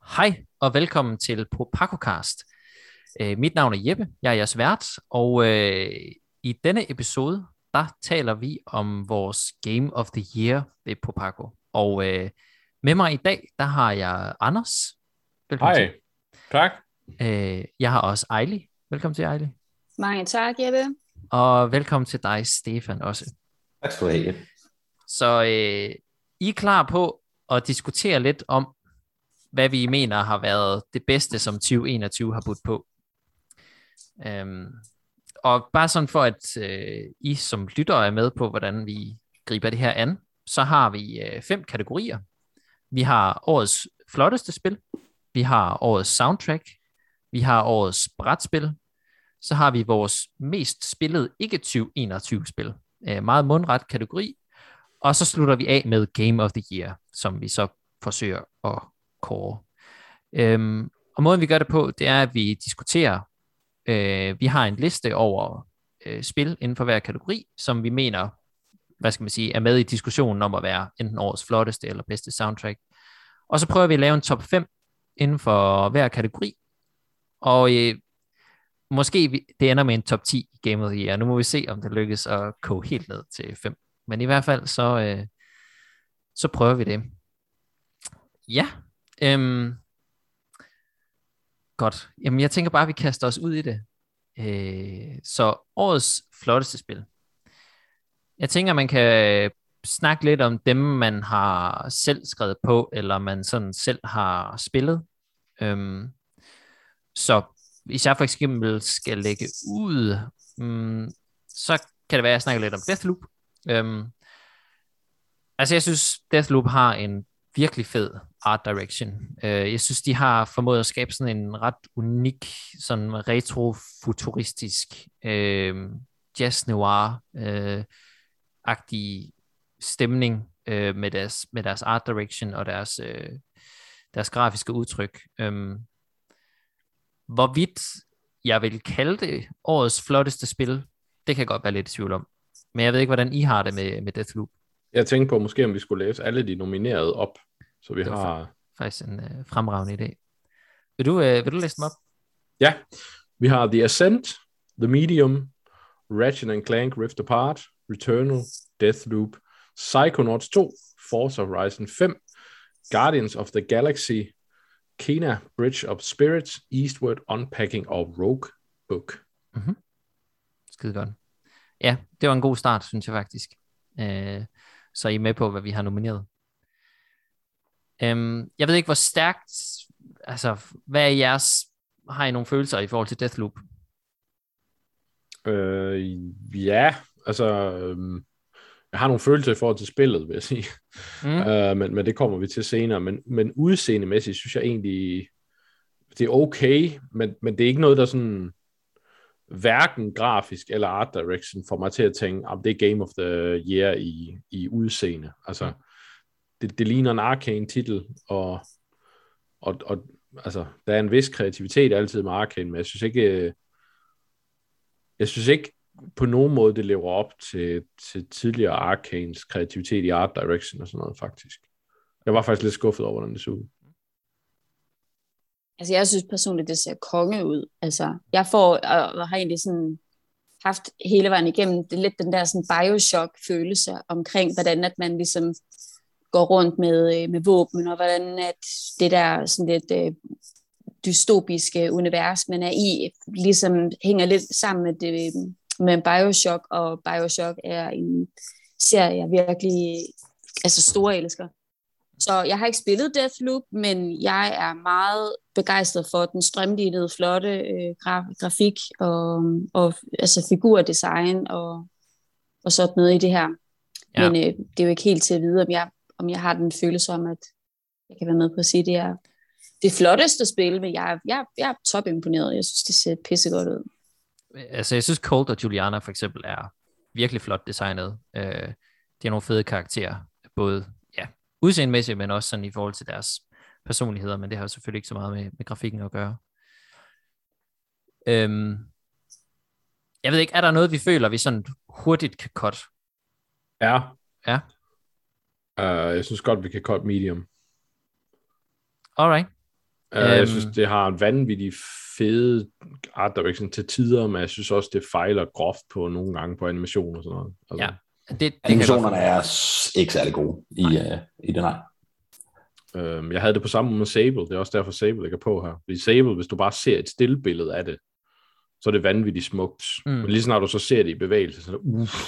Hej og velkommen til ProPacoCast. Mit navn er Jeppe, jeg er jeres vært, og i denne episode, der taler vi om vores Game of the Year ved ProPaco. Og med mig i dag, der har jeg Anders. Velkommen til. Hej, tak. Jeg har også Ejli. Velkommen til, Ejli. Mange tak, Jeppe. Og velkommen til dig, Stefan, også. Tak skal du have. Så I er klar på at diskutere lidt om, hvad vi mener har været det bedste, som 2021 har budt på. Og bare sådan for, at I som lyttere er med på, hvordan vi griber det her an, så har vi 5 kategorier. Vi har årets flotteste spil, vi har årets soundtrack, vi har årets brætspil, så har vi vores mest spillede ikke 2021 spil. Meget mundret kategori. Og så slutter vi af med Game of the Year, som vi så forsøger at kåre. Og måden vi gør det på, det er, at vi diskuterer, vi har en liste over spil inden for hver kategori, som vi mener, hvad skal man sige, er med i diskussionen om at være enten årets flotteste eller bedste soundtrack. Og så prøver vi at lave en top 5 inden for hver kategori, og måske det ender med en top 10 i Game of the Year. Nu må vi se, om det lykkes at koge helt ned til 5. Men i hvert fald, så prøver vi det. Ja, godt. Jamen, jeg tænker bare, at vi kaster os ud i det. Så årets flotteste spil. Jeg tænker, man kan snakke lidt om dem, man har selv skrevet på, eller man sådan selv har spillet. Så hvis jeg for eksempel skal lægge ud, så kan det være, at jeg snakker lidt om Deathloop. Altså, jeg synes, Deathloop har en virkelig fed art direction. Jeg synes, de har formået at skabe sådan en ret unik, sådan retrofuturistisk jazz noir-agtig stemning med deres art direction og deres grafiske udtryk. Hvorvidt jeg vil kalde det årets flotteste spil, det kan jeg godt være lidt i tvivl om. Men jeg ved ikke, hvordan I har det med Deathloop. Jeg tænkte på, måske om vi skulle læse alle de nominerede op, så vi har... Faktisk en fremragende idé. Vil du læse dem op? Ja, vi har The Ascent, The Medium, Ratchet and Clank Rift Apart, Returnal, Deathloop, Psychonauts 2, Forza Horizon 5, Guardians of the Galaxy, Kena, Bridge of Spirits, Eastward, Unpacking og Rogue Book. Mm-hmm. Skide godt. Ja, det var en god start, synes jeg faktisk. Så er I med på, hvad vi har nomineret. Jeg ved ikke, hvor stærkt, altså, hvad er jeres, har I nogle følelser i forhold til Deathloop? Ja, altså, jeg har nogle følelser i forhold til spillet, vil jeg sige. Men det kommer vi til senere. Men udseendemæssigt synes jeg egentlig, det er okay, men det er ikke noget, der sådan, hverken grafisk eller art direction får mig til at tænke, det er Game of the Year i udseende. Altså, det ligner en Arcane titel, og altså, der er en vis kreativitet altid med Arcane, men jeg synes ikke på nogen måde, det lever op til tidligere Arcanes kreativitet i art direction og sådan noget, faktisk. Jeg var faktisk lidt skuffet over, hvordan det så ud. Altså, jeg synes personligt, det ser konge ud. Altså, jeg får, og har egentlig sådan haft hele vejen igennem, det er lidt den der sådan Bioshock-følelse omkring, hvordan at man ligesom går rundt med våben, og hvordan at det der sådan lidt dystopiske univers, man er i, ligesom hænger lidt sammen med Bioshock, og Bioshock er en serie, jeg virkelig store elsker. Så jeg har ikke spillet Deathloop, men jeg er meget begejstret for den strømlinede, flotte grafik og altså figurdesign og sådan noget i det her. Ja. Men det er jo ikke helt til at vide, om jeg har den følelse om, at jeg kan være med på at sige, at det er det flotteste spil, men jeg er topimponeret. Jeg synes, det ser pissegodt ud. Altså, jeg synes Colt og Juliana for eksempel er virkelig flot designet. De har nogle fede karakterer, både udseendemæssigt, men også sådan i forhold til deres personligheder, men det har selvfølgelig ikke så meget med grafikken at gøre. Jeg ved ikke, er der noget, vi føler, vi sådan hurtigt kan cut? Ja. Ja. Jeg synes godt, vi kan cut medium. Alright. Jeg synes, det har en vanvittig fede art direction til tider, men jeg synes også, det fejler groft på nogle gange på animation og sådan noget. Altså. Ja, det animationerne er ikke særlig gode i det, nej. Jeg havde det på samme måde med Sable. Det er også derfor, Sable ligger på her. Fordi Sable, hvis du bare ser et stillbillede af det, så er det vanvittigt smukt. Men lige snart du så ser det i bevægelse, så er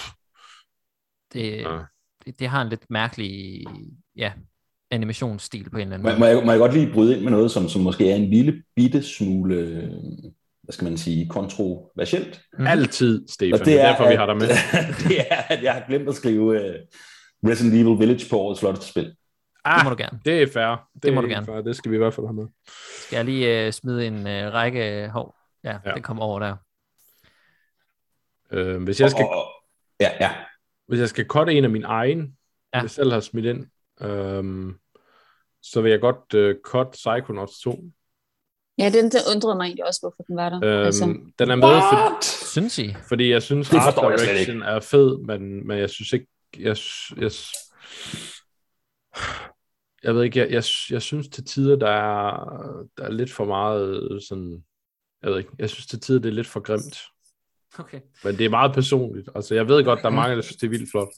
det, det har en lidt mærkelig animationsstil på en eller anden måde. Må jeg godt lige bryde ind med noget, som måske er en lille bitte smule, hvad skal man sige, kontroversielt? Altid, Stefan. Det er derfor, vi har dig med. Det er, at jeg har glemt at skrive Resident Evil Village på årets flotteste spil. Det må du gerne. Det er fair. Det må du gerne. Fair. Det skal vi i hvert fald have med. Skal jeg lige smide en række hov? Ja, det kommer over der. Hvis jeg skal... Hvis jeg skal cutte en af min egen, jeg selv har smidt ind, så vil jeg godt cutte Psychonauts 2. Ja, den undrede mig egentlig også, hvorfor den var der. Den er med, synes I? Fordi jeg synes, art direction er fed, men jeg synes ikke, jeg ved ikke, jeg synes til tider, der er lidt for meget sådan, jeg ved ikke, jeg synes til tider, det er lidt for grimt. Okay. Men det er meget personligt. Altså, jeg ved godt, der er mange, der synes, det er vildt flot.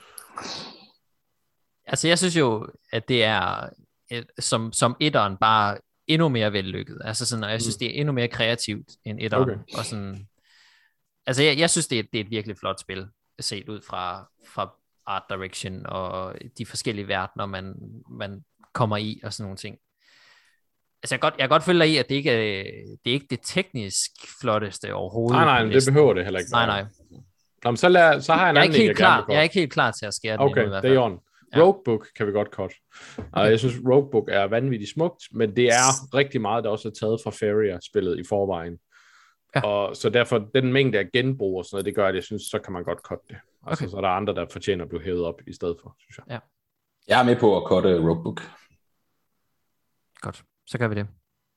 Altså, jeg synes jo, at det er som etteren bare endnu mere vellykket. Altså sådan, og jeg synes, det er endnu mere kreativt end etteren. Okay. Og sådan, altså, jeg synes, det er et virkelig flot spil, set ud fra art direction og de forskellige verdener, man kommer i og sådan nogle ting. Altså, jeg kan godt følge dig i, at det ikke er det teknisk flotteste overhovedet. Nej, det behøver det heller ikke. Nej. Nå, så har jeg en anden, jeg er ikke helt klar til at skære den okay, endnu, i hvert fald. Det er on. Roguebook kan vi godt cut. Okay. Jeg synes, Roguebook er vanvittigt smukt, men det er rigtig meget, der også er taget fra Feria-spillet i forvejen. Ja. Og så derfor, den mængde af genbrug og sådan noget, det gør, at jeg synes, så kan man godt cutte det. Altså, okay. Så er der andre, der fortjener at blive hævet op i stedet for, synes jeg. Ja. Jeg er med på at cutte Roguebook. Godt, så gør vi det.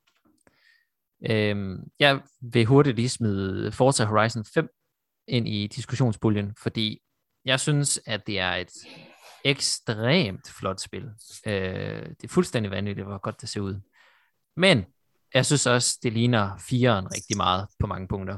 Jeg vil hurtigt lige smide Forza Horizon 5 ind i diskussionspuljen, fordi jeg synes, at det er et ekstremt flot spil. Det er fuldstændig vanvittigt, hvor godt det ser ud. Men jeg synes også, det ligner 4'eren rigtig meget på mange punkter.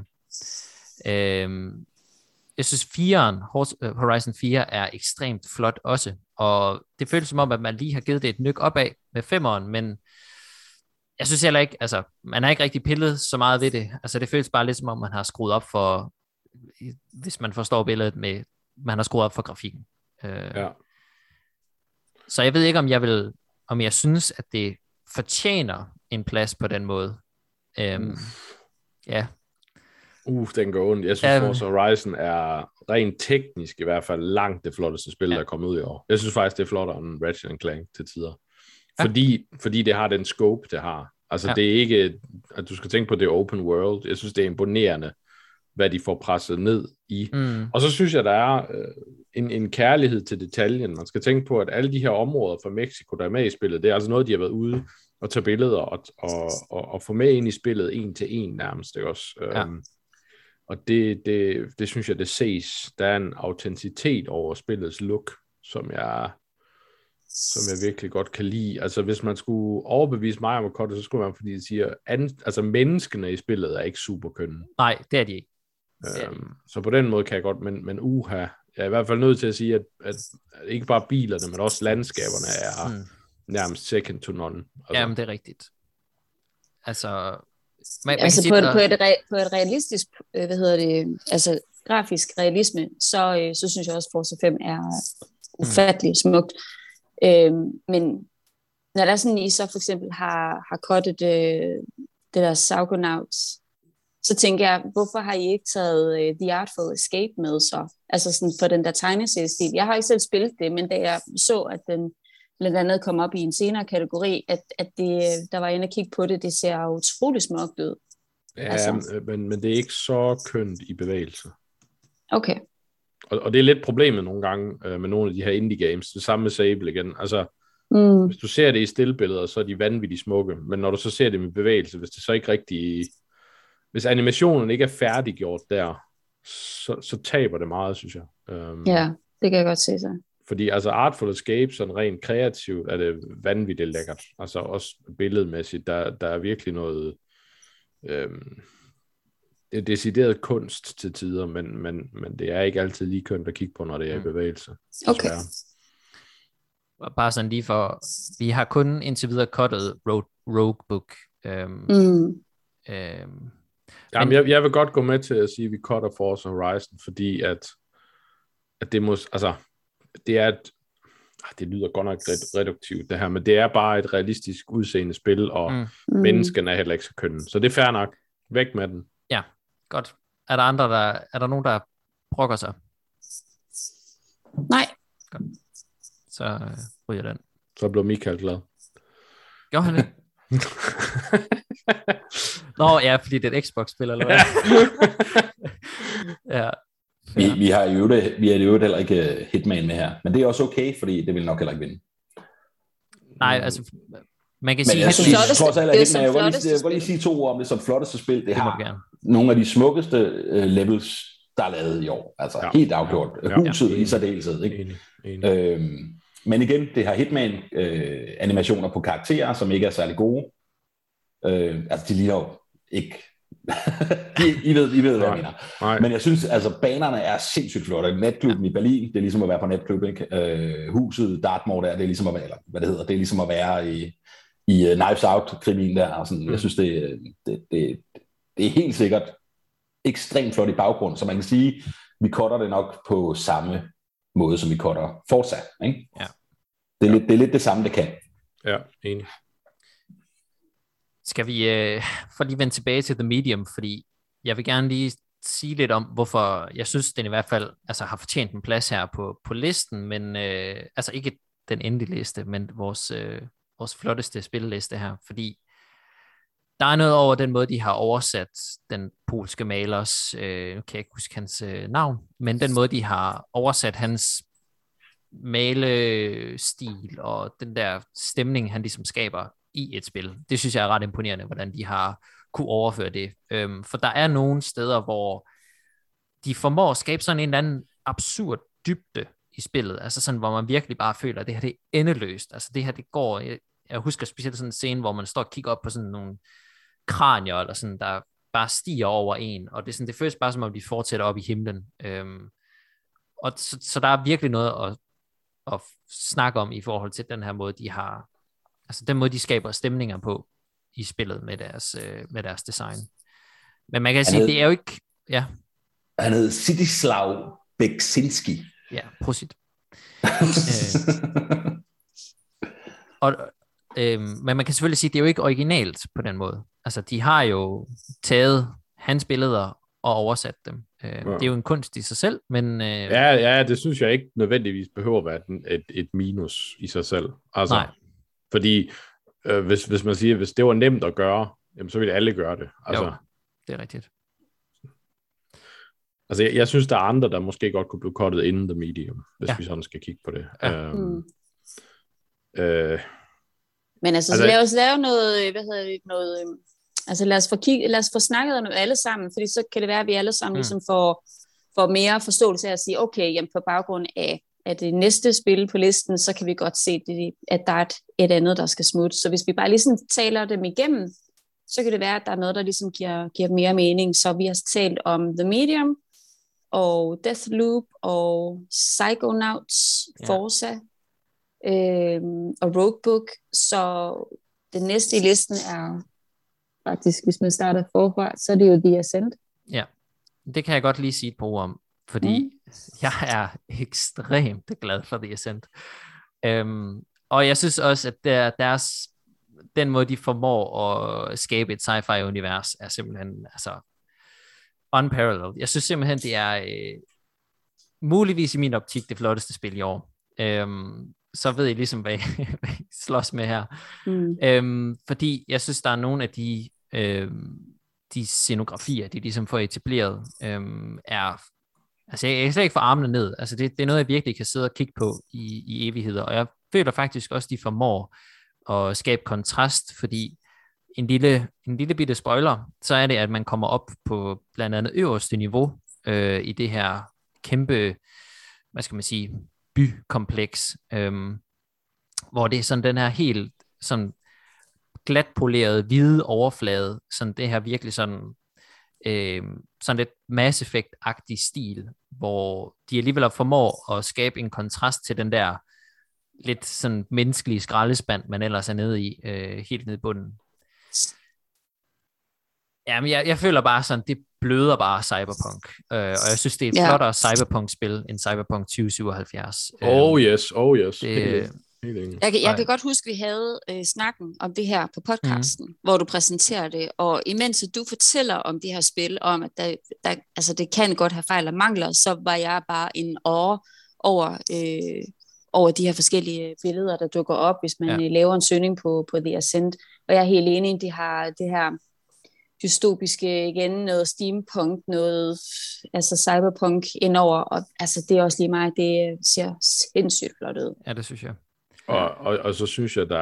Jeg synes 4'eren, Horizon 4, er ekstremt flot også, og det føles som om, at man lige har givet det et nyk opad med 5'eren, men jeg synes heller ikke, altså, man har ikke rigtig pillet så meget ved det. Altså, det føles bare lidt som om, man har skruet op for, hvis man forstår billedet med, man har skruet op for grafikken. Ja. Så jeg ved ikke, om jeg synes, at det fortjener en plads på den måde. Ja. Den går ondt. Jeg synes, Forza Horizon er rent teknisk i hvert fald langt det flotteste spil, der er kommet ud i år. Jeg synes faktisk, det er flottere end Ratchet & Clank til tider. Fordi det har den scope, det har. Altså, det er ikke, at du skal tænke på det open world. Jeg synes, det er imponerende, hvad de får presset ned i. Og så synes jeg, der er en kærlighed til detaljen. Man skal tænke på, at alle de her områder fra Mexico, der er med i spillet, det er altså noget, de har været ude og tage billeder og få med ind i spillet en til en nærmest. Ikke også? Og det synes jeg, det ses. Der er en autenticitet over spillets look, som jeg virkelig godt kan lide. Altså, hvis man skulle overbevise mig om at cutte, så skulle man, fordi de siger, altså menneskene i spillet er ikke super kønne. Nej, det er de ikke. Så på den måde kan jeg godt, men jeg er i hvert fald nødt til at sige, at ikke bare bilerne, men også landskaberne er nærmest second to none. Altså. Jamen, det er rigtigt. Altså, på et realistisk, altså grafisk realisme, så synes jeg også, Forza 5 er ufattelig smukt. Men når der sådan I så for eksempel har cuttet det der Psychonauts, så tænker jeg, hvorfor har I ikke taget The Artful Escape med så? Altså sådan for den der tegneseriestil. Jeg har ikke selv spillet det, men da jeg så, at den blandt andet kom op i en senere kategori, at det, der var inde og kigge på det, det ser utrolig smukt ud. Ja, altså. men det er ikke så kønt i bevægelse. Okay. Og det er lidt problemet nogle gange med nogle af de her indie games. Det samme med Sable igen. Altså, hvis du ser det i stillbilleder, så er de vanvittigt smukke. Men når du så ser det med bevægelse, hvis det så ikke rigtig... Hvis animationen ikke er færdiggjort der, så taber det meget, synes jeg. Ja, det kan jeg godt se så. Fordi altså Artful Escape, sådan rent kreativt, er det vanvittigt lækkert. Altså også billedmæssigt, der er virkelig noget det er decideret kunst til tider, men det er ikke altid lige kønt at kigge på, når det er i bevægelse. Okay. Bare sådan lige for, vi har kun indtil videre cuttet Roguebook. Jamen, jeg vil godt gå med til at sige, at vi cutter Forza Horizon, fordi at det det er det lyder godt nok reduktivt det her, men det er bare et realistisk udseende spil, og menneskene er heller ikke så kønne. Så det er fair nok. Væk med den. Ja, godt. Er der nogen, der brokker sig? Nej. Godt. Så ryger den. Så blev Michael glad. Gjorde han det? Nå ja, fordi det er et Xbox-spil, eller hvad? Ja. Vi har jo heller ikke Hitman med her, men det er også okay, fordi det vil nok heller ikke vinde. Nej, altså man kan men sige, jeg flotteste vil lige sige 2 ord om det som flotteste spil. Det har gerne nogle af de smukkeste levels, der er lavet i år. Altså helt afgjort. Huset i særdeleshed. Ikke? Men igen, det har Hitman animationer på karakterer, som ikke er særlig gode. Altså de ligner jo ikke I ved hvad jeg mener. Nej. Men jeg synes, altså banerne er sindssygt flotte. Natklubben i Berlin, det er ligesom at være på natklub, ikke? Huset Dartmoor der, det er ligesom at være, eller hvad det hedder, det er ligesom at være i Knives Out-krimin der, og sådan. Jeg synes, det er helt sikkert ekstremt flot i baggrund, så man kan sige, vi cutter det nok på samme måde, som vi cutter Forza, ikke? Ja. Det er lidt det samme, det kan. Ja, enig. Skal vi for lige vende tilbage til The Medium, fordi jeg vil gerne lige sige lidt om, hvorfor jeg synes, den i hvert fald har fortjent en plads her på listen, men altså ikke den endelige liste, men vores flotteste spilleliste her, fordi der er noget over den måde, de har oversat den polske malers, nu kan jeg ikke huske hans navn, men den måde, de har oversat hans malestil og den der stemning, han ligesom skaber i et spil. Det synes jeg er ret imponerende, hvordan de har kunne overføre det. For der er nogle steder, hvor de formår at skabe sådan en eller anden absurd dybde i spillet, altså sådan, hvor man virkelig bare føler, at det her det er endeløst. Altså det her, det går... Jeg husker specielt sådan en scene, hvor man står og kigger op på sådan nogle kranier, eller sådan, der bare stiger over en, og det føles bare som om, de fortsætter op i himlen. Og så der er virkelig noget at snakke om i forhold til den her måde, de har... Altså den måde, de skaber stemninger på i spillet med deres design. Men man kan sige, det er jo ikke... Ja. Han hed Sidislav Beksinski. Ja, prosit. Men man kan selvfølgelig sige, det er jo ikke originalt på den måde. Altså, de har jo taget hans billeder og oversat dem. Det er jo en kunst i sig selv, men... Ja, det synes jeg ikke nødvendigvis behøver at være et minus i sig selv. Altså, nej. Fordi hvis man siger, hvis det var nemt at gøre, jamen, så ville alle gøre det. Altså, jo, det er rigtigt. Altså, jeg synes, der er andre, der måske godt kunne blive cuttet inden The Medium, hvis vi sådan skal kigge på det. Ja. Men altså, så lad os lave noget, altså lad os få snakket om alle sammen, fordi så kan det være, at vi alle sammen ligesom får mere forståelse af at sige, okay, jamen på baggrund af det næste spil på listen, så kan vi godt se, at der er et andet, der skal smutte. Så hvis vi bare ligesom taler dem igennem, så kan det være, at der er noget, der ligesom giver mere mening. Så vi har talt om The Medium, og Deathloop, og Psychonauts, Forza, og Roguebook. Så det næste i listen er faktisk, hvis man starter forfra, så er det jo The Ascent. Ja, det kan jeg godt lige sige et par ord om, fordi jeg er ekstremt glad for The Ascent. Og jeg synes også, at den måde, de formår at skabe et sci-fi-univers, er simpelthen unparalleled. Jeg synes simpelthen, det er muligvis i min optik det flotteste spil i år. Så ved I ligesom, hvad I slås med her. Fordi jeg synes, der er nogle af de scenografier, de ligesom får etableret, altså jeg kan slet ikke få armene ned. Altså det er noget, jeg virkelig kan sidde og kigge på i evigheder. Og jeg føler faktisk også, de formår at skabe kontrast, fordi en lille bitte spoiler, så er det, at man kommer op på blandt andet øverste niveau i det her kæmpe, hvad skal man sige, bykompleks, hvor det er sådan den her helt sådan glatpolerede hvide overflade, sådan det her virkelig sådan sådan lidt Mass Effect-agtig stil, hvor de alligevel formår at skabe en kontrast til den der lidt sådan menneskelige skraldespand, man ellers er nede i, helt nede i bunden. Jamen, jeg føler bare sådan, det bløder bare Cyberpunk, og jeg synes, det er et flottere Cyberpunk-spil end Cyberpunk 2077. Oh yes. Jeg kan godt huske, at vi havde snakken om det her på podcasten, hvor du præsenterer det, og imens du fortæller om det her spil, om at der, altså det kan godt have fejl og mangler, så var jeg bare en over de her forskellige billeder, der dukker op, hvis man laver en søgning på The Ascent. Og jeg er helt enig, de har det her dystopiske igen, noget steampunk, noget altså cyberpunk indover, og altså det er også lige mig, det ser sindssygt flot ud. Ja, det synes jeg. Og så synes jeg, der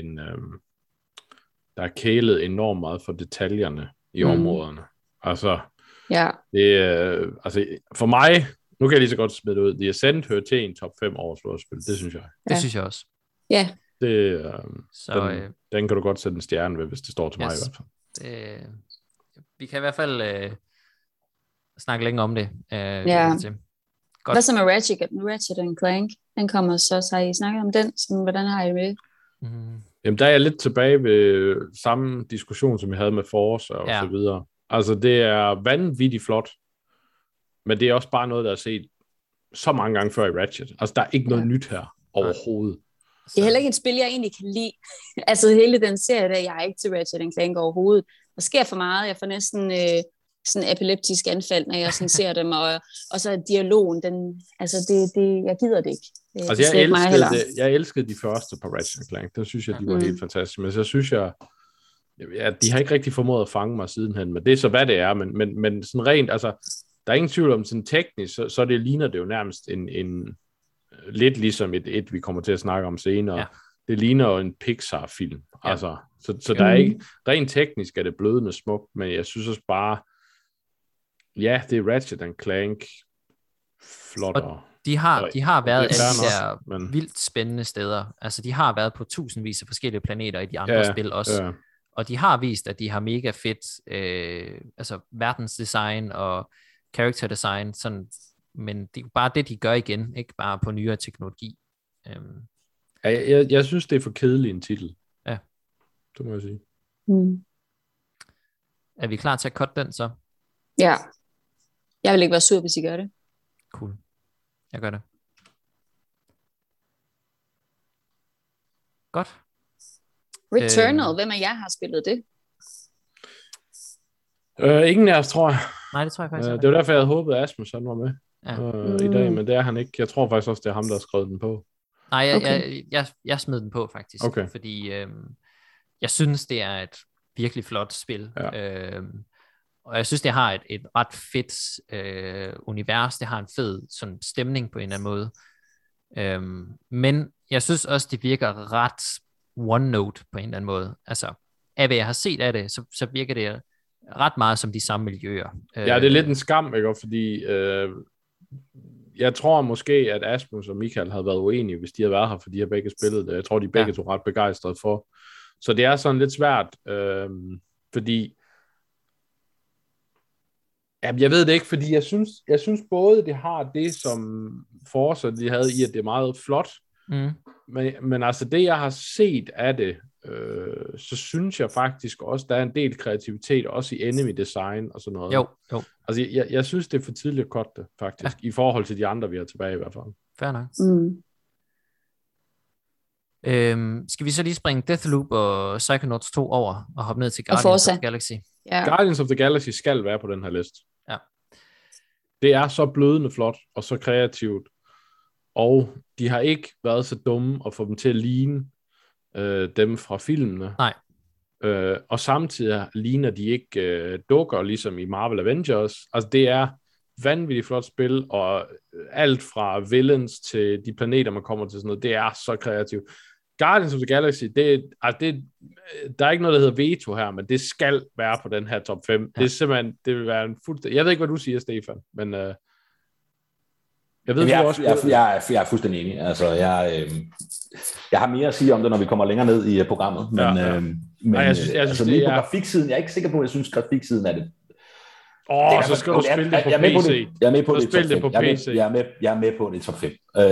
er kælet enormt meget for detaljerne i områderne. Altså, det, altså, for mig, nu kan jeg lige så godt smide det ud, The Ascent hører til en top 5 års flotspil, det synes jeg. Det synes jeg også. Ja. Det, den kan du godt sætte en stjerne ved, hvis det står til mig i hvert fald. Vi kan i hvert fald snakke længe om det. Godt. Hvad så med Ratchet & Clank? Den kommer så har I snakket om den? Sådan, hvordan har I det med? Jamen, der er jeg lidt tilbage ved samme diskussion, som jeg havde med Forza og så videre. Altså, det er vanvittigt flot, men det er også bare noget, der er set så mange gange før i Ratchet. Altså, der er ikke noget nyt her overhovedet. Det er heller ikke et spil, jeg egentlig kan lide. Altså, hele den serie der, jeg er ikke til Ratchet & Clank overhovedet. Der sker for meget. Jeg får næsten sådan epileptisk anfald, når jeg sådan ser dem, og så dialogen, jeg gider det ikke. Altså, jeg elskede de første på Ratchet & Clank. Der synes jeg, de var helt fantastiske. Men så synes jeg, de har ikke rigtig formået at fange mig sidenhen, men det er så, hvad det er. Men sådan rent, altså, der er ingen tvivl om sådan teknisk, så det ligner det jo nærmest en lidt ligesom et vi kommer til at snakke om senere. Ja. Det ligner jo en Pixar-film. Ja. Altså, så der er ikke, rent teknisk er det blødende smukt, men jeg synes også bare, det er Ratchet & Clank flottere. De har været alle de der vildt spændende steder. Altså, de har været på tusindvis af forskellige planeter i de andre spil også. Ja. Og de har vist, at de har mega fedt altså verdensdesign og character design, sådan, men det er bare det, de gør igen, ikke bare på nyere teknologi. Jeg synes, det er for kedelig en titel. Ja. Det må jeg sige. Er vi klar til at cutte den så? Ja. Jeg vil ikke være sur, hvis I gør det. Cool. Jeg gør det. Godt. Returnal, hvem af jer har spillet det? Ingen af os, tror jeg. Nej, det tror jeg faktisk det var derfor, jeg havde håbet, at Asmus han var med i dag, men det er han ikke. Jeg tror faktisk også, det er ham, der har skrevet den på. Nej, jeg smed den på faktisk, fordi jeg synes, det er et virkelig flot spil. Ja. Og jeg synes, det har et ret fedt univers. Det har en fed sådan, stemning på en eller anden måde. Men jeg synes også, det virker ret one-note på en eller anden måde. Altså, af hvad jeg har set af det, så virker det ret meget som de samme miljøer. Ja, det er lidt en skam, ikke? Fordi jeg tror måske, at Asmus og Michael havde været uenige, hvis de havde været her, for de har begge spillet det. Jeg tror, de begge to ret begejstrede for. Så det er sådan lidt svært, fordi jeg ved det ikke, fordi jeg synes både, det har det, som Forza de havde i, at det er meget flot, men altså det, jeg har set af det, så synes jeg faktisk også, der er en del kreativitet, også i enemy design og sådan noget. Jo. Altså, jeg synes, det er for tidligt at cutte det, faktisk, i forhold til de andre, vi har tilbage i hvert fald. Fair nok. Skal vi så lige springe Deathloop og Psychonauts 2 over, og hoppe ned til Guardians of the Galaxy? Ja. Guardians of the Galaxy skal være på den her liste. Ja. Det er så blødende flot, og så kreativt, og de har ikke været så dumme at få dem til at ligne dem fra filmene. Nej. Og samtidig ligner de ikke dukker, ligesom i Marvel Avengers. Altså, det er vanvittigt flot spil, og alt fra villains til de planeter, man kommer til, sådan noget, det er så kreativt. Guardians of the Galaxy, der er ikke noget, der hedder veto her, men det skal være på den her top 5. Ja. Det er simpelthen, det vil være en fuldstændig... Jeg ved ikke, hvad du siger, Stefan, men... Jeg er fuldstændig enig. Altså, jeg har mere at sige om det, når vi kommer længere ned i programmet. Men jeg synes, lige på grafiksiden, jeg er ikke sikker på, at jeg synes, grafiksiden er det. Så skal du spille det på PC. Jeg er med på det. Spil det på PC. Jeg er med på det i top 5.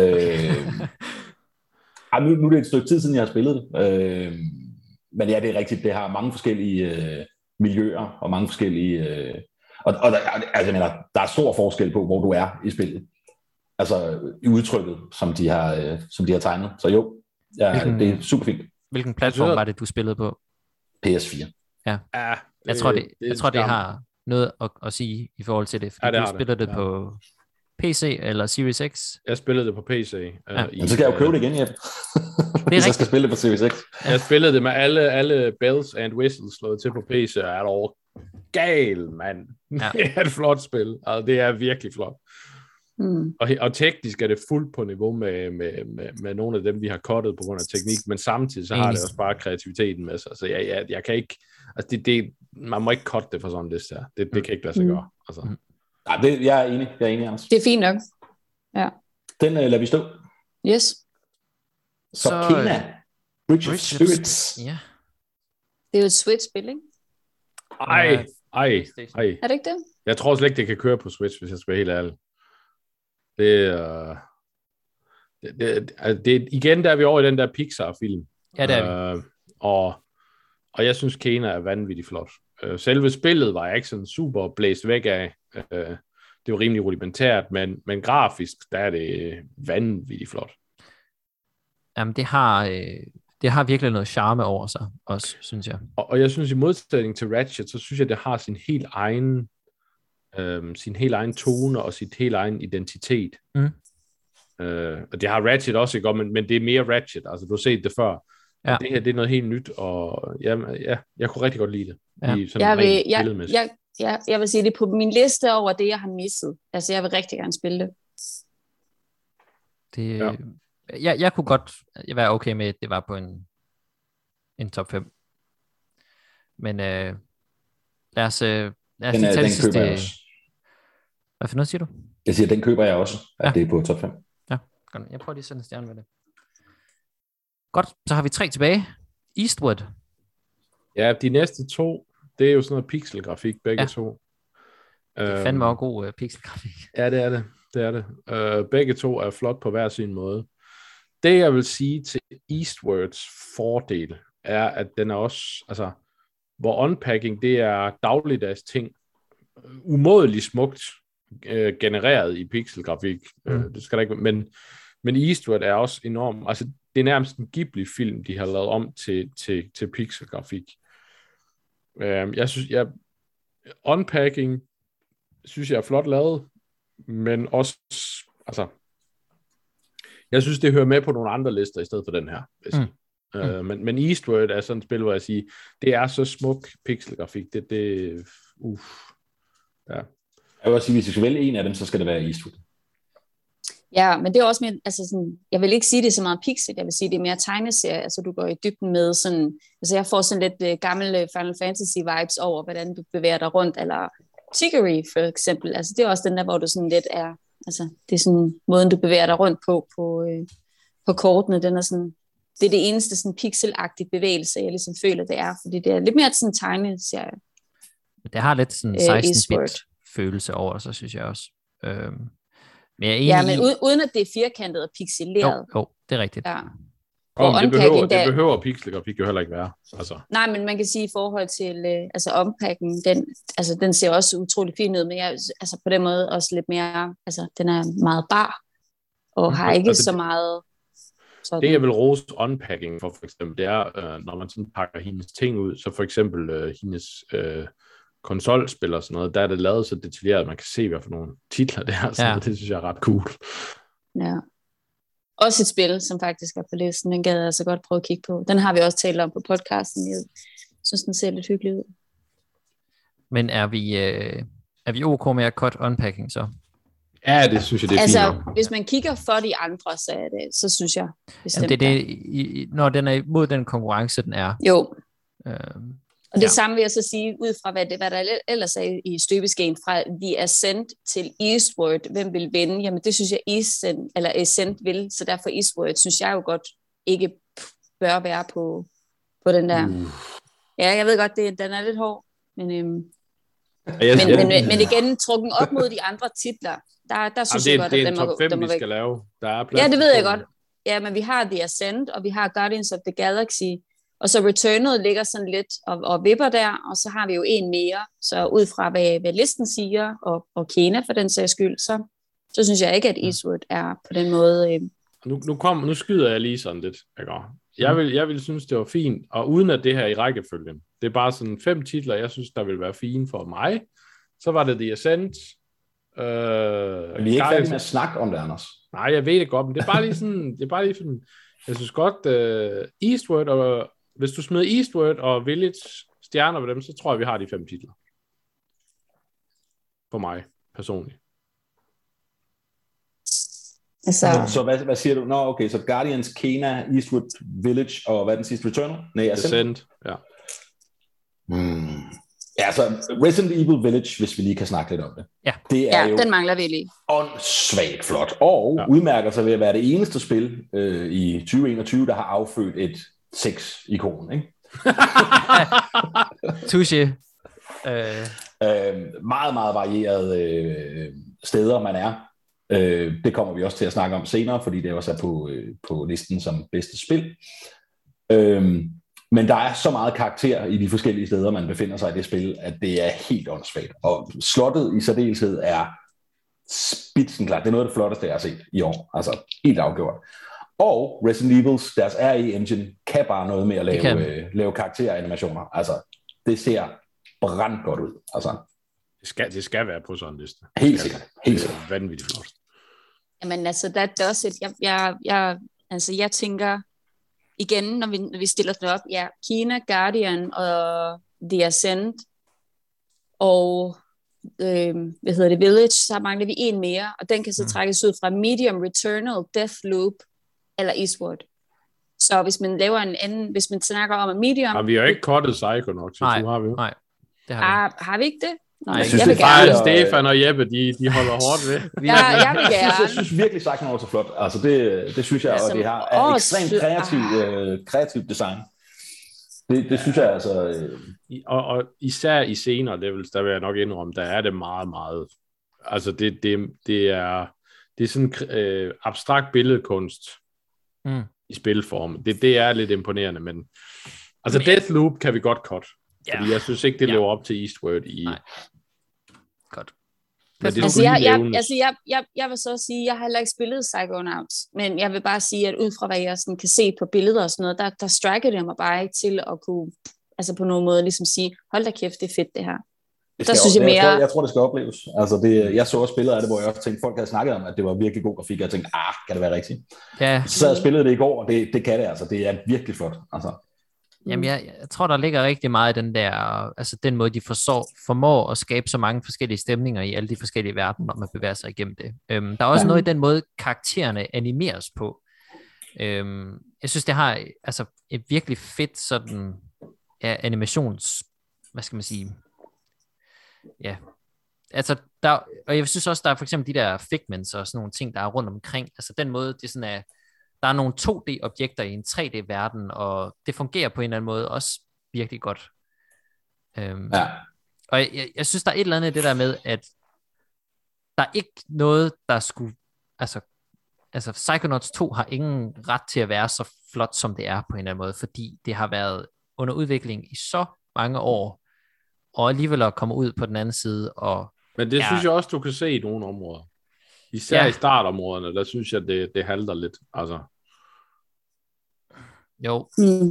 Nu er det et stykke tid siden, jeg har spillet det. Men ja, det er rigtigt. Det har mange forskellige miljøer og mange forskellige... der er stor forskel på, hvor du er i spillet. Altså i udtrykket, som de har tegnet. Så jo, det er super fint. Hvilken platform var det, du spillede på? PS4. Ja. Jeg tror, det har noget at sige i forhold til det, fordi du spiller det på PC eller Series X. Jeg spillede det på PC. Men så skal jeg jo købe det igen, Jeppe. Hvis jeg skal spille det på Series X. Jeg spillede det med alle bells and whistles slået til på PC, og er over gal, mand. Ja. Det er et flot spil. Altså, det er virkelig flot. Og teknisk er det fuldt på niveau med nogle af dem, vi har cuttet på grund af teknik, men samtidig så har det også bare kreativiteten med sig. Så jeg kan ikke... Altså man må ikke cutte det for sådan en liste her. Det kan ikke lade sig gøre. Altså. Jeg er enig, Anders. Det er fint nok. Ja. Den lader vi stå. Yes. Så Kena, Bridge of Spirits. Ja. Det er jo et Switch-spil, ikke? Ej. Er det ikke det? Jeg tror slet ikke, det kan køre på Switch, hvis jeg skal være helt ærlig. Det igen, der er vi over i den der Pixar-film. Ja, det er vi. Og jeg synes, Kena er vanvittigt flot. Selve spillet var jeg ikke sådan super blæst væk af. Det var rimelig rudimentært, men grafisk, der er det vanvittigt flot. Jamen, det har virkelig noget charme over sig, også, synes jeg. Og jeg synes, i modsætning til Ratchet, så synes jeg, det har sin helt egen tone og sit helt egen identitet. Og det har Ratchet også, ikke? Men det er mere Ratchet. Altså, du har set det før. Ja. Det her, det er noget helt nyt, og jeg kunne rigtig godt lide det. Jeg vil sige, det er på min liste over det, jeg har misset. Altså, jeg vil rigtig gerne spille det. Jeg kunne godt være okay med, at det var på en top 5. Men lad os tage det sidste. Hvad for noget siger du? Jeg siger, den køber jeg også, at det er på top 5. Ja, godt. Jeg prøver lige at sende en stjerne med det. Godt, så har vi 3 tilbage. Eastward. Ja, de næste 2, det er jo sådan noget pixelgrafik, begge 2. Det er fandme også god pixelgrafik. Ja, det er det. Begge 2 er flot på hver sin måde. Det, jeg vil sige til Eastwards fordel, er, at den er også, altså, hvor unpacking, det er dagligdags ting, umådeligt smukt genereret i pixelgrafik. Det skal der ikke, men Eastward er også enormt, altså, det er nærmest en Ghibli-film, de har lavet om til pixelgrafik. Jeg synes, unpacking synes jeg er flot lavet, men også, altså, jeg synes, det hører med på nogle andre lister i stedet for den her. Men Eastward er sådan et spil, hvor jeg siger, det er så smuk pixelgrafik. Ja. Jeg vil også sige, hvis du skal vælge en af dem, så skal det være Eastward. Ja, men det er også mere, altså sådan, jeg vil ikke sige, det er så meget pixel, jeg vil sige, det er mere tegneserie, altså du går i dybden med sådan, altså jeg får sådan lidt gamle Final Fantasy vibes over, hvordan du bevæger dig rundt, eller Tiggery for eksempel, altså det er også den der, hvor du sådan lidt er, altså det er sådan måden, du bevæger dig rundt på kortene, den er sådan, det er det eneste sådan pixelagtige bevægelse, jeg ligesom føler, det er, fordi det er lidt mere sådan tegneserie. Det har lidt sådan 16-bit følelse over sig, synes jeg også. Men men uden at det er firkantet og pixeleret. Jo, det er rigtigt. Ja. Det behøver pixelgrafik jo heller ikke være. Altså. Nej, men man kan sige i forhold til unpacking, den ser også utrolig fin ud, men altså på den måde også lidt mere, altså den er meget bar, og har ikke så meget sådan. Det jeg vil rose unpacking for eksempel, det er, når man sådan pakker hendes ting ud, så for eksempel hendes konsolspil og sådan noget, der er det lavet så detaljeret, at man kan se, hvad for nogle titler det er. Sådan det synes jeg er ret cool. Ja. Også et spil, som faktisk er på listen, den gad jeg altså godt prøve at kigge på. Den har vi også talt om på podcasten. Jeg synes, den ser lidt hyggelig ud. Men er vi ok med at cut unpacking så? Ja, det synes jeg, det er altså, fint. Hvis man kigger for de andre, så synes jeg bestemt. Jamen, det er det, når den er imod den konkurrence, den er. Jo. Og det samme vil jeg så sige, ud fra hvad der ellers er i støbeskeen, fra The Ascent til Eastward, hvem vil vinde? Jamen det synes jeg Ascent vil, så derfor Eastward synes jeg jo godt ikke bør være på den der. Ja, jeg ved godt, den er lidt hård, men igen, trukken op mod de andre titler, der synes jeg godt, at den må væk. Det er en top 5, vi skal lave. Der er plads. Ja, det ved jeg godt. Ja, men vi har The Ascent, og vi har Guardians of the Galaxy, og så Returnal ligger sådan lidt og vipper der, og så har vi jo en mere. Så ud fra, hvad listen siger, og Kena for den sags skyld, så synes jeg ikke, at Eastwood er på den måde. Nu skyder jeg lige sådan lidt. Jeg vil synes, det var fint, og uden at det her i rækkefølgen. Det er bare sådan 5 titler, jeg synes, der vil være fine for mig. Så var det The Ascent. Vi er ikke færdige med at snakke om det, Anders. Nej, jeg ved det godt, men det er bare lige sådan, jeg synes godt, Eastward, og hvis du smider Eastward og Village stjerner på dem, så tror jeg, vi har de 5 titler. For mig, personligt. Så hvad siger du? Nå, okay, så Guardians, Kena, Eastwood, Village, og hvad er den sidste? Returnal? Nej, Ascent, ja. Ja, så Resident Evil Village, hvis vi lige kan snakke lidt om det. Ja, det er jo den mangler vi lige. Åndssvagt flot, og udmærker sig ved at være det eneste spil i 2021, der har affødt et sex-ikon, ikke? Touché. Meget, meget varieret steder, man er. Det kommer vi også til at snakke om senere, fordi det også er på listen som bedste spil. Men der er så meget karakter i de forskellige steder, man befinder sig i det spil, at det er helt åndssvagt. Og slottet i særdeleshed er spidsenklart. Det er noget af det flotteste, jeg har set i år. Altså helt afgjort. Og Resident Evils, deres RE-engine, kan bare noget med at lave karakteranimationer. Altså, det ser brandgodt ud. Altså, det skal være på sådan en liste. Helt sikkert. Det er vanvittigt flot. Jamen altså, der er også et... Jeg tænker... Igen, når vi stiller det op, Kena, Guardian og The Ascent og Village, så mangler vi en mere, og den kan så trækkes ud fra Medium, Returnal, Deathloop eller Eastward. Så hvis man laver en anden, hvis man snakker om Medium... Har vi jo ikke kortet Psychonauts, så har vi jo. Nej, det har vi ikke det? Nej, jeg synes, vil gerne. Stefan og Jeppe, de holder hårdt ved. Jeg vil gerne. Jeg synes virkelig, Psychonauts er flot. Altså det synes jeg, og det har ekstremt kreativt design. Det synes jeg altså... Og især i senere levels, der vil jeg nok indrømme, der er det meget, meget... Altså det er sådan abstrakt billedkunst i spilform. Det er lidt imponerende, men... Altså Deathloop kan vi godt cut. Fordi jeg synes ikke, det lever op til Eastward i... Nej. Godt. Jeg vil så sige, jeg har heller ikke spillet Psychonauts, men jeg vil bare sige, at ud fra hvad jeg sådan kan se på billeder og sådan noget, der striker det mig bare ikke til at kunne, altså på nogen måde ligesom sige, hold da kæft, det er fedt det her. Jeg tror, det skal opleves. Altså jeg så også billeder af det, hvor jeg også tænkte, folk havde snakket om, at det var virkelig god grafik, og jeg tænkte, kan det være rigtigt? Ja. Så jeg spillede det i går, og det kan det altså. Det er virkelig flot. Altså. Jamen, jeg tror, der ligger rigtig meget i den der, altså den måde, de formår at skabe så mange forskellige stemninger i alle de forskellige verdener, når man bevæger sig igennem det. Der er også noget i den måde, karaktererne animeres på. Jeg synes, det har altså et virkelig fedt sådan animations, hvad skal man sige, altså og jeg synes også, der er for eksempel de der figments og sådan nogle ting, der er rundt omkring, altså den måde, det sådan er, der er nogle 2D-objekter i en 3D-verden, og det fungerer på en eller anden måde også virkelig godt. Og jeg synes, der er et eller andet i det der med, at der er ikke noget, der skulle... Altså Psychonauts 2 har ingen ret til at være så flot, som det er på en eller anden måde, fordi det har været under udvikling i så mange år, og alligevel at komme ud på den anden side. Men det synes jeg også, du kan se i nogle områder. Især i startområderne, der synes jeg, det halter lidt. Altså. Jo.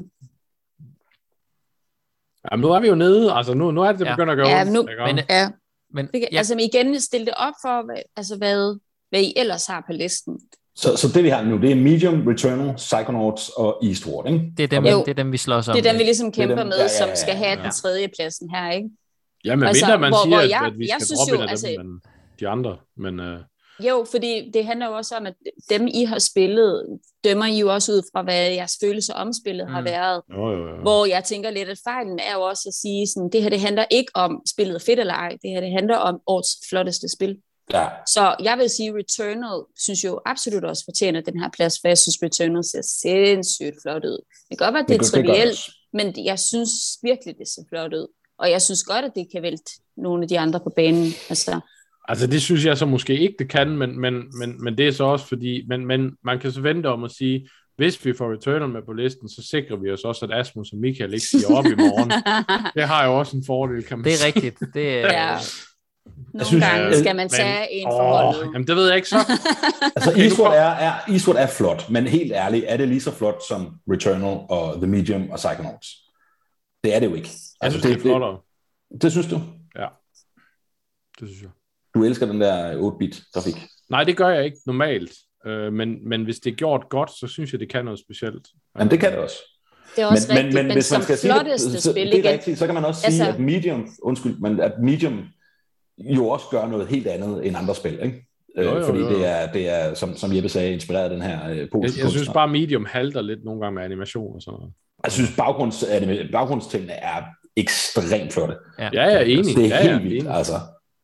Jamen, nu er vi jo nede. Altså, nu er det begynder at gøre Altså, igen, stille det op for, altså, hvad I ellers har på listen. Så det, vi har nu, det er Medium, Returnal, Psychonauts og Eastward, ikke? Det er dem, vi slås om. Det er dem, vi ligesom kæmper med, som skal have den tredje pladsen her, ikke? Ja, men mindre man siger, at vi skal droppe en af dem, men de andre. Men, Jo, fordi det handler jo også om, at dem, I har spillet, dømmer I jo også ud fra, hvad jeres følelse om spillet har været. Jo. Hvor jeg tænker lidt, at fejlen er jo også at sige, sådan, det her det handler ikke om, spillet er fedt eller ej. Det her det handler om årets flotteste spil. Ja. Så jeg vil sige, Returnal synes jo absolut også fortjener den her plads, for jeg synes, Returnal ser sindssygt flot ud. Det kan godt være, at det er trivielt, men jeg synes virkelig, det ser flot ud. Og jeg synes godt, at det kan vælte nogle af de andre på banen. Altså, det synes jeg så måske ikke, det kan, men det er så også fordi, men man kan så vente om at sige, hvis vi får Returnal med på listen, så sikrer vi os også, at Asmus og Michael ikke siger op i morgen. Det har jo også en fordel, kan man sige. Det er rigtigt. Det er... Ja. Nogle gange skal man tage en forhold. Jamen, det ved jeg ikke så. Altså, Eastward er flot, men helt ærligt, er det lige så flot som Returnal og The Medium og Psychonauts? Det er det jo ikke. Jeg synes, det er flottere. Det synes du? Ja, det synes jeg. Du elsker den der 8-bit grafik? Nej, det gør jeg ikke normalt. Men hvis det er gjort godt, så synes jeg, det kan noget specielt. Jamen, det kan det også. Det er også rigtigt, men hvis man som flotteste spil igen. Det er rigtigt, så kan man også sige, at Medium jo også gør noget helt andet end andre spil, ikke? Jo. Fordi det er som Jeppe sagde, inspireret af den her polske. Jeg synes bare, Medium halter lidt nogle gange med animation og sådan noget. Jeg synes, baggrundstingene er ekstremt flotte. Ja, jeg er enig. Det er helt vildt, altså.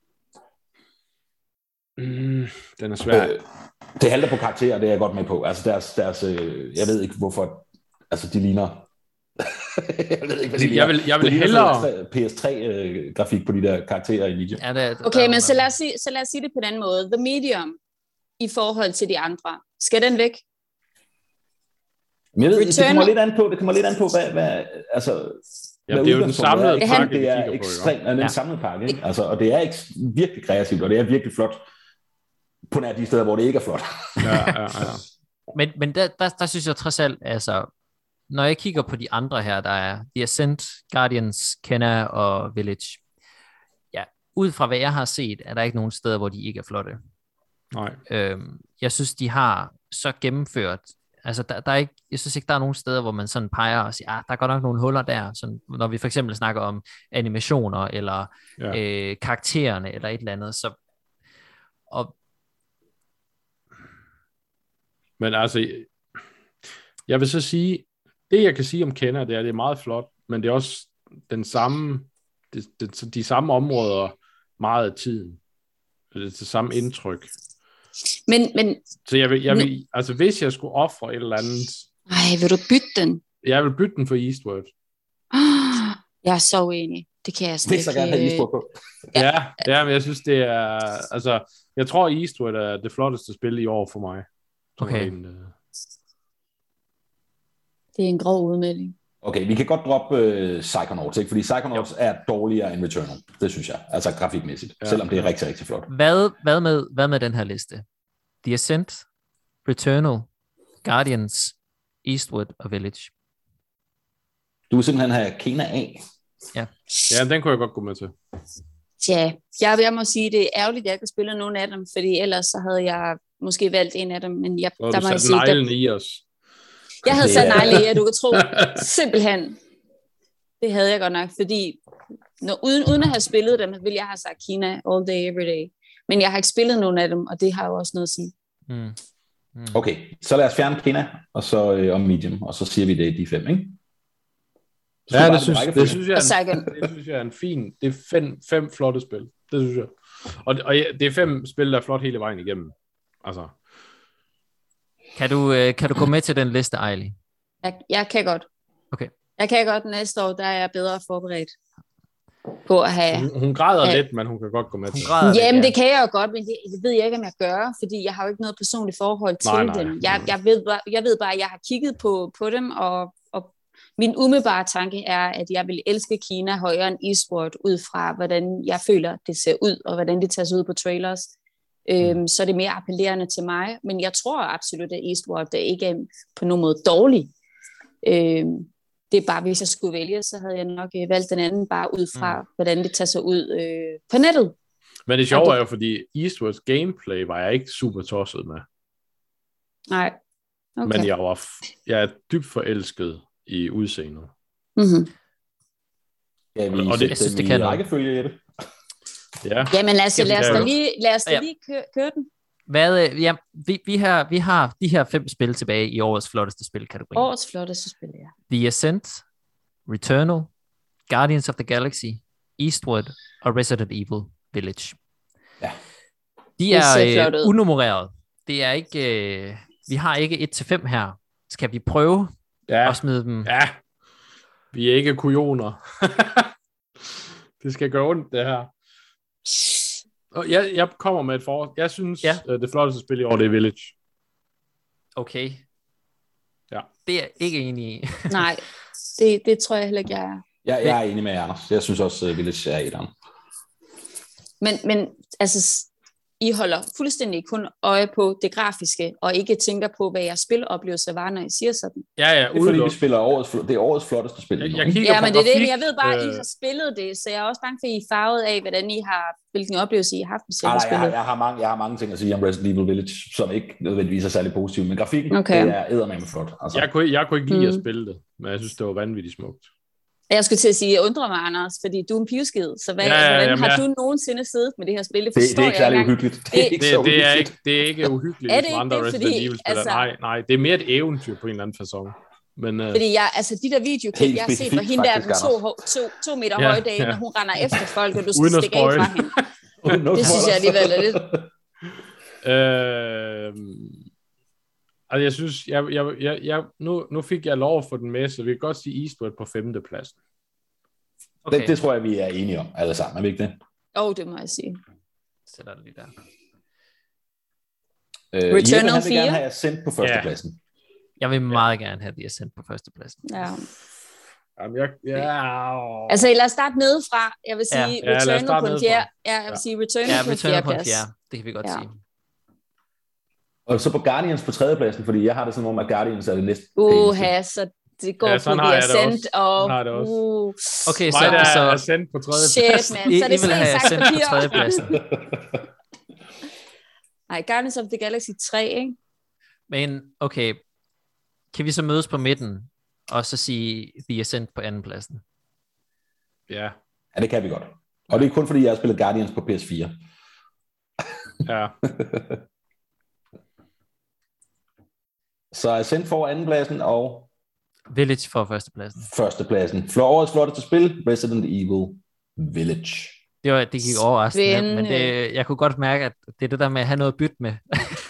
Den er svær. Det halter på karakterer, det er jeg godt med på. Altså deres jeg ved ikke, hvorfor altså de ligner... jeg ved ikke, hvad de ligner. Jeg vil hellere... PS3-grafik på de der karakterer i Medium. Ja, okay, men så lad os sige det på den anden måde. The Medium, i forhold til de andre, skal den væk? Men jeg ved, det kommer lidt an på, hvad altså... Jamen, det er jo den samlede pakke, det er ekstremt, den samlede pakke, ikke? Altså, og det er virkelig kreativt, og det er virkelig flot, på nær de steder, hvor det ikke er flot. Ja. Men der synes jeg trods alt, altså, når jeg kigger på de andre her, der er The Ascent, Guardians, Kena og Village, ja, ud fra hvad jeg har set, er der ikke nogen steder, hvor de ikke er flotte. Nej. Jeg synes, de har så gennemført. Altså, der er ikke, jeg synes ikke, der er nogen steder, hvor man sådan peger og siger, der er godt nok nogle huller der, sådan, når vi for eksempel snakker om animationer, eller karaktererne, eller et eller andet. Men altså, jeg vil så sige, det jeg kan sige om Kena, det er meget flot, men det er også de samme områder meget af tiden. Det er det samme indtryk. Men så jeg vil altså hvis jeg skulle ofre et eller andet. Vil du bytte den? Jeg vil bytte den for Eastward. Jeg er så uenig. Det kan jeg ikke. Det gerne have Eastward på. Ja, men jeg synes det er altså jeg tror Eastward er det flotteste spil i år for mig. Okay. Det er en grov udmelding. Okay, vi kan godt droppe Psychonauts, ikke? Fordi Psychonauts er dårligere end Returnal. Det synes jeg, altså grafikmæssigt, selvom det er rigtig, rigtig flot. Hvad med den her liste? The Ascent, Returnal, Guardians, Eastward og Village. Du vil simpelthen have Kena af. Ja, den kunne jeg godt gå med til. Ja, jeg må sige, det er ærgerligt, at jeg ikke har spillet nogen af dem, fordi ellers så havde jeg måske valgt en af dem, men der må jeg sige... neglen i os. Jeg havde sat negle i, at du kan tro. Simpelthen. Det havde jeg godt nok, fordi uden at have spillet dem, ville jeg have sagt Kena all day, every day. Men jeg har ikke spillet nogen af dem, og det har jo også noget at sige. Okay, så lad os fjerne Kena, og så om Medium, og så siger vi det de 5, ikke? Ja, det synes jeg er en fin... Det er 5 flotte spil. Det synes jeg. Og det er 5 spil, der er flot hele vejen igennem. Altså... Kan du gå med til den liste, Ejli? Jeg kan godt. Okay. Jeg kan godt næste år, der er jeg bedre forberedt på at have... Hun græder lidt, men hun kan godt gå med til. Jamen, det kan jeg jo godt, men det ved jeg ikke, om jeg gør, fordi jeg har jo ikke noget personligt forhold til dem. Jeg ved bare, at jeg har kigget på dem, og min umiddelbare tanke er, at jeg vil elske Kena højere end Eastward, ud fra, hvordan jeg føler, det ser ud, og hvordan det tager ud på trailers. Så er det mere appellerende til mig, men jeg tror absolut, at Eastward ikke er på nogen måde dårlig. Det er bare, hvis jeg skulle vælge, så havde jeg nok valgt den anden, bare ud fra, hvordan det tager sig ud på nettet. Men det sjove er jo, fordi Eastwards gameplay var jeg ikke super tosset med. Nej. Okay. Men jeg er dybt forelsket i udseendet. Mm-hmm. Og det, jeg synes, det kan rækkefølge, Jeppe. Ja. Jamen lad os da lige køre den. Ja, vi har de her 5 spil tilbage i årets flotteste spilkategori. Årets flotteste spil, ja. The Ascent, Returnal, Guardians of the Galaxy, Eastward og Resident Evil Village. Ja. De er unummereret. Det er ikke, vi har ikke 1-5 her. Skal vi prøve at smide dem? Ja, vi er ikke kujoner. Det skal gøre ondt, det her. Og jeg kommer med et forslag. Jeg synes, det flotteste spil i år, det er Village. Okay. Ja. Det er jeg ikke enig i. Nej, det tror jeg heller ikke, jeg er. Jeg er enig med Anders. Jeg synes også, Village er et andet. Men altså, I holder fuldstændig kun øje på det grafiske, og ikke tænker på, hvad jeres spiloplevelse var, når I siger sådan. Ja, det er fordi, vi spiller det er årets flotteste spil. Men det jeg ved bare, at I har spillet det, så jeg er også bange for, at I er farvet af, hvilken oplevelse I har haft med selve spillet. Jeg har mange ting at sige om Resident Evil Village, som ikke nødvendigvis er særlig positive, men grafikken, det er eddermame flot. Altså. Jeg kunne ikke lide at spille det, men jeg synes, det var vanvittigt smukt. Jeg skulle til at sige, jeg undrer mig, Anders, fordi du er en pivskid, så hvordan har du nogensinde siddet med det her spil? Det er ikke særlig uhyggeligt. Det er ikke uhyggeligt, som andre Resident Evil-spillere. Nej, det er mere et eventyr på en eller anden facon. Men, fordi de der videoklip, jeg har set, hvor hende der er den 2 meter høje dage, når hun render efter folk, og du skal stikke af fra hende. Det synes jeg alligevel er lidt. Altså jeg synes, nu fik jeg lov at få den med, så vi kan godt sige Eastward på 5. pladsen. Okay. Det tror jeg, vi er enige om, alle sammen. Er vi ikke det? Det må jeg sige. Sætter det lige der. Returnal 4? Jeg vil gerne have Ascent på førstepladsen. Jeg vil meget gerne have The Ascent på førstepladsen. Ja. Altså, lad os starte nedefra. Jeg vil sige Returnal på en fjerde. Ja, jeg vil sige Returnal på en fjerdeplads. Det kan vi godt sige. Og så på Guardians på 3. pladsen, fordi jeg har det sådan om, at Guardians er det næste. Så det går på The Ascent og... Okay, så Ascent på 3. Shit, man. Så er det vil have Ascent på 3. pladsen. Nej, Guardians of the Galaxy 3, ikke? Men okay, kan vi så mødes på midten, og så sige The Ascent på 2. pladsen? Ja. Ja, det kan vi godt. Og det er kun fordi, jeg har spillet Guardians på PS4. Ja. Så Ascent får 2. pladsen, og Village får 1. pladsen. 1. pladsen. Årets flotteste spil, Resident Evil Village. Det gik overraskende, men jeg kunne godt mærke, at det er det der med at have noget at bytte med.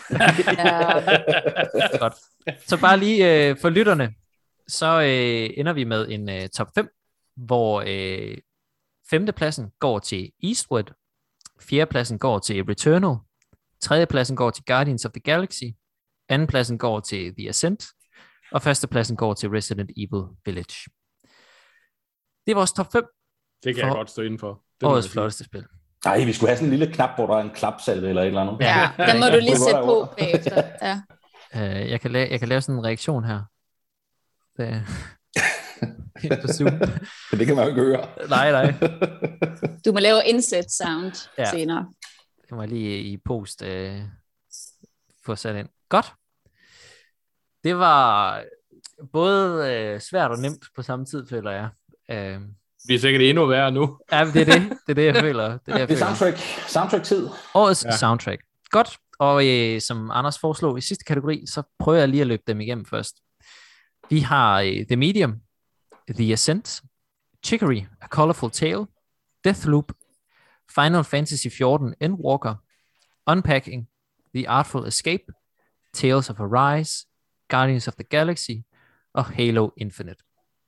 Godt. Så bare lige for lytterne, så ender vi med en top 5, hvor 5. pladsen går til Eastward, 4. pladsen går til Returnal, 3. pladsen går til Guardians of the Galaxy, 2. pladsen går til The Ascent, og 1. pladsen går til Resident Evil Village. Det er vores top 5. Det kan jeg godt stå inden for. Årets flotteste spil. Nej, vi skulle have sådan en lille knap, hvor der er en klapsalve eller et eller andet. Ja, den må du lige sætte på bagefter. Ja. Jeg kan lave sådan en reaktion her. Det på Zoom. Det kan man jo ikke høre. Nej. Du må lave inset sound senere. Det må jeg lige i post få sat ind. Godt. Det var både svært og nemt på samme tid, føler jeg. Det er sikkert endnu værre nu. Ja, det er det, jeg føler. Det er soundtrack-tid. Årets soundtrack. Godt. Og som Anders foreslog i sidste kategori, så prøver jeg lige at løbe dem igennem først. Vi har The Medium, The Ascent, Chicory, A Colorful Tale, Deathloop, Final Fantasy XIV Endwalker, Unpacking, The Artful Escape, Tales of Arise, Guardians of the Galaxy og Halo Infinite.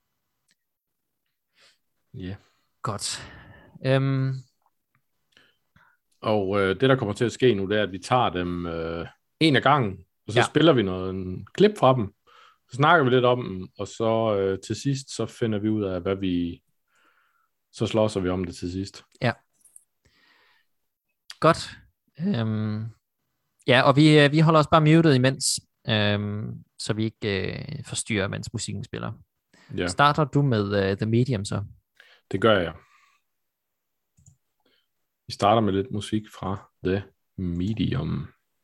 Ja. Yeah. Godt. Og det, der kommer til at ske nu, det er, at vi tager dem en af gangen, og så spiller vi en klip fra dem, så snakker vi lidt om dem, og så til sidst, så finder vi ud af, hvad vi... Så slåser vi om det til sidst. Ja. Godt. Ja, og vi holder os bare muted imens, så vi ikke forstyrrer, mens musikken spiller. Ja. Starter du med The Medium så? Det gør jeg. Vi starter med lidt musik fra The Medium.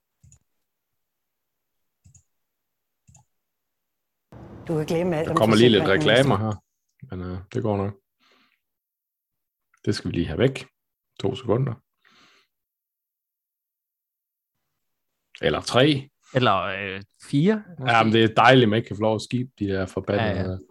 Du kan glemme alt. Der kommer lige lidt reklamer her, men det går nok. Det skal vi lige have væk. 2 sekunder. Eller 3. Eller 4. Ja, men det er dejligt, at man ikke kan få lov at skibe de der forbandede. Ja.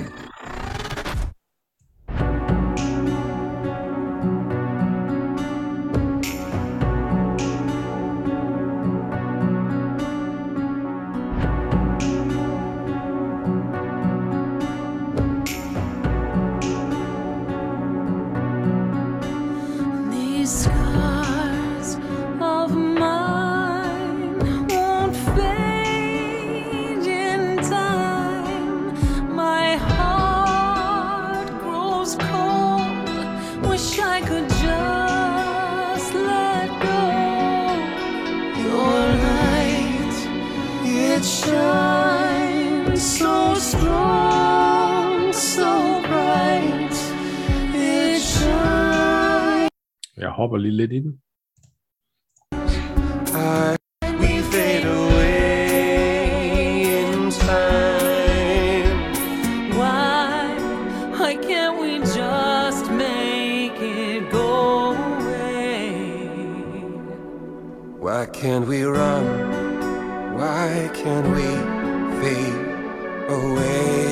Jeg hopper lige lidt i den. We fade away in time. Why can't we just make it go away? Why can't we run? Why can't we fade away?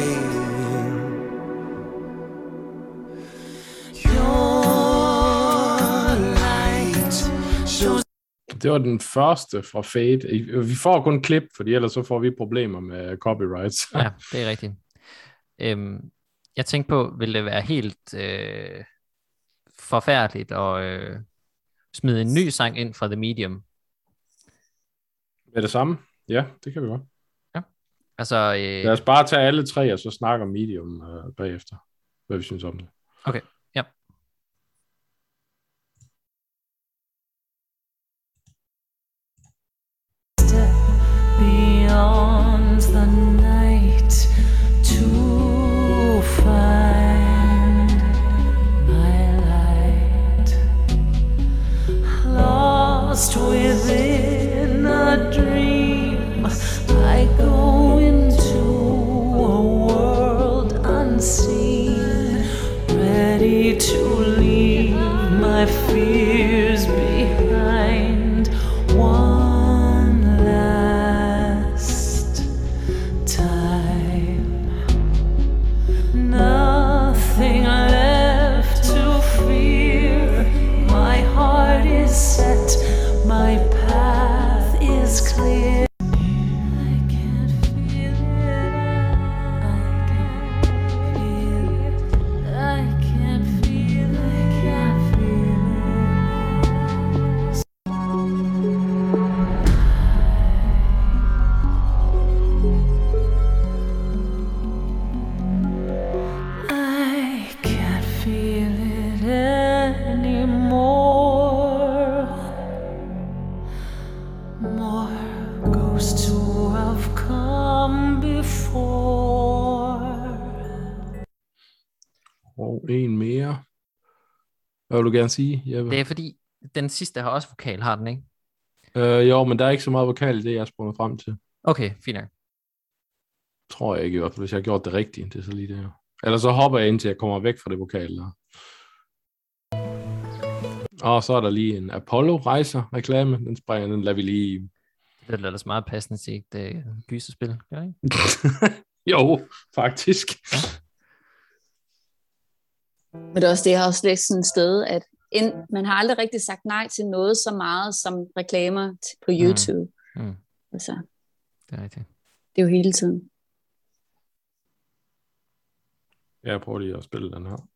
Det var den første fra Fade. Vi får kun klip, fordi ellers så får vi problemer med copyrights. Ja, det er rigtigt. Jeg tænkte på, vil det være helt forfærdeligt at smide en ny sang ind fra The Medium? Med det samme? Ja, det kan vi godt. Ja. Altså, lad os bare tage alle 3, og så snakke om Medium bagefter. Hvad vi synes om det. Okay, ja. Beyond the night to find my light, lost within a dream. I go into a world unseen, ready to leave my fears behind. One last time, nothing left to fear. My heart is set, my path is clear. I can't feel it, I can't feel it, I can't feel it. I can't feel it anymore. More ghosts who have come before. Og en mere. Hvad vil du gerne sige, Jeppe? Det er fordi, den sidste har også vokal, har den ikke? Jo, men der er ikke så meget vokal i det, jeg har sprunget frem til. Okay, fint nok. Tror jeg ikke i hvert fald, hvis jeg har gjort det rigtigt. Det er så lige det her. Eller så hopper jeg indtil jeg kommer væk fra det vokal der. Og så er der lige en Apollo-rejser-reklame. Den lader vi lige... Det er ellers meget passende til et gyserspil, gør ikke? Jo, faktisk. Ja. Men det er også det, jeg har også læst sådan et sted, at man har aldrig rigtig sagt nej til noget så meget som reklamer på YouTube. Altså, det er rigtigt. Det er jo hele tiden. Jeg prøver lige at spille den her.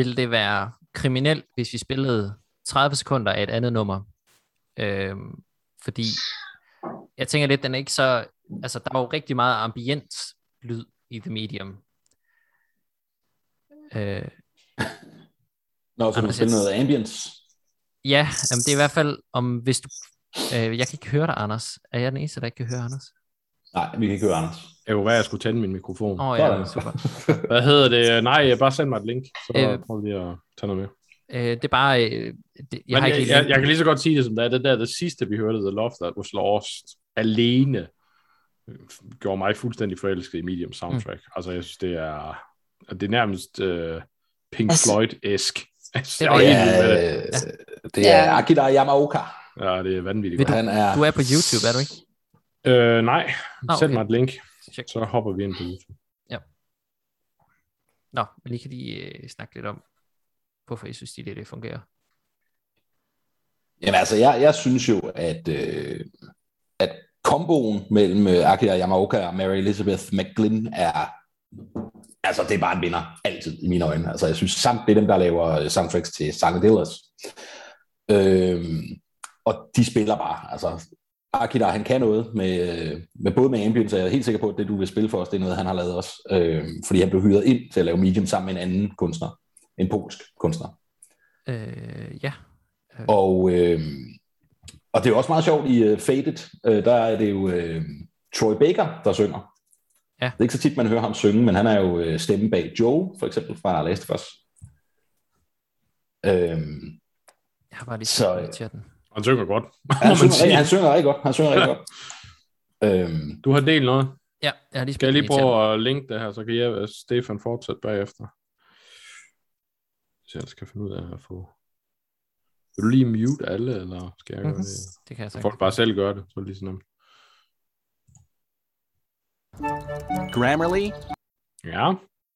ville det være kriminelt, hvis vi spillede 30 sekunder af et andet nummer. Fordi jeg tænker lidt, den er ikke så... Altså, der er jo rigtig meget ambient lyd i The Medium. Nå, så du spiller noget ambience? Ja, det er i hvert fald, hvis du... jeg kan ikke høre dig, Anders. Er jeg den eneste, der ikke kan høre Anders? Nej, vi kan ikke høre Anders. Jeg kunne være, jeg skulle tænde min mikrofon. Ja, super. Hvad hedder det? Nej, bare send mig et link, så prøv lige at tage noget med. Det er bare... jeg kan lige så godt sige det som det er. Det sidste, vi hørte, The Love That Was Lost, alene gjorde mig fuldstændig forelsket i Medium soundtrack. Altså, jeg synes, det er nærmest Pink Floyd-esk. Det er Akira Yamaoka. Ja, det er vanvittigt. Du er på YouTube, er du ikke? Nej, send mig et link, check. Så hopper vi ind på YouTube. Ja. Nå, men I kan lige snakke lidt om, hvorfor I synes, det fungerer. Jamen altså, jeg synes jo, at komboen mellem Akira Yamaoka og Mary Elizabeth McGlynn altså det er bare en vinder, altid i mine øjne. Altså jeg synes samt det er dem, der laver soundtracks til Silent Hills. Og de spiller bare, altså Akira, han kan noget med både med ambience, og jeg er helt sikker på, at det du vil spille for os, det er noget, han har lavet også, fordi han blev hyret ind til at lave Medium sammen med en anden kunstner, en polsk kunstner. Ja. Og det er jo også meget sjovt i Faded, der er det jo Troy Baker, der synger. Ja. Det er ikke så tit, man hører ham synge, men han er jo stemmen bag Joe, for eksempel fra Last of Us. Jeg har bare lige set i chatten. Han synger godt. Han synger rigtig godt. Du har delt noget? Ja, jeg har lige Skal jeg lige prøve at linke det her, så kan jeg Stefan fortsætte bagefter. Så jeg skal finde ud af at få... Vil du lige mute alle, eller skal jeg gøre det? Det kan jeg sagt. Folk bare selv gøre det, så er det lige så nemt. Grammarly? Ja.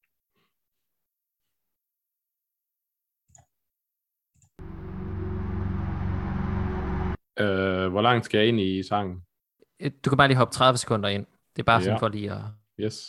Hvor langt skal jeg ind i sangen? Du kan bare lige hoppe 30 sekunder ind. Det er bare sådan for lige at... Yes.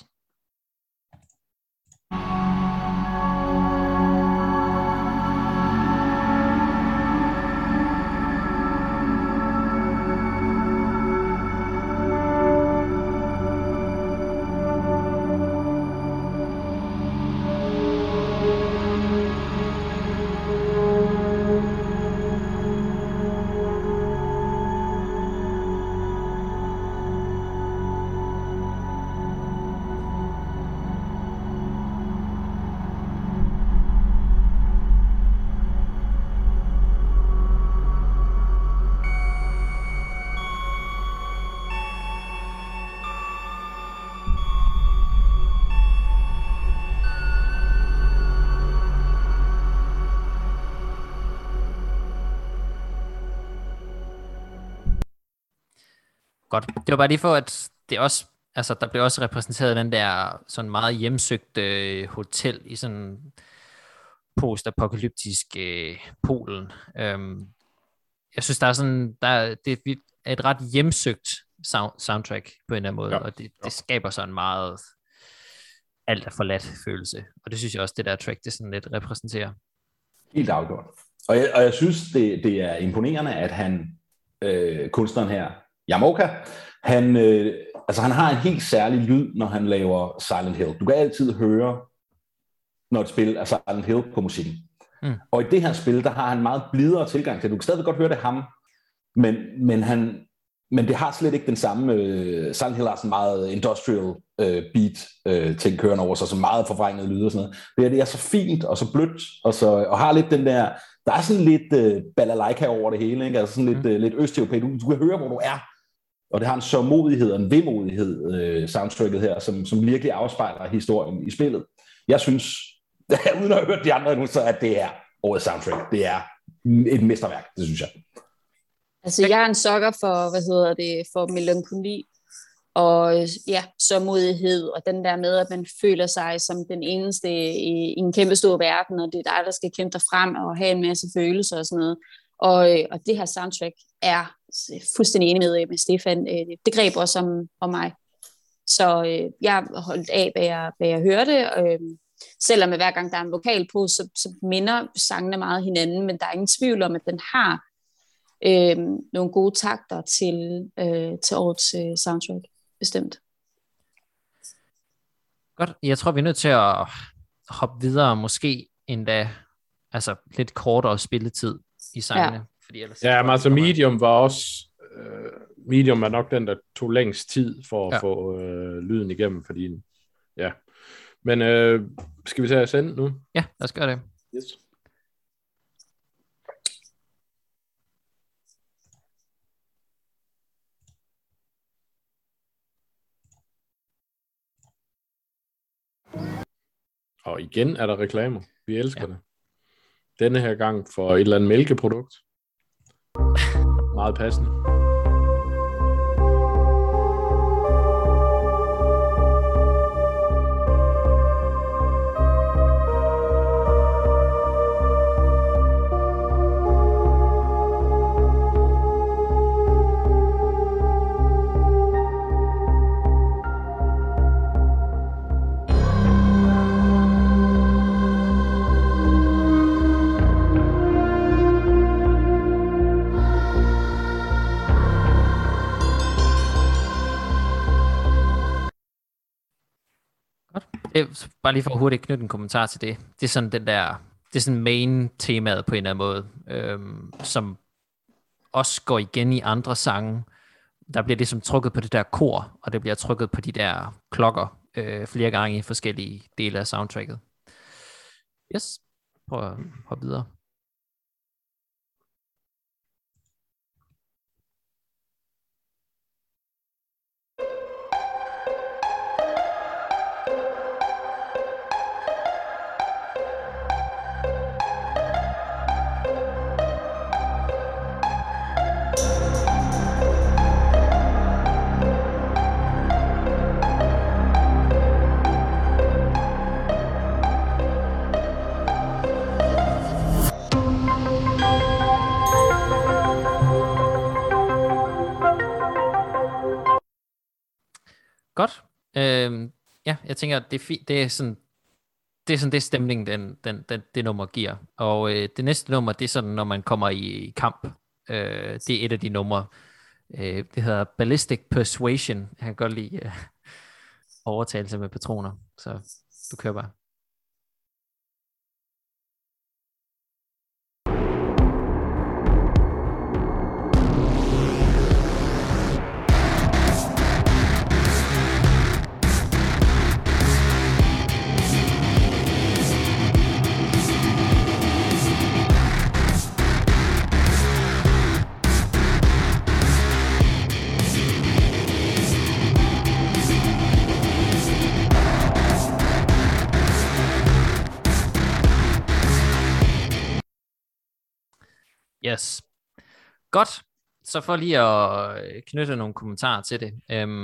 Godt. Det var bare lige for, at det også, altså der blev også repræsenteret den der sådan meget hjemsøgte hotel i sådan post-apokalyptisk Polen. Jeg synes, der er sådan, det er et ret hjemsøgt soundtrack på en eller anden måde, og det skaber sådan meget alt er forladt følelse. Og det synes jeg også, det der track, det sådan lidt repræsenterer. Helt afgjort. Og jeg synes, det er imponerende, at han, kunstneren her, Yamaoka, han har en helt særlig lyd, når han laver Silent Hill. Du kan altid høre, når et spil er Silent Hill på musikken. Og i det her spil, der har han meget blidere tilgang til det. Du kan stadig godt høre det ham, men det har slet ikke den samme... Silent Hill har sådan meget industrial beat ting kørende over sig, så meget forvrænget lyd og sådan noget. Det er så fint og så blødt, og har lidt den der... Der er sådan lidt balalaika over det hele, ikke? Altså sådan lidt østeuropæisk. Du kan høre, hvor du er. Og det har en sørmodighed og en vemodighed, soundtracket her, som virkelig afspejler historien i spillet. Jeg synes, uden at have hørt de andre nu, så at det er årets soundtrack. Det er et mesterværk, det synes jeg. Altså, jeg er en sokker for, for melankoli, og sørmodighed, og den der med, at man føler sig som den eneste i en kæmpe stor verden, og det er dig, der skal kæmpe dig frem og have en masse følelser og sådan noget. Og det her soundtrack er fuldstændig enig med Stefan. Det greb også om mig. Så jeg holdt af, hvad jeg hørte, selvom hver gang der er en vokal på, så minder sangene meget hinanden, men der er ingen tvivl om, at den har nogle gode takter til årets soundtrack, bestemt. Godt, jeg tror, vi er nødt til at hoppe videre, måske endda altså lidt kortere spilletid i sangene. Ja. Fordi ellers Ja, altså Medium var også... Medium er nok den, der tog længst tid for at få lyden igennem, fordi... Ja. Men skal vi tage at sende nu? Ja, lad os gøre det. Yes. Og igen er der reklamer. Vi elsker det. Denne her gang for et eller andet mælkeprodukt. Meget passende. Bare lige for hurtigt knytte en kommentar til det. Det er sådan den der, det er sådan main temaet på en eller anden måde, som også går igen i andre sange. Der bliver det som trykket på det der kor, og det bliver trykket på de der klokker flere gange i forskellige dele af soundtracket. Yes, prøv at hoppe videre. Godt. Ja, jeg tænker, det er sådan det stemning, det nummer giver. Og det næste nummer, det er sådan, når man kommer i kamp. Det er et af de numre. Det hedder Ballistic Persuasion. Jeg kan godt lide overtagelse med patroner. Så du kører bare. Yes. Godt. Så for lige at knytte nogle kommentarer til det.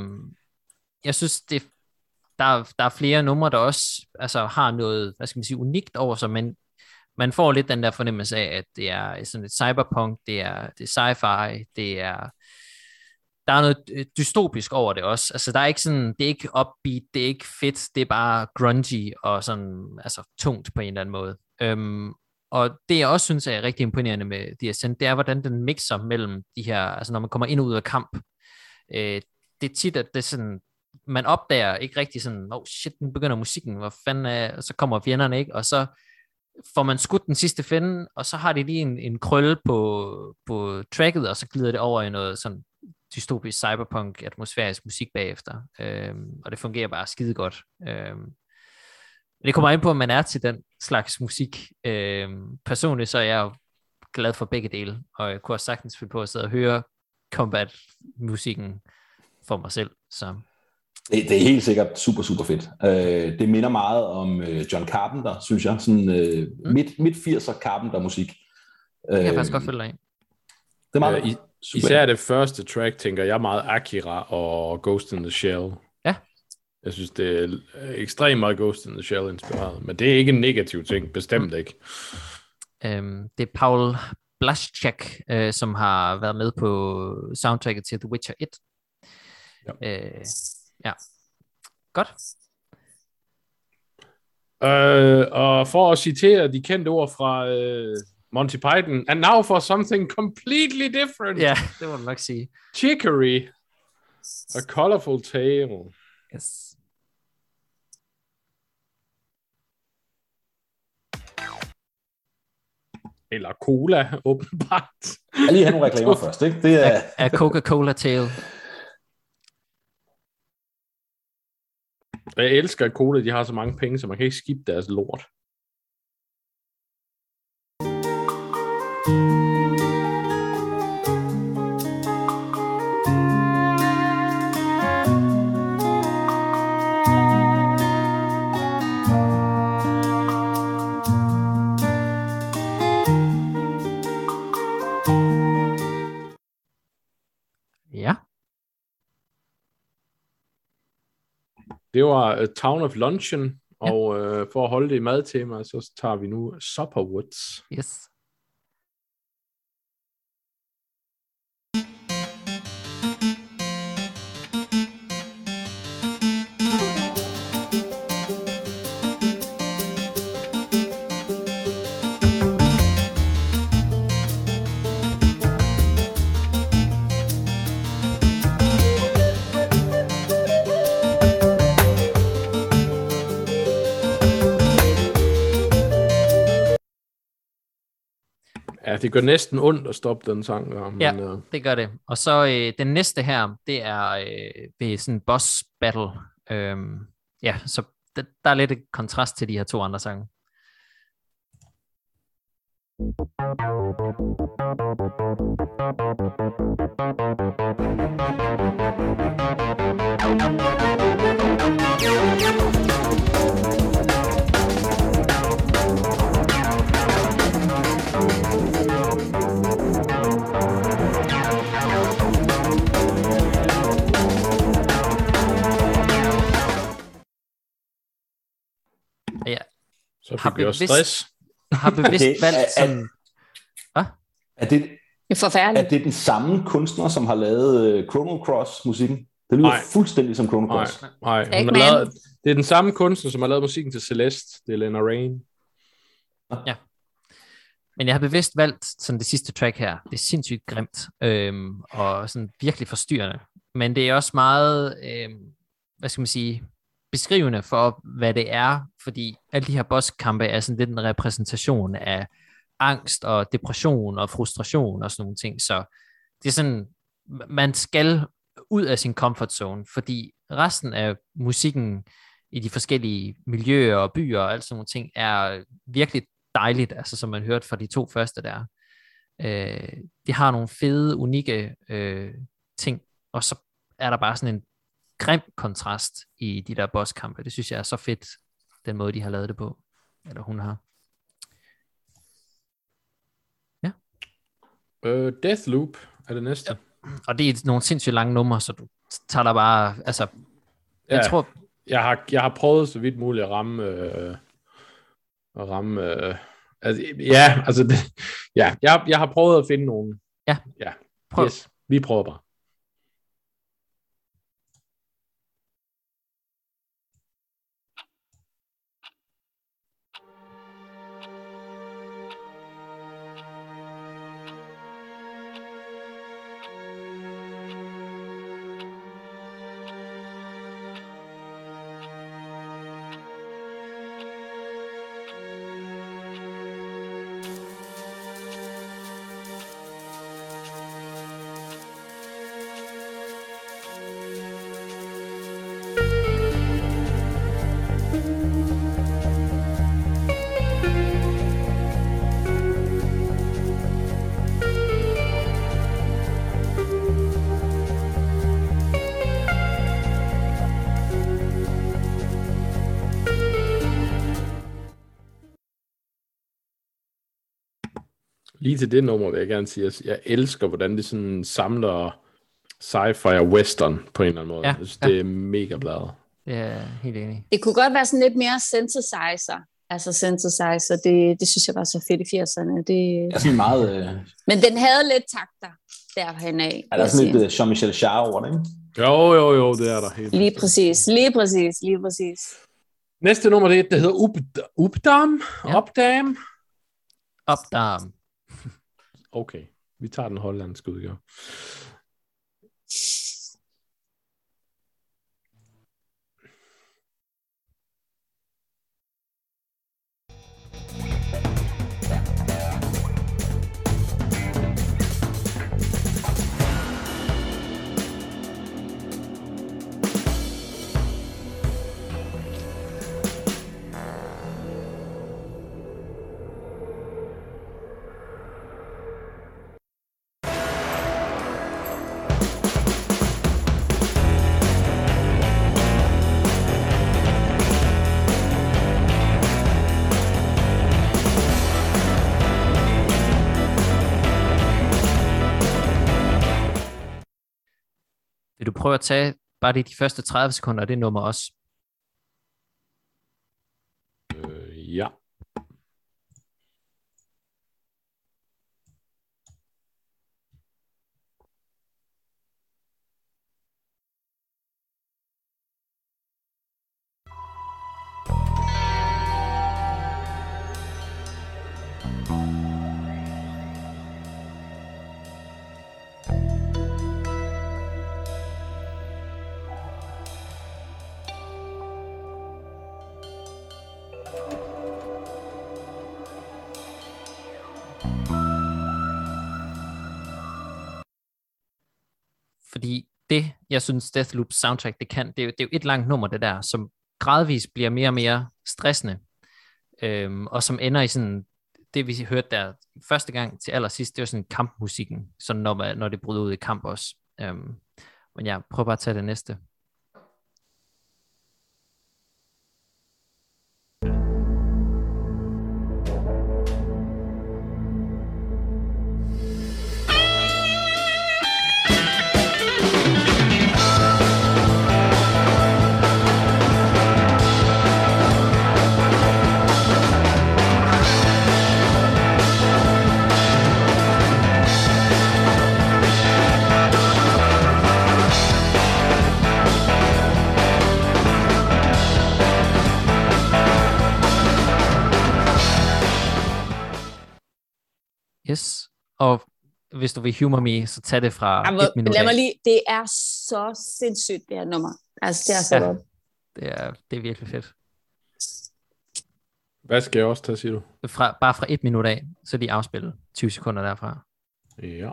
Jeg synes, der er flere numre, der også altså, har noget, hvad skal man sige, unikt over sig, men man får lidt den der fornemmelse af, at det er sådan et cyberpunk, det er sci-fi, der er noget dystopisk over det også. Altså, der er ikke sådan, det er ikke upbeat, det er ikke fedt, det er bare grungy og sådan, altså tungt på en eller anden måde. Og det jeg også synes er rigtig imponerende med The Ascent, det er, hvordan den mixer mellem de her, altså når man kommer ind og ud af kamp. Det er tit, at det er sådan, man opdager ikke rigtig sådan, shit, nu begynder musikken, hvor fanden er, og så kommer fjenderne, ikke? Og så får man skudt den sidste fjende, og så har de lige en krølle på tracket, og så glider det over i noget sådan dystopisk cyberpunk atmosfærisk musik bagefter. Og det fungerer bare skide godt. Men det kommer ind på, at man er til den slags musik. Personligt så er jeg jo glad for begge dele, og jeg kunne også sagtens finde på at sidde og høre combat-musikken for mig selv. Så. Det er helt sikkert super, super fedt. Det minder meget om John Carpenter, synes jeg. Sådan midt 80'er Carpenter-musik. Det kan jeg faktisk godt følge dig af. Det er meget især det første track, tænker jeg meget Akira og Ghost in the Shell. Ja. Jeg synes, det er ekstremt meget Ghost in the Shell inspireret, men det er ikke en negativ ting, bestemt ikke. Det er Paul Blaszczak, som har været med på soundtracket til The Witcher 1. Ja. Ja. Godt. Og for at citere de kendte ord fra Monty Python, and now for something completely different. Ja, det må du nok sige. Chicory. A colorful tale. Yes. Eller cola, åbenbart. Jeg lige have nogle reklamer først, ikke? Det er... A Coca-Cola tale. Jeg elsker, at Cola de har så mange penge, så man kan ikke skifte deres lort. Ja. Det var A Town of Luncheon, og for at holde det i madtema, så tager vi nu Supperwoods. Yes. Ja, det gør næsten ondt at stoppe den sang. Der, men, Ja, det gør det. Og så den næste her, det er ved sådan en boss battle. Ja, så der er lidt et kontrast til de her to andre sange. Ja. Så fik vi også stress. Har bevidst valgt sådan... Hvad? Er det, Det er forfærdeligt. er det den samme kunstner, som har lavet Chrono Cross-musikken? Det lyder fuldstændig som Chrono Cross. Nej. Det er den samme kunstner, som har lavet musikken til Celeste. Det er Lena Rain. Ja. Men jeg har bevidst valgt sådan det sidste track her. Det er sindssygt grimt. Og sådan virkelig forstyrrende. Men det er også meget... hvad skal man sige... beskrivende for, hvad det er, fordi alle de her bosskampe er sådan lidt en repræsentation af angst og depression og frustration og sådan nogle ting, så det er sådan, man skal ud af sin comfort zone, fordi resten af musikken i de forskellige miljøer og byer og alt sådan nogle ting er virkelig dejligt, altså som man hørte fra de to første der. Det har nogle fede, unikke ting, og så er der bare sådan en grim kontrast i de der bosskampe. Det synes jeg er så fedt, den måde, de har lavet det på. Eller hun har. Ja. Deathloop er det næste. Ja. Og det er nogle sindssygt lange numre, så du tager der bare... Altså, jeg tror... Jeg har prøvet så vidt muligt at ramme jeg har prøvet at finde nogle. Ja. Prøv. Yes, vi prøver bare. Lige til det nummer vil jeg gerne sige, at jeg elsker, hvordan det sådan samler sci-fi og western på en eller anden måde. Ja, det er mega bladet. Ja, helt enig. Det kunne godt være sådan lidt mere synthesizer. Det synes jeg var så fedt i 80'erne. Det er sådan meget... Men den havde lidt takter derhen af. Er der sådan lidt Jean-Michel Jarre over det, ikke? Jo, det er der helt. Lige præcis. Næste nummer, det hedder Updam. Ja. Updam. Updam. Okay, vi tager den hollandske udgave. Vil du prøve at tage bare de første 30 sekunder af det nummer også? Ja. Fordi det, jeg synes, Deathloop soundtrack, det kan, det er jo et langt nummer, det der, som gradvist bliver mere og mere stressende, og som ender i sådan, det vi hørte der første gang til allersidst, det var sådan kampmusikken, sådan når det bryder ud i kamp også. Men jeg prøver bare at tage det næste. Yes, og hvis du vil humor me, så tag det fra 1 minut lad mig af. lige, det er så sindssygt, det her nummer. Altså, det er så godt. Det er virkelig fedt. Hvad skal jeg også tage, siger du? Bare fra 1 minut af, så de afspillet 20 sekunder derfra. Ja.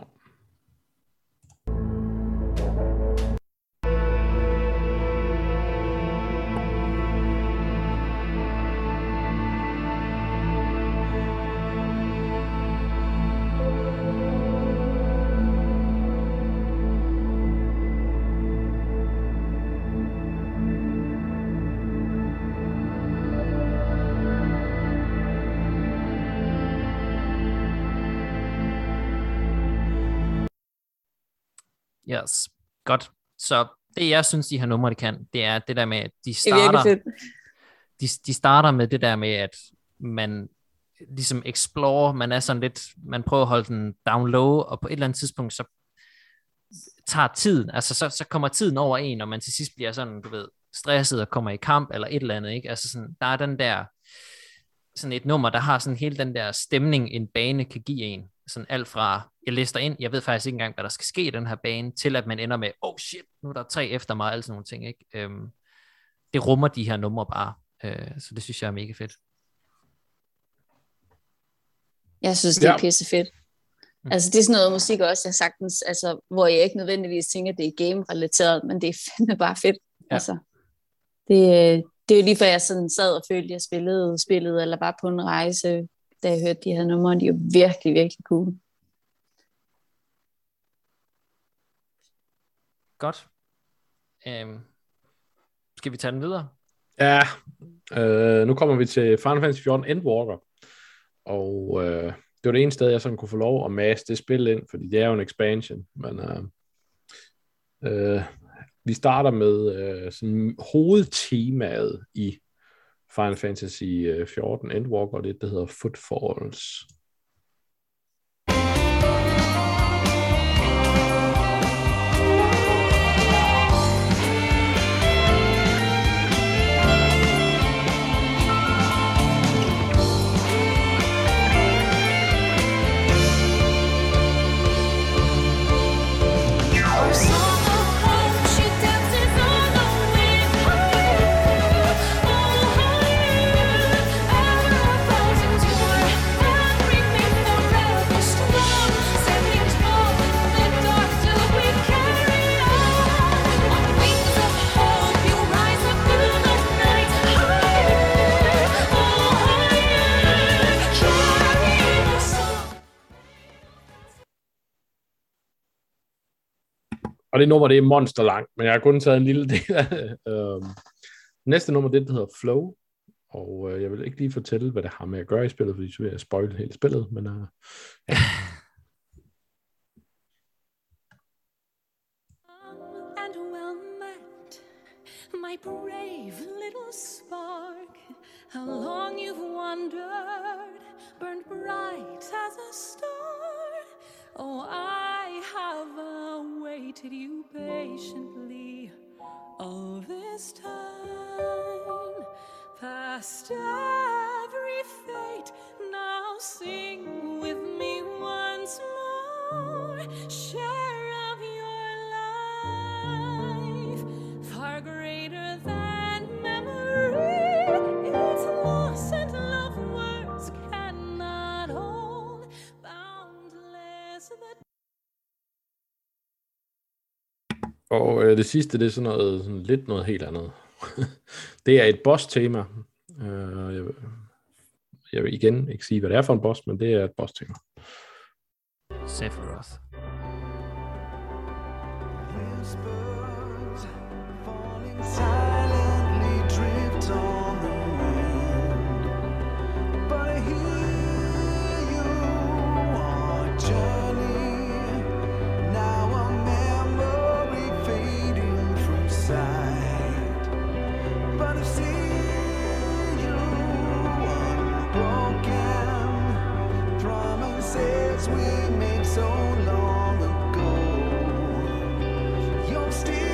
Yes, godt. Så det jeg synes, de her numre, de kan, det er det der med, at de starter med det der med, at man ligesom explore, man er sådan lidt, man prøver at holde den down low, og på et eller andet tidspunkt, så tager tiden, altså så kommer tiden over en, og man til sidst bliver sådan, du ved, stresset og kommer i kamp, eller et eller andet, ikke? Altså sådan, der er den der, sådan et nummer, der har sådan hele den der stemning, en bane kan give en. Sådan alt fra, jeg lister ind, jeg ved faktisk ikke engang, hvad der skal ske i den her bane, til at man ender med, oh shit, nu er der 3 efter mig, og sådan nogle ting, ikke? Det rummer de her numre bare, så det synes jeg er mega fedt. Jeg synes, det er pissefedt. Altså, det er sådan noget musik også, jeg sagtens, altså, hvor jeg ikke nødvendigvis tænker, at det er game-relateret, men det er fandme bare fedt. Ja. Altså, det er jo lige før jeg sådan sad og følte, at jeg spillede spillet, eller var på en rejse, da jeg hørte de her numre. De er jo virkelig, virkelig cool. Godt. Skal vi tage den videre? Ja, nu kommer vi til Final Fantasy 14 Endwalker. Og det var det ene sted, jeg sådan kunne få lov at masse det spil ind, fordi det er jo en expansion. Men vi starter med sådan hovedtemaet i Final Fantasy 14 Endwalker, og det der hedder Footfalls. Og det nummer, det er monster langt, men jeg har kun taget en lille del af det. Næste nummer, det hedder Flow, og jeg vil ikke lige fortælle, hvad det har med at gøre i spillet, fordi så vil jeg spoil hele spillet, men ja. And well met, my brave little spark. How long you've wandered, burned bright as a star. Oh, I have awaited you patiently all this time. Past every fate, now sing with me once more. Share of your life, far greater than memory. It's lost and love words cannot hold. Boundless the... Og det sidste, det er sådan lidt noget helt andet. Det er et boss-tema. Jeg vil igen ikke sige, hvad det er for en boss, men det er et boss-tema. Sephiroth. Silently drift on the wind, but I hear you on a journey. Now a memory fading from sight, but I see you unbroken. Promises we made so long ago. You're still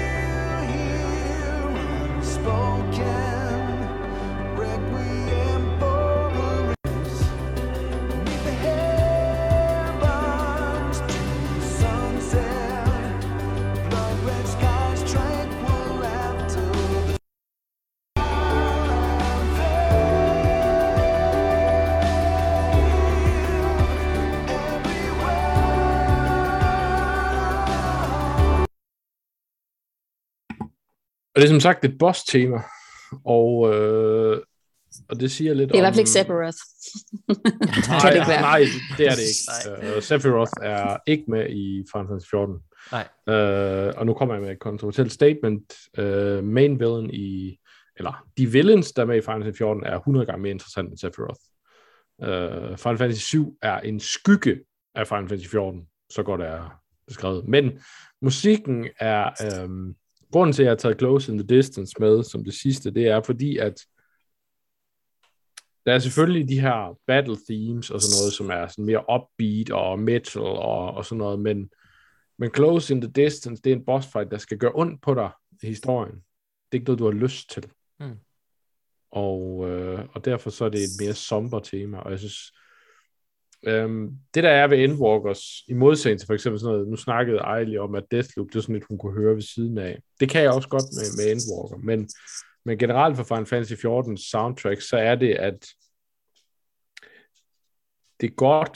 spoken, requiem for a race. Beneath the heavens to the sunset, blood red skies tranquil after the Og det er som sagt et boss-tema, og det siger lidt om... Det er i hvert fald ikke Sephiroth. Nej, det er det ikke. Sephiroth er ikke med i Final Fantasy 14. Nej. Og nu kommer jeg med et kontroversielt statement. Main villain de villains, der er med i Final Fantasy 14, er 100 gange mere interessant end Sephiroth. Final Fantasy 7 er en skygge af Final Fantasy 14, så godt er beskrevet. Men musikken er... grunden til, at jeg har taget Close in the Distance med som det sidste, det er fordi, at der er selvfølgelig de her battle themes og sådan noget, som er sådan mere upbeat og metal og sådan noget, men Close in the Distance, det er en boss fight, der skal gøre ondt på dig i historien. Det er ikke noget, du har lyst til. Mm. Og derfor så er det et mere somber tema, og jeg synes, det der er ved Endwalkers, i modsætning til for eksempel sådan noget, nu snakkede Ejli om, at Deathloop, det er sådan lidt, hun kunne høre ved siden af. Det kan jeg også godt med Endwalker, men generelt for Final Fantasy 14 soundtrack, så er det, at det er godt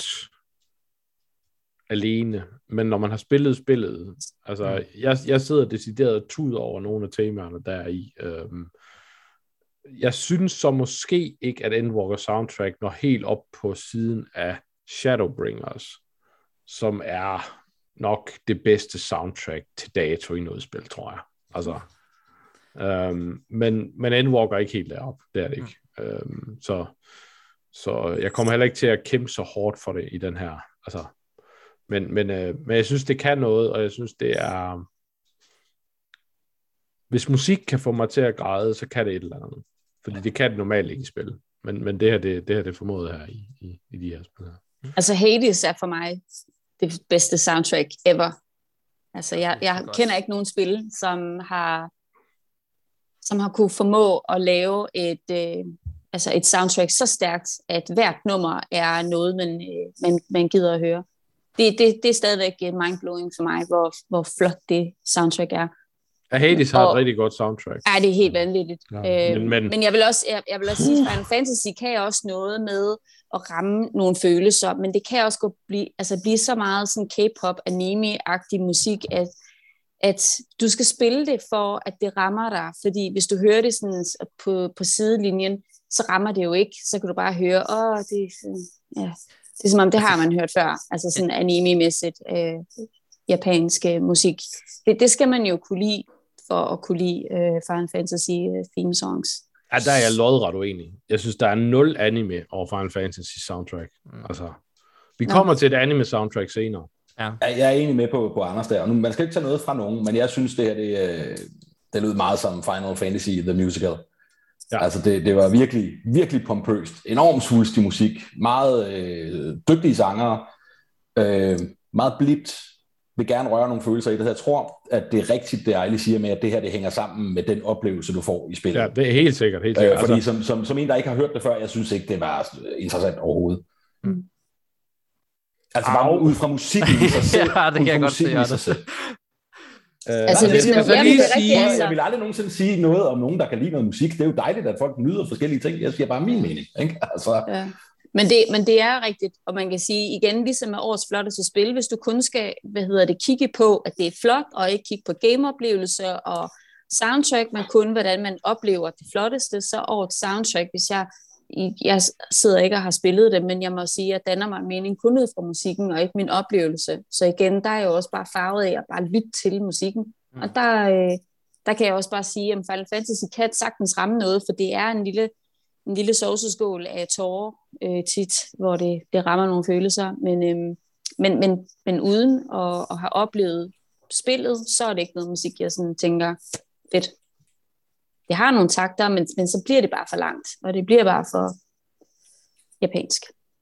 alene, men når man har spillet spillet, altså jeg sidder decideret tud over nogle af temaerne der er i. Jeg synes så måske ikke, at Endwalker soundtrack når helt op på siden af Shadowbringers, som er nok det bedste soundtrack til dato i noget spil, tror jeg. Altså, men Endwalker er ikke helt deroppe, det er det ikke. Så jeg kommer heller ikke til at kæmpe så hårdt for det i den her. Altså, men jeg synes, det kan noget, og jeg synes, det er... Hvis musik kan få mig til at græde, så kan det et eller andet. Fordi det kan det normalt ikke i spil. Men det her det formået her i de her spil her. Altså Hades er for mig det bedste soundtrack ever. Altså jeg kender ikke nogen spil, som har kunne formå at lave et soundtrack så stærkt, at hvert nummer er noget, man gider at høre. Det er stadigvæk mindblowing for mig, hvor flot det soundtrack er. Hades har et rigtig godt soundtrack. Ja, det er helt vanvittigt. Ja, men jeg vil også sige, at Final Fantasy kan også noget med at ramme nogle følelser, men det kan også blive så meget sådan K-pop, anime-agtig musik, at du skal spille det for, at det rammer dig. Fordi hvis du hører det sådan på sidelinjen, så rammer det jo ikke. Så kan du bare høre, det er som om, det har man hørt før. Altså sådan anime-mæssigt. japanske musik. Det skal man jo kunne lide, for at kunne lide Final Fantasy theme songs. Ja, der er jeg lodret uenig. Jeg synes, der er 0 anime over Final Fantasy soundtrack. Altså, vi kommer til et anime soundtrack senere. Ja. Jeg er egentlig med på Anders der, og nu, man skal ikke tage noget fra nogen, men jeg synes, det her, det lød meget som Final Fantasy The Musical. Ja. Altså, det var virkelig, virkelig pompøst. Enormt svulstig musik. Meget dygtige sangere. Meget blidt. Vil gerne røre nogle følelser i det. Jeg tror, at det er rigtigt, det Ejli siger med, at det her det hænger sammen med den oplevelse, du får i spillet. Ja, det er helt sikkert. Helt sikkert. Fordi som en, der ikke har hørt det før, jeg synes ikke, det var interessant overhovedet. Altså bare ud fra musikken i sig selv. Ja, det kan jeg godt se. Jeg vil aldrig nogensinde sige noget om nogen, der kan lide noget musik. Det er jo dejligt, at folk nyder forskellige ting. Jeg siger bare min mening. Ikke? Altså. Ja. Men det er rigtigt, og man kan sige igen, ligesom med årets flotteste spil, hvis du kun skal, kigge på, at det er flot, og ikke kigge på gameoplevelser og soundtrack, men kun hvordan man oplever det flotteste, så årets soundtrack, hvis jeg sidder ikke og har spillet det, men jeg må sige, at jeg danner mig en mening kun ud fra musikken, og ikke min oplevelse. Så igen, der er jeg også bare farvet af at bare lytte til musikken. Og der kan jeg også bare sige, at Final Fantasy kan sagtens ramme noget, for det er en lille sovseskål af tårer tit, hvor det rammer nogle følelser. Men uden at have oplevet spillet, så er det ikke noget musik, jeg sådan tænker, fedt. Det har nogle takter, men så bliver det bare for langt, og det bliver bare for japansk.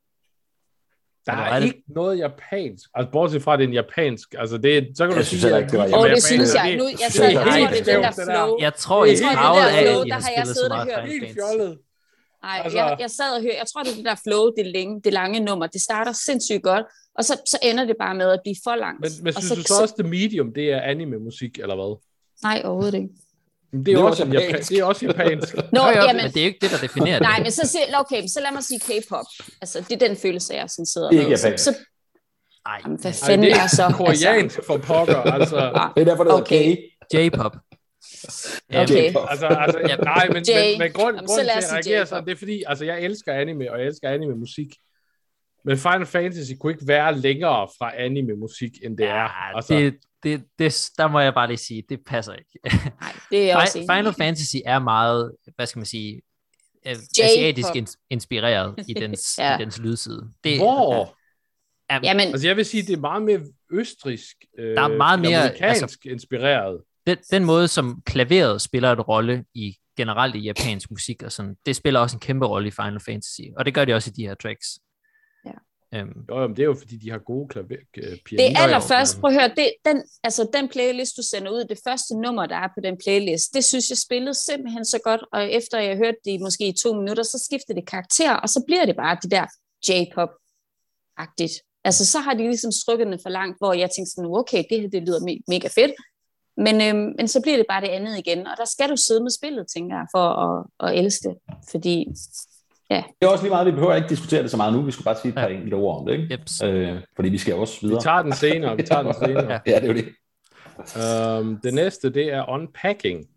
Der er ikke noget japansk. Altså, bortset fra, det er en japansk. Altså, så kan du sige, at det var japansk. Det synes jeg. Nu, jeg tror, det er den der flow. Jeg tror, I farvet af, at I har har jeg spillet så siddet og meget hørt. Final helt Fantasy. fjollet. Nej, Altså- jeg sad og hørte. Jeg tror, det er det der flow, det lange nummer. Det starter sindssygt godt, og så ender det bare med at blive for langt. Men og synes du så også, det medium, det er anime-musik, eller hvad? Nej, overhovedet ikke. Det er også japansk. Det er også japansk. Nå, Men det er jo ikke det, der definerer det. nej, men så lad mig sige K-pop. Altså, det er den følelse, jeg sådan sidder Det er ikke med. japansk. Jamen, hvad Ej, fanden det er så? er koreansk for pokker, altså. Det er derfor, det Okay. J-pop. Okay. Altså, nej, men grunden så til, lad at os jeg sige reagerer J-pop. sådan, det er fordi, altså, jeg elsker anime, og jeg elsker anime-musik. Men Final Fantasy kunne ikke være længere fra anime-musik, end det er. Altså, Der må jeg bare lige sige, det passer ikke. Nej, det er også Final Fantasy er meget, hvad skal man sige, asiatisk inspireret i dens, Ja. i dens lydside. hvor? Jamen, Altså, jeg vil sige, det er meget mere østrisk, Der er meget mere, amerikansk inspireret. Den måde, som klaveret spiller en rolle i generelt i japansk musik, og sådan, det spiller også en kæmpe rolle i Final Fantasy, og det gør det også i de her tracks. Ja. Jo, men det er jo, fordi de har gode pianister. det allerførst, prøv at høre, den playlist, du sender ud, det første nummer, der er på den playlist, det synes jeg spillede simpelthen så godt, og efter jeg hørte det måske i 2 minutter, så skifter det karakter, og så bliver det bare det der J-pop-agtigt. Altså, så har de ligesom strukket den for langt, hvor jeg tænkte sådan, okay, det her, det lyder mega fedt, men så bliver det bare det andet igen, og der skal du sidde med spillet, tænker jeg, for at elske det, fordi... Ja. Det er også lige meget, vi behøver ikke diskutere det så meget nu. Vi skulle bare sige et par enkelte ord om det, ikke? Fordi vi skal også videre. Vi tager den senere. Ja, det er jo det. Det næste, det er unpacking.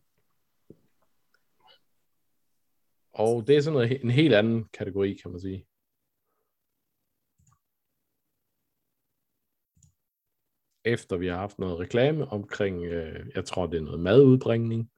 Og det er sådan noget, en helt anden kategori, kan man sige. Efter vi har haft noget reklame omkring, jeg tror, det er noget madudbringning.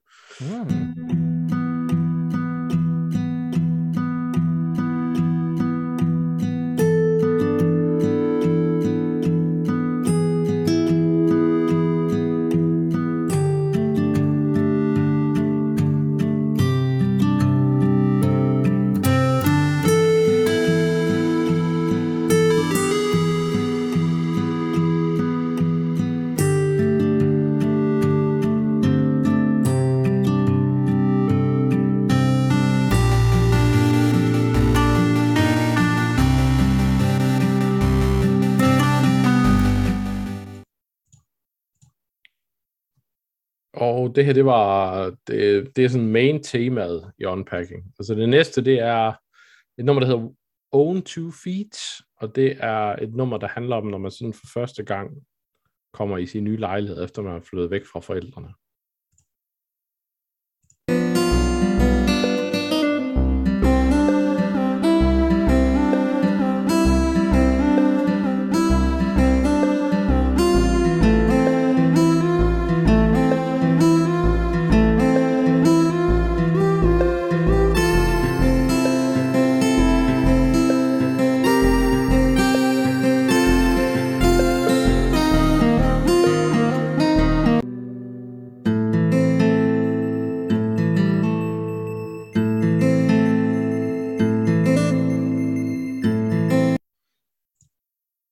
Og det her, det er sådan main temaet i unpacking. Altså det næste, det er et nummer, der hedder Own 2 Feet, og det er et nummer, der handler om, når man sådan for første gang kommer i sin nye lejlighed, efter man er flyttet væk fra forældrene.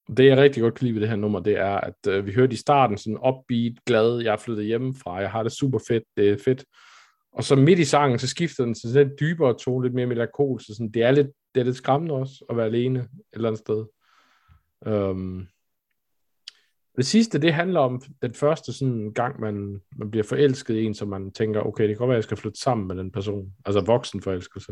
Det, jeg rigtig godt kan lide ved det her nummer, det er, at vi hørte i starten sådan upbeat, glad, jeg er flyttet hjemmefra, jeg har det super fedt, det er fedt. Og så midt i sangen, så skifter den til lidt dybere tone, lidt mere melankolsk, så sådan, det er lidt skræmmende også, at være alene et eller andet sted. Det sidste, det handler om den første sådan gang, man bliver forelsket i en, så man tænker, okay, det kan godt være, at jeg skal flytte sammen med den person. Altså voksenforelskelse.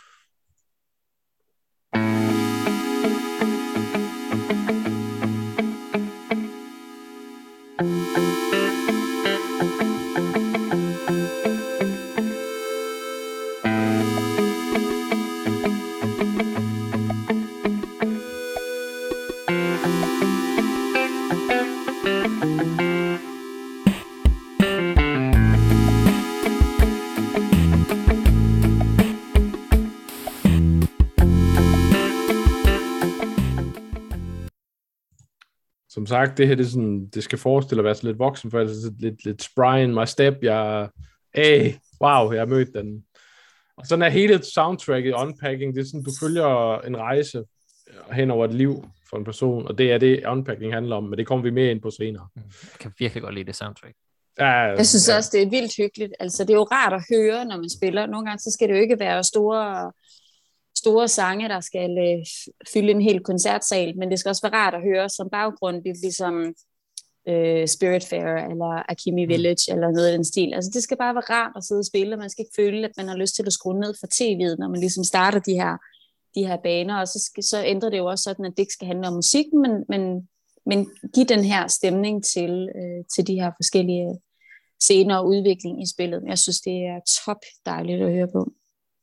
Som sagt, det her det er sådan, det skal forestille at være så lidt voksen, for altså lidt spry in my step. Wow, jeg har mødt den. Og sådan er hele soundtracket, Unpacking, det er sådan, du følger en rejse hen over et liv for en person, og det er det, Unpacking handler om, men det kommer vi mere ind på senere. Jeg kan virkelig godt lide det soundtrack. Ja, jeg synes også, det er vildt hyggeligt. Altså, det er jo rart at høre, når man spiller. Nogle gange, så skal det jo ikke være store sange, der skal fylde en hel koncertsal, men det skal også være rart at høre som baggrund, ligesom Spiritfarer eller Akimi Village eller noget af den stil. Altså det skal bare være rart at sidde og spille, og man skal ikke føle, at man har lyst til at skrue ned for tv'et, når man ligesom starter de her baner, og så ændrer det jo også sådan, at det ikke skal handle om musikken, men give den her stemning til de her forskellige scener og udvikling i spillet. Jeg synes, det er top dejligt at høre på.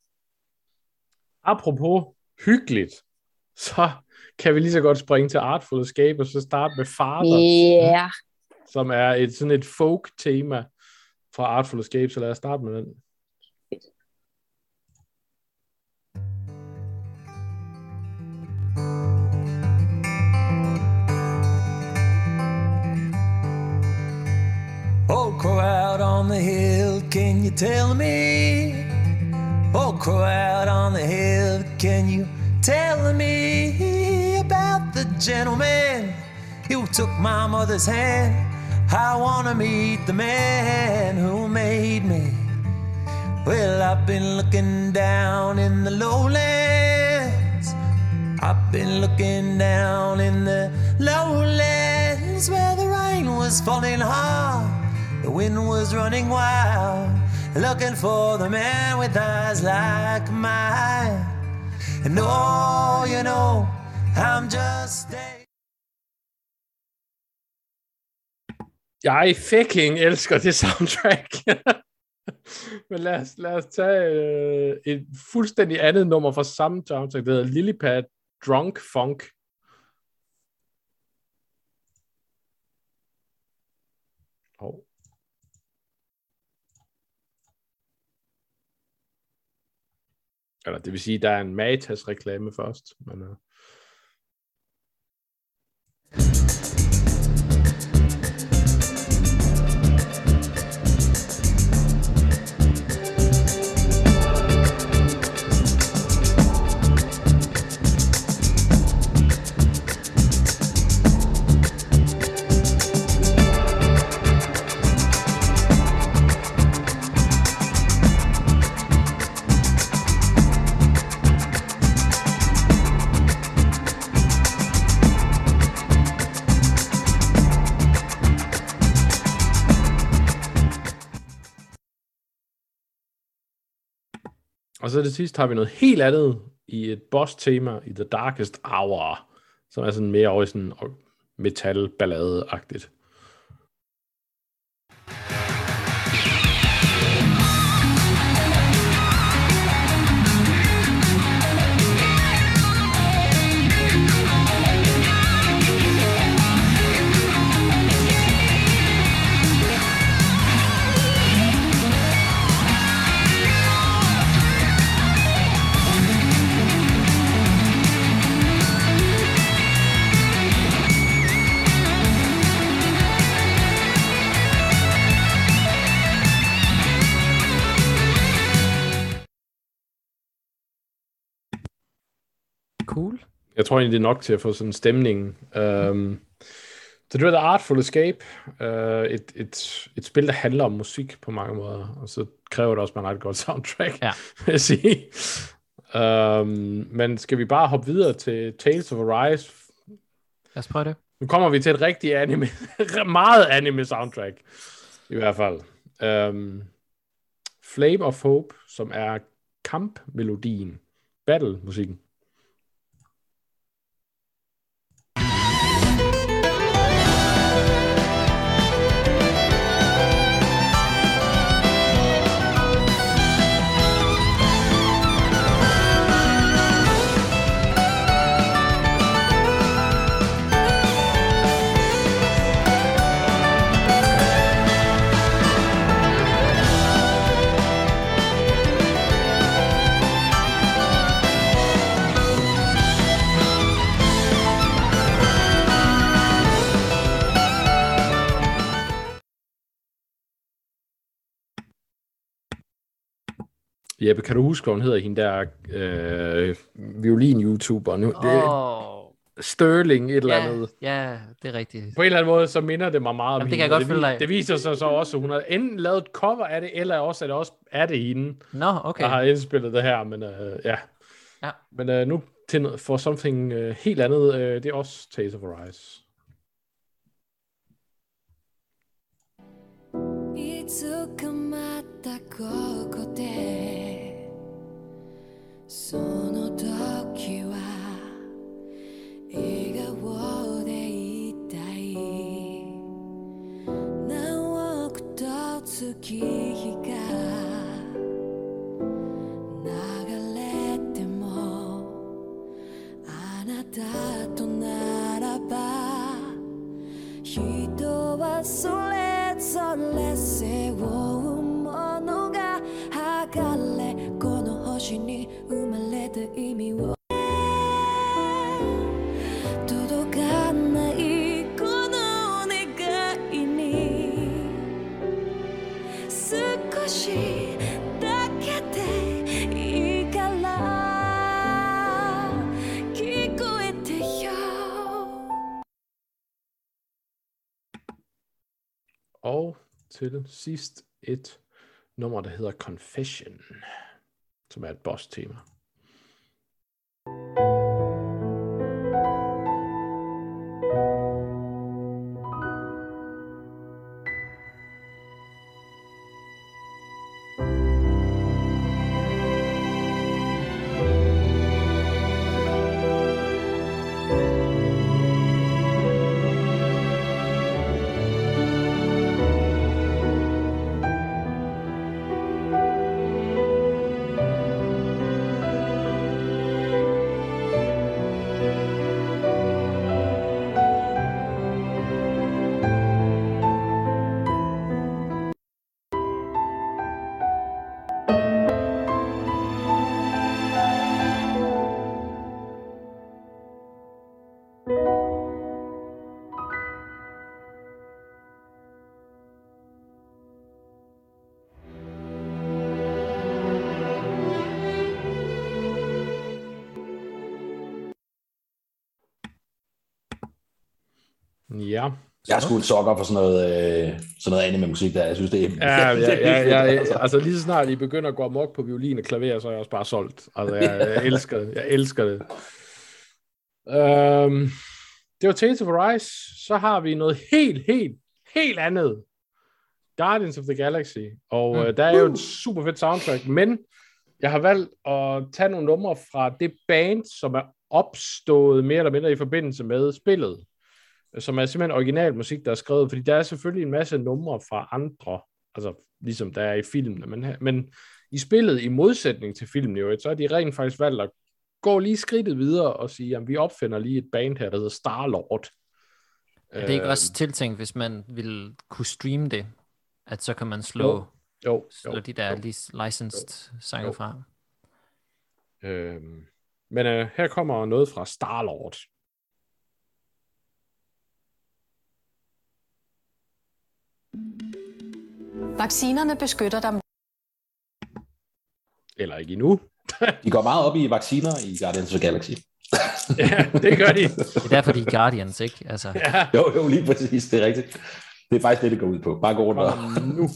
Apropos hyggeligt, så kan vi lige så godt springe til Artful Escape og så starte med Father, som er sådan et folk-tema fra Artful Escape, så lad os starte med den. Oh, crow out on the hill, can you tell me? Oh, crow out on the hill, can you tell me about the gentleman who took my mother's hand? I wanna meet the man who made me. Well, I've been looking down in the lowlands. I've been looking down in the lowlands where the rain was falling hard, the wind was running wild, looking for the man with eyes like mine. And oh, you know, I'm just a... Jeg fucking elsker det soundtrack. Men lad os tage et fuldstændig andet nummer fra samme soundtrack, det hedder Lillipad Drunk Funk. Eller det vil sige, der er en Matas-reklame først. Men, og så det sidste har vi noget helt andet i et boss-tema i The Darkest Hour, som er sådan mere over i sådan metal-ballade-agtigt. Cool. Jeg tror egentlig, det er nok til at få sådan en stemning. Så det var The Artful Escape. Et spil, der handler om musik på mange måder. Og så kræver det også, at man har et godt soundtrack, vil jeg sige. Men skal vi bare hoppe videre til Tales of Arise? Lad os prøve det. Nu kommer vi til et rigtigt anime, meget anime soundtrack, i hvert fald. Flame of Hope, som er kampmelodien, battle-musikken. Jeppe, kan du huske, hvad hun hedder, hende der violin-youtuber nu? Sterling et eller andet. Ja, det er rigtigt. På en eller anden måde, så minder det mig meget om hende. Det kan jeg godt følge dig. Det viser sig så også, at hun har enten lavet et cover af det, eller også er det hende, okay. der har indspillet det her. Men ja. Men nu for something helt andet, det er også Tales of Arise. いつかまたここでその時は笑顔でいたい何億と月日が流れてもあなたとならば人はそれぞれ背負うものが剥がれこの星に生まれた意味を届かないこの願いに少しだけでいいから聞こえてよ。 Og til sidst et nummer, der hedder Confession, som er et boss-tema. Ja. Jeg er sgu en sokker for sådan noget anime-musik der. Jeg synes, det er... Altså lige så snart I begynder at gå amok på violin og klaver, så er jeg også bare solgt. Altså, jeg elsker det. Jeg elsker det. Det var Tales of Arise. Så har vi noget helt andet. Guardians of the Galaxy. Og der er jo et super fedt soundtrack, men jeg har valgt at tage nogle numre fra det band, som er opstået mere eller mindre i forbindelse med spillet, som er simpelthen original musik, der er skrevet, fordi der er selvfølgelig en masse numre fra andre, altså ligesom der er i filmene, men i spillet, i modsætning til filmen jo, så har de rent faktisk valgt at gå lige skridtet videre og sige, at vi opfinder lige et band her, der hedder Star-Lord. Er det ikke også tiltænkt, hvis man vil kunne streame det, at så kan man slå de der licensed sanger fra? Men her kommer noget fra Star-Lord. Vaccinerne beskytter dig. Eller ikke endnu. De går meget op i vacciner i Guardians of the Galaxy. Ja, det gør de. Det er derfor, de er Guardians, ikke? Altså. Ja. Jo, lige præcis, det er rigtigt. Det er faktisk det går ud på. Bare gå rundt og... Nu.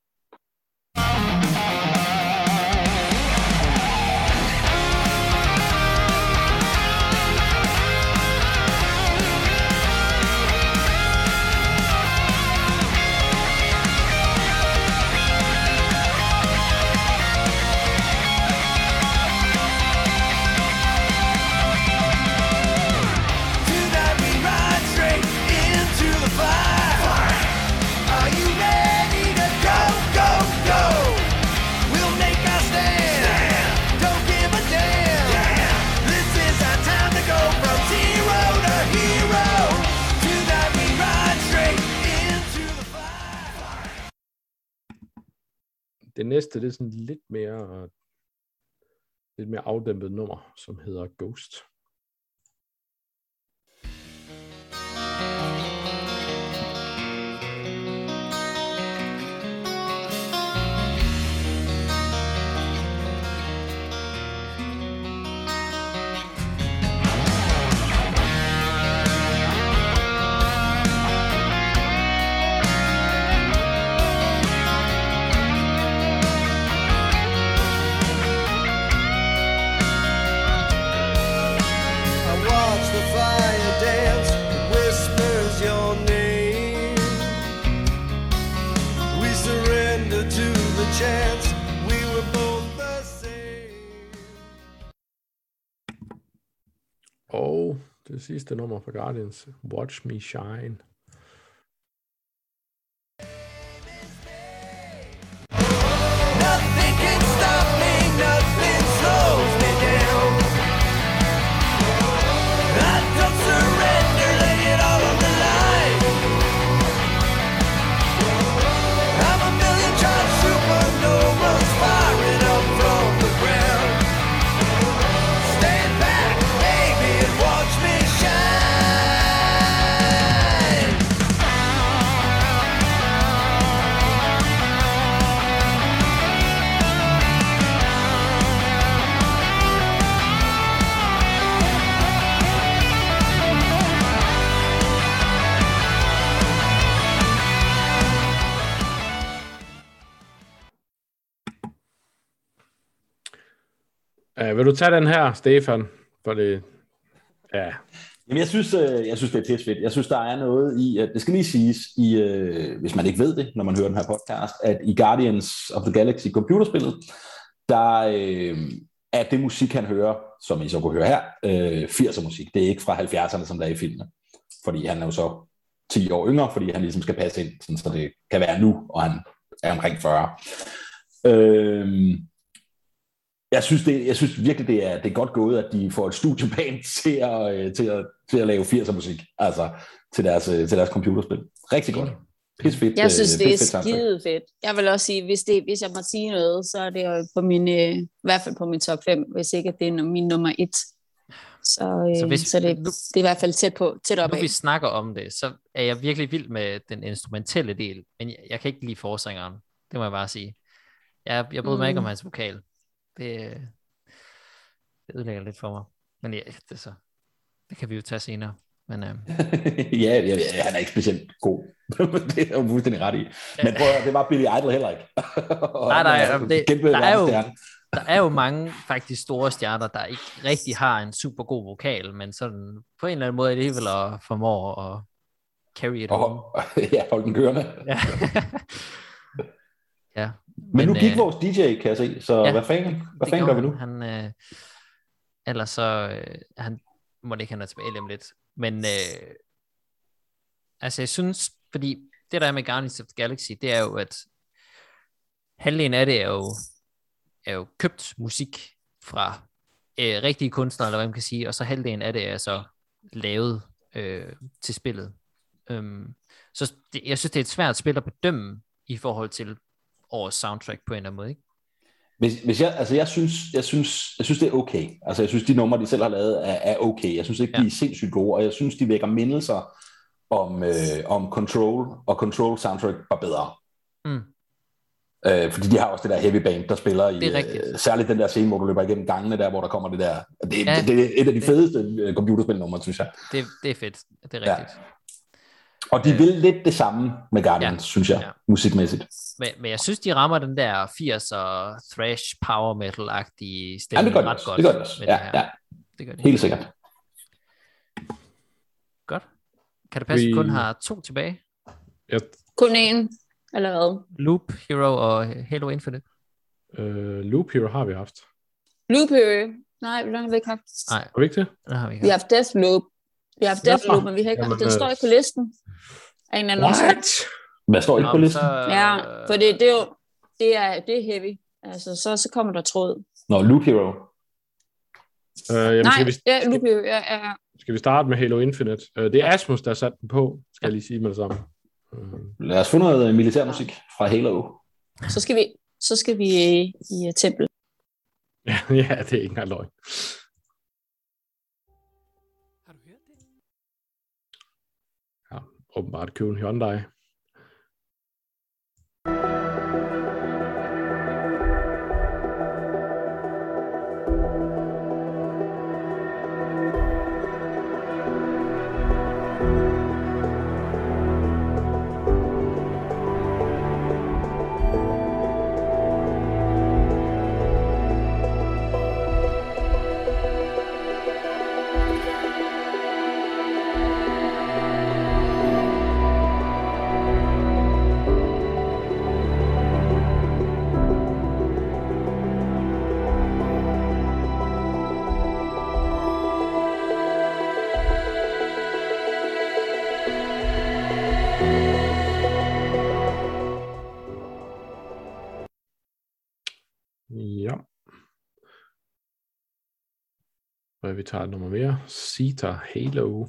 Det næste, det er sådan lidt mere afdæmpet nummer, som hedder Ghost. Og det sidste nummer fra Guardians, Watch Me Shine. Nothing can stop me, nothing slows me down. I don't surrender, lay it all on the line. I'm a million-ton supernovas firing up from the ground. Stand back, baby, and watch me shine. Vil du tage den her, Stefan? For det, ja. Jamen, jeg synes, det er pissefedt. Jeg synes, der er noget i, at det skal lige siges, hvis man ikke ved det, når man hører den her podcast, at i Guardians of the Galaxy computerspillet, der er det musik, han hører, som I så kunne høre her, 80'er musik. Det er ikke fra 70'erne, som der er i filmen. Fordi han er jo så 10 år yngre, fordi han ligesom skal passe ind, sådan, så det kan være nu, og han er omkring 40. Jeg synes virkelig, det er godt gået, at de får et studieband til at lave 80'er musik, altså til deres computerspil. Rigtig godt. Fedt, jeg synes, det er skide fedt. Jeg vil også sige, hvis jeg må sige noget, så er det jo på i hvert fald på min top 5, hvis ikke det er min nummer 1. Så det er i hvert fald tæt op af. Nu vi snakker om det, så er jeg virkelig vild med den instrumentelle del, men jeg kan ikke lide forsangeren. Det må jeg bare sige. Jeg bryder mig ikke om hans vokal. Det ødelægger lidt for mig. Men ja, det kan vi jo tage senere. Men, ja, han er ikke specielt god. Det er jo fuldstændig ret i. Men prøv at, det var Billy Idol heller ikke. Der er jo mange faktisk store stjerner, der ikke rigtig har en super god vokal, men sådan på en eller anden måde alligevel formår at carry it home. Ja, hold den kørende. Ja. Men nu gik vores DJ, kan jeg se, så ja, hvad fanden gør vi nu? Ellers så, han må ikke have tilbage lige om lidt. Men altså jeg synes, fordi det der er med Guardians of the Galaxy, det er jo, at halvdelen af det er jo købt musik fra rigtige kunstnere, eller hvad man kan sige, og så halvdelen af det er så lavet til spillet. Så jeg synes, det er et svært spil at bedømme i forhold til årets soundtrack på en eller anden måde, ikke? Jeg synes det er okay. Altså jeg synes de numre de selv har lavet er okay. Jeg synes ikke de er sindssygt gode, og jeg synes de vækker mindelser om Control, og Control soundtrack var bedre. Fordi de har også det der heavy band, der spiller i særligt den der scene, hvor du løber igennem gangene der, hvor der kommer det der. Det er et af de fedeste computerspilnumre, synes jeg. Det er fedt, det er rigtigt. Ja. Og de vil lidt det samme med Guardians, synes jeg, musikmæssigt. Men jeg synes, de rammer den der 80'er thrash power metal-agtige stemning ret godt. Det gør det også. Ja. Det gør de. Helt sikkert. Godt. Kan det passe, at vi kun har 2 tilbage? Kun én, eller hvad? Loop Hero og Halo Infinite. Loop Hero har vi haft. Loop Hero? Nej, vi har ikke haft. Nej. Har vi ikke det? Det har vi ikke. Vi har haft Deathloop. Men vi har ikke haft. Den står ikke på listen. What? Hvad står ikke på listen? Ja, for det er heavy. Altså, så kommer der tråd. Loop Hero. Loop Hero, ja. Skal vi starte med Halo Infinite? Det er Asmus, der har sat den på, skal jeg lige sige med det samme. Lad os få noget militærmusik fra Halo. Så skal vi i tempel. Ja, det er ikke engang løgn. Har du hørt det? Ja, åbenbart købe en Hyundai. Ja. Og vi tager et nummer mere. Sita Halo.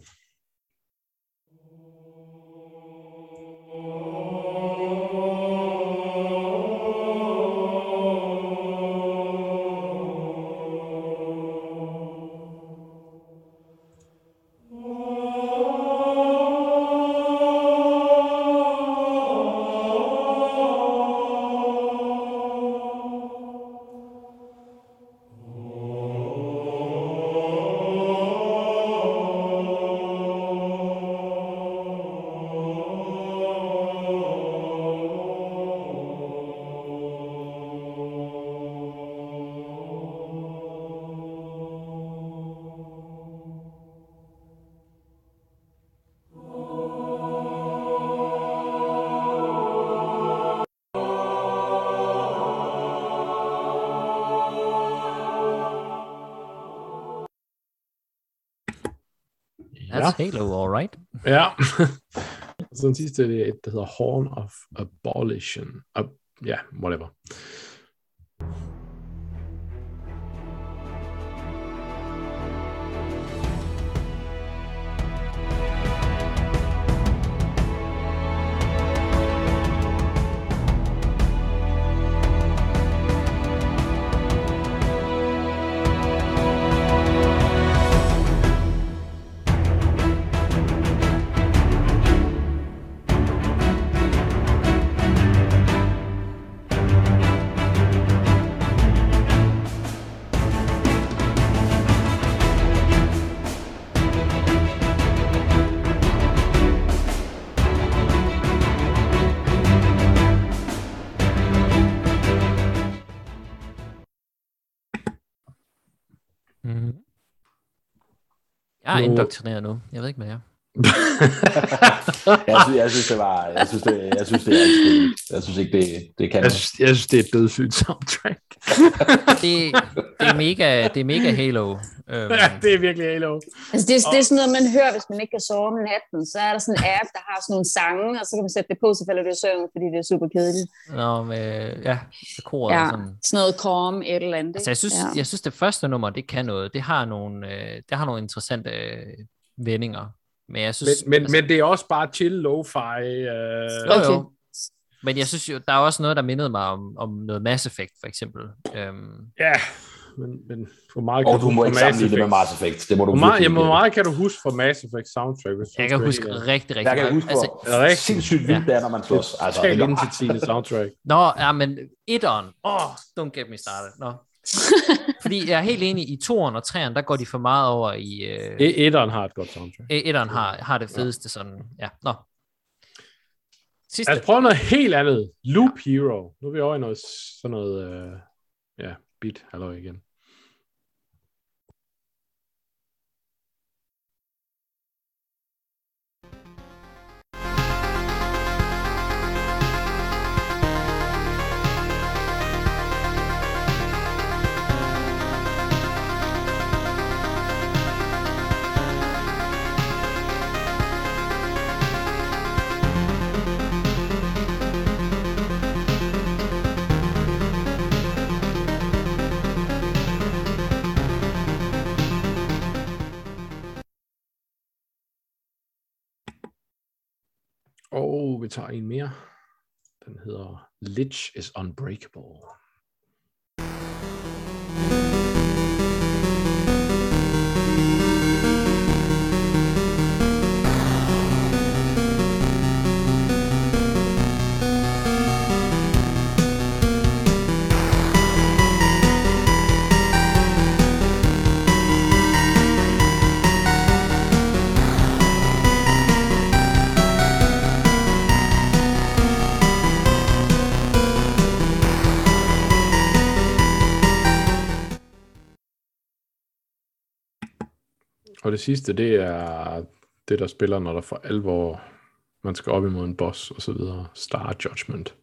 That's Halo, all right. Ja. Så den sidste er et, der hedder Horn of Abolition. Whatever. Jeg er indoktrineret nu. Jeg ved ikke, hvad jeg er. jeg synes det er jeg synes ikke det kan. Jeg synes det er et dødssygt soundtrack. det er mega Halo. Ja, det er virkelig Halo. Altså det er sådan noget man hører, hvis man ikke kan sove om natten, så er der sådan en app, der har sådan nogle sange, og så kan man sætte det på, så falder det i søvn, fordi det er super kedeligt. Med koret og sådan. Sådan noget calm, et eller andet. Altså jeg synes det første nummer, det kan noget. Det har nogle interessante vendinger. Men jeg synes, men det er også bare chill lo-fi. Jo. Men jeg synes jo, der er også noget, der mindede mig om noget Mass Effect, for eksempel. men hvor meget Og kan du må ikke sammenligne det med Effect? Mass Effect. Det må du Hvor meget kan du huske fra Mass Effect soundtrack? Jeg kan huske rigtig Jeg kan huske, hvor sindssygt vildt det er, når man slås. Altså, det er intetsigende soundtrack. Ja, men etteren. Don't get me started. Fordi jeg er helt enig, i 2'eren og 3'eren, der går de for meget over i... Etteren har et godt soundtrack. Etteren har det fedeste sådan... Ja, Sidste. Lad os prøve noget helt andet. Loop Hero. Nu er vi over i noget, sådan noget... beat. Hallo igen. Og vi tager en mere. Den hedder Lich is Unbreakable. Og det sidste, det er det, der spiller, når der for alvor man skal op imod en boss og så videre. Star Judgment.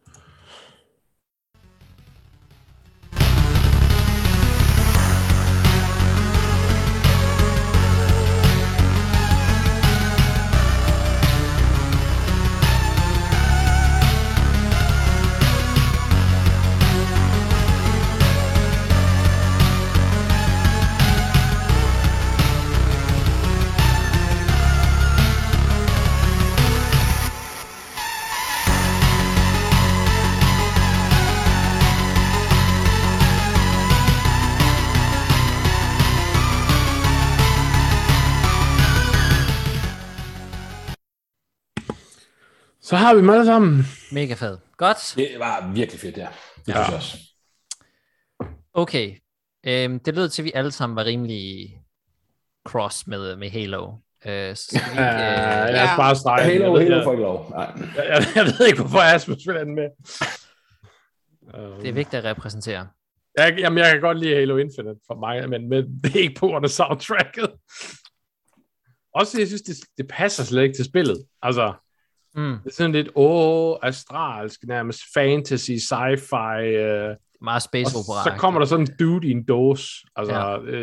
Så har vi dem alle sammen. Mega fed. Godt. Det var virkelig fedt, ja. Det synes jeg også. Okay. Det lød til, at vi alle sammen var rimelig cross med Halo. Så skal vi ikke... Jeg er bare stejl. Halo får ikke lov. Jeg ved ikke, hvorfor Asmus vil den med. Det er vigtigt at repræsentere. Jeg kan godt lide Halo Infinite for mig, men det er ikke på grund af soundtracket. Også jeg synes, det passer slet ikke til spillet. Altså, det er sådan lidt astralsk, nærmest fantasy, sci-fi. Meget space opera. Så kommer der sådan en dude i en dåse. Altså,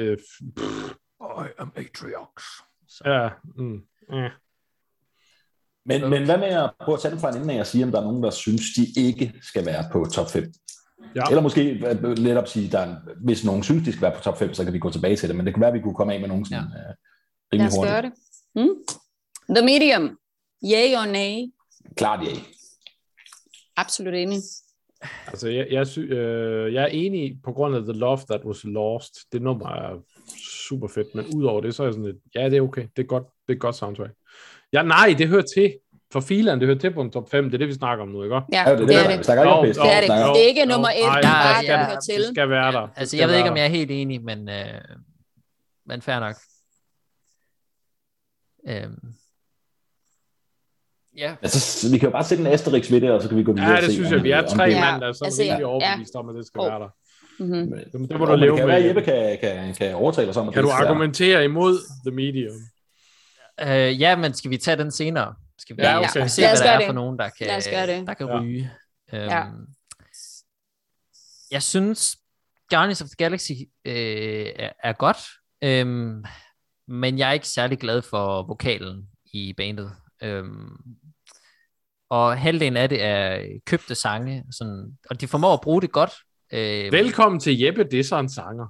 I am Atriox. Ja. Men hvad med at prøve at tage den fra en ende af og sige, om der er nogen, der synes, de ikke skal være på top 5? Ja. Eller måske netop sige, hvis nogen synes, de skal være på top 5, så kan vi gå tilbage til det. Men det kan være, at vi kunne komme af med nogen sådan rimelig hurtigt. Lad os gøre det. The Medium. Yay or nay? Klart yay. Absolut enig. Altså, jeg er enig på grund af The Love That Was Lost. Det nummer er super fedt, men udover det, så er jeg sådan lidt, ja, det er okay. Det er godt soundtrack. Ja, nej, det hører til. For filerne, det hører til på en top 5. Det er det, vi snakker om nu, ikke? Ja, det er det. Det er ikke nummer 1, det hører til. Det skal være der. Altså, jeg ved ikke, om jeg er helt enig, men fair nok. Ja. Altså, vi kan jo bare sætte en asterisk ved det, og så kan vi gå videre. Ja, det synes jeg, vi er 3 mand, der er så virkelig overbevist om, at det skal være der. Det må du leve med. Det kan være, Jeppe kan overtale os om. Kan du argumentere imod The Medium? Ja, men skal vi tage den senere? Skal vi, skal vi se, hvad der er for nogen, der kan ryge? Jeg synes, Guardians of the Galaxy er godt, men jeg er ikke særlig glad for vokalen i bandet. Og halvdelen af det er købte sange, sådan, og de formår at bruge det godt. Velkommen til Jeppe, det er så en sanger.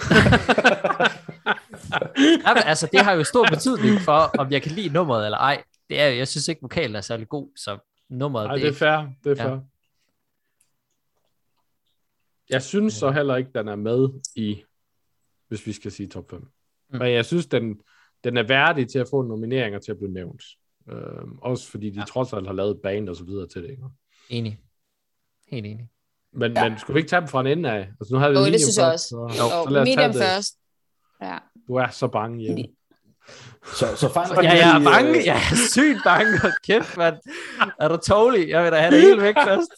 Altså, det har jo stor betydning for, om jeg kan lide nummeret eller ej. Det er, jeg synes ikke, vokalen er særlig god, så nummeret... Nej, det er fair. Det er fair. Jeg synes så heller ikke, den er med i hvis vi skal sige top 5. Men jeg synes, den er værdig til at få nomineringer til at blive nævnt. Også fordi de trods alt har lavet band og så videre til det. Ikke? Enig. Helt enig. Men skulle vi ikke tage dem fra en ende af? Altså, nu havde vi det synes jeg også. Så lad os medium tage det. først. Ja. Du er så bange, Jeppe. Så Final Ja, jeg er bange. Jeg er sygt bange. Hold kæft, mand. Er du tålig? Jeg vil da have det hele væk først.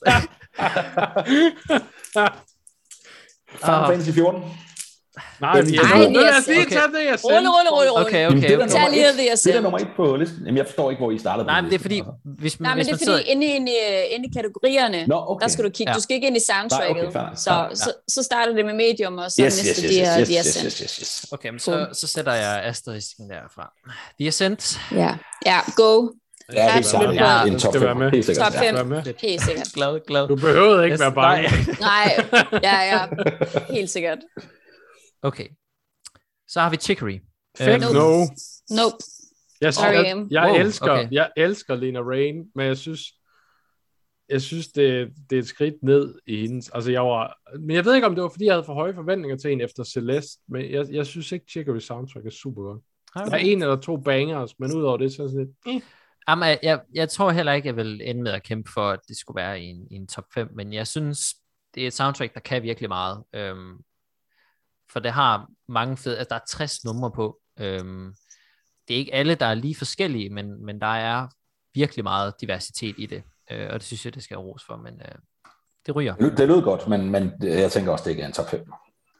Final Fantasy 14. Nej, vi lad os lige tage det, jeg sendte. Rulle. Okay. Tag lige det, jeg Det er nummer 1 på listen. Jamen, jeg forstår ikke, hvor I startede. Nej, men det er fordi, hvis man fordi inde i kategorierne, der skal du kigge. Du skal ikke ind i soundtracket. Så starter det med medium, og så næste de er sendt. Okay, men så sætter jeg asterisken derfra. De er sendt. Ja, go. Ja, absolut. Ja, en top 5. Helt sikkert. Top 5. Helt sikkert. Glad. Du behøvede ikke være bange. Nej, ja, helt sikkert. Okay. Så har vi Chicory. Nope. Jeg elsker Lena Raine, men jeg synes det er et skridt ned i hendes. Altså men jeg ved ikke, om det var, fordi jeg havde for høje forventninger til hende efter Celeste, men jeg synes ikke, Chicory soundtrack er super godt. Der er 1 eller 2 bangers, men udover det, så er det sådan lidt... Jamen, jeg tror heller ikke, jeg vil ende med at kæmpe for, at det skulle være i en top 5, men jeg synes, det er et soundtrack, der kan virkelig meget. For det har mange fede, altså der er 60 numre på. Det er ikke alle, der er lige forskellige, men der er virkelig meget diversitet i det. Og det synes jeg, det skal jeg ros for, men det ryger. Det lød godt, men jeg tænker også, det ikke er en top 5.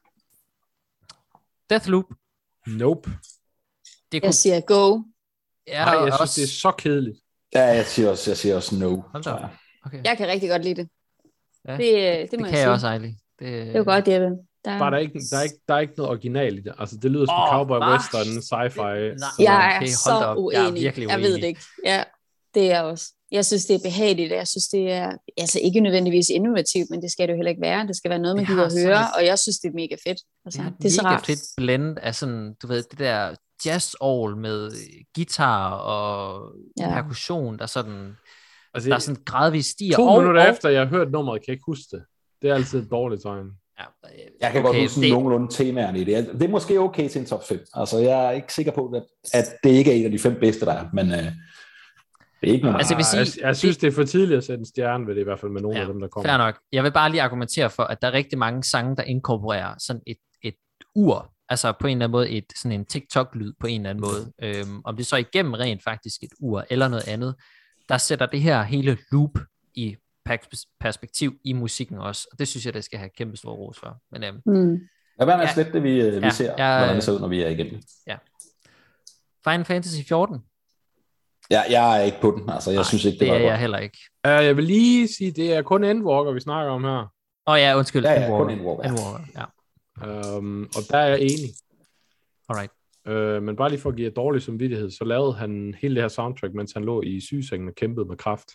Deathloop. Nope. Jeg siger go. Ja, jeg synes, det er så kedeligt. Ja, jeg siger også no. Okay. Jeg kan rigtig godt lide det. Ja. Det må kan jeg også, Ejli. Det er jo godt, Jeppe. Der er ikke noget original i det. Altså, det lyder som cowboy western, sci-fi. Jeg er så uenig. Jeg ved det ikke. Ja, det er også. Jeg synes, det er behageligt. Jeg synes, det er altså ikke nødvendigvis innovativt, men det skal det jo heller ikke være. Det skal være noget, man gider at høre, og jeg synes, det er mega fedt. Altså, det er så rart. Fedt blend af sådan, du ved, det der jazz-all med guitar og perkussion, der sådan, altså, der er sådan gradvist stiger. 2 minutter efter, jeg har hørt nummeret, kan jeg ikke huske det. Det er altid et dårligt tegn. Jeg kan godt huske nogenlunde temaerne i det. Det er måske okay til en top 5. Altså, jeg er ikke sikker på, at det ikke er en af de 5 bedste, der er, men det er ikke noget. Altså, jeg synes, det er for tidligt at sætte en stjerne ved det, i hvert fald med nogle af dem, der kommer. Fair nok. Jeg vil bare lige argumentere for, at der er rigtig mange sange, der inkorporerer sådan et ur, altså på en eller anden måde sådan en TikTok-lyd på en eller anden måde. Om det så igennem rent faktisk et ur eller noget andet, der sætter det her hele loop i perspektiv i musikken også, og det synes jeg, det skal have kæmpe stor ros for. Men, hvad med slet det, vi ser, hvordan det ser ud, når vi er igennem? Ja. Final Fantasy 14. Ja, jeg er ikke på den, altså jeg synes ikke, det var godt. Det er jeg heller ikke. Jeg vil lige sige, det er kun Endwalker, vi snakker om her. Ja, undskyld. Ja, kun Endwalker. Ja. Og der er jeg enig. Alright. Men bare lige for at give jer dårlig samvittighed, så lavede han hele det her soundtrack, mens han lå i sygesengen og kæmpede med kræft.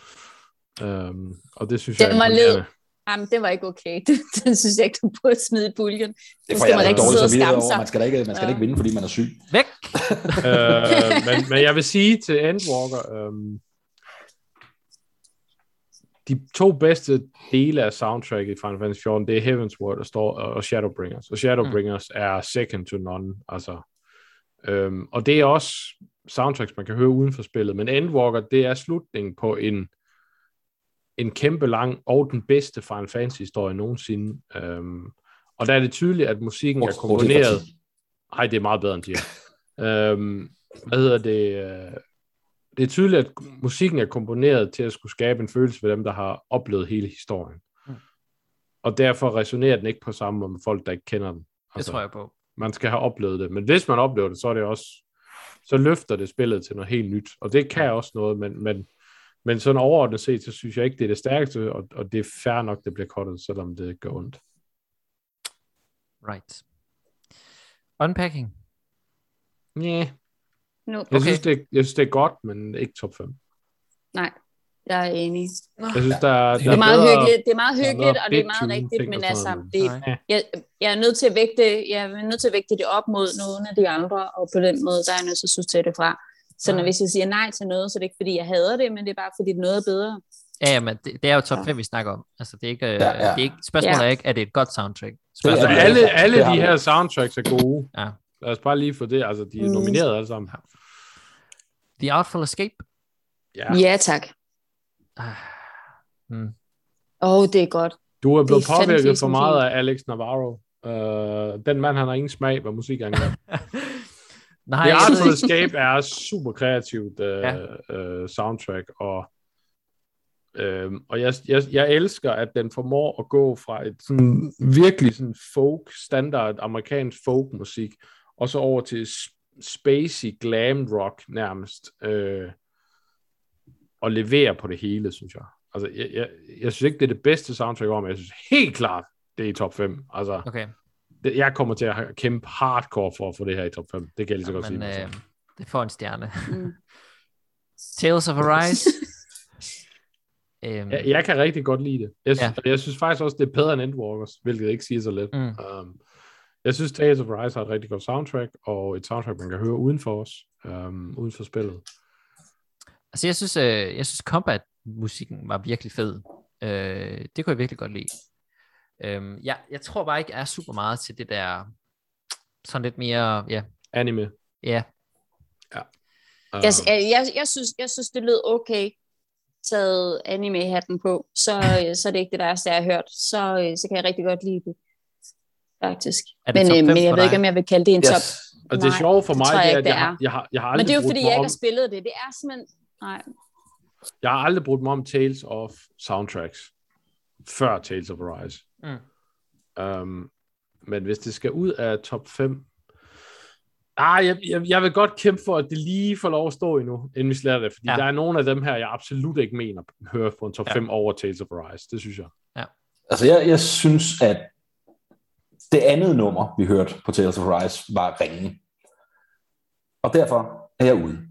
Og det synes jeg er Jamen, det var ikke okay. Det synes jeg ikke, du burde smide i puljen. Det får jeg dårlig samvittighed over. Man skal da ikke vinde, fordi man er syg. Væk! men jeg vil sige til Endwalker, de 2 bedste dele af soundtracket i Final Fantasy 14, det er Heavensward og Shadowbringers. Og Shadowbringers er second to none. Altså. Og det er også soundtracks, man kan høre uden for spillet. Men Endwalker, det er slutningen på en kæmpe lang og den bedste Final Fantasy-historie nogensinde. Og der er det tydeligt, at musikken er komponeret... Nej, det er meget bedre end de det er tydeligt, at musikken er komponeret til at skulle skabe en følelse for dem, der har oplevet hele historien. Og derfor resonerer den ikke på samme måde med folk, der ikke kender den. Altså, det tror jeg på. Man skal have oplevet det. Men hvis man oplever det, så er det også... Så løfter det spillet til noget helt nyt. Og det kan også noget, men sådan overordnet set, så synes jeg ikke, det er det stærkeste, og det er fair nok, det bliver cuttet, selvom det gør ondt. Right. Unpacking. Yeah. No. Jeg synes, det er godt, men ikke top 5. Nej, jeg er enig. Jeg synes, det er meget hyggeligt. Det er meget hyggeligt, og det er meget rigtigt, men altså, jeg er nødt til at vægte det op mod nogle af de andre, og på den måde, så er jeg nødt til at sortere det fra. Så når hvis jeg siger nej til noget, så er det ikke fordi, jeg hader det, men det er bare fordi, noget er bedre. Ja, men det er jo top 5, vi snakker om. Altså, det er ikke, det er ikke spørgsmålet er ikke, er det et godt soundtrack? Altså, alle de her soundtracks er gode. Ja. Lad os bare lige få det. Altså, de er nomineret alle sammen. The Artful Escape. Ja, tak. Det er godt. Du er blevet påvirket for meget af Alex Navarro. Den mand, han har ingen smag, hvad musik angår. Nej, The Artful Escape er super kreativt soundtrack, og jeg elsker, at den formår at gå fra et sådan, virkelig sådan folk, standard amerikansk folkmusik, og så over til spacey glam rock nærmest, og levere på det hele, synes jeg. Altså, jeg synes ikke, det er det bedste soundtrack over, men jeg synes helt klart, det er i top 5. Altså, okay. Jeg kommer til at kæmpe hardcore for at få det her i top 5. Det kan jeg lige så godt sige. Det får en stjerne. Tales of Arise. Jeg kan rigtig godt lide det. Jeg synes faktisk også, det er bedre end Endwalkers, hvilket ikke siger så lidt. Jeg synes, Tales of Arise har et rigtig godt soundtrack, og et soundtrack, man kan høre uden for spillet. Altså, jeg synes combat-musikken var virkelig fed. Det kunne jeg virkelig godt lide. Jeg tror bare ikke, er super meget til det der, sådan lidt mere, anime. Ja. Jeg synes, det lød okay, taget anime-hatten på, så er det ikke det værste, jeg har hørt. Så kan jeg rigtig godt lide det, faktisk. Men jeg ved ikke, om jeg vil kalde det en top. Og det er sjovt for mig, det er, at jeg har aldrig. Men det er jo fordi, jeg ikke har spillet det. Det er simpelthen... Nej. Jeg har aldrig brugt mig om Tales of soundtracks før Tales of Arise. Men hvis det skal ud af top 5, jeg vil godt kæmpe for, at det lige får lov at stå endnu, inden vi sletter det, fordi der er nogle af dem her, jeg absolut ikke mener hører på en top 5 over Tales of Arise. Det synes jeg. Ja. Altså, jeg synes, at det andet nummer, vi hørte på Tales of Arise, var Ringen. Og derfor er jeg ude.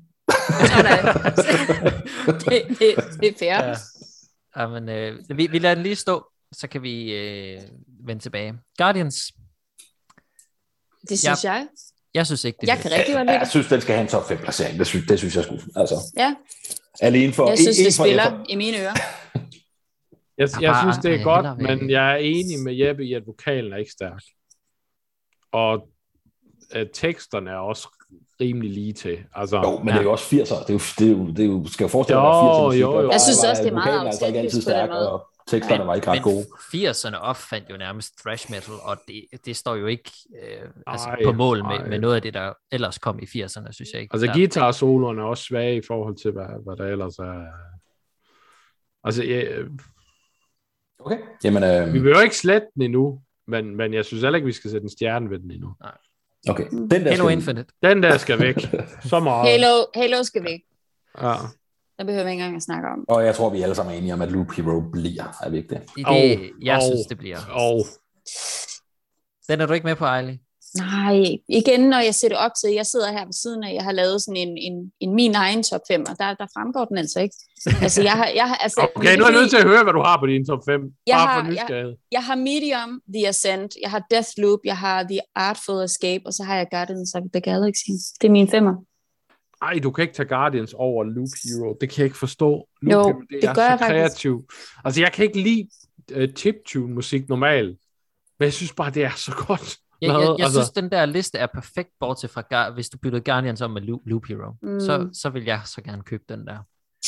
Det er fair. Ja, men vi lader den lige stå, så kan vi vende tilbage. Guardians. Det synes jeg. Jeg synes ikke, det jeg kan rigtig godt lide det. Jeg synes, den skal have en top 5 placering. Det synes jeg skulle. Altså. Ja. Alene for, jeg synes, det spiller i mine ører. Jeg synes, det er godt, men jeg er enig med Jeppe i, at vokalen er ikke stærk. Og teksterne er også rimelig lige til. Altså, jo, men det er jo også 80'er. Det er jo skal jo forestille dig, at 80'er jo. Jeg synes også, det er meget altså ikke altid stærk, og teksterne var ikke ret gode. 80'erne opfandt jo nærmest thrash metal, og det står jo ikke på mål med noget af det, der ellers kom i 80'erne, synes jeg ikke. Altså guitar-soloerne er også svage i forhold til, hvad der ellers er. Altså, okay. Jamen, vi vil jo ikke slette den endnu, men jeg synes heller ikke, vi skal sætte en stjerne ved den endnu. Nej. Okay. Den der Halo Infinite. Den der skal væk. Så meget. Halo skal væk. Ja. Der behøver vi ikke engang at snakke om. Og jeg tror, vi alle sammen er enige om, at Loop Hero bliver. Er vi ikke det? Jeg synes, det bliver. Den er du ikke med på, Ejli? Nej, igen, når jeg sætter op til, jeg sidder her ved siden af, jeg har lavet sådan en min egen top 5, og der fremgår den altså ikke. Altså, okay, nu er jeg nødt til at høre, hvad du har på din top 5. Jeg har Medium, The Ascent, jeg har Deathloop, jeg har The Artful Escape, og så har jeg Guardians of the Galaxy. Det er mine 5'er. Ej, du kan ikke tage Guardians over Loop Hero. Det kan jeg ikke forstå. Loop Hero, det er så kreativt. Altså, jeg kan ikke lide chiptune-musik normalt, men jeg synes bare, det er så godt. Jeg synes, den der liste er perfekt, bortset fra, hvis du byttede Guardians om med Loop Hero. Så vil jeg så gerne købe den der.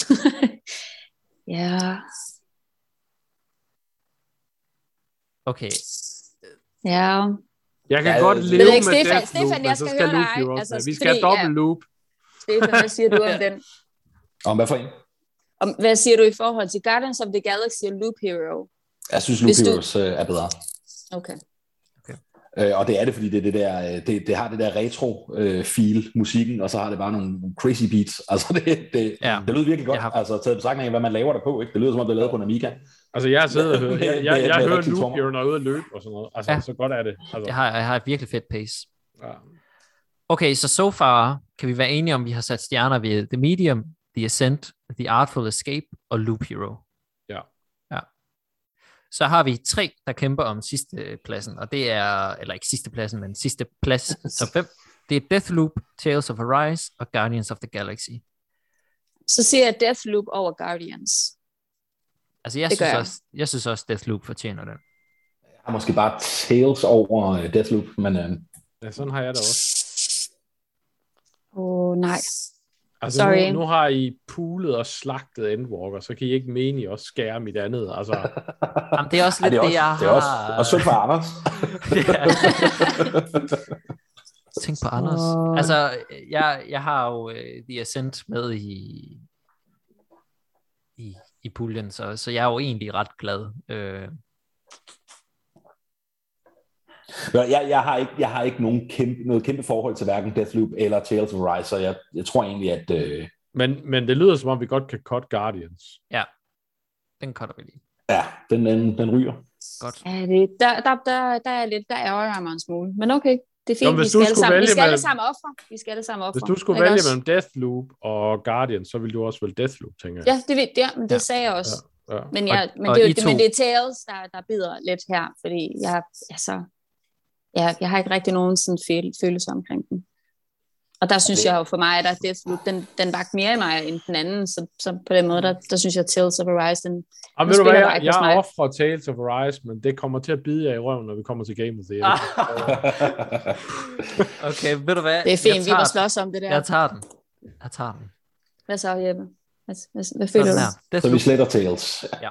Ja. Okay. Ja. Jeg kan godt leve med Deathloop, men så skal Loop Hero. Altså, vi skal have dobbelt loop. Stefan, hvad siger du om den? Om hvad for en? Hvad siger du i forhold til Guardians of the Galaxy og Loop Hero? Jeg synes, Loop Heroes er bedre. Okay. Og det er det, fordi det har det der retro-feel, musikken, og så har det bare nogle crazy beats. Altså, det lyder virkelig godt. Altså, taget betragtning af, hvad man laver der på, ikke? Det lyder som om, det er lavet på en Amiga. Altså, jeg sidder og hører, jeg hører Loop Hero, når jeg er ude at løbe og sådan noget. Altså, så godt er det. Altså. Jeg har et virkelig fedt pace. Ja. Okay, so far kan vi være enige om, vi har sat stjerner ved The Medium, The Ascent, The Artful Escape og Loop Hero. Ja. Så har vi 3, der kæmper om sidste pladsen, og det er, eller ikke sidste pladsen, men sidste plads top 5. Det er Deathloop, Tales of Arise og Guardians of the Galaxy. Så siger jeg Deathloop over Guardians. Altså, jeg synes også, Deathloop fortjener den. har måske bare Tales over Deathloop, men... Ja, sådan har jeg det også. Nej. Altså Sorry. nu har I poolet og slagtet Endwalker, så kan I ikke mene, I også skære mit andet. Altså. Jamen, det er også lidt det, jeg har... Det er også synd for Anders. Tænk på Anders. Altså, jeg har jo The Ascent med i puljen, så jeg er jo egentlig ret glad. Jeg har ikke noget kæmpe forhold til hverken Deathloop eller Tales of Arise, så jeg tror egentlig, at... Men det lyder som om, vi godt kan cut Guardians. Ja, den cutter vi lige. Ja, den ryger. Godt. Ja, der er lidt, der ærger jeg mig en smule. Men okay, det er fint. Jo, vi skal alle sammen ofre. Hvis du skulle vælge mellem Deathloop og Guardians, så ville du også vælge Deathloop, tænker jeg. Ja, men det sagde jeg også. Ja. Men det er Tales, der bider lidt her, fordi jeg har ikke rigtig nogen sådan følelse omkring den. Og der synes jeg jo for mig, at Deathloop, den vagt mere i mig end den anden, så på den måde, der synes jeg, Tales of Arise, den ved du hvad, jeg offrer Tales of Arise, men det kommer til at bide jer i røven, når vi kommer til Game of the Year. Okay, ved du hvad? Det er fint, vi må slås om det der. Jeg tager den. Hvad så, Jeppe? Hvad føler du? Så vi sletter Tales. Ja.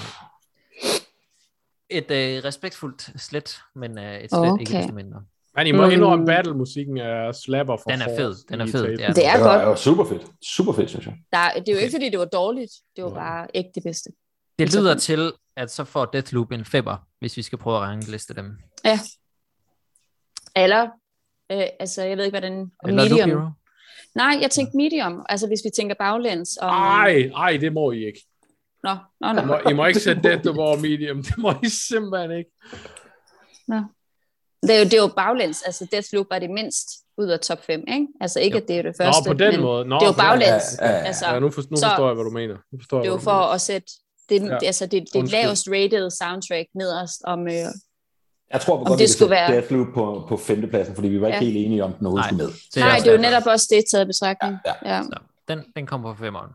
Et respektfuldt slet, men et slet ikke desto mindre. Men I må indrømme, battle-musikken er slapper for Den er fed. Det er godt. Det var super fedt, synes jeg. Det er jo ikke, fordi det var dårligt. Det var bare ikke det bedste. Det lyder til, at så får Deathloop en 5'er, hvis vi skal prøve at rangliste dem. Ja. Eller, jeg ved ikke, hvordan... Eller medium. Loop Hero? Nej, jeg tænkte medium. Altså, hvis vi tænker baglæns. Ej, det må I ikke. Nå. I må ikke sætte Deathloop over medium. Det må I simpelthen ikke. Nå. Det er jo baglæns. Altså, Deathloop er det mindst ud af top 5, ikke? Altså, ikke, at det er det første. På den måde. Det er jo baglæns. Nu forstår jeg, hvad du mener. Det er jo for at sætte det lavest rated soundtrack nederst om... Jeg tror godt, det skulle være Deathloop på 5. pladsen, fordi vi var ikke helt enige om, den overhovedet skulle med. Nej, det er jo netop også det taget betragtning. Ja. Så, den kommer på 5'eren.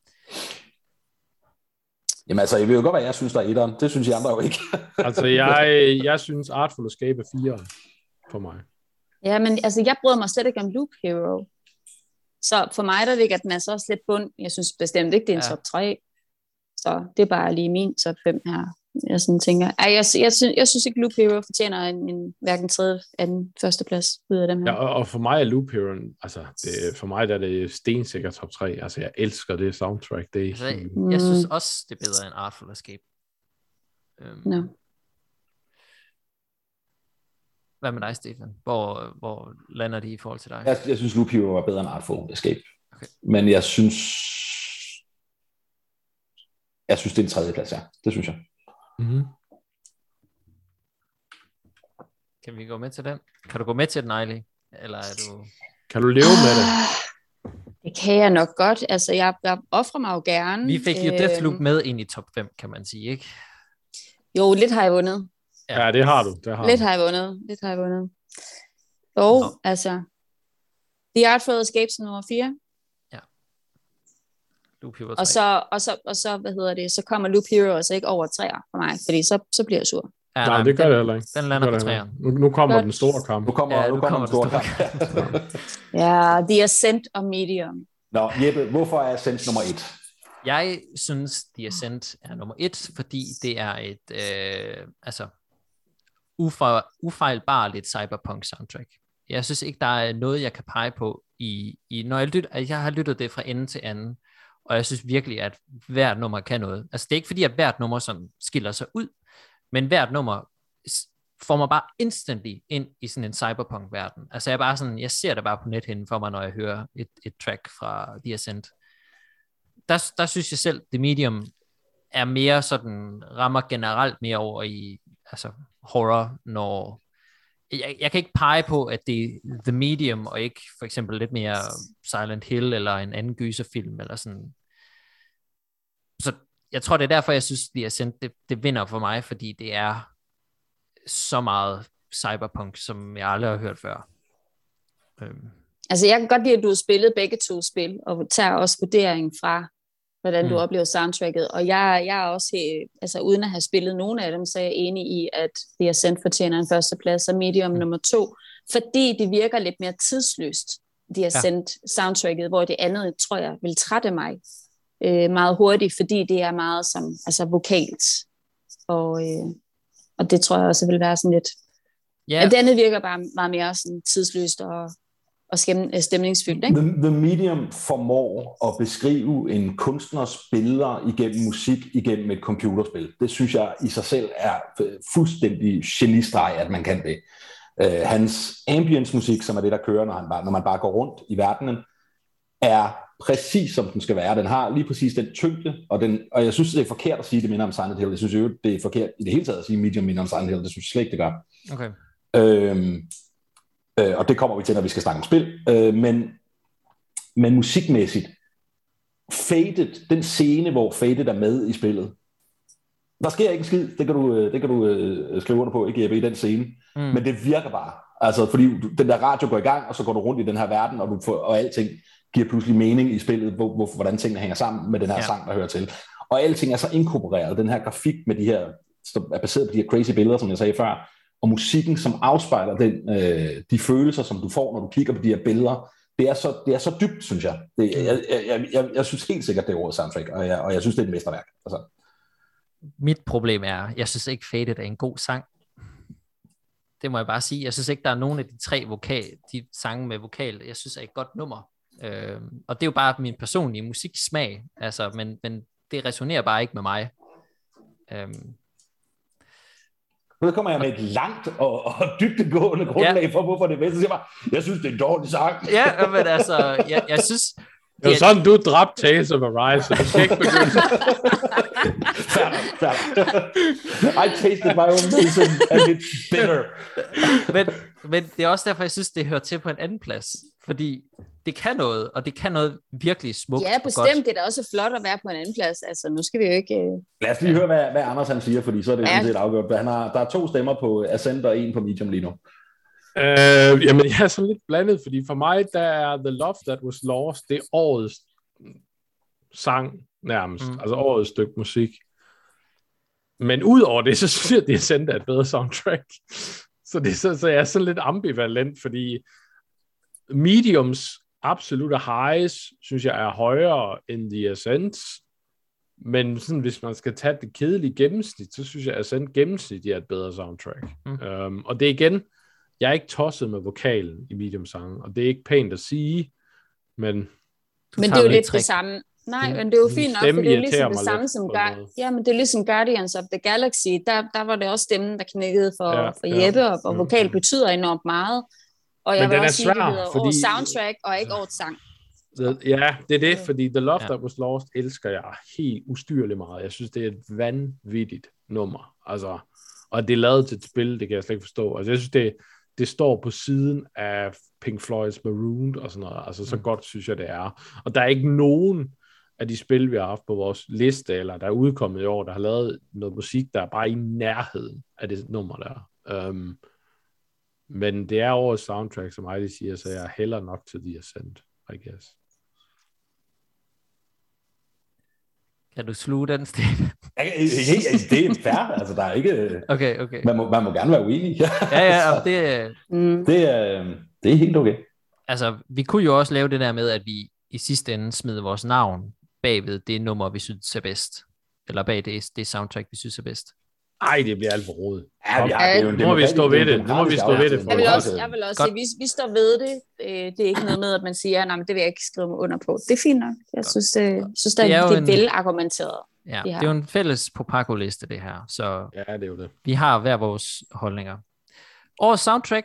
Jamen altså, jeg ved jo godt, hvad jeg synes, der er 1'eren. Det synes I andre jo ikke. Altså, jeg synes Artful Escape er 4'eren for mig. Ja, men altså, jeg bryder mig slet ikke om Loop Hero. Så for mig, der ligger den altså også lidt bund. Jeg synes bestemt ikke, det er en top 3. Så det er bare lige min top 5 her. Jeg sådan tænker, jeg synes ikke, Loop Hero fortjener en hverken 3. eller 1. plads ud af dem her. Ja, og for mig er Loop Hero, altså for mig der er det stensikker top 3. Altså jeg elsker det soundtrack. Det er jeg synes også, det er bedre end Artful Escape. No. Hvad med dig, Stefan? Hvor lander de i forhold til dig? Jeg synes, Loop Hero var bedre end Artful Escape. Okay. Men jeg synes, det er en 3. plads, ja. Det synes jeg. Mm-hmm. Kan vi gå med til den? Kan du gå med til den, Ejli? Eller er du... Kan du leve med det? Det kan jeg nok godt. Altså, jeg offrer mig jo gerne. Vi fik jo Deathloop med ind i top 5, kan man sige, ikke? Jo, lidt har jeg vundet. Ja, det har du. Lidt har jeg vundet. Jo, altså... The Artful Escape som nummer 4. Loop Hero 3. Og så, hvad hedder det, så kommer Loop Hero altså ikke over 3'er for mig, fordi så bliver jeg sur. Ja, nej, det gør det heller ikke. Den lander på 3'eren. Nu kommer den store kamp. Nu kommer den store kamp. Ja, The Ascent og Medium. Nå, Jeppe, hvorfor er Ascent nummer 1? Jeg synes, The Ascent er nummer 1, fordi det er et ufejlbarligt cyberpunk soundtrack. Jeg synes ikke, der er noget, jeg kan pege på når jeg har lyttet det fra ende til anden. Og jeg synes virkelig, at hvert nummer kan noget. Altså det er ikke fordi, at hvert nummer sådan skiller sig ud, men hvert nummer får mig bare instantly ind i sådan en cyberpunk-verden. Altså jeg ser det bare på nethinden for mig, når jeg hører et track fra The Ascent. Der synes jeg selv, The Medium er mere sådan, rammer generelt mere over i horror, når... Jeg kan ikke pege på, at det er The Medium, og ikke for eksempel lidt mere Silent Hill, eller en anden gyserfilm, eller sådan. Så jeg tror, det er derfor, jeg synes, The Ascent, det vinder for mig, fordi det er så meget cyberpunk, som jeg aldrig har hørt før. Altså, jeg kan godt lide, at du har spillet begge to spil, og tager også vurderingen fra hvordan du oplever soundtracket. Og jeg er også, altså uden at have spillet nogen af dem, så er jeg enig i, at The Ascent fortjener en førsteplads, og Medium nummer 2, fordi det virker lidt mere tidsløst, The Ascent soundtracket, hvor det andet, tror jeg, vil trætte mig meget hurtigt, fordi det er meget som, altså vokalt. Og det tror jeg også vil være sådan lidt... Ja. Det andet virker bare meget mere sådan tidsløst og stemningsfyldt, ikke? The Medium formår at beskrive en kunstners billeder igennem musik, igennem et computerspil. Det synes jeg i sig selv er fuldstændig genistreg, at man kan det. Hans ambience-musik, som er det, der kører, når man bare går rundt i verdenen, er præcis som den skal være. Den har lige præcis den tyngde, og jeg synes, det er forkert at sige, det minder om Silent Hill. Jeg synes jo, det er forkert i det hele taget at sige, Medium minder om Silent Hill. Det synes jeg slet ikke, det gør. Okay. Og det kommer vi til, når vi skal snakke om spil. Men musikmæssigt, Faded, den scene, hvor Faded er med i spillet, der sker ikke en skid, det kan du skrive under på, ikke Jeppe, i den scene, men det virker bare. Altså, fordi den der radio går i gang, og så går du rundt i den her verden, og alting giver pludselig mening i spillet, hvordan tingene hænger sammen med den her sang, der hører til. Og alting er så inkorporeret, den her grafik med de her, som er baseret på de her crazy billeder, som jeg sagde før, og musikken, som afspejler de følelser, som du får, når du kigger på de her billeder, det er så dybt, synes jeg. Jeg synes helt sikkert, det er årets soundtrack, og jeg synes, det er et mesterværk. Altså. Mit problem er, jeg synes ikke, Faded er en god sang. Det må jeg bare sige. Jeg synes ikke, der er nogen af de 3 de sange med vokal, jeg synes er et godt nummer. Og det er jo bare min personlige musiksmag, altså, men det resonerer bare ikke med mig. Nu kommer jeg med et langt og dybdegående grundlag for, hvorfor det er bedst. Jeg synes, det er en dårlig sang. Ja, men altså, jeg synes... Det er sådan, du dræbte Tales of Arise, så du skal ikke begynde. Fair. I tasted my own medicine and it's bitter. Men det er også derfor, jeg synes, det hører til på en anden plads. Fordi det kan noget, og det kan noget virkelig smukt. Ja, bestemt. Det er da også flot at være på en anden plads. Altså, nu skal vi jo ikke... Lad os lige høre, hvad Anders han siger, fordi så er det lidt afgjort. Der er 2 stemmer på Ascent og 1 på Medium lige nu. Jamen, jeg er sådan lidt blandet, fordi for mig, der er The Love That Was Lost, det er årets sang nærmest, altså årets stykke musik. Men ud over det, så synes jeg, at det er sendt af et bedre soundtrack. Så jeg er sådan lidt ambivalent, fordi Mediums absolutte highs, synes jeg, er højere end The Ascent. Men sådan, hvis man skal tage det kedelige gennemsnit, så synes jeg, at Ascent gennemsnit er et bedre soundtrack. Og det er igen, jeg er ikke tosset med vokalen i Medium-sangen, og det er ikke pænt at sige, men det er jo lidt det samme. Nej, men det er jo fint nok, for det er jo ligesom det samme som men det er ligesom Guardians of the Galaxy. Der var det også stemmen, der knækkede for Jeppe, og vokal betyder enormt meget. Og jeg vil også sige, at det hedder årets soundtrack, og ikke årets sang. Ja, det er det, fordi The Love That Was Lost elsker jeg helt ustyrligt meget. Jeg synes, det er et vanvittigt nummer. Altså, og det er lavet til et spil, det kan jeg slet ikke forstå. Altså, jeg synes, det står på siden af Pink Floyd's Marooned og sådan noget. Altså, så godt synes jeg, det er. Og der er ikke nogen af de spil, vi har haft på vores liste, eller der er udkommet i år, der har lavet noget musik, der er bare i nærheden af det nummer der. Men det er årets soundtrack, som Heidi siger, så jeg hælder nok til The Ascent, I guess. Kan du sluge den, Sten? Det er fair, altså der er ikke... Okay. Man må gerne være uenig. ja, det er helt okay. Altså, vi kunne jo også lave det der med, at vi i sidste ende smider vores navn bagved det nummer, vi synes er bedst. Eller bag det soundtrack, vi synes er bedst. Ej, det bliver alt for rodet. Nu må vi stå ved det. Jeg vil også sige, vi står ved det. Det er ikke noget med, at man siger, nej, det vil jeg ikke skrive mig under på. Det er fint nok. Jeg synes, det er velargumenteret. Ja, det er jo en fælles Popako-liste, det her. Så ja, det er jo det. Vi har hver vores holdninger. Årets soundtrack.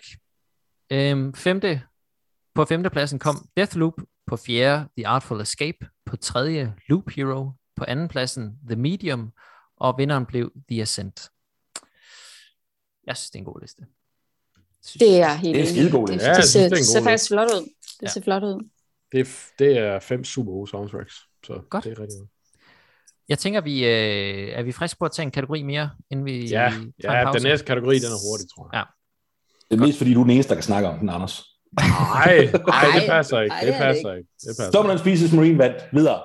På 5. pladsen kom Deathloop. På 4. The Artful Escape. På 3. Loop Hero. På 2. pladsen The Medium. Og vinderen blev The Ascent. Jeg synes, det er en god liste. Det er helt en skidegod liste. Det ser faktisk flot ud. Det ser flot ud. Det er 5 super gode soundtracks. Så godt. Det er rigtig godt. Jeg tænker, er vi friske på at tage en kategori mere, inden vi tager en pause? Den næste kategori, den er hurtig, tror jeg. Ja. Det er mest fordi, du er den eneste, der kan snakke om den, Anders. Nej, det passer ikke. Det passer ikke. Dominant Species Marine vandt. Videre.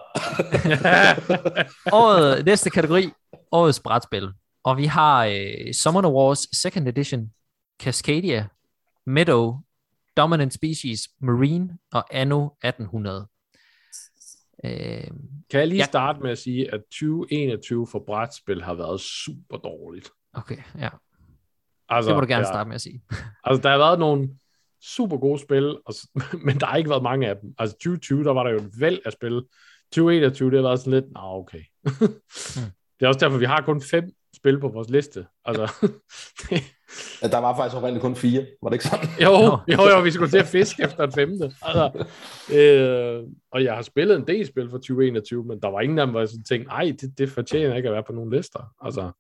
Næste kategori. Årets brætspil. Og vi har Summoner Wars 2nd Edition, Cascadia, Meadow, Dominant Species Marine og Anno 1800. Kan jeg lige starte med at sige, at 2021 for brætspil har været super dårligt. Okay, ja. Altså, det må du gerne starte med at sige. Altså, der har været nogle super gode spil, men der har ikke været mange af dem. Altså, 2020, der var der jo et væld af spil. 2021, det har været sådan lidt, okay. Det er også derfor, vi har kun 5 spil på vores liste. Altså, der var faktisk oprindeligt kun 4, var det ikke sådan? Jo, vi skulle til at fiske efter en 5. Altså, og jeg har spillet en del spil for 2021, men der var ingen af dem, hvor jeg sådan tænkte, det fortjener ikke at være på nogle lister. Altså,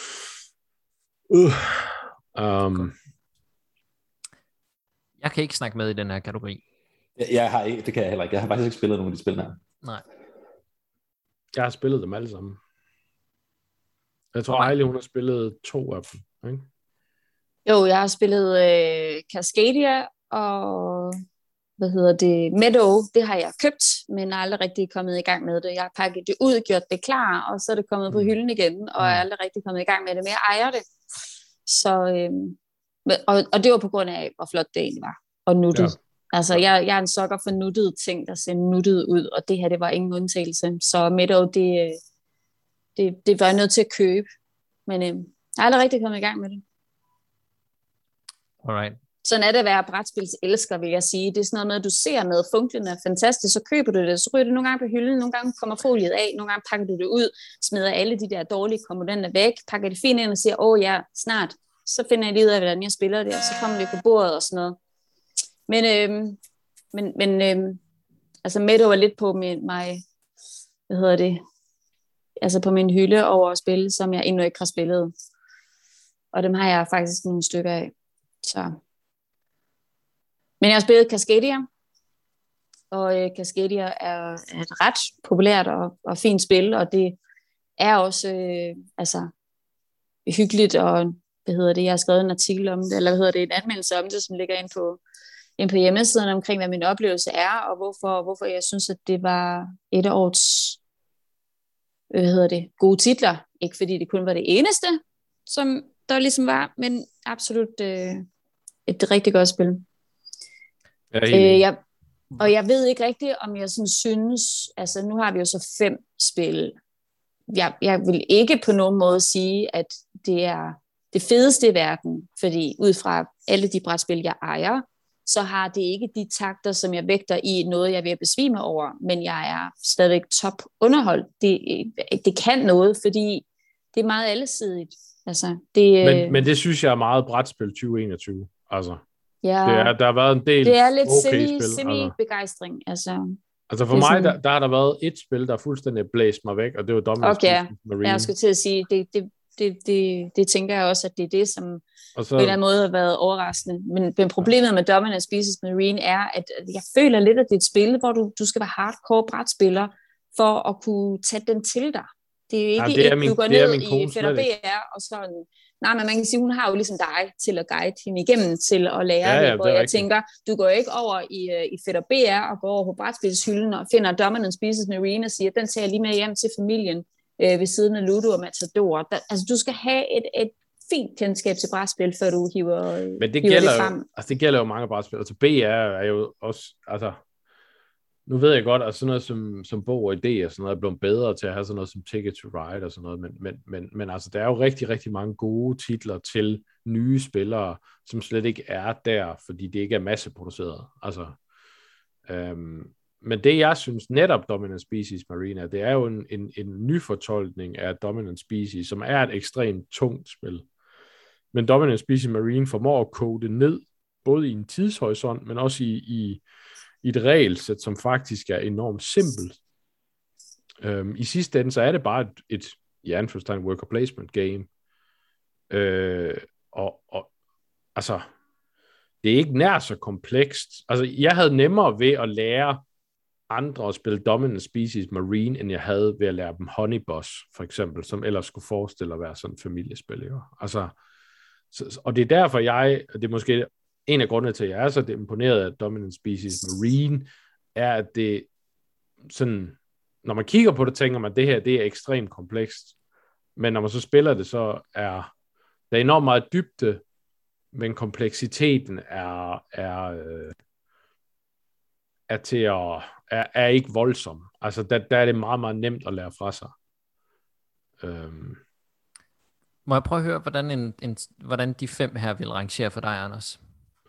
Jeg kan ikke snakke med i den her kategori. Jeg har ikke, det kan jeg heller ikke. Jeg har faktisk ikke spillet nogen af de spil her. Nej. Jeg har spillet dem alle sammen. Jeg tror, Ejli, hun har spillet 2 af dem, ikke? Jo, jeg har spillet Cascadia og Meadow. Det har jeg købt, men er aldrig rigtig kommet i gang med det. Jeg har pakket det ud, gjort det klar, og så er det kommet på hylden igen, og er aldrig rigtig kommet i gang med det, men jeg ejer det. Så, og det var på grund af, hvor flot det egentlig var, og nuttet. Ja. Altså, jeg er en sokker for nuttede ting, der ser nuttet ud, og det her, det var ingen undtagelse. Så Meadow, det var jeg nødt til at købe, men jeg er aldrig rigtig kommet i gang med det. Alright. Sådan er det at være brætspilselsker, vil jeg sige. Det er sådan noget med, at du ser noget funklende og fantastisk, så køber du det, så ryger det nogle gange på hylden, nogle gange kommer foliet af, nogle gange pakker du det ud, smider alle de der dårlige komponenter væk, pakker det fint ind og siger, snart, så finder jeg lige ud af, hvordan jeg spiller det, og så kommer det på bordet og sådan noget. Men altså Meadow er lidt på altså på min hylde over at spille, som jeg endnu ikke har spillet. Og dem har jeg faktisk nogle stykker af. Så. Men jeg har spillet Cascadia, og Cascadia er et ret populært og fint spil, og det er også hyggeligt, og jeg har skrevet en artikel om det, eller en anmeldelse om det, som ligger ind på hjemmesiden omkring, hvad min oplevelse er, og hvorfor jeg synes, at det var et af årets gode titler. Ikke fordi det kun var det eneste, som der ligesom var, men absolut et rigtig godt spil. Og jeg ved ikke rigtigt, om jeg sådan synes, altså nu har vi jo så 5 spil. Jeg vil ikke på nogen måde sige, at det er det fedeste i verden, fordi ud fra alle de brætspil, jeg ejer, så har det ikke de takter, som jeg vægter i noget, jeg er ved at besvime over, men jeg er stadigvæk top underholdt. Det kan noget, fordi det er meget allesidigt. Altså, men det synes jeg er meget brætspil 2021. Altså, ja, der har været en del det er lidt okay semi-begejstring. Altså for mig, der har der været et spil, der fuldstændig blæst mig væk, og det var Dominant Species Marine. Jeg skulle til at sige, det tænker jeg også, at det er det, som på en eller anden måde har været overraskende. Men problemet med Dominant Species Marine er, at jeg føler lidt, at det er et spil, hvor du skal være hardcore brætspiller, for at kunne tage den til dig. Det er ikke du går ned i Fed og BR, og sådan. Nej, men man kan sige, hun har jo ligesom dig til at guide hende igennem til at lære det, hvor jeg tænker, du går ikke over i Fed og BR og går over på brætspilshylden og finder Dominant Species Marine og siger, den tager jeg lige med hjem til familien ved siden af Ludo og Matador. Altså, du skal have et fint kendskab til brætspil, før du hiver men det gælder det frem. Altså, det gælder jo mange brætspil. Altså, BR er jo også, altså, nu ved jeg godt, at sådan noget som bog og idé og sådan noget er blevet bedre til at have sådan noget som Ticket to Ride og sådan noget, men altså, der er jo rigtig, rigtig mange gode titler til nye spillere, som slet ikke er der, fordi det ikke er masseproduceret. Altså, men det, jeg synes netop Dominant Species Marine, det er jo en ny fortolkning af Dominant Species, som er et ekstremt tungt spil. Men Dominant Species Marine formår at kode det ned, både i en tidshorisont, men også i et regelsæt, som faktisk er enormt simpelt. I sidste ende, så er det bare et worker placement game. Og altså, det er ikke nær så komplekst. Altså, jeg havde nemmere ved at lære andre at spille Dominant Species Marine, end jeg havde ved at lære dem Honey Boss, for eksempel, som ellers skulle forestille at være sådan en familiespil. Altså, og det er derfor det er måske en af grundene til, at jeg er så imponeret af Dominant Species Marine, er, at det sådan, når man kigger på det, tænker man, at det her, det er ekstremt komplekst. Men når man så spiller det, så er der enormt meget dybde, men kompleksiteten er ikke voldsom. Altså, der er det meget, meget nemt at lære fra sig. Må jeg prøve at høre, hvordan de 5 her vil rangere for dig, Anders?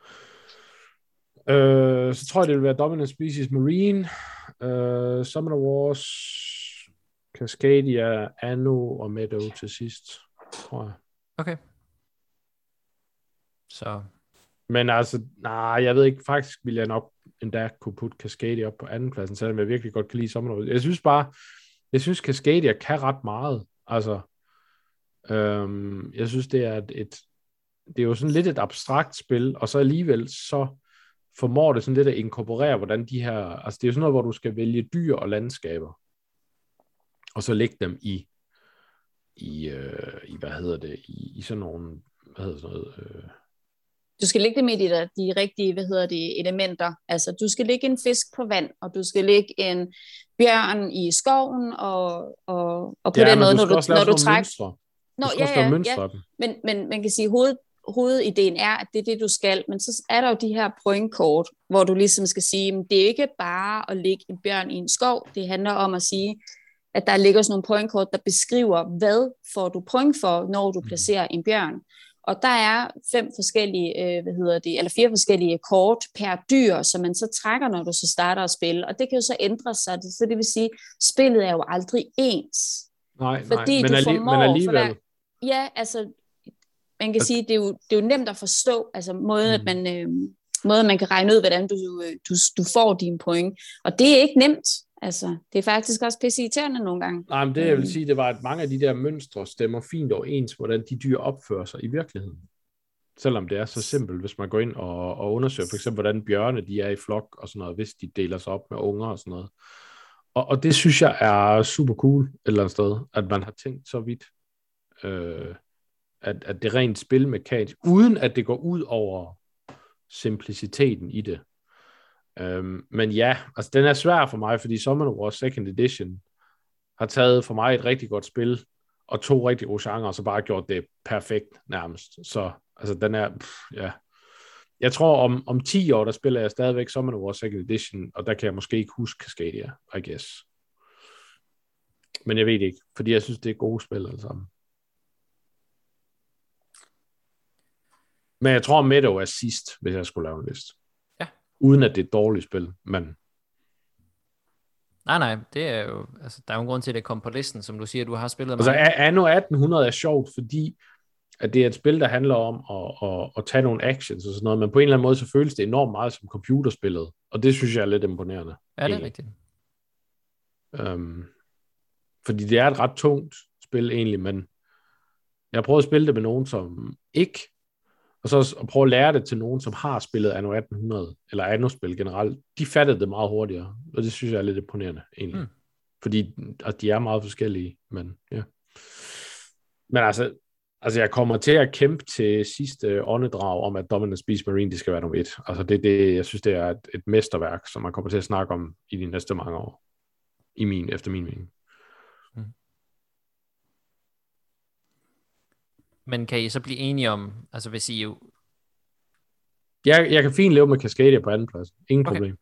Så tror jeg, det vil være Dominant Species Marine, Summoner Wars, Cascadia, Anno og Meadow til sidst, tror jeg. Okay. Så. Men altså, jeg ved ikke, faktisk ville jeg nok endda kunne putte Cascadia op på andenpladsen, selvom jeg virkelig godt kan lide Summoner Wars. Jeg synes Cascadia kan ret meget. Altså, jeg synes, det er jo sådan lidt et abstrakt spil, og så alligevel så formår det sådan lidt at inkorporere, hvordan de her, altså det er jo sådan noget, hvor du skal vælge dyr og landskaber, og så lægge dem i sådan nogle, Du skal lægge dem i de rigtige, elementer. Altså, du skal lægge en fisk på vand, og du skal lægge en bjørn i skoven, og på den måde, når du trækker. Men man kan sige, hovedideen er, at det er det, du skal, men så er der jo de her pointkort, hvor du ligesom skal sige, at det er ikke bare at lægge en bjørn i en skov, det handler om at sige, at der ligger sådan nogle pointkort, der beskriver, hvad får du point for, når du placerer en bjørn. Og der er 4 forskellige kort per dyr, som man så trækker, når du så starter at spille. Og det kan jo så ændre sig. Så det vil sige, spillet er jo aldrig ens. Nej, men alligevel. Ja, altså, man kan sige, det er jo nemt at forstå, altså måden, man kan regne ud, hvordan du får dine point. Og det er ikke nemt. Altså, det er faktisk også pisse irriterende nogle gange. Nej, men det jeg vil sige, det var, at mange af de der mønstre stemmer fint overens, hvordan de dyr opfører sig i virkeligheden. Selvom det er så simpelt, hvis man går ind og undersøger for eksempel, hvordan bjørne de er i flok og sådan noget, hvis de deler sig op med unger og sådan noget. Og det synes jeg er super cool et eller andet sted, at man har tænkt så vidt, at det rent spilmekanisk, uden at det går ud over simpliciteten i det. Men ja, altså den er svær for mig, fordi Summoner Wars Second Edition har taget for mig et rigtig godt spil, og 2 rigtig gode genrer, og så bare gjort det perfekt nærmest. Så altså den er, ja. Jeg tror om 10 år, der spiller jeg stadigvæk Summoner Wars Second Edition, og der kan jeg måske ikke huske Cascadia, I guess. Men jeg ved ikke, fordi jeg synes, det er gode spil alle sammen. Men jeg tror, Meadow er sidst, hvis jeg skulle lave en liste. Uden at det er et dårligt spil, men... Nej, det er jo... Altså, der er jo en grund til, at det kom på listen, som du siger, du har spillet altså, Anno 1800 er sjovt, fordi at det er et spil, der handler om at tage nogle actions og sådan noget, men på en eller anden måde, så føles det enormt meget som computerspillet, og det synes jeg er lidt imponerende. Ja, det er rigtigt. Fordi det er et ret tungt spil egentlig, men jeg har prøvet at spille det med nogen, som ikke... Og så at prøve at lære det til nogen, som har spillet Anno 1800, eller Anno-spil generelt, de fattede det meget hurtigere, og det synes jeg er lidt imponerende, egentlig. Fordi at de er meget forskellige, men ja. Men altså jeg kommer til at kæmpe til sidste åndedrag om, at Dominant Species Marine, det skal være nummer 1. Altså jeg synes, det er et mesterværk, som man kommer til at snakke om i de næste mange år, efter min mening. Men kan I så blive enige om, altså hvis I jo... Jeg kan fint leve med Cascadia på anden plads. Ingen problem.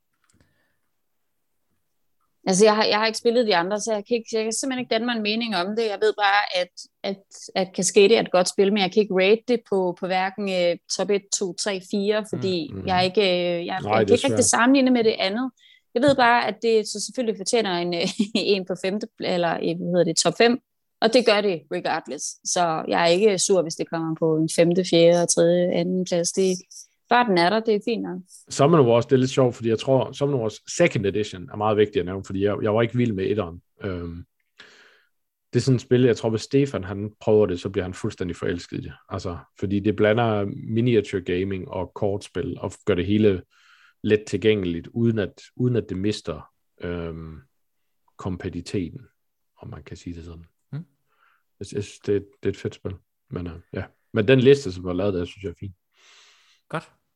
Altså jeg har ikke spillet de andre, så jeg kan simpelthen ikke danne mig en mening om det. Jeg ved bare, at Cascadia er et godt spil, men jeg kan ikke rate det på hverken top 1, 2, 3, 4, fordi jeg kan ikke rigtig sammenligne med det andet. Jeg ved bare, at det så selvfølgelig fortjener en på 5. eller top 5. Og det gør det regardless. Så jeg er ikke sur, hvis det kommer på en 5., 4., 3., 2. plads. Bare den er der, det er fint nok. Summoner Wars, det er lidt sjovt, fordi jeg tror, Summoner Wars Second Edition er meget vigtig at nævne, fordi jeg var ikke vild med etteren. Det er sådan et spil, jeg tror, hvis Stefan han prøver det, så bliver han fuldstændig forelsket i det. Altså, fordi det blander miniature gaming og kortspil, og gør det hele let tilgængeligt, uden at det mister kompetitiviteten, om man kan sige det sådan. Jeg synes, det er et fedt spil. Men ja. Men den liste, som var lavet der, synes jeg er fint. Godt.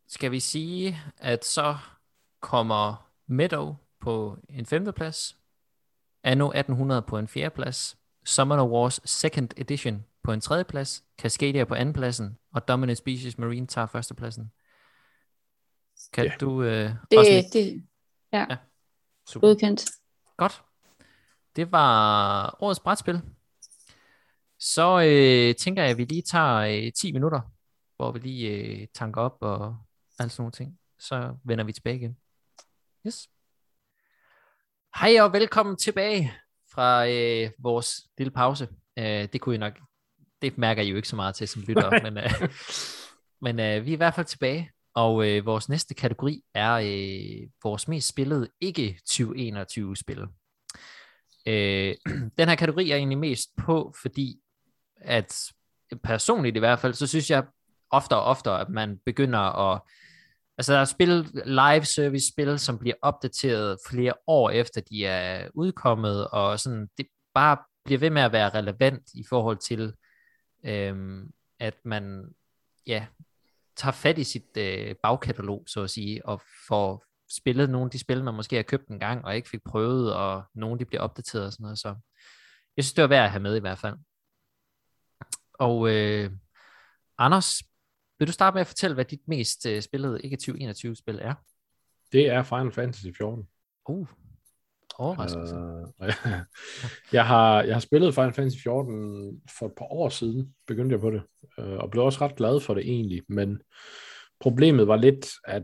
skal vi sige, at så kommer Meadow på en 5. plads, Anno 1800 på en 4. plads, Summoner Wars 2nd Edition på en 3. plads, Cascadia på 2. pladsen, og Dominant Species Marine tager 1. pladsen. Kan du også... Ja. Super. Godkendt. Godt. Det var årets brætspil. Så tænker jeg, at vi lige tager 10 minutter, hvor vi lige tanker op og alt sådan nogle ting. Så vender vi tilbage igen. Yes. Hej og velkommen tilbage fra vores lille pause. Det kunne I nok, det mærker I jo ikke så meget til som lytter, men vi er i hvert fald tilbage. Og vores næste kategori er vores mest spillede ikke 2021 spil. Den her kategori er egentlig mest på, fordi at personligt i hvert fald, så synes jeg oftere og oftere, at man begynder at, altså der er live service spil, som bliver opdateret flere år efter de er udkommet, og sådan, det bare bliver ved med at være relevant i forhold til, at man, tager fat i sit bagkatalog, så at sige, og får spillet nogle af de spil, man måske har købt en gang, og ikke fik prøvet, og nogle de bliver opdateret og sådan noget, så jeg synes, det var værd at have med i hvert fald. Og Anders, vil du starte med at fortælle, hvad dit mest spillede ikke 2021 spil er? Det er Final Fantasy 14. Overraskelse. Jeg har spillet Final Fantasy 14 for et par år siden, begyndte jeg på det, og blev også ret glad for det egentlig, men problemet var lidt, at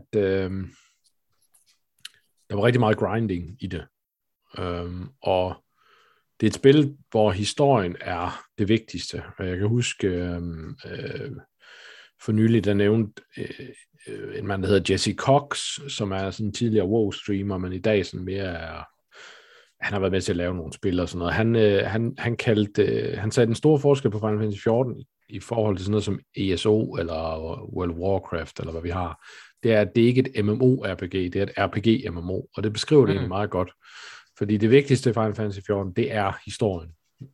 der var rigtig meget grinding i det, og det er et spil, hvor historien er det vigtigste. Jeg kan huske for nylig, der nævnte en mand, der hedder Jesse Cox, som er sådan en tidligere WoW-streamer, men i dag sådan mere er, han har været med til at lave nogle spil og sådan noget. Han sagde den store forskel på Final Fantasy 14 i forhold til sådan noget som ESO eller World of Warcraft, eller hvad vi har, det er, at det ikke er et MMO-RPG, det er et RPG-MMO, og det beskriver det egentlig meget godt. Fordi det vigtigste i Final Fantasy 14, det er historien.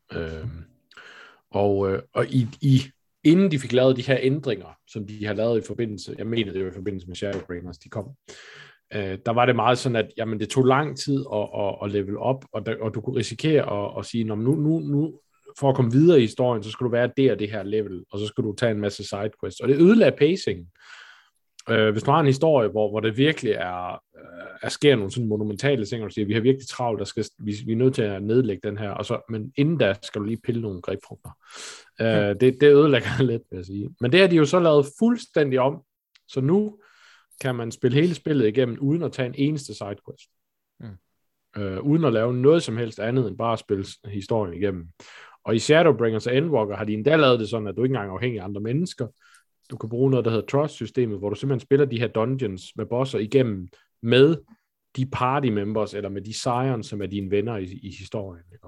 Og inden de fik lavet de her ændringer, som de har lavet i forbindelse, jeg mener det var i forbindelse med Shadowbringers, de kom, der var det meget sådan, at jamen, det tog lang tid at level op, og du kunne risikere at sige, nu for at komme videre i historien, så skulle du være det her level, og så skulle du tage en masse sidequests, og det ødelagde pacingen. Hvis du har en historie, hvor det virkelig sker nogle sådan monumentale ting, og du siger, vi har virkelig travlt, vi er nødt til at nedlægge den her, men inden da skal du lige pille nogle grebfrugter. Det ødelægger lidt, vil jeg sige. Men det har de jo så lavet fuldstændig om, så nu kan man spille hele spillet igennem, uden at tage en eneste sidequest. Uden at lave noget som helst andet, end bare at spille historien igennem. Og i Shadowbringers og Endwalker har de endda lavet det sådan, at du ikke engang er afhængig af andre mennesker. Du kan bruge noget, der hedder Trust-systemet, hvor du simpelthen spiller de her dungeons med bosser igennem med de party members, eller med de scions, som er dine venner i historien. Ikke?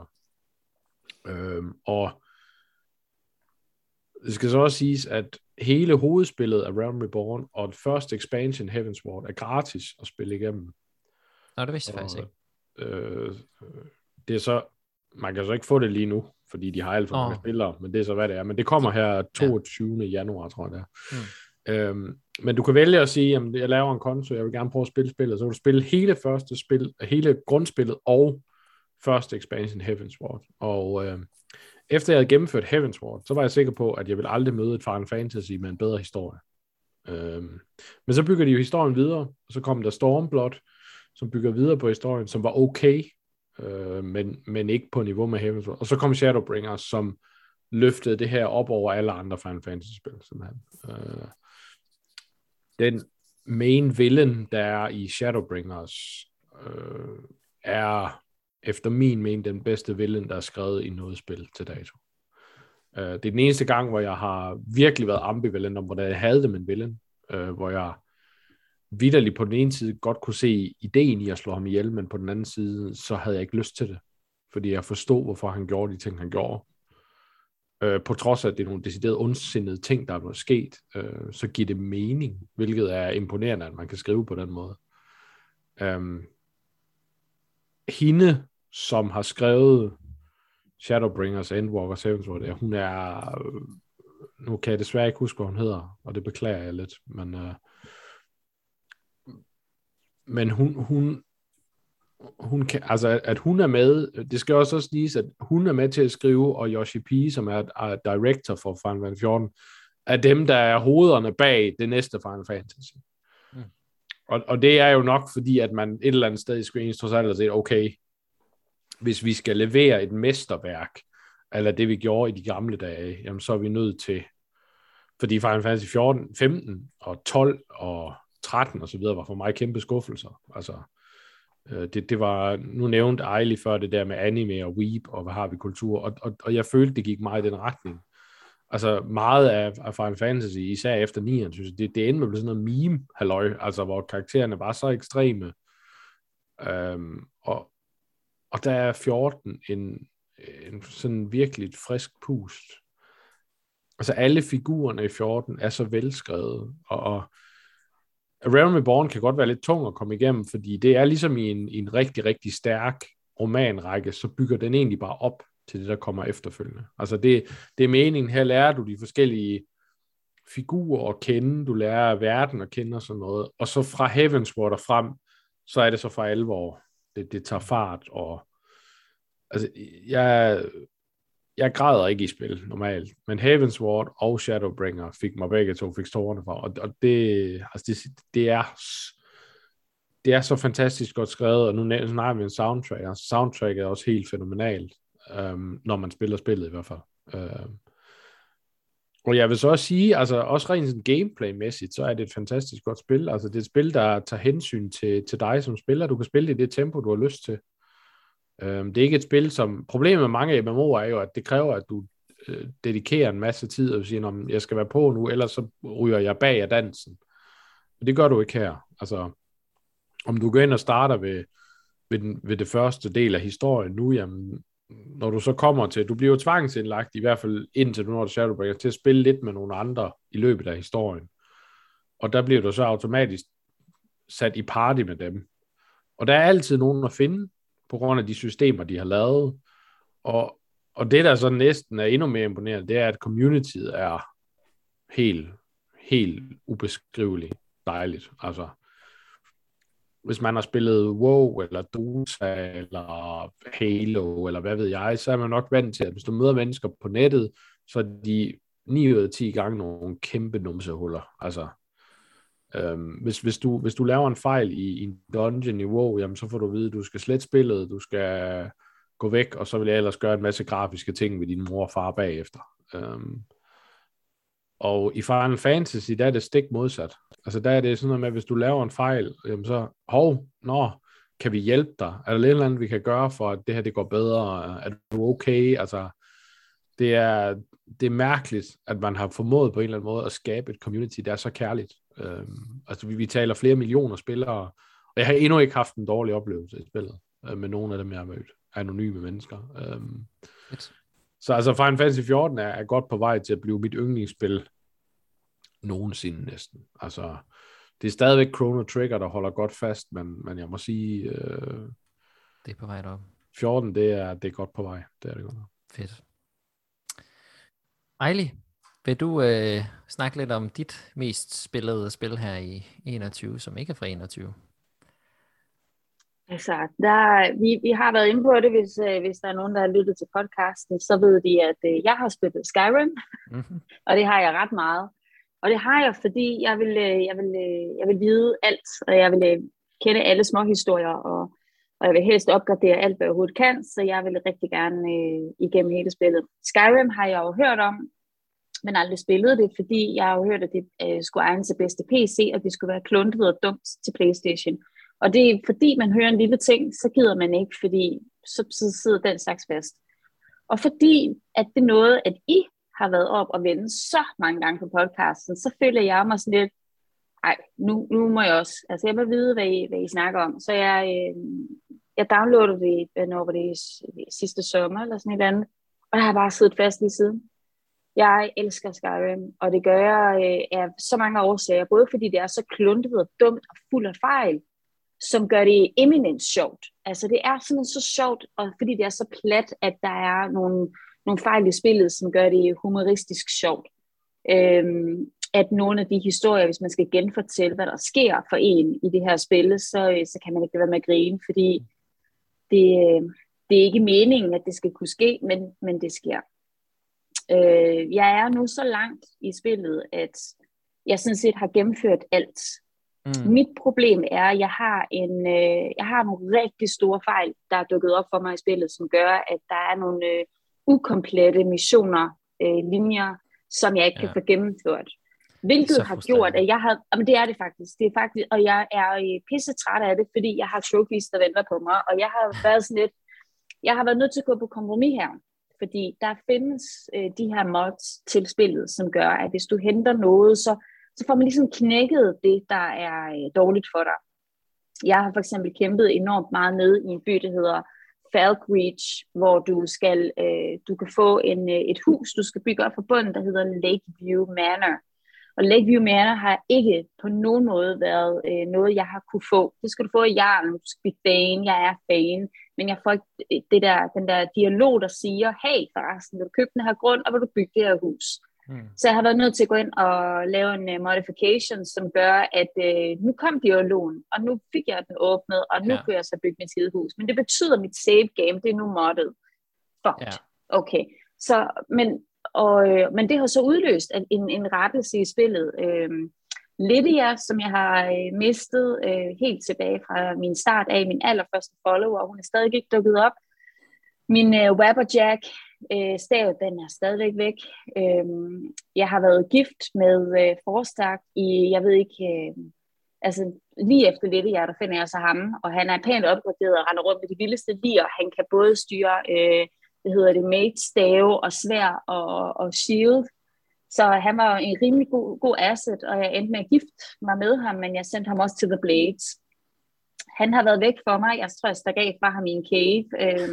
Og det skal så også siges, at hele hovedspillet af Realm Reborn og det første expansion, Heavensward, er gratis at spille igennem. Nå, det vidste jeg faktisk ikke. Det er så, man kan så ikke få det lige nu, fordi de har alt for mange spillere, men det er så, hvad det er. Men det kommer her 22. januar, tror jeg det er. Men du kan vælge at sige, at jeg laver en konto, jeg vil gerne prøve at spille spillet, så vil du spille hele første spil, hele grundspillet og første expansion Heavensward. Og efter jeg havde gennemført Heavensward, så var jeg sikker på, at jeg ville aldrig møde et Final Fantasy med en bedre historie. Men så bygger de jo historien videre, og så kom der Stormblood, som bygger videre på historien, som var okay, men ikke på niveau med Heavensward. Og så kom Shadowbringers, som løftede det her op over alle andre Final Fantasy-spil. Den main villain, der er i Shadowbringers, er efter min mening den bedste villain, der er skrevet i noget spil til dato. Det er den eneste gang, hvor jeg har virkelig været ambivalent om, hvordan jeg havde det med en villain, hvor jeg vitterligt på den ene side godt kunne se ideen i at slå ham ihjel, men på den anden side, så havde jeg ikke lyst til det, fordi jeg forstod, hvorfor han gjorde de ting, han gjorde. På trods af, at det er nogle deciderede ondsindede ting, der er sket, så giver det mening, hvilket er imponerende, at man kan skrive på den måde. Hende, som har skrevet Shadowbringers, Endwalker, Heavensward, hun er, nu kan jeg desværre ikke huske, hvad hun hedder, og det beklager jeg lidt, men men hun kan, altså at hun er med, det skal også siges, at hun er med til at skrive, og Yoshi P, som er director for Final Fantasy 14, er dem, der er hovederne bag det næste Final Fantasy. Og det er jo nok, fordi at man et eller andet sted i Square Enix trods alt har set, okay, hvis vi skal levere et mesterværk, eller det vi gjorde i de gamle dage, jamen så er vi nødt til, fordi Final Fantasy 14, 15 og 12 og 13 og så videre var for mig kæmpe skuffelser. Altså, det var, nu nævnte Ejli før det der med anime og weeb, og hvad har vi kultur, og jeg følte, det gik meget i den retning. Altså meget af Final Fantasy, især efter 9'eren, synes jeg, det endte med sådan noget meme-halløj, altså hvor karaktererne var så ekstreme. Og der er 14 en sådan virkelig et frisk pust. Altså alle figurerne i 14 er så velskrevet, og Realm Reborn kan godt være lidt tung at komme igennem, fordi det er ligesom i en rigtig, rigtig stærk romanrække, så bygger den egentlig bare op til det, der kommer efterfølgende. Altså det er meningen, her lærer du de forskellige figurer at kende, du lærer verden at kende og sådan noget, og så fra Heavensward og frem, så er det så for alvor, det tager fart, og altså, jeg græder ikke i spil normalt, men Heavensward og Shadowbringer fik tårerne fra, og det er så fantastisk godt skrevet, og nu snakker vi en soundtrack, og soundtrack er også helt fænomenalt, når man spiller spillet i hvert fald. Og jeg vil så også sige, altså også rent sådan gameplay-mæssigt, så er det et fantastisk godt spil. Altså det er et spil, der tager hensyn til dig som spiller. Du kan spille det i det tempo, du har lyst til. Det er ikke et spil, som... Problemet med mange MMO'er er jo, at det kræver, at du dedikerer en masse tid og siger, om jeg skal være på nu, ellers så ryger jeg bag af dansen. Men det gør du ikke her. Altså, om du går ind og starter ved det første del af historien nu, jamen, når du så kommer til... Du bliver jo tvangsindlagt, i hvert fald indtil du når til Shadowbringers, til at spille lidt med nogle andre i løbet af historien. Og der bliver du så automatisk sat i party med dem. Og der er altid nogen at finde, på grund af de systemer, de har lavet. Og det, der så næsten er endnu mere imponerende, det er, at communityet er helt ubeskriveligt dejligt. Altså, hvis man har spillet WoW, eller Dota, eller Halo, eller hvad ved jeg, så er man nok vant til, at hvis du møder mennesker på nettet, så er de 9 ud af 10 gange nogle kæmpe numsehuller. Altså, hvis du laver en fejl i en dungeon i WoW, jamen så får du at vide, at du skal slette spillet, du skal gå væk, og så vil jeg ellers gøre en masse grafiske ting ved din mor og far bagefter. Og i Final Fantasy, der er det stik modsat. Altså der er det sådan noget med, at hvis du laver en fejl, jamen så, kan vi hjælpe dig? Er der lidt eller andet, vi kan gøre for, at det her det går bedre? Er du okay? Altså, det er mærkeligt, at man har formået på en eller anden måde at skabe et community, der er så kærligt. Altså vi taler flere millioner spillere, og jeg har endnu ikke haft en dårlig oplevelse i spillet, med nogle af dem, jeg har mødt. Anonyme mennesker. Så altså Final Fantasy 14 er godt på vej til at blive mit yndlingsspil nogensinde næsten. Altså, det er stadigvæk Chrono Trigger, der holder godt fast, men jeg må sige... det er på vej derop. 14, det er godt på vej. Det er det godt. Fedt. Ejli, vil du snakke lidt om dit mest spillede spil her i 21, som ikke er fra 21? Altså, vi har været inde på det, hvis der er nogen, der har lyttet til podcasten, så ved de, at jeg har spillet Skyrim, og det har jeg ret meget. Og det har jeg, fordi jeg vil vide alt, og jeg vil kende alle små historier, og jeg vil helst opgradere alt, hvad jeg overhovedet kan, så jeg vil rigtig gerne igennem hele spillet. Skyrim har jeg jo hørt om, men aldrig spillet det, fordi jeg har jo hørt, at det skulle egne til bedste PC, og det skulle være kluntet og dumt til PlayStation. Og det er fordi, man hører en lille ting, så gider man ikke, fordi så sidder den slags fast. Og fordi, at det er noget, at I har været op og vende så mange gange på podcasten, så føler jeg mig sådan lidt, nu må jeg også, altså jeg vil vide, hvad I snakker om. Så jeg downloadede det, når var det sidste sommer, eller sådan et eller andet, og der har bare siddet fast lige siden. Jeg elsker Skyrim, og det gør jeg af så mange årsager, både fordi det er så kluntet og dumt og fuld af fejl, som gør det eminent sjovt. Altså det er simpelthen så sjovt, og fordi det er så plat, at der er nogle fejl i spillet, som gør det humoristisk sjovt. at nogle af de historier, hvis man skal genfortælle, hvad der sker for en i det her spil, så kan man ikke være med at grine, fordi det er ikke meningen, at det skal kunne ske, men det sker. Jeg er nu så langt i spillet, at jeg sådan set har gennemført alt. Mit problem er, at jeg har nogle rigtig store fejl, der er dukket op for mig i spillet, som gør, at der er nogle ukomplette missioner, linjer, som jeg ikke kan få gennemført. Hvilket har gjort, at jeg har... Jamen det er det faktisk. Og jeg er pisse træt af det, fordi jeg har trophies, der venter på mig. Og jeg har været sådan lidt... Jeg har været nødt til at gå på kompromis her. Fordi der findes de her mods til spillet, som gør, at hvis du henter noget, så får man ligesom knækket det, der er dårligt for dig. Jeg har for eksempel kæmpet enormt meget ned i en by, der hedder Falkreach, hvor du kan få et hus, du skal bygge op fra bunden, der hedder Lakeview Manor. Og Lakeview Manor har ikke på nogen måde været noget, jeg har kunne få. Det skal du få i Jarlen, du skal blive Thane, jeg er Thane, men jeg får ikke den der dialog, der siger, hey forresten, vil du købe den her grund, og vil du bygge det her hus? Så jeg har været nødt til at gå ind og lave en modification, som gør, at nu kom dialogen, og nu fik jeg den åbnet, og nu kan jeg så bygge mit skidehus. Men det betyder, at mit save game, det er nu moddet. Fucked. Okay. Så, men det har så udløst en rettelse i spillet. Lydia, som jeg har mistet helt tilbage fra min start af, min allerførste follower, hun er stadig ikke dukket op. Min Wabberjack stav, den er stadigvæk væk. Jeg har været gift med Forstak i, jeg ved ikke, lige efter Lydia, der finder jeg så ham, og han er pænt opgraderet og render rundt med de vildeste lier. Han kan både styre, mage, stave og sværd og shield. Så han var en rimelig god asset, og jeg endte med at gifte mig med ham, men jeg sendte ham også til The Blades. Han har været væk for mig. Jeg tror, jeg stak af fra ham i en cave.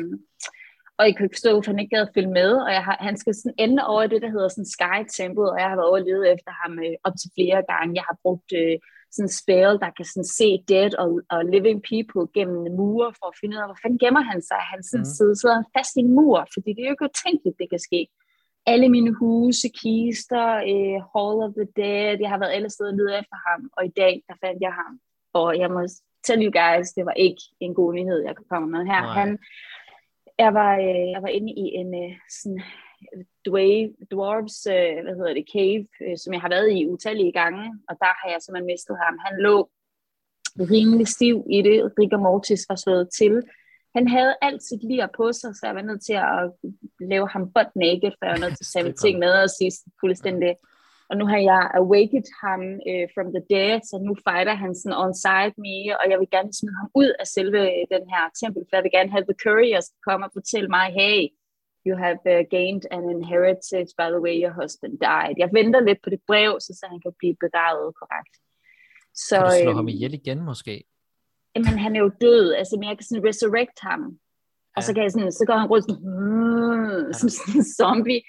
Og jeg kunne ikke forstå, at han ikke gad at følge med. Og han skal sådan ende over det, der hedder sådan Sky Temple, og jeg har været overlevet efter ham op til flere gange. Jeg har brugt sådan en spell, der kan sådan se dead og living people gennem mure, for at finde ud af, hvor fanden gemmer han sig. Han sidder fast i en mur, fordi det er jo ikke utænkeligt, det kan ske. Alle mine huse, kister, Hall of the Dead, jeg har været alle steder lede efter ham, og i dag, der fandt jeg ham. Og jeg må tell you guys, det var ikke en god nyhed, jeg kunne komme med her. Jeg var inde i en sådan dwarves, cave, som jeg har været i utallige gange, og der har jeg simpelthen mistet ham. Han lå rimelig stiv i det, Rigor Mortis var slået til. Han havde alt sit lir på sig, så jeg var nødt til at lave ham butt naked, for jeg var nødt til at tage ting med og sige fuldstændig. Og nu har jeg awaked ham from the dead, så nu fighter han sådan on-side me, og jeg vil gerne smide ham ud af selve den her tempel, for jeg vil gerne have the couriers komme og fortælle mig, hey, you have gained an inheritance by the way your husband died. Jeg venter lidt på det brev, så han kan blive begravet korrekt. Så, kan du slå ham ihjel igen måske? Jamen, han er jo død, altså, men jeg kan sådan resurrect ham. Og så kan jeg sådan, så går han rundt som sådan en zombie.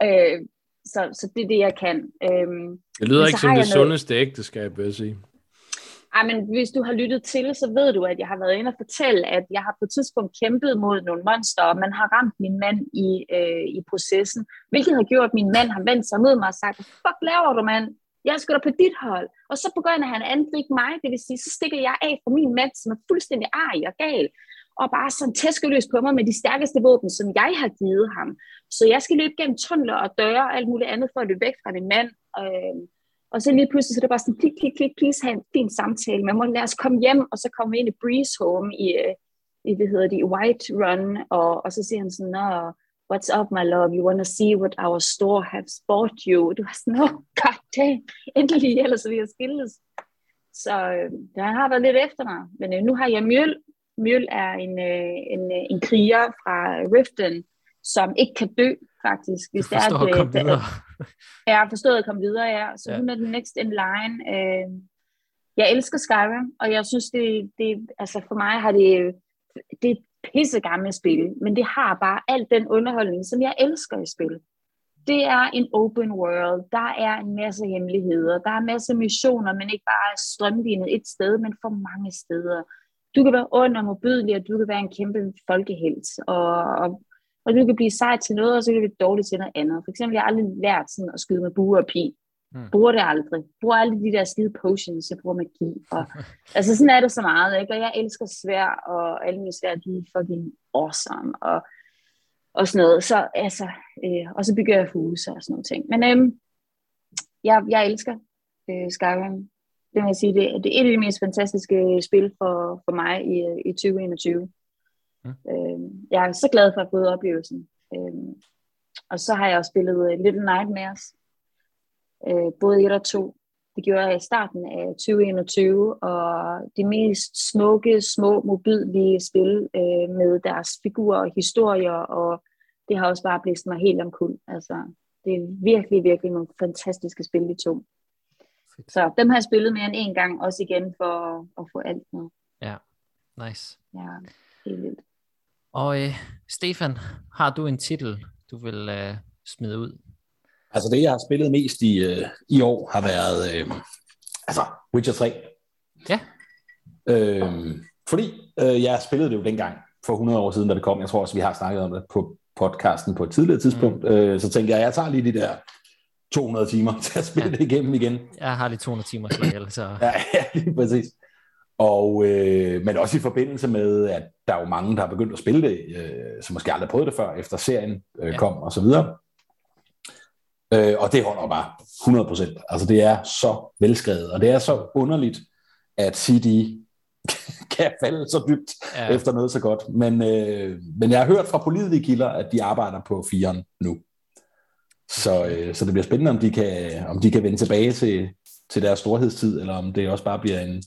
Så det er det, jeg kan. Det lyder ikke som det sundeste ægteskab, vil jeg sige. Ej, men hvis du har lyttet til, så ved du, at jeg har været inde og fortælle, at jeg har på et tidspunkt kæmpet mod nogle monster, og man har ramt min mand i processen, hvilket har gjort, at min mand har vendt sig mod mig og sagt, fuck laver du, mand? Jeg skal da på dit hold. Og så begynder han at angribe mig, det vil sige, så stikker jeg af fra min mand, som er fuldstændig arg og gal, og bare sådan tæskeløs på mig med de stærkeste våben, som jeg har givet ham. Så jeg skal løbe gennem tunneler og døre og alt muligt andet for at løbe væk fra min mand. Og så lige pludselig, så er det bare sådan, klik, please have en fin samtale. Man må lade os komme hjem, og så komme vi ind i Breeze Home i White Run, og så siger han sådan, what's up, my love? You want to see what our store has bought you? Du var sådan, god damn, endelig, ellers så vi har skilles. Så han har været lidt efter mig. Men nu har jeg Mjøl. Mjøl er en kriger fra Riften, som ikke kan dø, faktisk. Hvis du forstår at komme videre. Jeg har forstået at komme videre, ja. Så hun er den next in line. Jeg elsker Skyrim, og jeg synes, altså for mig har det er et pissegammelt spil, men det har bare al den underholdning, som jeg elsker i spil. Det er en open world, der er en masse hemmeligheder, der er en masse missioner, men ikke bare strømlignet et sted, men for mange steder. Du kan være ond og modbydelig, og du kan være en kæmpe folkehelt, og du kan blive sej til noget, og så kan du blive dårlig til noget andet. For eksempel, jeg har aldrig lært sådan at skyde med bue og pil. Bruger det aldrig. Bruger alle de der skide potions, jeg bruger magi. Og, altså sådan er det så meget, ikke? Og jeg elsker svær, og alle mine svær, de er fucking awesome, og sådan noget. Så altså, og så bygger jeg huse og sådan nogle ting. Men jeg elsker Skyrim. Det må jeg sige, det er et af de mest fantastiske spil for mig i 2021. Jeg er så glad for at få oplevelsen. Og så har jeg også spillet Little Nightmares. Både 1 og 2. Det gjorde jeg i starten af 2021, og de mest smukke, små, modbydelige spil med deres figurer og historier, og det har også bare blæst mig helt omkuld. Altså, det er virkelig, virkelig nogle fantastiske spil, de 2. Så dem har jeg spillet mere end 1 gang, også igen for at få alt med. Ja, nice. Ja, helt vildt. Og Stefan, har du en titel, du vil smide ud? Altså det, jeg har spillet mest i år, har været Witcher 3. Ja. Fordi jeg spillede det jo dengang, for 100 år siden, da det kom. Jeg tror også, vi har snakket om det på podcasten på et tidligere tidspunkt. Så tænkte jeg tager lige de der 200 timer til at spille det igennem igen. Jeg har lige 200 timer til, så... ja, lige præcis. Og, men også i forbindelse med, at der er jo mange, der har begyndt at spille det, som måske aldrig prøvede det før, efter serien kom og så videre. Og det holder bare 100%. Altså det er så velskrevet, og det er så underligt, at CD kan falde så dybt efter noget så godt. Men jeg har hørt fra pålidelige kilder, at de arbejder på 4'eren nu. Så det bliver spændende, om de kan vende tilbage til deres storhedstid, eller om det også bare bliver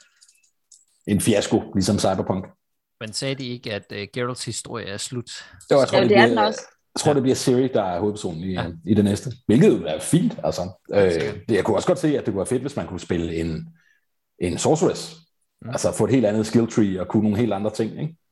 en fiasko, ligesom Cyberpunk. Men sagde de ikke, at Geralts historie er slut? Jeg tror, det bliver Ciri, der er hovedpersonen i det næste. Hvilket jo er fint, altså. Jeg kunne også godt se, at det kunne være fedt, hvis man kunne spille en sorceress. Altså få et helt andet skill tree og kunne nogle helt andre ting, ikke?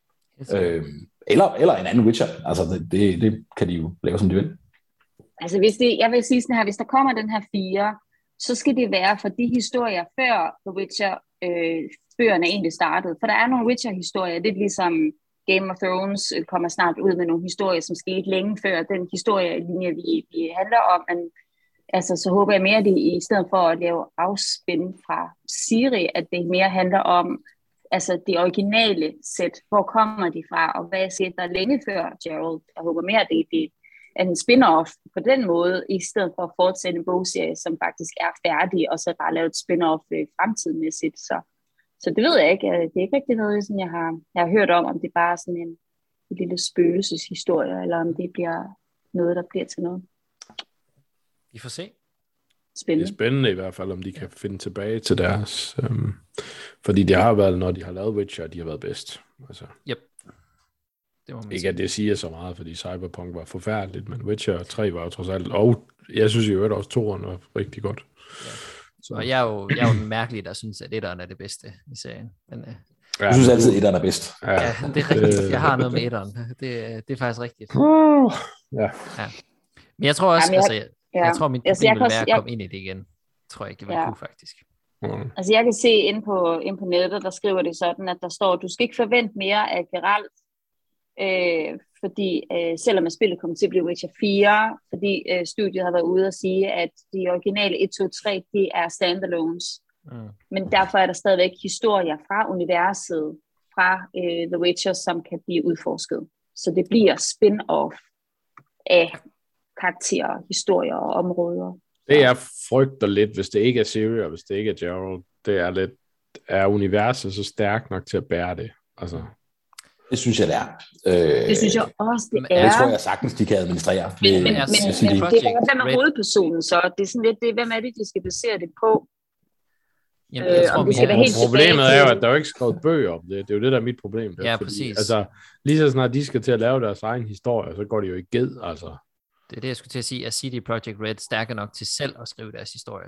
Eller en anden Witcher. Altså det kan de jo lave, som de vil. Altså jeg vil sige sådan her, hvis der kommer den her 4, så skal det være for de historier før The Witcher bøgerne egentlig startede. For der er nogle Witcher-historier, det er ligesom Game of Thrones kommer snart ud med nogle historier, som skete længe før den historielinje, vi handler om. Men altså, så håber jeg mere, at det i stedet for at lave afspænd fra Ciri, at det mere handler om altså det originale sæt. Hvor kommer de fra, og hvad skete der længe før Geralt? Jeg håber mere, at det er en spin-off på den måde, i stedet for at fortsætte en bogserie, som faktisk er færdig, og så bare lave et spin-off fremtidsmæssigt. Så det ved jeg ikke. Det er ikke rigtig noget, som jeg har hørt om det bare er sådan en lille spøgelseshistorie, eller om det bliver noget, der bliver til noget. Vi får se. Spændende. Det er spændende i hvert fald, om de kan finde tilbage til deres... fordi det har været, når de har lavet Witcher, de har været bedst. Altså. Yep. Det må man ikke at det siger så meget, fordi Cyberpunk var forfærdeligt, men Witcher 3 var jo trods alt... Og jeg synes jo også 2'eren var rigtig godt. Ja. Og jeg er jo den mærkelige, der synes, at 1'eren er det bedste i serien. Men, jeg synes altid, at 1'eren er bedst. Ja, det er rigtigt. Jeg har noget med 1'eren. Det er faktisk rigtigt. Ja. Men jeg tror også, jeg tror, mit problem vil være at komme ind i det igen. Tror jeg ikke, det vil kunne faktisk. Altså jeg kan se inde på nettet, der skriver det sådan, at der står, du skal ikke forvente mere af Geralt, fordi selvom spillet kommer til at blive Witcher 4, fordi studiet har været ude og sige, at de originale 1, 2, 3, de er standalones. Men derfor er der stadigvæk historier fra universet, fra The Witcher, som kan blive udforsket. Så det bliver spin-off af karakterer, historier og områder. Det jeg frygter lidt, hvis det ikke er Ciri, og hvis det ikke er Geralt, det er lidt, er universet så stærkt nok til at bære det? Altså... Det synes jeg, det er. Det synes jeg også, det er. Det tror jeg sagtens, de kan administrere. Men hvem er hovedpersonen så? Det er sådan lidt, hvem er det, de skal basere det på? Jamen, jeg tror, problemet er jo, at der er ikke skrevet bøger om det. Det er jo det, der er mit problem. Ja, præcis. Altså, lige så snart de skal til at lave deres egen historie, så går de jo i ged, altså. Det er det, jeg skulle til at sige, at CD Projekt Red stærker nok til selv at skrive deres historie.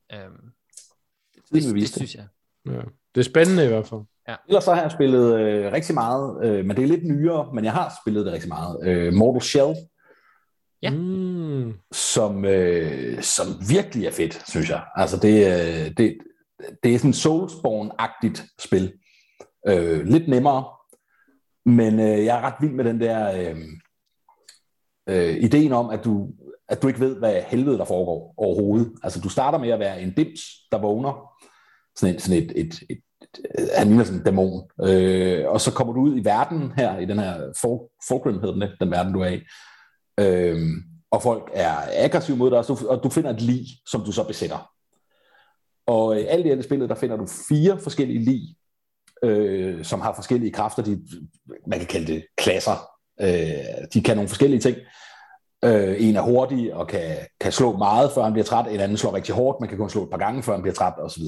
Det synes jeg. Ja. Det er spændende i hvert fald. Ja. Ellers så har jeg spillet rigtig meget, men det er lidt nyere, men jeg har spillet det rigtig meget. Mortal Shell. Ja. Som virkelig er fedt, synes jeg. Altså det er sådan Soulsborne-agtigt spil. Lidt nemmere, men jeg er ret vild med den der ideen om, at du at du ikke ved, hvad helvede der foregår overhovedet. Altså, du starter med at være en dims, der vågner. Han ligner sådan en dæmon. Og så kommer du ud i verden her, i den her Fulcrum hedder den, den verden, du er i. Og folk er aggressive mod dig, og du finder et lig, som du så besætter. Og alt i alt i spillet, der finder du 4 forskellige lig, som har forskellige kræfter. Man kan kalde det klasser. De kan nogle forskellige ting. En er hurtig og kan slå meget, før han bliver træt. En anden slår rigtig hårdt. Man kan kun slå et par gange, før han bliver træt, osv.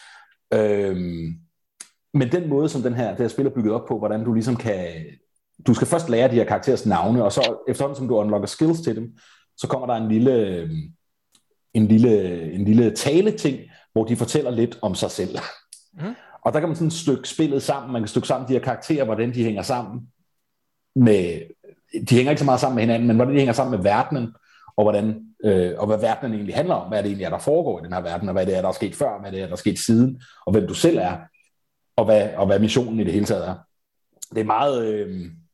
Men den måde, som det her spil er bygget op på, hvordan du ligesom kan... Du skal først lære de her karakterers navne, og så efterhånden, som du unlocker skills til dem, så kommer der en lille tale-ting, hvor de fortæller lidt om sig selv. Mm. Og der kan man sådan stykke spillet sammen. Man kan stykke sammen de her karakterer, hvordan de hænger sammen med... De hænger ikke så meget sammen med hinanden, men hvordan de hænger sammen med verdenen, og hvad verdenen egentlig handler om, hvad det egentlig er, der foregår i den her verden, og hvad det er, der er sket før, hvad det er, der er sket siden, og hvem du selv er, og hvad missionen i det hele taget er. Det er meget...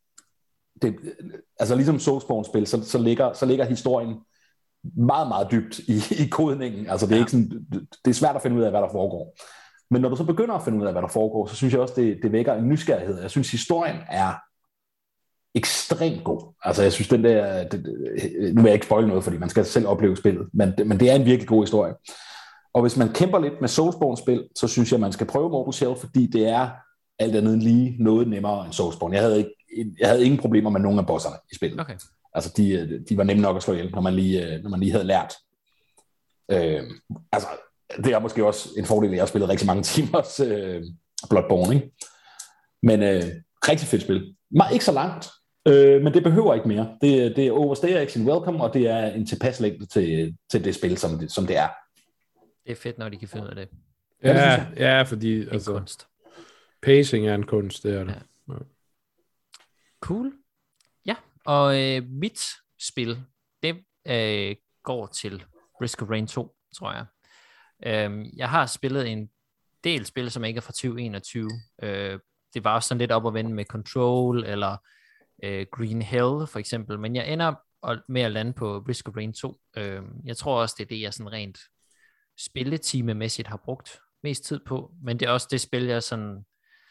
altså ligesom Soulsborne-spil, så ligger historien meget, meget dybt i kodningen. Altså det er ikke sådan, det er svært at finde ud af, hvad der foregår. Men når du så begynder at finde ud af, hvad der foregår, så synes jeg også, det vækker en nysgerrighed. Jeg synes, historien er ekstremt god. Altså jeg synes, nu vil jeg ikke spoile noget, fordi man skal selv opleve spillet, men det er en virkelig god historie. Og hvis man kæmper lidt med Soulsborne-spil, så synes jeg, man skal prøve Mortal Shell, fordi det er alt andet end lige noget nemmere end Soulsborne. Jeg havde ingen problemer med nogen af bosserne i spillet. Okay. Altså de var nemme nok at slå ihjel, når man lige havde lært. Altså det er måske også en fordel, at jeg har spillet rigtig mange timers Bloodborne, ikke? Men rigtig fedt spil. Ikke så langt, men det behøver ikke mere. Det er overstay action welcome, og det er en tilpas længde til det spil, som det er. Det er fedt, når de kan finde ud af det. Ja, fordi altså, kunst. Pacing er en kunst, det er det. Ja. Cool. Ja, og mit spil, det går til Risk of Rain 2, tror jeg. Jeg har spillet en del spil, som ikke er fra 2021. Det var også sådan lidt op at vende med Control, eller Green Hell for eksempel, men jeg ender med at lande på Risk of Rain 2. Jeg tror også, det er det, jeg sådan rent spilletimemæssigt har brugt mest tid på, men det er også det spil, jeg sådan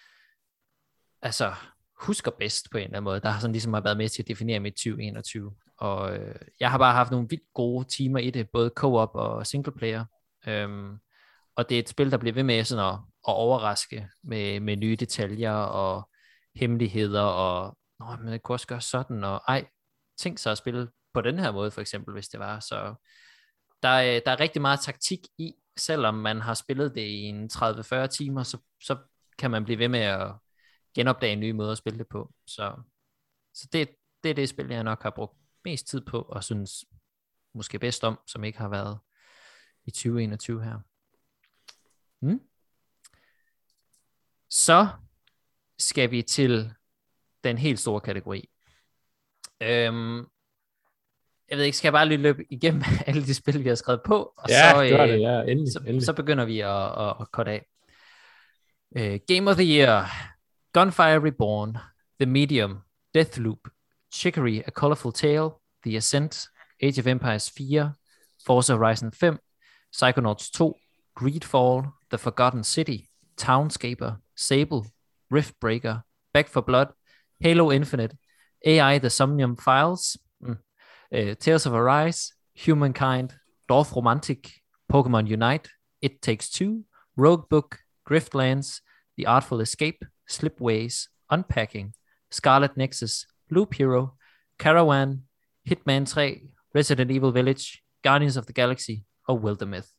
husker bedst på en eller anden måde. Der har sådan ligesom har været med til at definere mit 2021, og jeg har bare haft nogle vildt gode timer i det, både co-op og singleplayer, og det er et spil, der bliver ved med sådan at overraske med nye detaljer og hemmeligheder, og men det kunne også gøre sådan, og tænk sig at spille på den her måde, for eksempel, hvis det var. Så der er rigtig meget taktik i, selvom man har spillet det i en 30-40 timer, så kan man blive ved med at genopdage nye måder at spille det på. Så det er det spil, jeg nok har brugt mest tid på, og synes måske bedst om, som ikke har været i 2021 her. Så skal vi til den helt store kategori. Jeg ved ikke, skal jeg bare lige løbe igennem alle de spil, vi har skrevet på, og gør det, ja, endelig. Så begynder vi at korte af. Game of the Year, Gunfire Reborn, The Medium, Deathloop, Chicory, A Colorful Tale, The Ascent, Age of Empires 4, Forza Horizon 5, Psychonauts 2, Greedfall, The Forgotten City, Townscaper, Sable, Riftbreaker, Back 4 Blood, Halo Infinite, AI The Somnium Files, Tales of Arise, Humankind, Dorf Romantic, Pokemon Unite, It Takes Two, Rogue Book, Griftlands, The Artful Escape, Slipways, Unpacking, Scarlet Nexus, Loop Hero, Caravan, Hitman 3, Resident Evil Village, Guardians of the Galaxy og Wildermyth.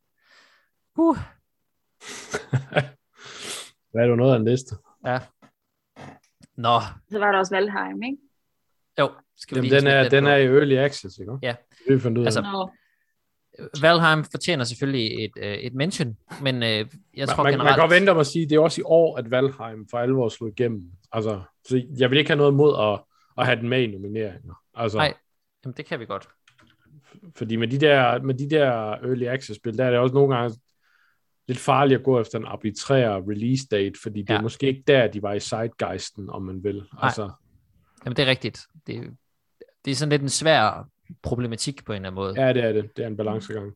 Hvad er du noget af en liste? Ja. Nå. Så var der også Valheim, ikke? Jo. Den er i early access, ikke? Ja. Det fandt ud af. Valheim fortjener selvfølgelig et mention, men jeg tror man generelt... Man kan godt vente om at sige, det er også i år, at Valheim for alvor slog igennem. Altså, så jeg vil ikke have noget imod at have den med i nomineringer. Altså, nej, jamen det kan vi godt. Fordi med de der early access-spil, der er det også nogle gange lidt farligt at gå efter en arbitrær release date, fordi det er måske ikke der, de var i zeitgeisten, om man vil. Altså. Jamen det er rigtigt. Det er sådan lidt en svær problematik på en eller anden måde. Ja, det er det. Det er en balancegang.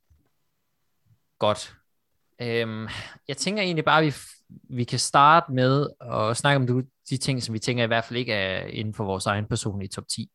Godt. Jeg tænker egentlig bare, at vi kan starte med at snakke om de ting, som vi tænker i hvert fald ikke er inden for vores egen personlige top 10.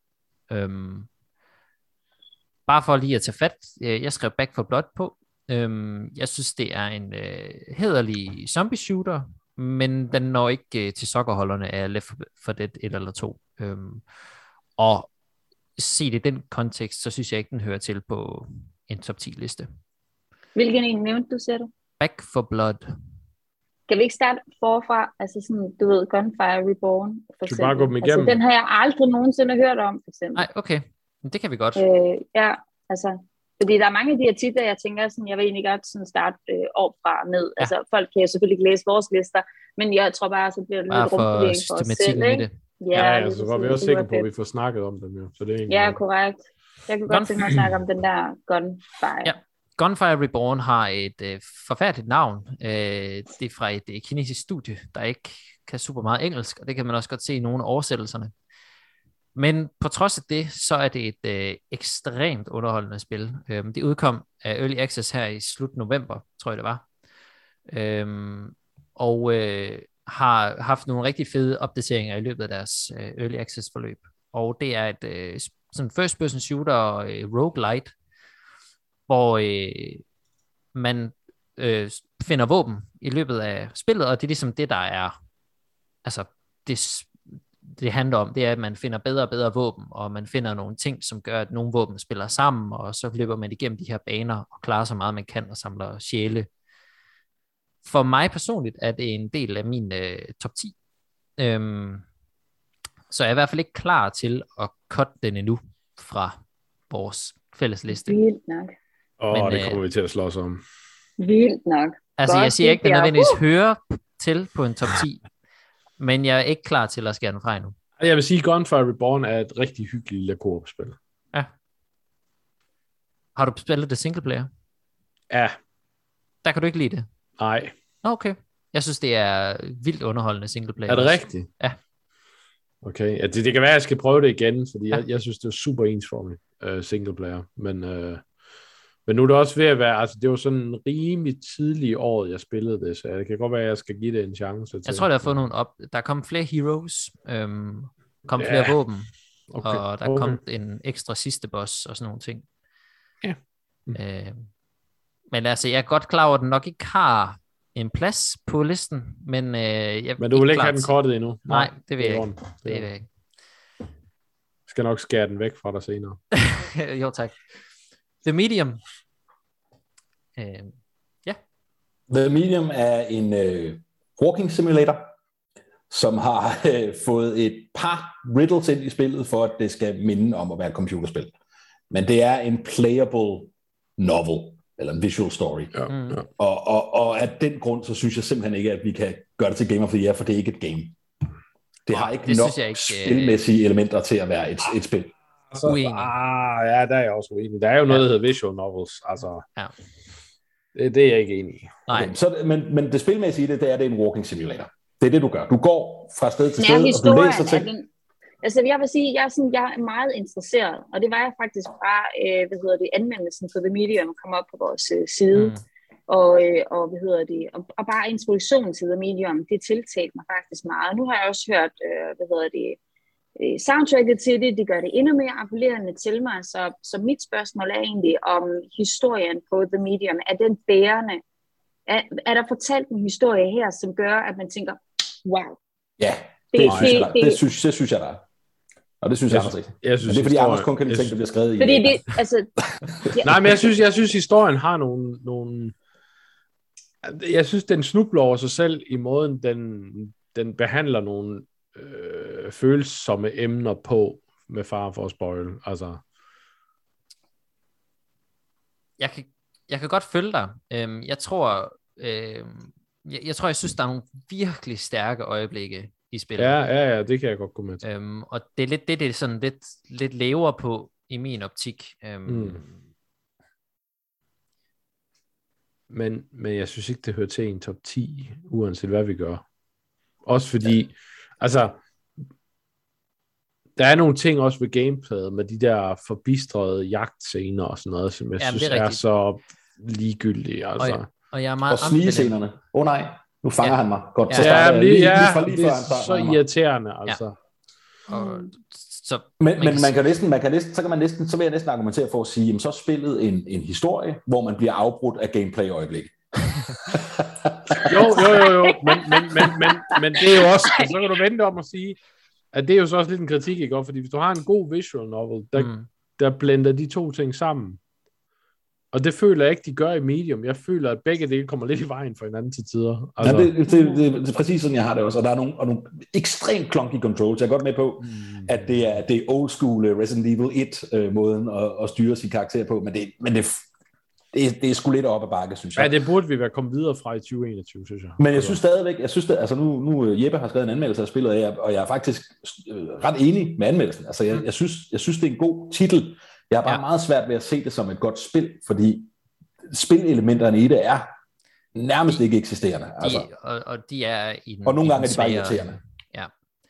Bare for lige at tage fat. Jeg skrev Back 4 Blood på. Jeg synes, det er en hæderlig zombie shooter, men den når ikke til sokkerholderne af Left 4 Dead 1 eller 2. Og set i den kontekst, så synes jeg ikke, den hører til på en top 10 liste. Hvilken en nævnte du, siger du? Back 4 Blood. Kan vi ikke starte forfra? Altså sådan, du ved, Gunfire Reborn, for eksempel. Bare gå dem igennem. Altså, den har jeg aldrig nogensinde hørt om, for eksempel. Nej, okay. Det kan vi godt. Ja, altså, fordi der er mange af de her titler, jeg tænker, sådan, jeg vil egentlig godt sådan starte op fra ned. Ja. Altså, folk kan jo selvfølgelig ikke læse vores lister, men jeg tror bare, så bliver det lidt rumforvirring for os selv, ikke? Ja, så var vi også sikre på, at vi får snakket om dem jo. Så det er egentlig... Ja, korrekt. Jeg kunne godt tænke mig at snakke om den der Gunfire. Ja. Gunfire Reborn har et forfærdeligt navn. Det er fra et kinesisk studie, der ikke kan super meget engelsk, og det kan man også godt se i nogle af oversættelserne. Men på trods af det, så er det et ekstremt underholdende spil. Det udkom af Early Access her i slut november, tror jeg det var. Og har haft nogle rigtig fede opdateringer i løbet af deres Early Access forløb. Og det er et sådan first person shooter roguelite, hvor man finder våben i løbet af spillet, og det er ligesom det, der er, altså det handler om, det er, at man finder bedre og bedre våben, og man finder nogle ting, som gør, at nogle våben spiller sammen, og så løber man igennem de her baner, og klarer så meget man kan, og samler sjæle. For mig personligt er det en del af min top 10. Så jeg er i hvert fald ikke klar til at cutte den endnu fra vores fælles liste. Vildt nok. Men, det kommer vi til at slås om. Vildt nok. Altså, jeg siger ikke, at den nødvendigvis hører til på en top 10, men jeg er ikke klar til at skære den fra endnu. Jeg vil sige, at Gunfire Reborn er et rigtig hyggeligt lille koop-spil. Ja. Har du spillet det single player? Ja. Der kan du ikke lide det? Nej. Okay. Jeg synes, det er vildt underholdende single player. Er det rigtigt? Ja. Okay. Ja, det kan være, at jeg skal prøve det igen, fordi jeg synes, det er super ensformigt single player. Men nu er det også ved at være, altså det var sådan rimelig tidlig i året, jeg spillede det, så det kan godt være, at jeg skal give det en chance til. Jeg tror, der har fået nogle op. Der kom flere heroes, kom flere våben, og der kom en ekstra sidste boss og sådan nogle ting. Ja. Men altså, jeg er godt klar over, at den nok ikke har en plads på listen, men men du vil ikke have den kortet endnu? Nej, det vil jeg ikke. Det vil jeg ikke. Skal nok skære den væk fra dig senere. Jo, tak. The Medium. The Medium er en walking simulator, som har fået et par riddles ind i spillet, for at det skal minde om at være et computerspil. Men det er en playable novel, eller en visual story. Ja. Og af den grund, så synes jeg simpelthen ikke, at vi kan gøre det til Game of the Year, for det er ikke et game. Det har ikke nok spilmæssige elementer til at være et spil. Uenig. Ja, der er jeg også uenig. Der er jo noget, der hedder visual novels. Altså, det er jeg ikke enig i. Nej. Okay, men det spilmæssige i det er, det er en walking simulator. Det er det, du gør. Du går fra sted til sted, og du læser ting. Altså, jeg vil sige, jeg er meget interesseret, og det var jeg faktisk fra, anmeldelsen på The Medium kom op på vores side, og bare introduktionen til The Medium, det tiltalte mig faktisk meget. Nu har jeg også hørt, soundtracket til det, det gør det endnu mere appellerende til mig, så mit spørgsmål er egentlig om historien på The Medium, er den bærende? Er der fortalt en historie her, som gør, at man tænker, wow. Ja, det synes jeg, der er. Og det synes jeg også ikke. Men det er fordi, Anders kun kan lide ting, der bliver skrevet i. Fordi det, altså... Nej, men jeg synes historien har nogle... Jeg synes, den snubler over sig selv i måden, den behandler nogle følsomme emner på, med fare for at spoil. Altså... Jeg kan godt følge dig. Jeg synes, der er nogle virkelig stærke øjeblikke i spillet. Ja, det kan jeg godt gå med til. Og det er lidt det er sådan lidt lever på i min optik. Men jeg synes ikke, det hører til en top 10, uanset hvad vi gør. Også fordi, altså, Der er nogle ting også ved gameplayet, med de der forbistrede jagtscener og sådan noget, som jeg synes er så ligegyldige. Altså. Og jeg er meget og snigescenerne. Nej, nu fanger han mig. Godt, så starter jeg lige før det er så irriterende, altså. Og, så, men man kan næsten, så vil jeg næsten argumentere for at sige, jamen, så spillet en historie, hvor man bliver afbrudt af gameplay-øjeblik. jo, men det er jo også, så kan du vente om at sige, at det er jo så også lidt en kritik, ikke? Fordi hvis du har en god visual novel, der blender de to ting sammen, og det føler jeg ikke, de gør i Medium. Jeg føler, at begge dele kommer lidt i vejen for hinanden til tider. Altså. Ja, det er præcis sådan, jeg har det også. Og der er nogle ekstremt clunky controls. Jeg er godt med på, at det er old school Resident Evil 1-måden at styre sin karakter på, men det er sgu lidt op ad bakke, synes jeg. Ja, det burde vi være kommet videre fra i 2021, synes jeg. Men jeg synes stadigvæk, altså nu Jeppe har skrevet en anmeldelse af spillet, og jeg er faktisk ret enig med anmeldelsen. Altså, jeg synes, det er en god titel. Jeg har bare meget svært ved at se det som et godt spil, fordi spilelementerne i det er nærmest ikke eksisterende. Altså. Og de er i den, og nogle gange er de bare irriterende. Ja.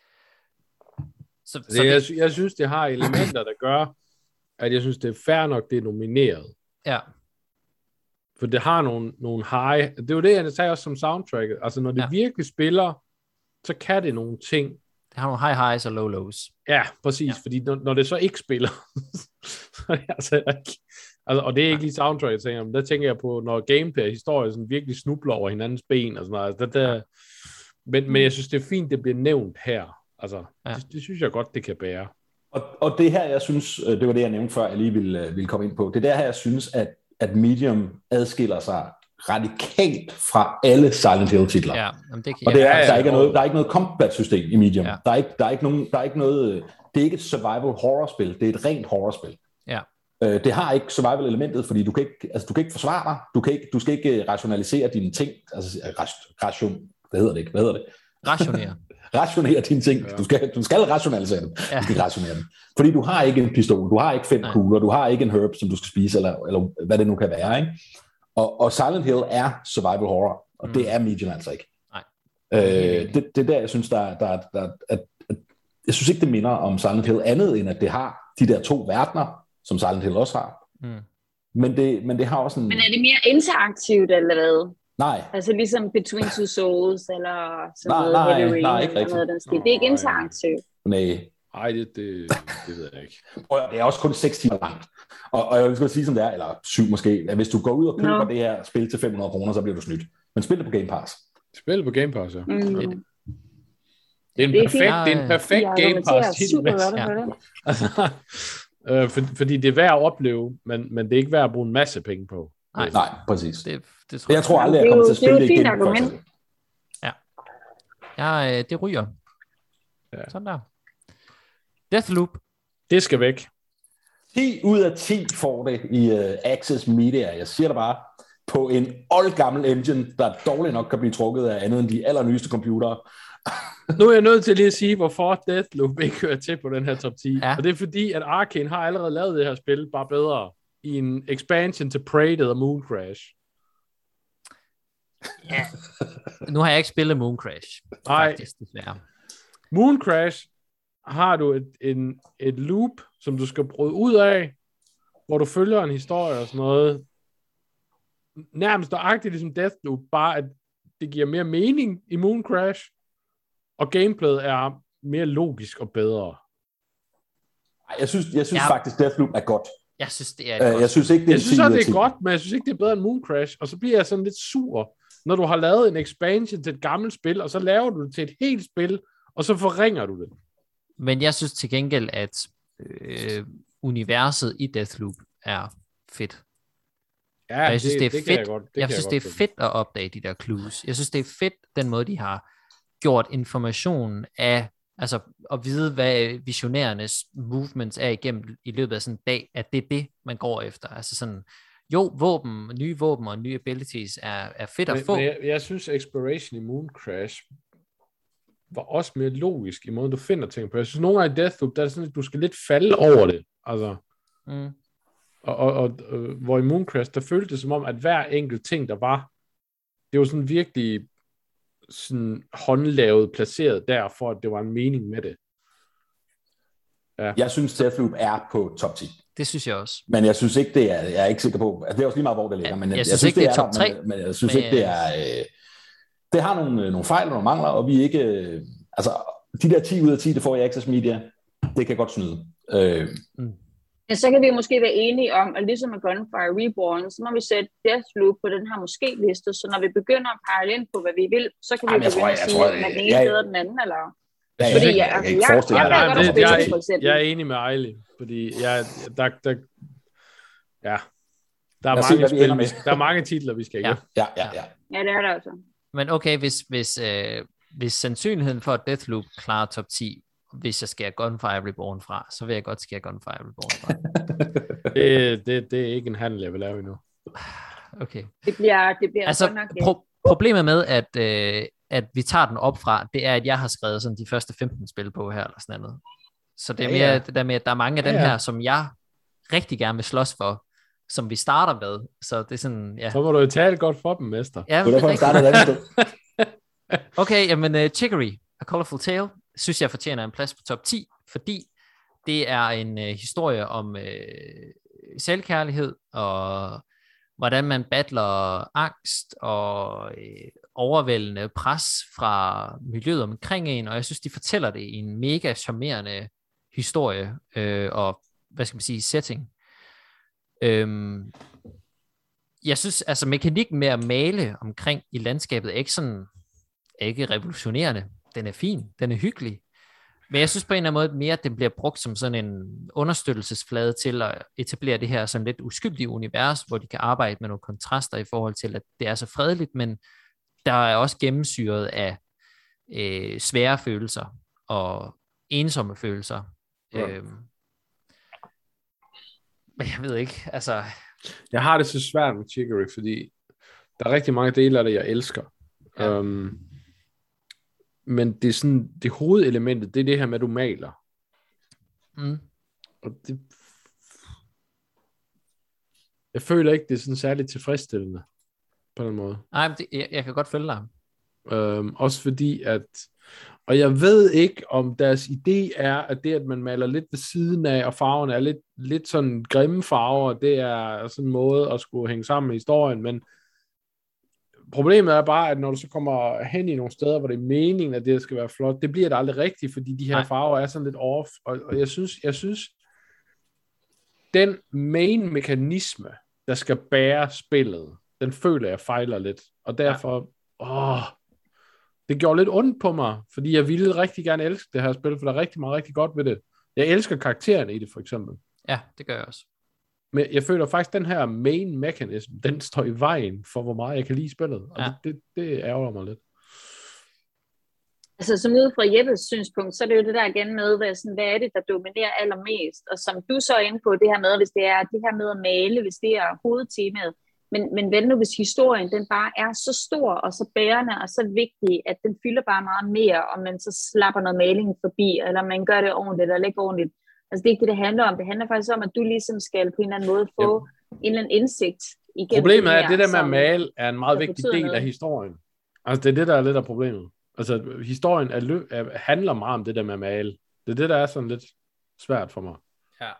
Jeg synes, det har elementer, der gør, at jeg synes, det er fair nok, det er nomineret. Ja. For det har nogle high... Det er jo det, jeg tager også som soundtracket. Altså, når det virkelig spiller, så kan det nogle ting. Det har nogle high highs og low lows. Ja, præcis. Fordi når det så ikke spiller, så er det altså ikke... Altså, og det er ikke lige soundtrack, jeg tænker, men der tænker jeg på, når gameplay og historie sådan virkelig snubler over hinandens ben og sådan noget. Altså, men jeg synes, det er fint, det bliver nævnt her. Altså, det synes jeg godt, det kan bære. Og det her, jeg synes, det var det, jeg nævnte før, jeg lige ville komme ind på. Det er der her, jeg synes, at Medium adskiller sig radikalt fra alle Silent Hill-titler. Ja, og det er, der er ikke noget combat-system i Medium. Ja. Der er ikke noget... Det er ikke et survival horror-spil, det er et rent horror-spil. Ja. Det har ikke survival-elementet, fordi du kan ikke forsvare dig, du skal ikke rationalisere dine ting, altså hvad hedder det? Rationere dine ting. Ja. Du skal rationalisere dem. Ja. Du skal ikke rationere dem. Fordi du har ikke en pistol, du har ikke 5 kugler, du har ikke en herb, som du skal spise, eller hvad det nu kan være, ikke? Og Silent Hill er survival horror, og det er Medium altså ikke. Nej. Det er der, jeg synes, jeg synes ikke, det minder om Silent Hill andet, end at det har de der 2 verdener, som Silent Hill også har. Men det har også en... Men er det mere interaktivt, eller hvad? Nej. Altså ligesom Between Two Souls, eller sådan noget. Nej, ikke rigtigt. Det er ikke interaktivt. Nej, det ved jeg ikke. Det er også kun 6 timer langt. Og jeg vil sige, som det er, eller 7 måske, at hvis du går ud og køber det her spil til 500 kroner, så bliver du snydt. Men spil det på Game Pass. Spil det på Game Pass, ja. Det er en perfekt Game Pass titel. Fordi det er værd at opleve, men det er ikke værd at bruge en masse penge på. Nej, præcis. Det tror jeg tror aldrig, jeg kommer til at spille det igen. Ja, det ryger. Ja. Sådan der. Deathloop. Det skal væk. 10 ud af 10 får det i Access Media. Jeg siger det bare. På en oldgammel engine, der dårligt nok kan blive trukket af andet end de allernyeste computere. Nu er jeg nødt til lige at sige, hvorfor Deathloop ikke hører til på den her top 10. Ja. Og det er fordi, at Arkane har allerede lavet det her spil bare bedre i en expansion til Prey og Moon Crash. Ja. Nu har jeg ikke spillet Moon Crash. Nej. Faktisk, desværre. Moon Crash har du et loop, som du skal bryde ud af, hvor du følger en historie og sådan noget. Nærmest nøjagtigt ligesom Deathloop, bare at det giver mere mening i Moon Crash, og gameplayet er mere logisk og bedre. Jeg synes faktisk, Deathloop er godt. Jeg synes, det er et godt. Jeg synes ikke, det er godt, men jeg synes ikke, det er bedre end Moon Crash, og så bliver jeg sådan lidt sur, når du har lavet en expansion til et gammelt spil, og så laver du det til et helt spil, og så forringer du det. Men jeg synes til gengæld, at universet i Deathloop er fedt. Ja, jeg synes, det er fedt. Jeg synes, det er fedt at opdage de der clues. Jeg synes, det er fedt, den måde, de har gjort informationen af, altså at vide, hvad visionærernes movements er igennem i løbet af sådan en dag, at det er det, man går efter. Altså sådan, jo, nye våben og nye abilities er fedt at få. Men jeg synes, exploration i Moon Crash var også mere logisk i måden, du finder ting på. Jeg synes, nogle gange i Deathloop, der er sådan, at du skal lidt falde over det. Altså. Og hvor i Moon Crash, der føltes det som om, at hver enkelt ting, der var, det var sådan virkelig sådan håndlavet, placeret der, for at det var en mening med det. Ja. Jeg synes, Deathloop er på top 10. Det synes jeg også. Men jeg synes ikke, det er, jeg er ikke sikker på, altså det er også lige meget, hvor det ligger, men jeg synes ikke, det er top 3. Men jeg synes ikke, det er, det har nogle fejl og nogle mangler, og vi er ikke, altså de der 10 ud af 10, det får jeg Access Media, det kan godt snyde. Men så kan vi måske være enige om, at ligesom med Gunfire Reborn, så må vi sætte Deathloop på den her måske-liste, så når vi begynder at pejle ind på, hvad vi vil, så kan vi begynde at sige, at den ene bedre den anden, eller... Fordi jeg er enig med Ejli, fordi der er mange titler, vi skal igennem. Ja, det er der altså. Men okay, hvis sandsynligheden for, at Deathloop klarer top 10, hvis jeg skærer Gunfire Reborn fra, så vil jeg godt skære Gunfire Reborn fra. det er ikke en handel, jeg vil lave endnu. Okay. Det bliver altså, godt nok problemet med, at vi tager den op fra, det er, at jeg har skrevet sådan de første 15 spil på her, eller sådan noget. Så det er mere det der med, at der er mange af dem her, som jeg rigtig gerne vil slås for, som vi starter med. Så det er sådan, ja. Så må du jo tale godt for dem, mester. Ja, det er derfor, starter okay, jamen Chicory, A Colorful Tale, synes jeg fortjener en plads på top 10, fordi det er en historie om selvkærlighed, og hvordan man battler angst og overvældende pres fra miljøet omkring en, og jeg synes, de fortæller det i en mega charmerende historie, og hvad skal man sige, setting. Jeg synes, altså mekanikken med at male omkring i landskabet er ikke revolutionerende. Den er fin, den er hyggelig, men jeg synes på en eller anden måde mere, at den bliver brugt som sådan en understøttelsesflade til at etablere det her sådan lidt uskyldige univers, hvor de kan arbejde med nogle kontraster i forhold til, at det er så fredeligt, men der er også gennemsyret af svære følelser og ensomme følelser. Ja. Men jeg ved ikke, altså... Jeg har det så svært med Chicory, fordi der er rigtig mange dele af det, jeg elsker. Ja. Men det er sådan, det hovedelementet, det er det her med, at du maler. Og det... Jeg føler ikke, det er sådan særligt tilfredsstillende på den måde. Nej, men jeg kan godt følge dig. Også fordi, at... Og jeg ved ikke, om deres idé er, at det, at man maler lidt ved siden af, og farverne er lidt sådan grimme farver, det er sådan en måde at skulle hænge sammen med historien, men problemet er bare, at når du så kommer hen i nogle steder, hvor det er meningen, at det skal være flot, det bliver det aldrig rigtigt, fordi de her farver er sådan lidt off, og jeg synes, den main mekanisme, der skal bære spillet, den føler jeg fejler lidt, og derfor, det gjorde lidt ondt på mig, fordi jeg ville rigtig gerne elske det her spil, for der er rigtig meget rigtig godt ved det. Jeg elsker karaktererne i det, for eksempel. Ja, det gør jeg også. Men jeg føler faktisk, at den her main mechanism, den står i vejen for, hvor meget jeg kan lide spillet. Og det ærger mig lidt. Altså, som ud fra Jeppes synspunkt, så er det jo det der igen med, hvad er det, der dominerer allermest? Og som du så er inde på, det her med, hvis det er det her med at male, hvis det er hovedtemaet, men hvad nu, hvis historien, den bare er så stor, og så bærende, og så vigtig, at den fylder bare meget mere, og man så slapper noget maling forbi, eller man gør det ordentligt, eller ikke ordentligt. Altså, det er ikke det, det handler om. Det handler faktisk om, at du ligesom skal på en eller anden måde få en eller anden indsigt igennem. Problemet er, at det der med at male er en meget vigtig del af historien. Altså, det er det, der er lidt af problemet. Altså, historien handler meget om det der med at male. Det er det, der er sådan lidt svært for mig. Ja.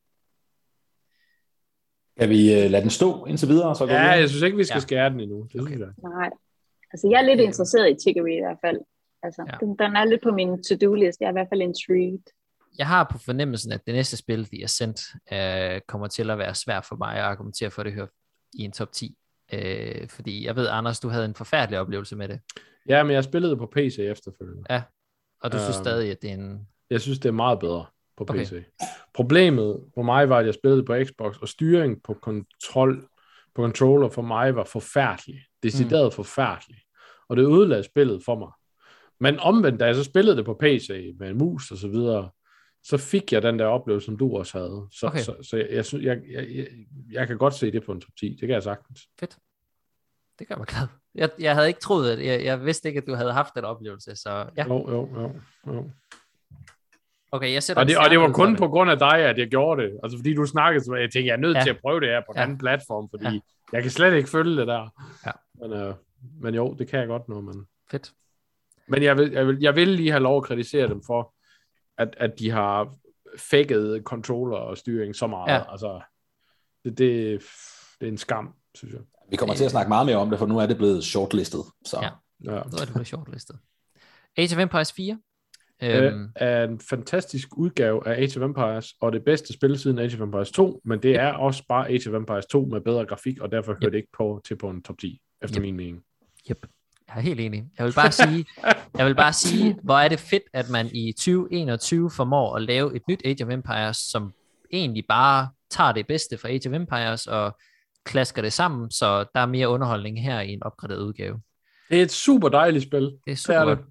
Kan vi lade den stå indtil videre? Så jeg synes ikke, vi skal skære den endnu. Det synes jeg. Nej. Altså, jeg er lidt interesseret i Chicory i hvert fald. Altså, den er lidt på min to-do-list. Jeg er i hvert fald intrigued. Jeg har på fornemmelsen, at det næste spil, The Ascent, kommer til at være svært for mig at argumentere for det her i en top 10. Fordi jeg ved, Anders, du havde en forfærdelig oplevelse med det. Ja, men jeg spillede på PC efterfølgende. Ja, og du synes stadig, at det er en... Jeg synes, det er meget bedre på PC. Problemet for mig var, at jeg spillede på Xbox, og styring på controller for mig var forfærdelig. Decideret forfærdelig. Og det ødelagde spillet for mig. Men omvendt, da jeg så spillede det på PC med en mus og så videre, så fik jeg den der oplevelse, som du også havde. Så jeg kan godt se det på en top 10. Det kan jeg sagtens. Fedt. Det gør mig glad. Jeg havde ikke troet, at jeg vidste ikke, at du havde haft den oplevelse, så ja. Jo. Okay, jeg sætter og det var kun på grund af dig, at jeg gjorde det. Altså fordi du snakkede, så jeg tænkte, jeg er nødt til at prøve det her på en anden platform, fordi jeg kan slet ikke følge det der. Ja. Men jo, det kan jeg godt nu. Men... Fedt. Men jeg vil lige have lov at kritisere dem for, at de har fækket controller og styring så meget. Ja. Altså, det er en skam, synes jeg. Vi kommer til at snakke meget mere om det, for nu er det blevet shortlistet. Så. Ja, nu er det blevet shortlistet. Age of Empires 4. Er en fantastisk udgave af Age of Empires, og det bedste spil siden Age of Empires 2, men det er også bare Age of Empires 2 med bedre grafik, og derfor hører det ikke på en top 10, efter min mening. Yep. Jeg er helt enig. Jeg vil bare sige, hvor er det fedt, at man i 2021 formår at lave et nyt Age of Empires, som egentlig bare tager det bedste fra Age of Empires og klasker det sammen, så der er mere underholdning her i en opgraderet udgave. Det er et super dejligt spil. Det er super godt.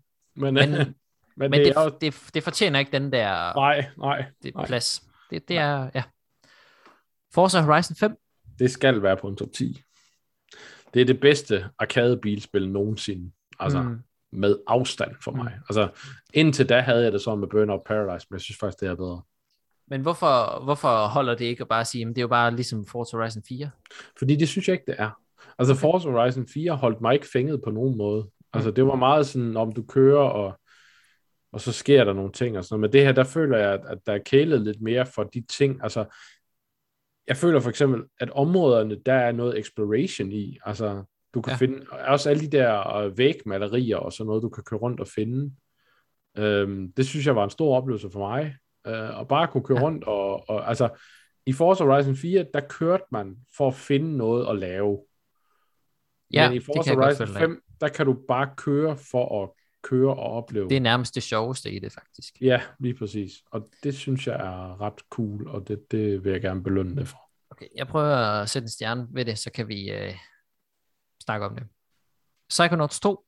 Men det fortjener ikke den der plads. Det er, ja. Forza Horizon 5. Det skal være på en top 10. Det er det bedste arcade-bilspil nogensinde. Altså, med afstand for mig. Altså, indtil da havde jeg det sådan med Burnout Paradise, men jeg synes faktisk, det er bedre. Men hvorfor holder det ikke at bare sige, at det er jo bare ligesom Forza Horizon 4? Fordi det synes jeg ikke, det er. Altså, Forza Horizon 4 holdt mig ikke fænget på nogen måde. Altså, det var meget sådan, om du kører, og så sker der nogle ting og sådan noget. Men det her, der føler jeg, at der er kælet lidt mere for de ting. Altså, jeg føler for eksempel, at områderne, der er noget exploration i. Altså, du kan finde, også alle de der vægmalerier og sådan noget, du kan køre rundt og finde. Det synes jeg var en stor oplevelse for mig. Og bare kunne køre rundt og altså, i Forza Horizon 4, der kørte man for at finde noget at lave. Men i Forza Horizon 5, der kan du bare køre for at køre og opleve. Det er nærmest det sjoveste i det, faktisk. Ja, lige præcis. Og det synes jeg er ret cool, og det vil jeg gerne belønne det for. Okay, jeg prøver at sætte en stjerne ved det, så kan vi snakke om det. Psychonauts 2.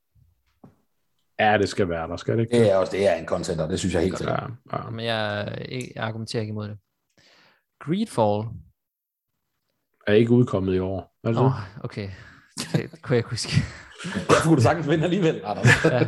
Ja, det skal være der, skal det ikke? Det er en contender, det synes jeg helt sikkert. Ja. Men jeg argumenterer ikke imod det. Greedfall. Er ikke udkommet i år. Okay. Det kunne jeg ikke huske. Derfor kunne du sagtens vinde alligevel. Ja.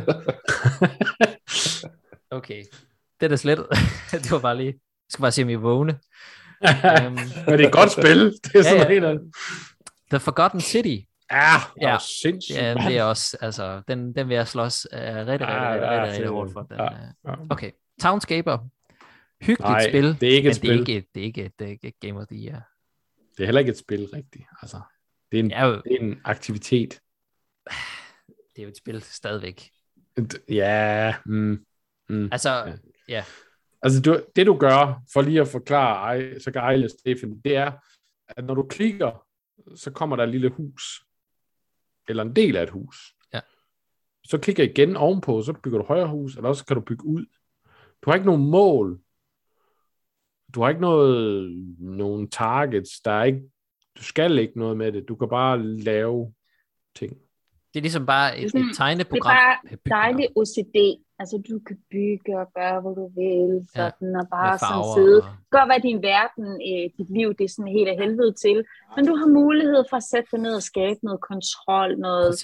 Okay. Det er da slet. Det var bare lige. Jeg skal bare se, om I er vågne. Men det er et godt spil. Det er sådan helt andet. The Forgotten City. Ja, sindssygt. Ja, det er også, altså, den vil jeg slås rigtig hårdt for. Okay. Townscaper. Hyggeligt spil. Det er ikke et spil. Det er ikke et Game of the Year. Det er heller ikke et spil, rigtigt. Altså, det er en aktivitet. Det er jo et spil stadigvæk. Ja. Altså, ja. Altså, det du gør, for lige at forklare, så kan Ejle Stefan, det er, at når du klikker, så kommer der et lille hus. Eller en del af et hus. Ja. Så klikker igen ovenpå, så bygger du højere hus, eller også kan du bygge ud. Du har ikke nogen mål. Du har ikke nogen targets. Du skal ikke noget med det. Du kan bare lave ting. Det er ligesom bare et tegneprogram. Det er bare dejlig OCD. Altså, du kan bygge og gøre, hvad du vil. Sådan, og bare sådan sidde. Gør, hvad din verden, dit liv, det er sådan helt af helvede til. Men du har mulighed for at sætte dig ned og skabe noget kontrol, noget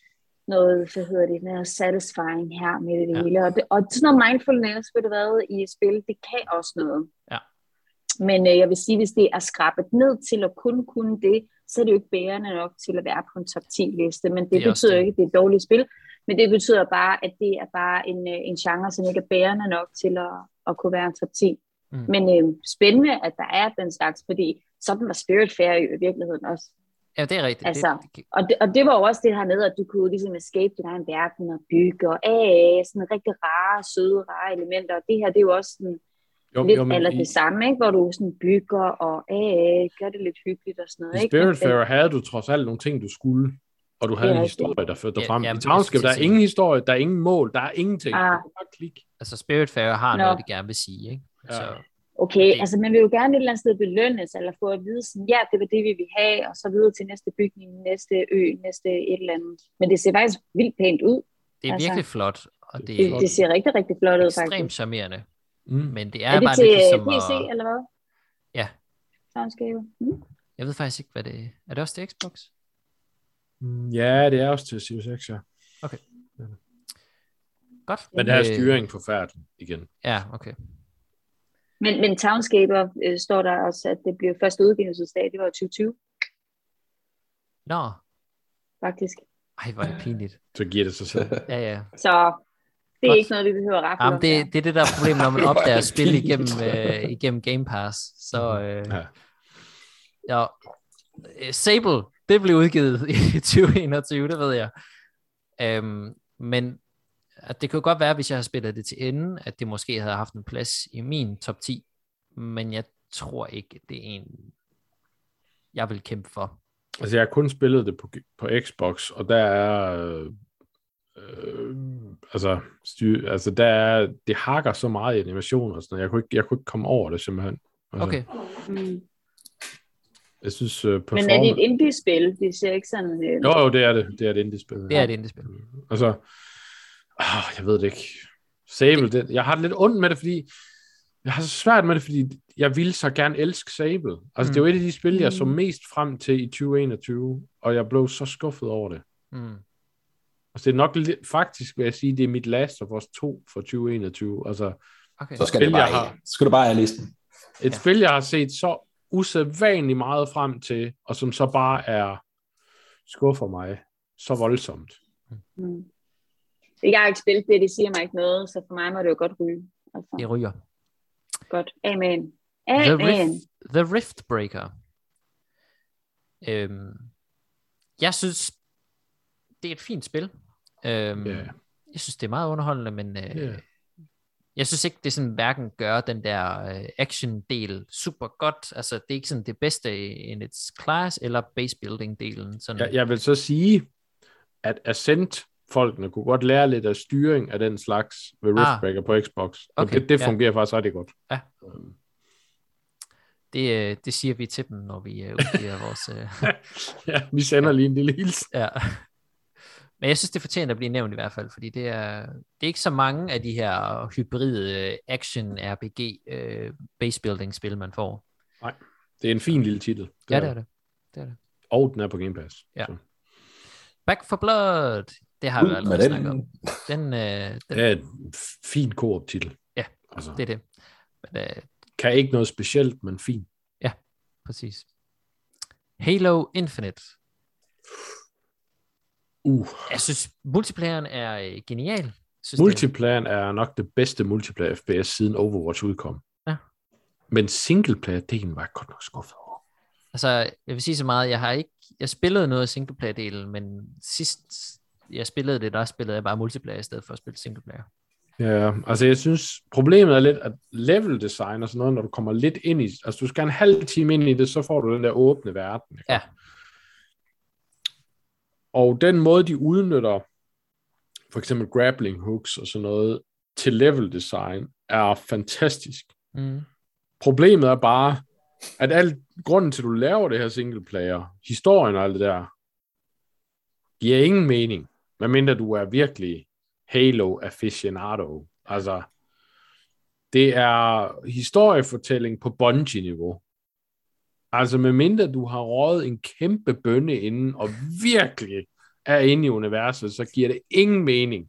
satisfying her med det hele. Og sådan noget mindfulness, ved du hvad, i et spil, det kan også noget. Ja. Men jeg vil sige, hvis det er skrabet ned til at kunne det, så er det jo ikke bærende nok til at være på en top 10-liste. Men det betyder ikke, at det er et dårligt spil. Men det betyder bare, at det er bare en genre, som ikke er bærende nok til at kunne være en top 10. Men spændende, at der er den slags, fordi sådan var Spiritfarer i virkeligheden også. Ja, det er rigtigt. Altså, og det var jo også det hernede, at du kunne ligesom escape din egen verden og bygge, og sådan rigtig rare elementer. Og det her, det er jo også sådan eller det samme, ikke? Hvor du sådan bygger og gør det lidt hyggeligt og sådan noget. I Spiritfarer havde du trods alt nogle ting, du skulle, og du havde en historie, der førte dig frem. I Townscape, der er ingen historie, der er ingen mål, der er ingenting. Du kan bare klikke. Altså Spiritfarer har noget, de gerne vil sige, ikke? Ja. Så, okay, altså man vil jo gerne et eller andet sted belønnes, eller få at vide sådan, ja, det var det, vi vil have, og så videre til næste bygning, næste ø, næste et eller andet. Men det ser faktisk vildt pænt ud. Det er virkelig flot. Og det ser rigtig, rigtig flot ud, faktisk. Ekstremt charmerende. Men det er det bare til ligesom PC, eller hvad? Ja. Townscape. Jeg ved faktisk ikke, hvad det er. Er det også til Xbox? Ja, det er også til Series X, ja. Okay. Godt. Men der er styring forfærdelig igen. Ja, okay. Men Townscaper står der også, at det bliver første udgivelsesdag, det var 2020. Nå. Faktisk. Ej, hvor er det pinligt. Så giver det sig selv. Ja. Så Det er ikke noget, vi behøver at rafle om. Det er det der problem, når man opdager spil igennem Game Pass. Så ja, Sable, det blev udgivet i 2021, det ved jeg. Men at det kunne godt være, hvis jeg havde spillet det til enden, at det måske havde haft en plads i min top 10. Men jeg tror ikke, det er en, jeg vil kæmpe for. Altså, jeg har kun spillet det på Xbox, og der er... der er, det hakker så meget i animationer og sådan. Jeg kunne ikke komme over det simpelthen. Altså, okay. Jeg synes men er det et indie-spil? Det ser ikke sådan... Jo, det er det. Det er et indie-spil. Det er et indie-spil. Altså, jeg ved det ikke. Sable, jeg har det lidt ondt med det, fordi jeg har så svært med det, fordi jeg vil så gerne elske Sable. Altså, det er jo et af de spil, jeg så mest frem til i 2021, og jeg blev så skuffet over det. Altså, det er nok faktisk, vil jeg sige, det er mit Last of Us 2 for 2021. Altså, okay. Så skal du bare have listen. Et spil, jeg har set så usædvanligt meget frem til, og som så bare er skuffer mig så voldsomt. Jeg har ikke spillet det siger mig ikke noget, så for mig må det jo godt ryge. Altså. Det ryger. Godt. Amen. The Rift Breaker. Jeg synes, det er et fint spil. Jeg synes, det er meget underholdende, men jeg synes ikke, det sådan hverken gør den der action-del super godt. Altså, det er ikke sådan det bedste in its class, eller base-building-delen. Sådan. Jeg vil så sige, at Ascent-folkene kunne godt lære lidt af styring af den slags ved Riftbreaker på Xbox. Okay, og det fungerer faktisk rigtig godt. Ja. Det siger vi til dem, når vi udgiver vores... Ja, vi sender lige en lille hilsen. Ja. Men jeg synes, det fortjener at blive nævnt i hvert fald, fordi det er ikke så mange af de her hybride action-RPG base-building-spil, man får. Nej, det er en fin lille titel. Det er det. Og den er på Game Pass. Ja. Back 4 Blood, det har vi allerede snakket om. Den er en fin co-op-titel. Ja, altså, det er det. Men, kan ikke noget specielt, men fint. Ja, præcis. Halo Infinite. Jeg synes, multiplayeren er genial. Multiplayeren er nok det bedste multiplayer FPS siden Overwatch udkom. Ja. Men singleplayer-delen var jeg godt nok skuffet over. Altså, jeg vil sige så meget, jeg spillede noget af singleplayer-delen, men sidst jeg spillede det, der spillede jeg bare multiplayer i stedet for at spille singleplayer. Ja, altså jeg synes, problemet er lidt, at level design og sådan noget, når du kommer lidt ind i, altså du skal en halv time ind i det, så får du den der åbne verden. Ikke? Ja. Og den måde, de udnytter for eksempel grappling hooks og sådan noget til level design, er fantastisk. Problemet er bare, at grunden til, at du laver det her singleplayer, historien og alt det der, giver ingen mening, medmindre du er virkelig Halo aficionado. Altså, det er historiefortælling på Bungie-niveau. Altså, medmindre du har røget en kæmpe bønne inden, og virkelig er inde i universet, så giver det ingen mening.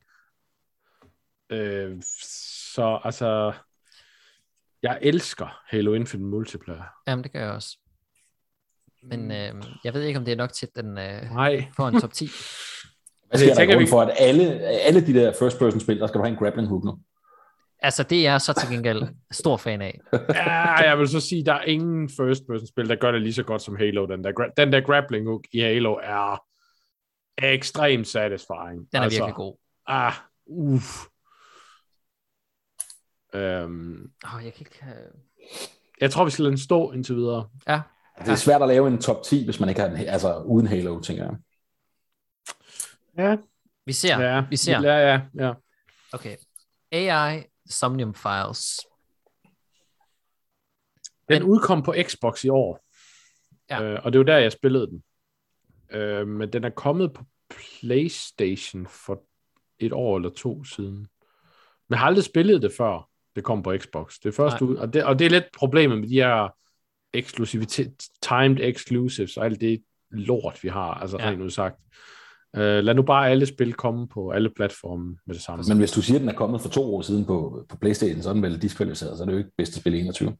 Så altså, jeg elsker Halo Infinite multiplayer. Jamen, det gør jeg også. Men jeg ved ikke, om det er nok til, at den får en top 10. Altså, jeg tænker for, at alle de der first-person-spil, der skal du have en grappling hook nu. Altså, det er jeg så til gengæld stor fan af. Ja, jeg vil så sige, der er ingen first-person-spil, der gør det lige så godt som Halo. Den der grappling hook i Halo er ekstremt satisfying. Den er virkelig god. Jeg kan ikke... Jeg tror, vi skal lade den stå indtil videre. Ja. Det er svært at lave en top 10, hvis man ikke har den, altså uden Halo, tænker jeg. Ja. Vi ser. Ja. Okay. AI Somnium Files. Den udkom på Xbox i år. Ja. Og det var der, jeg spillede den. Men den er kommet på PlayStation for 1 år eller 2 siden. Men jeg har aldrig spillet det før det kom på Xbox. Det er først ud, og det er lidt problemet med de her timed exclusives og alt det lort, vi har, altså rent udsagt. Lad nu bare alle spil komme på alle platforme med det samme. Men hvis du siger, at den er kommet for 2 år siden på PlayStation, så er den vel diskvalificeret, så er det jo ikke bedste spil i 21.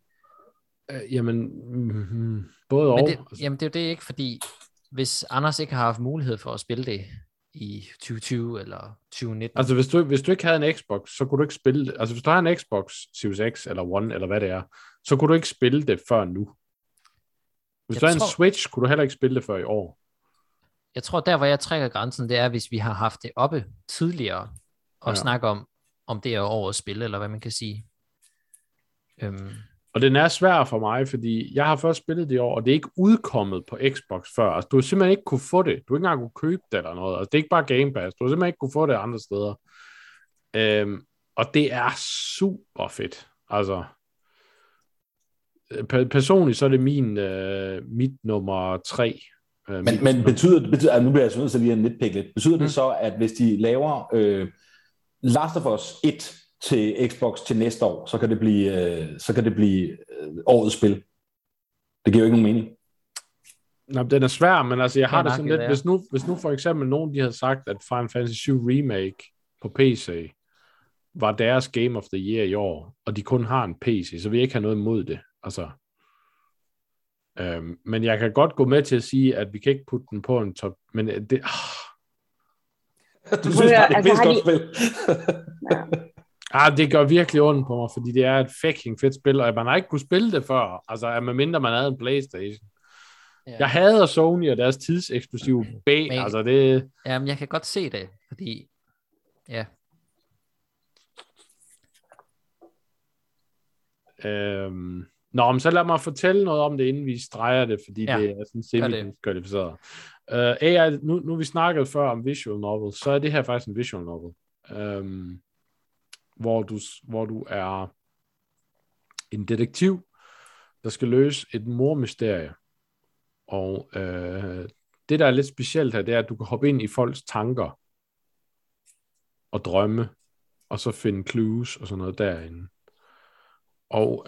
Både og. Jamen det er jo det ikke, fordi hvis Anders ikke har haft mulighed for at spille det i 2020 eller 2019. Altså hvis du ikke havde en Xbox, så kunne du ikke spille det. Altså hvis du har en Xbox Series X eller One, eller hvad det er, så kunne du ikke spille det før nu. Hvis du har en Switch, kunne du heller ikke spille det før i år. Jeg tror, der hvor jeg trækker grænsen, det er, hvis vi har haft det oppe tidligere, og snakke om det er årets spil, eller hvad man kan sige. Og den er svær for mig, fordi jeg har først spillet det i år, og det er ikke udkommet på Xbox før. Altså, du har simpelthen ikke kunne få det. Du har ikke engang kunne købe det eller noget. Altså, det er ikke bare Game Pass. Du har simpelthen ikke kunne få det andre steder. Og det er super fedt. Altså, personligt så er det mit nummer 3. Men betyder nu bliver jeg så nødt til lige at nitpikke lidt. Betyder det så, at hvis de laver Last of Us 1 til Xbox til næste år, så kan det blive årets spil? Det giver jo ikke nogen mening. Nå, den er svær, men altså jeg har det sådan lidt, hvis nu for eksempel nogen de havde sagt, at Final Fantasy 7 Remake på PC var deres Game of the Year i år, og de kun har en PC, så vil jeg ikke have noget imod det. Altså, men jeg kan godt gå med til at sige, at vi kan ikke putte den på en top, men det... Du synes bare, det er et godt spil. Det gør virkelig ondt på mig, fordi det er et fucking fedt spil, og man har ikke kunne spille det før, altså medmindre man havde en PlayStation. Ja. Jeg hader Sony og deres tidseksklusive altså det... Jamen, jeg kan godt se det, fordi... Ja. Nå, men så lad mig fortælle noget om det, inden vi streger det, fordi det er sådan semi-kvalificeret. AI, nu vi snakkede før om visual novel, så er det her faktisk en visual novel. Hvor du er en detektiv, der skal løse et mordmysterie. Og det, der er lidt specielt her, det er, at du kan hoppe ind i folks tanker og drømme, og så finde clues og sådan noget derinde. Og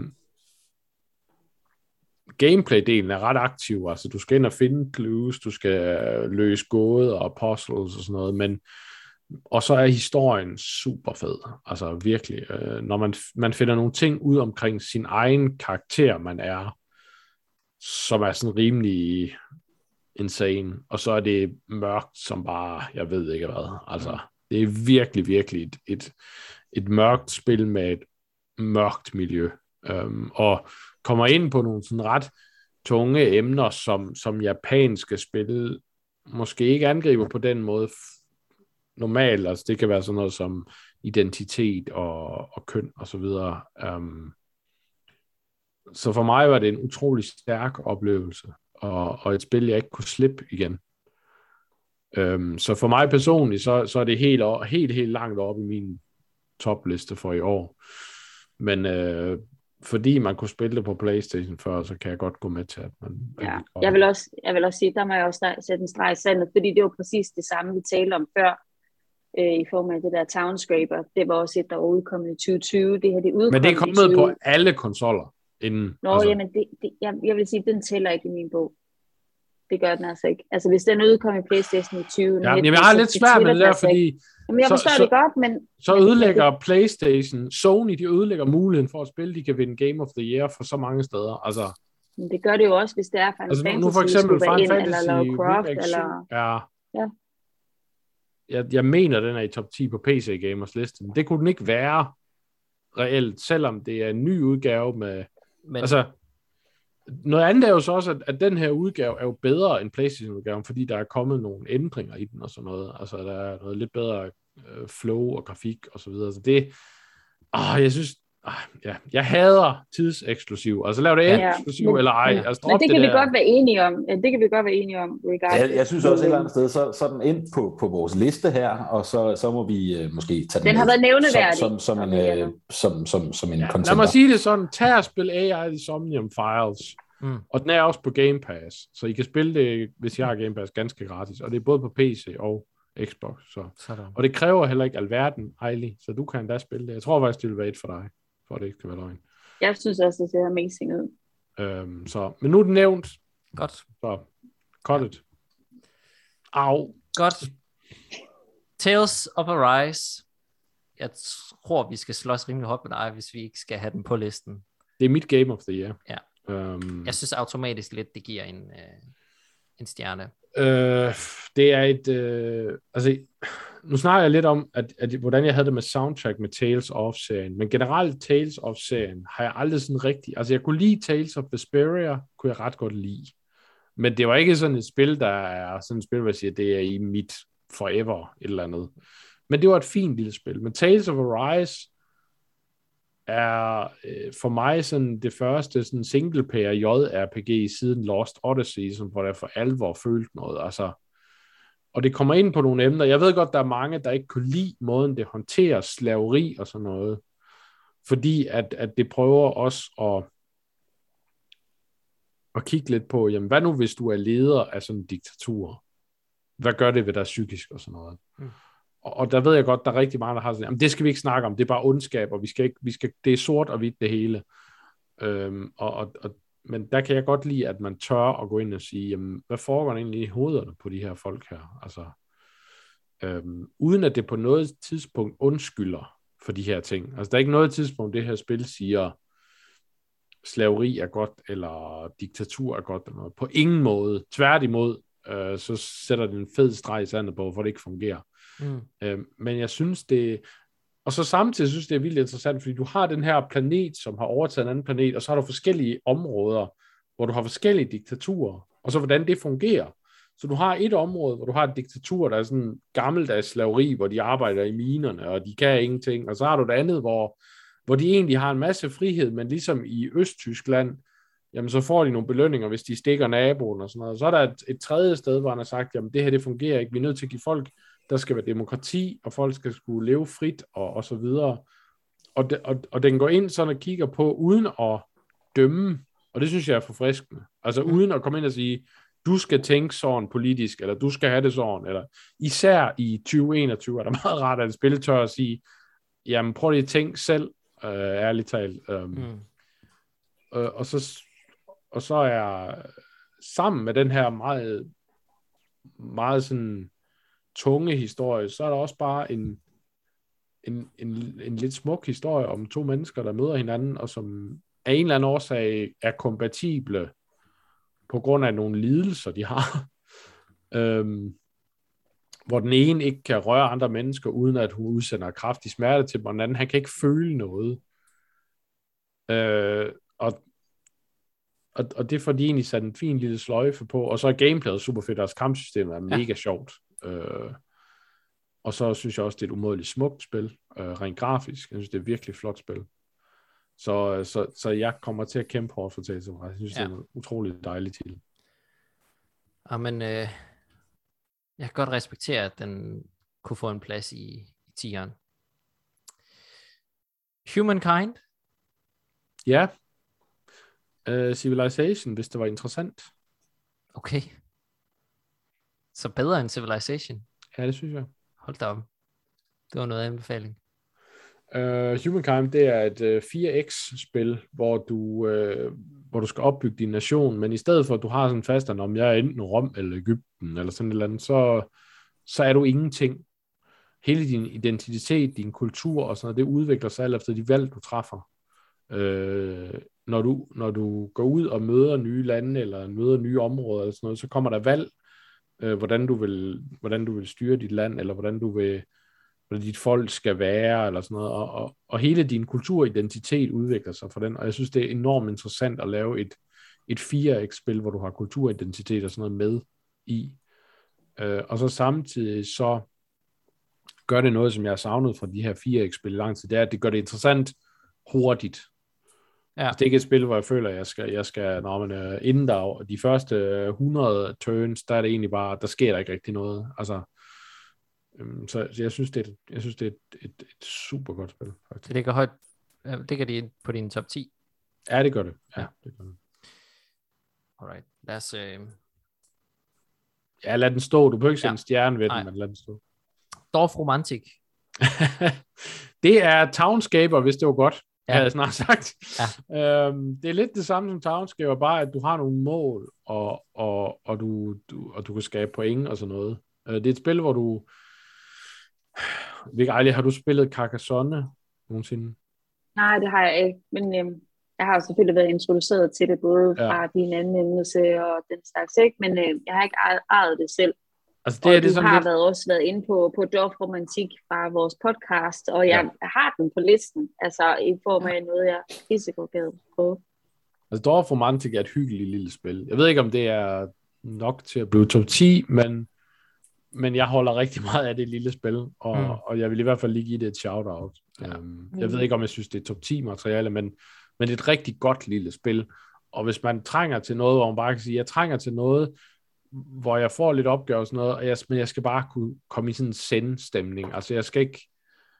gameplay-delen er ret aktiv, altså du skal ind og finde clues, du skal løse gåder og puzzles og sådan noget, men og så er historien super fed, altså virkelig, når man finder nogle ting ud omkring sin egen karakter, man er, som er sådan rimelig insane, og så er det mørkt som bare, jeg ved ikke hvad, altså det er virkelig, virkelig et mørkt spil med et mørkt miljø, og kommer ind på nogle sådan ret tunge emner, som japanske spil måske ikke angriber på den måde normalt, altså det kan være sådan noget som identitet og køn og så videre. Så for mig var det en utrolig stærk oplevelse, og et spil, jeg ikke kunne slippe igen. Så for mig personligt, så er det helt langt oppe i min topliste for i år. Men fordi man kunne spille det på PlayStation før, så kan jeg godt gå med til, at man... Ja, jeg vil også sige, der må jeg også sætte en streg i sandet, fordi det var præcis det samme, vi talte om før, i form af det der Townscraper. Det var også et, der var udkommet i 2020. Det her, det udkommet. Men det er kommet på alle konsoller inden. Nå, altså. Jamen, jeg vil sige, den tæller ikke i min bog. Det gør den altså ikke. Altså, hvis den udkommer i PlayStation i 20... Ja, jeg har lidt svært med det der, fordi... Jamen, jeg forstår det godt, men... Så ødelægger PlayStation, Sony, de ødelægger muligheden for at spille, de kan vinde Game of the Year for så mange steder, altså... Men det gør det jo også, hvis det er Final Fantasy, nu for eksempel Final Fantasy, eller Lovecraft, eller... Ja. Jeg mener, den er i top 10 på PC Gamers liste, men det kunne den ikke være reelt, selvom det er en ny udgave med... Men... Altså, noget andet er jo så også, at den her udgave er jo bedre end PlayStation-udgaven, fordi der er kommet nogle ændringer i den og sådan noget. Altså, der er noget lidt bedre flow og grafik og så videre. Så det... jeg synes... jeg hader tidseksklusiv. Altså, lav det eksklusiv eller ej. Ja. Altså, men det kan vi godt være enige om. Det kan vi godt være enige om. Jeg synes også et eller andet sted, så er den ind på vores liste her, og så må vi måske tage den har været nævneværdig. Som en content. Lad mig sige det sådan. Tag og spil AI Insomnium Files. Og den er også på Game Pass. Så I kan spille det, hvis jeg har Game Pass, ganske gratis. Og det er både på PC og Xbox. Og det kræver heller ikke alverden, Ejli. Så du kan endda spille det. Jeg tror faktisk, det vil være et for dig, for det ikke skal være løgn. Jeg synes også, det ser amazing ud. Men nu er det nævnt. Godt. Så, cut it. Au. Godt. Tales of Arise. Jeg tror, vi skal slås rimelig hårdt med dig, hvis vi ikke skal have den på listen. Det er mit Game of the Year. Ja. Jeg synes automatisk lidt, det giver en stjerne? Det er et... altså, nu snakker jeg lidt om, hvordan jeg havde det med soundtrack med Tales of-serien, men generelt Tales of-serien har jeg aldrig sådan rigtig... Altså, jeg kunne lide Tales of Vesperia, kunne jeg ret godt lide. Men det var ikke sådan et spil, der er sådan et spil, hvor jeg siger, det er i mit forever, et eller andet. Men det var et fint lille spil. Men Tales of Arise er for mig sådan det første sådan single-player JRPG siden Lost Odyssey, som hvor der for alvor følte noget. Altså, og det kommer ind på nogle emner. Jeg ved godt, der er mange, der ikke kunne lide måden, det håndterer slaveri og sådan noget. Fordi at det prøver også at kigge lidt på, jamen hvad nu hvis du er leder af sådan en diktatur? Hvad gør det ved dig psykisk og sådan noget? Og der ved jeg godt, der er rigtig mange, der har sådan, jamen det skal vi ikke snakke om, det er bare ondskab, og det er sort og hvidt det hele. Men der kan jeg godt lide, at man tør at gå ind og sige, jamen hvad foregår der egentlig i hovederne på de her folk her? Altså, uden at det på noget tidspunkt undskylder for de her ting. Altså der er ikke noget tidspunkt, det her spil siger, slaveri er godt, eller diktatur er godt, eller noget. På ingen måde. Tværtimod, så sætter det en fed streg i sandet på, hvor det ikke fungerer. Men jeg synes det, og så samtidig synes det er vildt interessant, fordi du har den her planet, som har overtaget en anden planet, og så har du forskellige områder, hvor du har forskellige diktaturer, og så hvordan det fungerer. Så du har et område, hvor du har et diktatur, der er sådan gammeldags slaveri, hvor de arbejder i minerne, og de kan ingenting, og så har du det andet, hvor de egentlig har en masse frihed, men ligesom i Østtyskland, jamen så får de nogle belønninger, hvis de stikker naboen og sådan noget. Så er der et tredje sted, hvor han har sagt, jamen det her det fungerer ikke, vi er nødt til at give folk, der skal være demokrati, og folk skal skulle leve frit, og så videre. Og den går ind sådan og kigger på, uden at dømme, og det synes jeg er forfriskende. Altså uden at komme ind og sige, du skal tænke sådan politisk, eller du skal have det sådan, eller især i 2021 er det meget rart, at en spil tør at sige, jamen prøv lige at tænke selv, ærligt talt. Og så er sammen med den her meget, meget sådan tunge historie, så er der også bare en lidt smuk historie om to mennesker, der møder hinanden, og som af en eller anden årsag er kompatible på grund af nogle lidelser, de har. Hvor den ene ikke kan røre andre mennesker, uden at hun udsender kraftig smerte til den anden. Han kan ikke føle noget. Og det får de egentlig sat en fin lille sløjfe på, og så er gameplayet super fedt, deres kampsystem er mega sjovt. Og så synes jeg også, det er et umådeligt smukt spil, rent grafisk. Jeg synes, det er et virkelig flot spil. Så jeg kommer til at kæmpe hårdt for Tales of Arise. Jeg synes, det er en utrolig dejlig titel. Jamen, jeg kan godt respektere, at den kunne få en plads i 10'eren. Humankind? Ja. Civilization, hvis det var interessant. Okay. Så bedre end Civilization? Ja, det synes jeg. Hold da op. Det var noget anbefaling. Humankind, det er et 4X-spil, hvor du skal opbygge din nation, men i stedet for, at du har sådan fast, om jeg er enten Rom eller Egypten, eller sådan et eller andet, så er du ingenting. Hele din identitet, din kultur og sådan noget, det udvikler sig alt efter de valg, du træffer. Når du går ud og møder nye lande, eller møder nye områder, eller sådan noget, så kommer der valg, hvordan du vil styre dit land, eller hvordan dit folk skal være, eller sådan noget, og hele din kulturidentitet udvikler sig for den, og jeg synes, det er enormt interessant at lave et 4X-spil, hvor du har kulturidentitet og sådan noget med i, og så samtidig så gør det noget, som jeg har savnet fra de her 4X-spil i lang tid, det er, at det gør det interessant hurtigt. Ja. Det er ikke et spil, hvor jeg føler, at jeg skal inden der de første 100 turns, der er det egentlig bare, der sker der ikke rigtig noget. Altså, så jeg synes, det er et super godt spil. Faktisk. Det ligger højt. Ligger det på din top 10? Ja, det gør det. Ja, det gør det. Alright. Lad os... Ja, lad den stå. Du behøver ikke sætte en stjerne ved den, men lad den stå. Dorf Romantic. Det er Townscaper, hvis det var godt. Ja. Havde jeg snart sagt. Ja. Det er lidt det samme som Townscaper, bare at du har nogle mål, og du kan skabe point og sådan noget. Det er et spil, hvor du... Har du spillet Carcassonne nogensinde? Nej, det har jeg ikke, men jeg har selvfølgelig været introduceret til det, både fra din anmeldelse og den slags, ikke? Men jeg har ikke ejet det selv. Altså, og du har også været inde på Dorfromantik fra vores podcast, og jeg har den på listen, altså i form af noget, jeg sikkert gad prøve. Altså, Dorfromantik er et hyggeligt lille spil. Jeg ved ikke, om det er nok til at blive top 10, men jeg holder rigtig meget af det lille spil, og jeg vil i hvert fald lige give det et shout-out. Jeg ved ikke, om jeg synes, det er top 10 materiale, men det er et rigtig godt lille spil. Og hvis man trænger til noget, hvor man bare kan sige, jeg trænger til noget, hvor jeg får lidt opgave og sådan noget, men jeg skal bare kunne komme i sådan en zen-stemning. Altså, jeg skal ikke...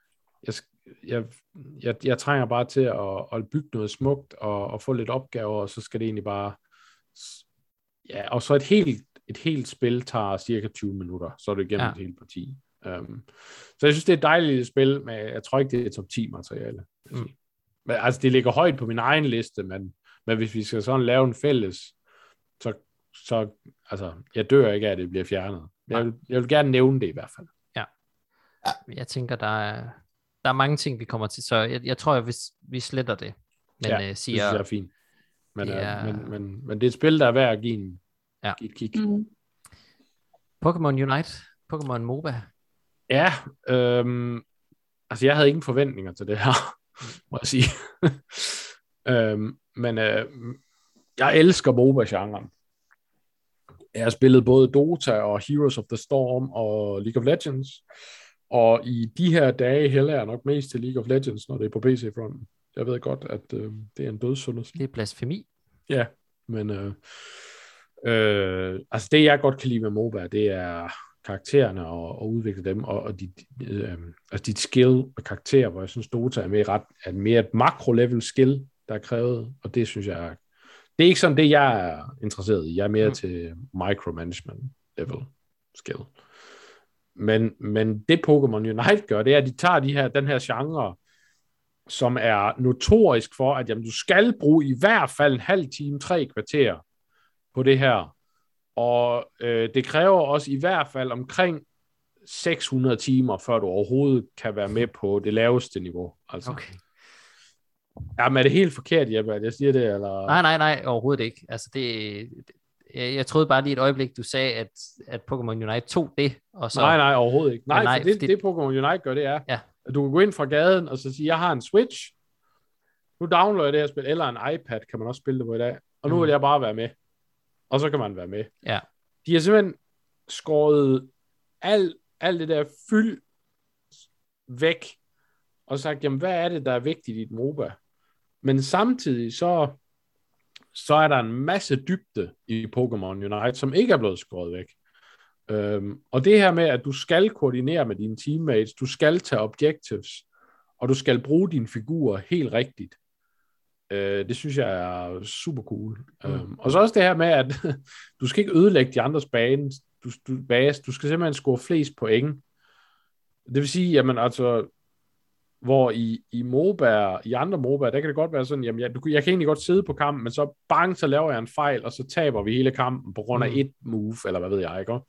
Jeg trænger bare til at bygge noget smukt og få lidt opgaver, og så skal det egentlig bare... Ja, og så et helt spil tager cirka 20 minutter, så er det igennem et helt parti. Så jeg synes, det er et dejligt spil, men jeg tror ikke, det er top 10 materiale. Men, altså, det ligger højt på min egen liste, men hvis vi skal sådan lave en fælles, så altså, jeg dør ikke af, at det bliver fjernet. Jeg vil gerne nævne det i hvert fald. Ja. Jeg tænker, der er mange ting, vi kommer til, så jeg tror, at vi sletter det. Men siger, det synes jeg er fint. Men det er et spil, der er værd at give et kig. Pokémon Unite, Pokémon MOBA. Ja, altså jeg havde ingen forventninger til det her, må jeg sige. Men jeg elsker MOBA-genren. Jeg har spillet både Dota og Heroes of the Storm og League of Legends, og i de her dage hælder jeg nok mest til League of Legends, når det er på PC-fronten. Jeg ved godt, at det er en dødssynd. Det er blasfemi. Ja, men altså det jeg godt kan lide med MOBA, det er karaktererne og udvikle dem, og dit skill og karakterer, hvor jeg synes Dota er mere et makro-level skill, der er krævet, og det synes jeg det er ikke sådan det, jeg er interesseret i. Jeg er mere til micromanagement level skill. Men det Pokémon Unite gør, det er, at de tager den her genre, som er notorisk for, at jamen, du skal bruge i hvert fald en halv time, 3 kvarter på det her. Og det kræver også i hvert fald omkring 600 timer, før du overhovedet kan være med på det laveste niveau. Altså. Okay. Jamen, er det helt forkert, Jeppe, at jeg siger det? Eller? Nej, overhovedet ikke. Altså, jeg troede bare lige et øjeblik, du sagde, at Pokémon Unite tog det. Og så... Nej, overhovedet ikke. Nej, for det Pokémon Unite gør, det er, at du kan gå ind fra gaden og så sige, jeg har en Switch, nu downloader jeg det her spil, eller en iPad kan man også spille det på i dag, og nu vil jeg bare være med. Og så kan man være med. Ja. De har simpelthen skåret alt det der fyld væk, og sagt, jamen hvad er det, der er vigtigt i et MOBA? Men samtidig så er der en masse dybde i Pokémon Unite, som ikke er blevet skåret væk. Og det her med, at du skal koordinere med dine teammates, du skal tage objectives, og du skal bruge dine figurer helt rigtigt. Det synes jeg er super cool. Og så også det her med, at du skal ikke ødelægge de andres base. Du skal simpelthen score flest point. Det vil sige, jamen altså, hvor i MOBA, i andre MOBA, der kan det godt være sådan, jamen jeg kan egentlig godt sidde på kampen, men så bang, så laver jeg en fejl, og så taber vi hele kampen på grund af et move, eller hvad ved jeg, ikke?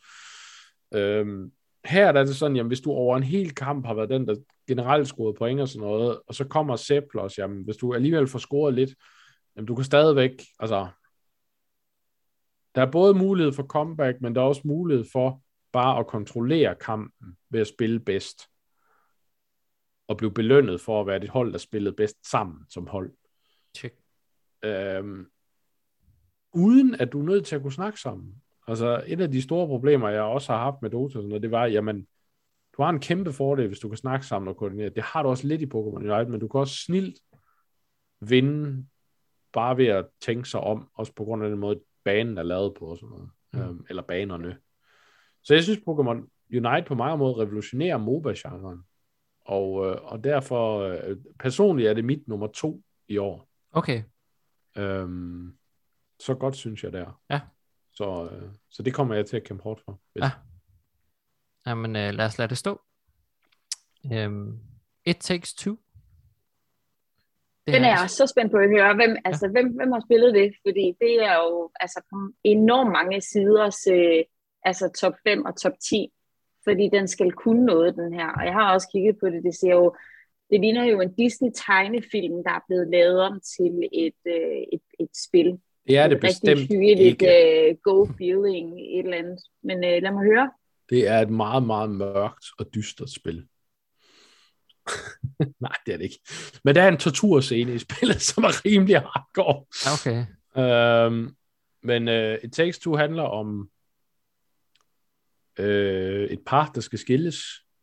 Her er det sådan, jamen hvis du over en hel kamp har været den, der generelt scorede point og sådan noget, og så kommer C+, jamen hvis du alligevel får scoret lidt, jamen du kan stadigvæk, altså, der er både mulighed for comeback, men der er også mulighed for bare at kontrollere kampen ved at spille bedst, og blive belønnet for at være det hold, der spillede bedst sammen som hold. Check. Uden at du er nødt til at kunne snakke sammen. Altså, et af de store problemer, jeg også har haft med Dota, det var, jamen, du har en kæmpe fordel, hvis du kan snakke sammen og koordinere. Det har du også lidt i Pokémon Unite, men du kan også snilt vinde, bare ved at tænke sig om, også på grund af den måde, banen er lavet på, og sådan noget. Eller banerne. Så jeg synes, Pokémon Unite på mange måder revolutionerer MOBA-genren. Og derfor, personligt er det mit nummer 2 i år. Okay. Så godt synes jeg der. Ja. Så det kommer jeg til at kæmpe hårdt for. Ja. Jamen, lad os lade det stå. It Takes Two. Den er jeg så spændt på at høre. Hvem har spillet det? Fordi det er jo altså enormt mange siders top 5 og top 10. Fordi den skal kunne noget, den her. Og jeg har også kigget på det. Det ser jo Det ligner jo en Disney-tegnefilm, der er blevet lavet om til et spil. Det er det bestemt ikke. Go feeling, et eller andet. Men lad mig høre. Det er et meget, meget mørkt og dystert spil. Nej, det er det ikke. Men der er en torturscene i spillet, som er rimelig hardcore. Okay. Men It Takes Two handler om et par, der skal skilles,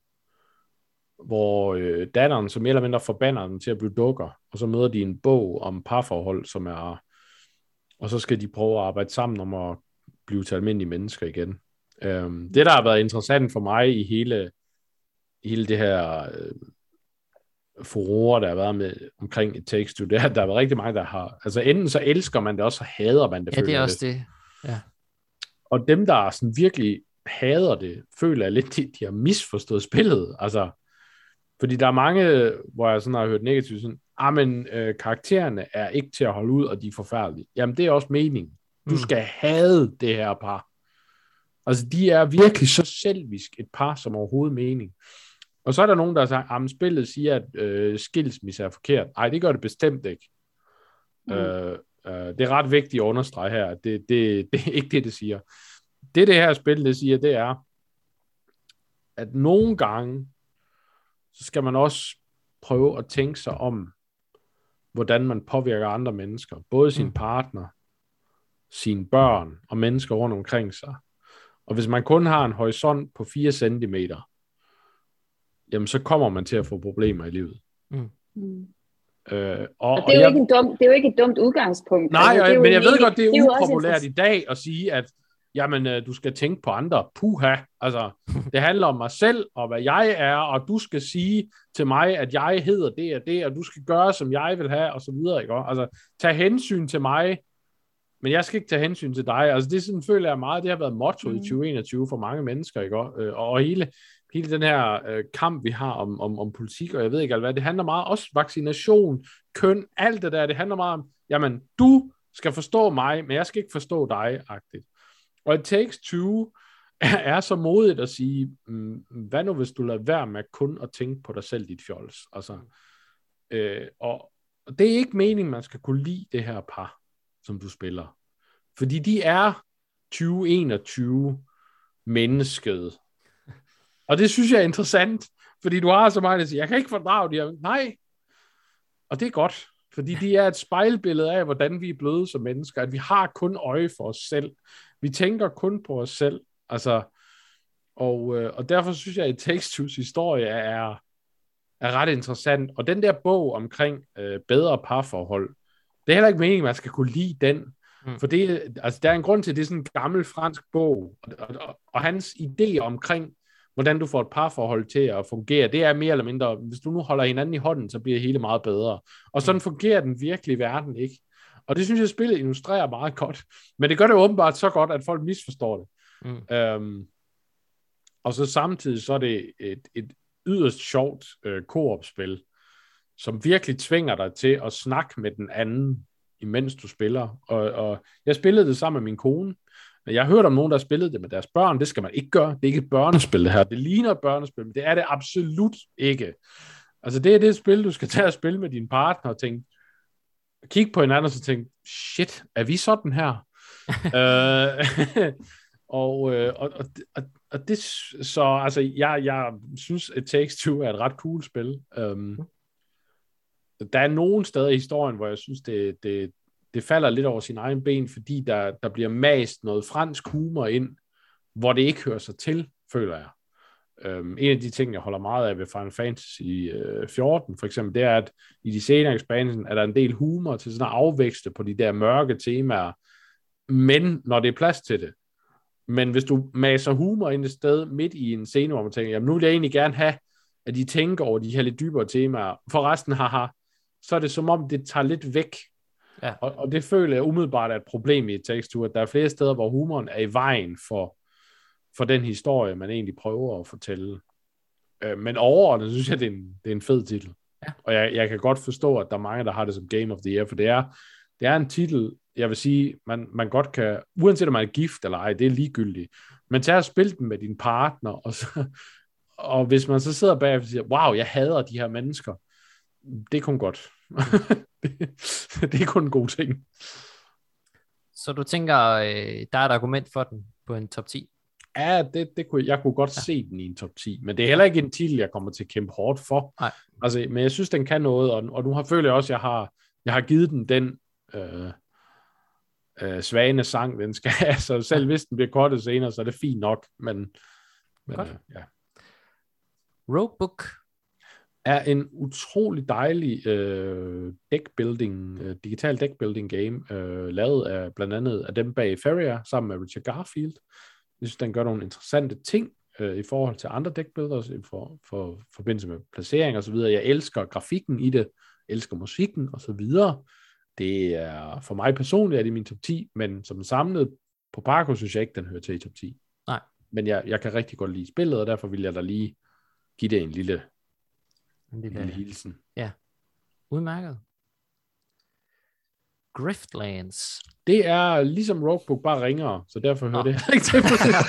hvor datteren så mere eller mindre forbander dem til at blive dukker, og så møder de en bog om parforhold, som er, og så skal de prøve at arbejde sammen om at blive til almindelige mennesker igen. Det, der har været interessant for mig i hele det her furore, der har været med omkring It Takes Two, det er, at der har været rigtig mange, der har, altså enten så elsker man det, og så hader man det. Ja, det er også det. Ja. Og dem, der sådan virkelig hader det, føler jeg lidt, de har misforstået spillet. Altså, fordi der er mange, hvor jeg sådan har hørt negativt, sådan, men karaktererne er ikke til at holde ud, og de er forfærdelige. Jamen, det er også meningen. Du skal hade det her par. Altså, de er virkelig så selvisk et par, som overhovedet mening. Og så er der nogen, der siger, at spillet siger, at skilsmisse er forkert. Nej, det gør det bestemt ikke. Det er ret vigtigt at understrege her, at det er ikke det siger. Det her spil, det siger, det er, at nogle gange, så skal man også prøve at tænke sig om, hvordan man påvirker andre mennesker. Både sin partner, sine børn og mennesker rundt omkring sig. Og hvis man kun har en horisont på 4 centimeter, jamen så kommer man til at få problemer i livet. Og det er jo ikke et dumt udgangspunkt. Nej, altså, men jeg ved godt, det er upopulært i dag at sige, at jamen, du skal tænke på andre. Puha. Altså, det handler om mig selv, og hvad jeg er, og du skal sige til mig, at jeg hedder det og det, og du skal gøre, som jeg vil have, og så videre, ikke? Altså, tag hensyn til mig, men jeg skal ikke tage hensyn til dig. Altså, det sådan, føler jeg meget, det har været motto i 2021 for mange mennesker, ikke? Og hele den her kamp, vi har om politik, og jeg ved ikke hvad, det handler meget også vaccination, køn, alt det der, det handler meget om, jamen, du skal forstå mig, men jeg skal ikke forstå dig-agtigt. Og It Takes Two er så modigt at sige, hvad nu hvis du lader være med kun at tænke på dig selv, dit fjols. Altså, og det er ikke meningen, man skal kunne lide det her par, som du spiller. Fordi de er 2021 mennesket. Og det synes jeg er interessant, fordi du har så meget at sige, jeg kan ikke fordrage de her. Nej. Og det er godt, fordi de er et spejlbillede af, hvordan vi er blevet som mennesker, at vi har kun øje for os selv. Vi tænker kun på os selv. Altså, og derfor synes jeg, at It Takes Two's historie er ret interessant. Og den der bog omkring bedre parforhold, det er heller ikke meningen, at man skal kunne lide den. For det, altså, der er en grund til, at det er sådan en gammel fransk bog. Og hans idé omkring, hvordan du får et parforhold til at fungere, det er mere eller mindre, hvis du nu holder hinanden i hånden, så bliver det hele meget bedre. Og sådan fungerer den virkelige verden ikke. Og det synes jeg, spillet illustrerer meget godt. Men det gør det åbenbart så godt, at folk misforstår det. Og så samtidig så er det et yderst sjovt co-op-spil, som virkelig tvinger dig til at snakke med den anden, imens du spiller. Og jeg spillede det sammen med min kone. Jeg har hørt om nogen, der har spillet det med deres børn. Det skal man ikke gøre. Det er ikke et børnespil, det her. Det ligner et børnespil, men det er det absolut ikke. Altså, det er det spil, du skal tage og spille med din partner og tænke, kigge på hinanden og så tænke, shit, er vi sådan her? Og det, så altså, jeg synes, It Takes Two er et ret cool spil. Der er nogle steder i historien, hvor jeg synes, det falder lidt over sin egen ben, fordi der bliver mast noget fransk humor ind, hvor det ikke hører sig til, føler jeg. En af de ting, jeg holder meget af ved Final Fantasy 14, for eksempel, det er, at i de senere expansion er der en del humor til sådan at afvækste på de der mørke temaer, men når det er plads til det. Men hvis du maser humor ind et sted midt i en scene, hvor man tænker, jamen nu vil jeg egentlig gerne have, at de tænker over de her lidt dybere temaer, for resten, så er det som om, det tager lidt væk. Ja. Og det føler jeg umiddelbart er et problem i It Takes Two, at der er flere steder, hvor humoren er i vejen for den historie, man egentlig prøver at fortælle. Men overordnet synes jeg, det er en fed titel. Ja. Og jeg kan godt forstå, at der er mange, der har det som Game of the Year, for det er en titel, jeg vil sige, man godt kan, uanset om man er gift eller ej, det er ligegyldigt, men tag og spil den med din partner, og hvis man så sidder bag og siger, wow, jeg hader de her mennesker, det er kun godt. Det er kun en god ting. Så du tænker, der er et argument for den på en top 10? Ja, jeg kunne godt se den i en top 10, men det er heller ikke en titel, jeg kommer til at kæmpe hårdt for. Nej. Altså, men jeg synes, den kan noget, og nu føler jeg også, jeg har givet den svagende sang, den skal have, så selv hvis den bliver kortet senere, så er det fint nok, men ja. Roguebook er en utrolig dejlig digital deckbuilding game, lavet af blandt andet af dem bag Feria, sammen med Richard Garfield. Jeg synes, den gør nogle interessante ting i forhold til andre deckbuilders, for forbindelse med placering og så videre. Jeg elsker grafikken i det, elsker musikken og så videre. Det er for mig personligt, er det min top 10, men som samlet på Parco, synes jeg ikke, den hører til i top 10. Nej. Men jeg kan rigtig godt lide spillet, og derfor vil jeg da lige give det en lille hilsen. Ja, udmærket. Griftlands. Det er ligesom Roguebook, bare ringere, så derfor hører det ikke til.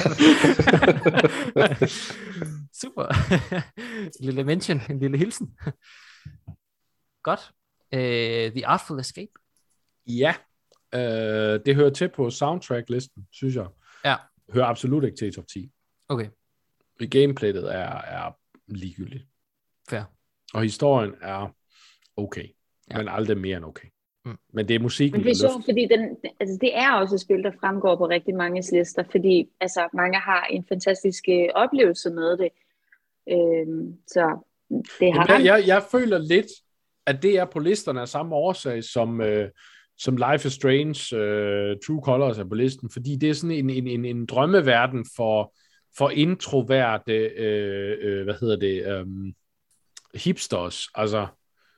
Super. En lille mention, en lille hilsen. Godt. The Artful Escape. Ja, det hører til på soundtrack-listen, synes jeg. Ja. Hører absolut ikke til i top 10. Okay. Gameplayet er ligegyldigt. Fair. Og historien er okay, men aldrig mere end okay. Men det er musikken, men det er sjovt, fordi det er også et spil, der fremgår på rigtig mange lister, fordi altså, mange har en fantastisk oplevelse med det. Så det har jeg føler lidt, at det er på listerne af samme årsag, som Life is Strange, True Colors er på listen, fordi det er sådan en drømmeverden for introverte, hipsters, altså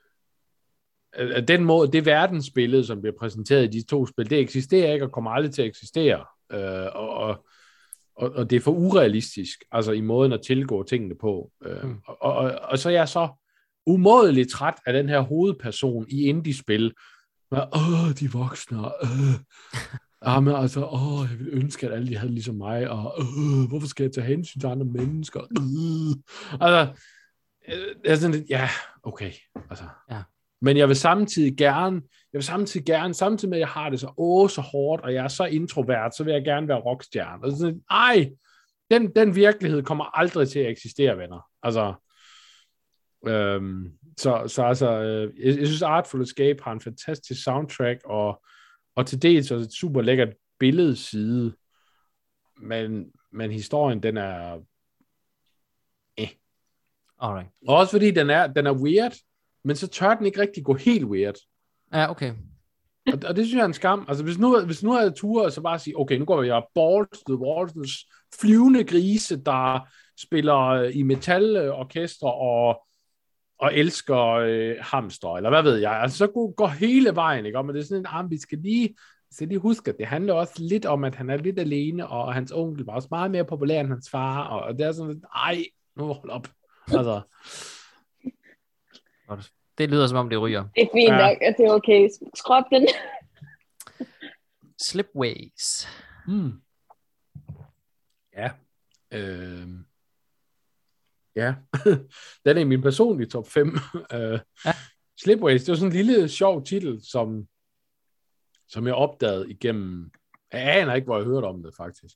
den måde, det verdensbillede, som bliver præsenteret i de to spil, det eksisterer ikke og kommer aldrig til at eksistere, og det er for urealistisk, altså i måden at tilgå tingene på, og så er jeg så umådeligt træt af den her hovedperson i indie-spil, med, de voksne, men altså, jeg ville ønske, at alle de havde ligesom mig, og hvorfor skal jeg tage hensyn til andre mennesker? Altså, jeg er sådan lidt, ja, okay, altså. Ja. Men jeg vil samtidig gerne, samtidig med, at jeg har det så hårdt, og jeg er så introvert, så vil jeg gerne være rockstjerne. Og sådan, den virkelighed kommer aldrig til at eksistere, venner. Altså, jeg synes, Artful Escape har en fantastisk soundtrack, og til dels også et super lækkert billedside, men historien, den er Alright. Og også fordi den er weird, men så tør den ikke rigtig gå helt weird. Ja, okay. Og det synes jeg er en skam. Altså, hvis nu havde jeg turet, så bare sige, okay, nu går jeg Balls the Waltons flyvende grise, der spiller i metalorkestre og elsker hamster, eller hvad ved jeg. Altså, så går hele vejen, ikke? Men det er sådan en vi skal lige huske, at det handler også lidt om, at han er lidt alene, og hans onkel var også meget mere populær end hans far, og det er sådan lidt, nu hold op. Altså. Det lyder som om det ryger. Det er fint nok, at det er okay. Skrop den. Slipways. Ja. Ja. Den er i min personlige top 5. Slipways, det var sådan en lille sjov titel, som jeg opdagede igennem. Jeg aner ikke, hvor jeg hørte om det, faktisk.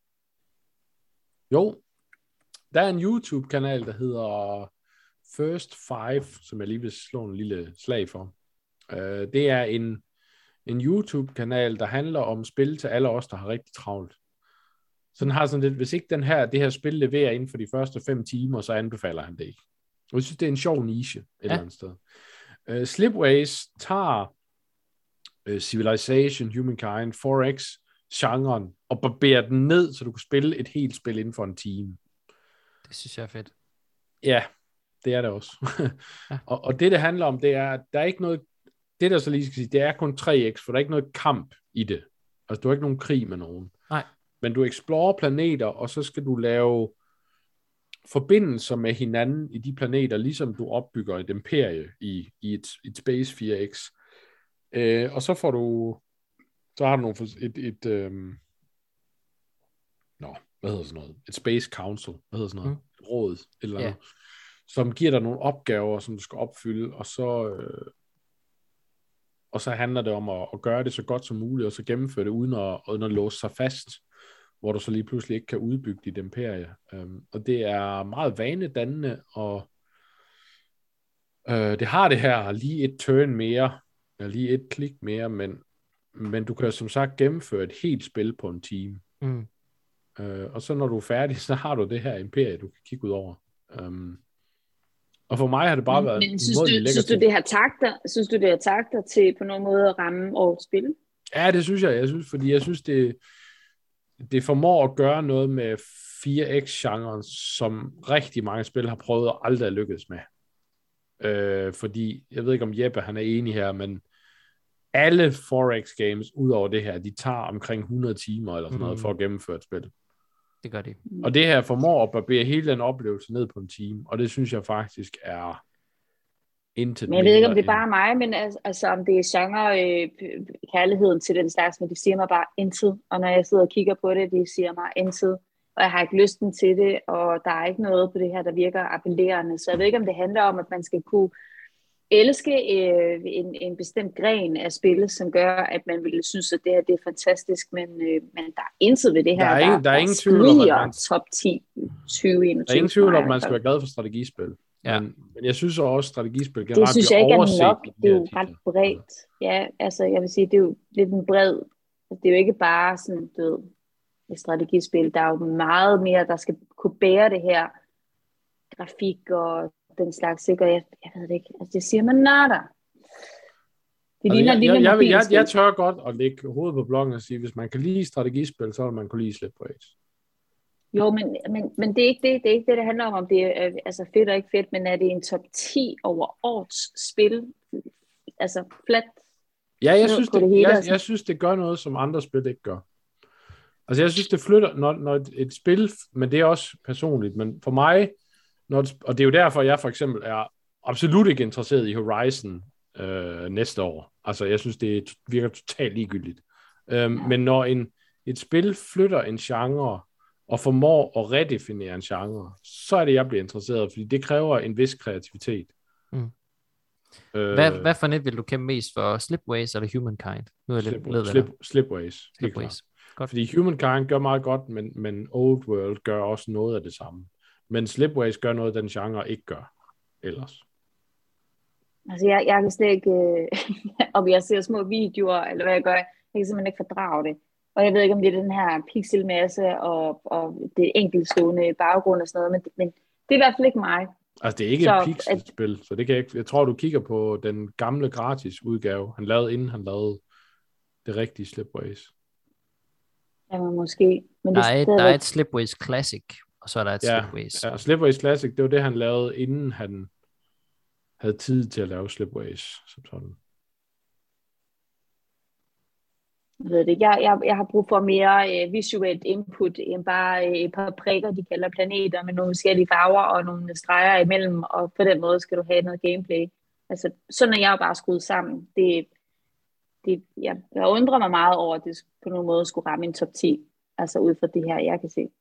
Jo, der er en YouTube-kanal, der hedder First Five, som jeg lige vil slå en lille slag for. Det er en YouTube-kanal, der handler om spil til alle os, der har rigtig travlt. Så den har sådan lidt, hvis ikke det her spil leverer inden for de første 5 timer, så anbefaler han det ikke. Og jeg synes, det er en sjov niche et eller andet sted. Slipways tager Civilization, Humankind, 4X-genren og barberer den ned, så du kan spille et helt spil inden for en time. Det synes jeg er fedt. Ja, det er det også. og det handler om, det er, at der er ikke noget, det der så lige skal sige, det er kun 3X, for der er ikke noget kamp i det. Altså, du har ikke nogen krig med nogen. Nej. Men du explorer planeter, og så skal du lave forbindelser med hinanden i de planeter, ligesom du opbygger et imperie i et Space 4X. Og så får du, så har du hvad hedder sådan noget? Et Space Council, hvad hedder sådan noget? Et råd, eller andet. som giver dig nogle opgaver, som du skal opfylde, og så handler det om at gøre det så godt som muligt, og så gennemføre det uden at låse sig fast, hvor du så lige pludselig ikke kan udbygge dit imperie. Og det er meget vanedannende, og det har det her lige et turn mere, eller lige et klik mere, men du kan som sagt gennemføre et helt spil på en time. Og så når du er færdig, så har du det her imperie, du kan kigge ud over. Og for mig har det bare været men synes du, det har takter til på nogen måde at ramme årets spil? Ja, det synes jeg. Fordi jeg synes, det formår at gøre noget med 4X-genren, som rigtig mange spil har prøvet og aldrig lykkedes med. Fordi, jeg ved ikke om Jeppe han er enig her, men alle 4X games ud over det her, de tager omkring 100 timer eller sådan noget for at gennemføre et spil. Det gør de. Og det her formår at barbere hele den oplevelse ned på en time, og det synes jeg faktisk er intet. Men jeg ved ikke, om det er bare mig, men altså om det er genre kærligheden til den slags, men det siger mig bare intet. Og når jeg sidder og kigger på det, det siger mig intet. Og jeg har ikke lysten til det, og der er ikke noget på det her, der virker appellerende. Så jeg ved ikke, om det handler om, at man skal kunne elske en bestemt gren af spil, som gør, at man ville synes, at det her det er fantastisk, men der er intet ved det her, der er ingen tvivl om, at man, top 10 2021. Der er ingen tvivl om, at man skal være glad for strategispil. Ja. Men jeg synes også, at strategispil generelt det synes jeg ikke er nok. Det er jo ret bredt. Ja, altså jeg vil sige, det er jo lidt en bred. Det er jo ikke bare sådan, du ved, et strategispil. Der er jo meget mere, der skal kunne bære det her grafik og den slags, ikke? Og jeg ved det ikke. Altså, det siger man nørder. Jeg tør godt at lægge hovedet på blokken og sige, hvis man kan lide strategispil, så vil man kunne lide Slipwrace. Jo, men det er ikke det. Det er ikke det handler om det er altså fedt og ikke fedt, men er det en top 10 over årets spil? Altså flat? Ja, jeg synes, det gør noget, som andre spil ikke gør. Altså, jeg synes, det flytter, når et spil, men det er også personligt, men for mig, og det er jo derfor, jeg for eksempel er absolut ikke interesseret i Horizon næste år. Altså, jeg synes, det virker totalt ligegyldigt. Men når et spil flytter en genre, og formår at redefinere en genre, så er det, jeg bliver interesseret, fordi det kræver en vis kreativitet. Hvad for net vil du kæmpe mest for, Slipwrace eller Humankind? Nu er det Slipwrace. Fordi Humankind gør meget godt, men Old World gør også noget af det samme. Men Slipwrace gør noget, den genre ikke gør ellers. Altså, jeg kan slet ikke, om jeg ser små videoer, eller hvad jeg gør, jeg kan simpelthen ikke fordrage det. Og jeg ved ikke, om det er den her pixelmasse og det enkeltstående baggrund og sådan noget, men det er i hvert fald ikke mig. Altså, det er ikke et pixelspil, så det kan jeg tror, du kigger på den gamle gratis udgave, han lavede, inden han lavede det rigtige Slipwrace. Jamen, måske. Men der er et Slipwrace Classic, og så er der et Slipwrace. Ja, Slipwrace Classic, det var det, han lavede, inden han havde tid til at lave Slipwrace, som sådan. Jeg har brug for mere visuelt input end bare et par prikker, de kalder planeter, med nogle forskellige farver og nogle streger imellem, og på den måde skal du have noget gameplay. Altså, sådan er jeg jo bare skruet sammen. Jeg undrer mig meget over, at det på nogen måde skulle ramme en top 10, altså ud fra det her, jeg kan se.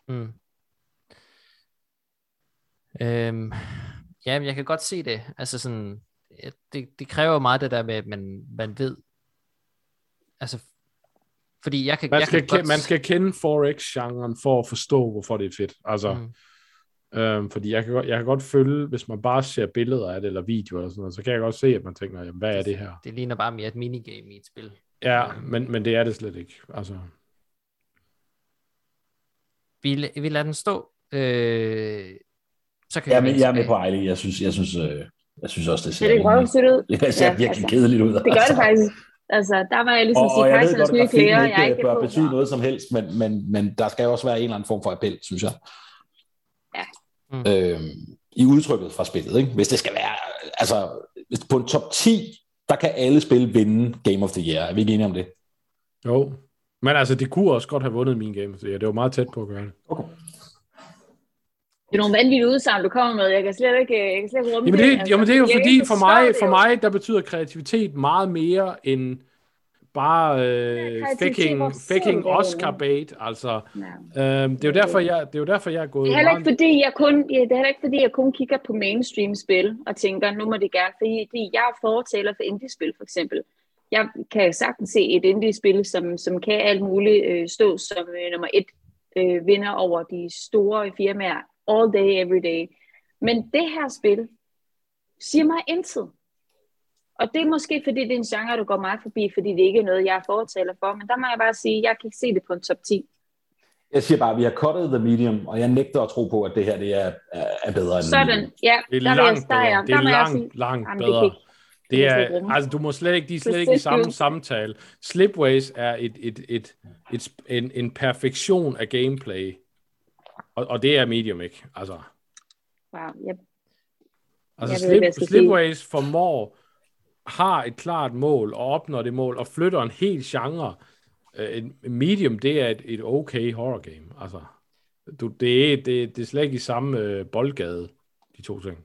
Ja, jeg kan godt se det. Altså sådan, det kræver meget det der med, at man ved, altså, fordi man skal kende 4X-genren for at forstå, hvorfor det er fedt. Altså, fordi jeg kan godt følge, hvis man bare ser billeder af det, eller videoer eller sådan noget, så kan jeg godt se, at man tænker, jamen, hvad er det her? Det ligner bare mere et minigame i et spil. Ja, men det er det slet ikke. Altså. Vi lader den stå. Så kan jeg er med på Ejli. Jeg synes også, det ser virkelig kedeligt ud. Det gør det faktisk. Altså, der var jeg ligesom sige, Kajsernes nye klæder, jeg ikke bør betyde noget som helst, men der skal jo også være en eller anden form for appel, synes jeg. Ja. I udtrykket fra spillet, ikke? Hvis det skal være, altså, på en top 10, der kan alle spil vinde Game of the Year. Er vi ikke enige om det? Jo, men altså, det kunne også godt have vundet min Game of the Year. Det var meget tæt på at gøre det. Okay. Det er nogle vanvittige udsagn, du kommer med. Jeg kan slet ikke rumme det. Jamen det er jo fordi, for mig, der betyder kreativitet meget mere end bare faking Oscar bait, altså. Det er jo derfor jeg er gået. Det er heller ikke fordi jeg kun kigger på mainstream spil og tænker, nu må det gerne, fordi jeg er fortaler for indie-spil for eksempel. Jeg kan sagtens se et indie-spil, som kan alt muligt stå som nummer 1 vinder over de store firmaer all day, every day. Men det her spil siger mig intet. Og det er måske, fordi det er en genre, der går meget forbi, fordi det ikke er noget, jeg fortaler for. Men der må jeg bare sige, at jeg kan ikke se det på en top 10. Jeg siger bare, at vi har cuttet The Medium, og jeg nægter at tro på, at det her det er bedre end sådan, Medium. Ja. Det er langt bedre. Det er, altså du må slet ikke, de er slet ikke i samme samtale. Slipways er en perfektion af gameplay, og det er Medium ikke. Altså, wow, Slipways har et klart mål og opnår det mål og flytter en hel genre. Medium, det er et okay horror game. Altså, det er slet ikke i samme boldgade, de to ting.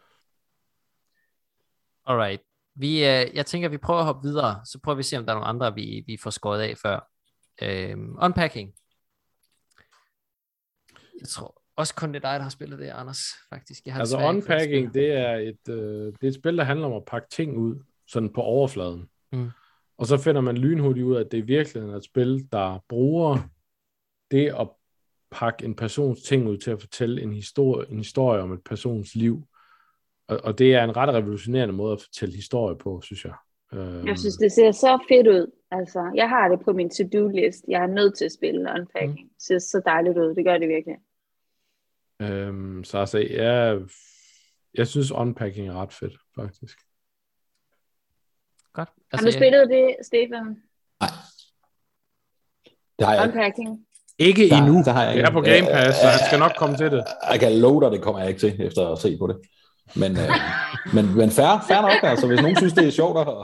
Alright. Jeg tænker, at vi prøver at hoppe videre, så prøver vi at se, om der er nogle andre, vi får skåret af før. Unpacking. Jeg tror også kun det er dig, der har spillet det, Anders, faktisk. Altså Unpacking, det er et spil, der handler om at pakke ting ud, sådan på overfladen. Og så finder man lynhurtigt ud af, at det i virkeligheden er et spil, der bruger det at pakke en persons ting ud til at fortælle en historie om et persons liv. Og det er en ret revolutionerende måde at fortælle historie på, synes jeg. Jeg synes, det ser så fedt ud. Altså, jeg har det på min to-do-list. Jeg er nødt til at spille Unpacking. Det ser så dejligt ud. Det gør det virkelig. Så altså, jeg synes Unpacking er ret fedt, faktisk. Godt. Altså, har du spillet det, Stefan? Nej. Det har jeg Unpacking? Ikke endnu. Det er på Game Pass, så han skal nok komme til det. Jeg kan love dig, det kommer jeg ikke til, efter at se på det. Men fair nok, altså, hvis nogen synes, det er sjovt at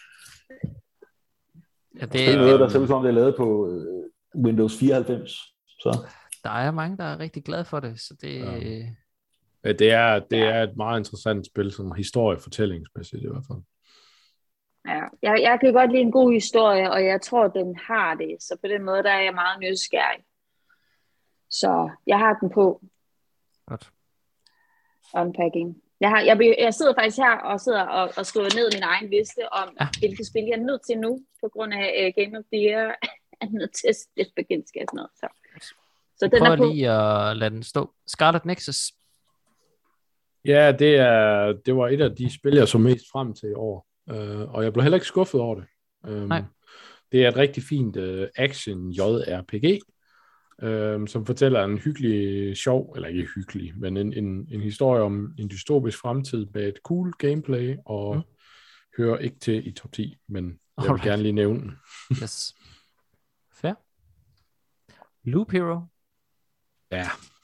det er noget, der ser ud som om det er lavet på Windows 94. Så. Der er mange, der er rigtig glade for det, så det... Ja, det er et meget interessant spil, som historiefortællingsmæssigt i hvert fald. Ja, jeg kan godt lide en god historie, og jeg tror, den har det. Så på den måde, der er jeg meget nysgerrig. Så jeg har den på. Godt. Unpacking. Jeg sidder faktisk her og skriver ned min egen liste om, hvilke spil jeg er nødt til nu, på grund af Game of the Year. Jeg er nødt til at stifte bekendtskab og sådan noget. Så den er på. Prøv lige at lade den stå. Scarlet Nexus. Ja, det var et af de spil, jeg så mest frem til i år. Og jeg blev heller ikke skuffet over det. Nej. Det er et rigtig fint action JRPG, som fortæller en hyggelig, sjov, eller ikke hyggelig, men en historie om en dystopisk fremtid med et cool gameplay, og hører ikke til i top 10, men jeg vil gerne lige nævne den. Yes. Fair. Loop Hero. Ja.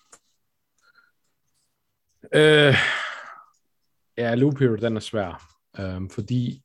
Loop Hero, den er svær. Fordi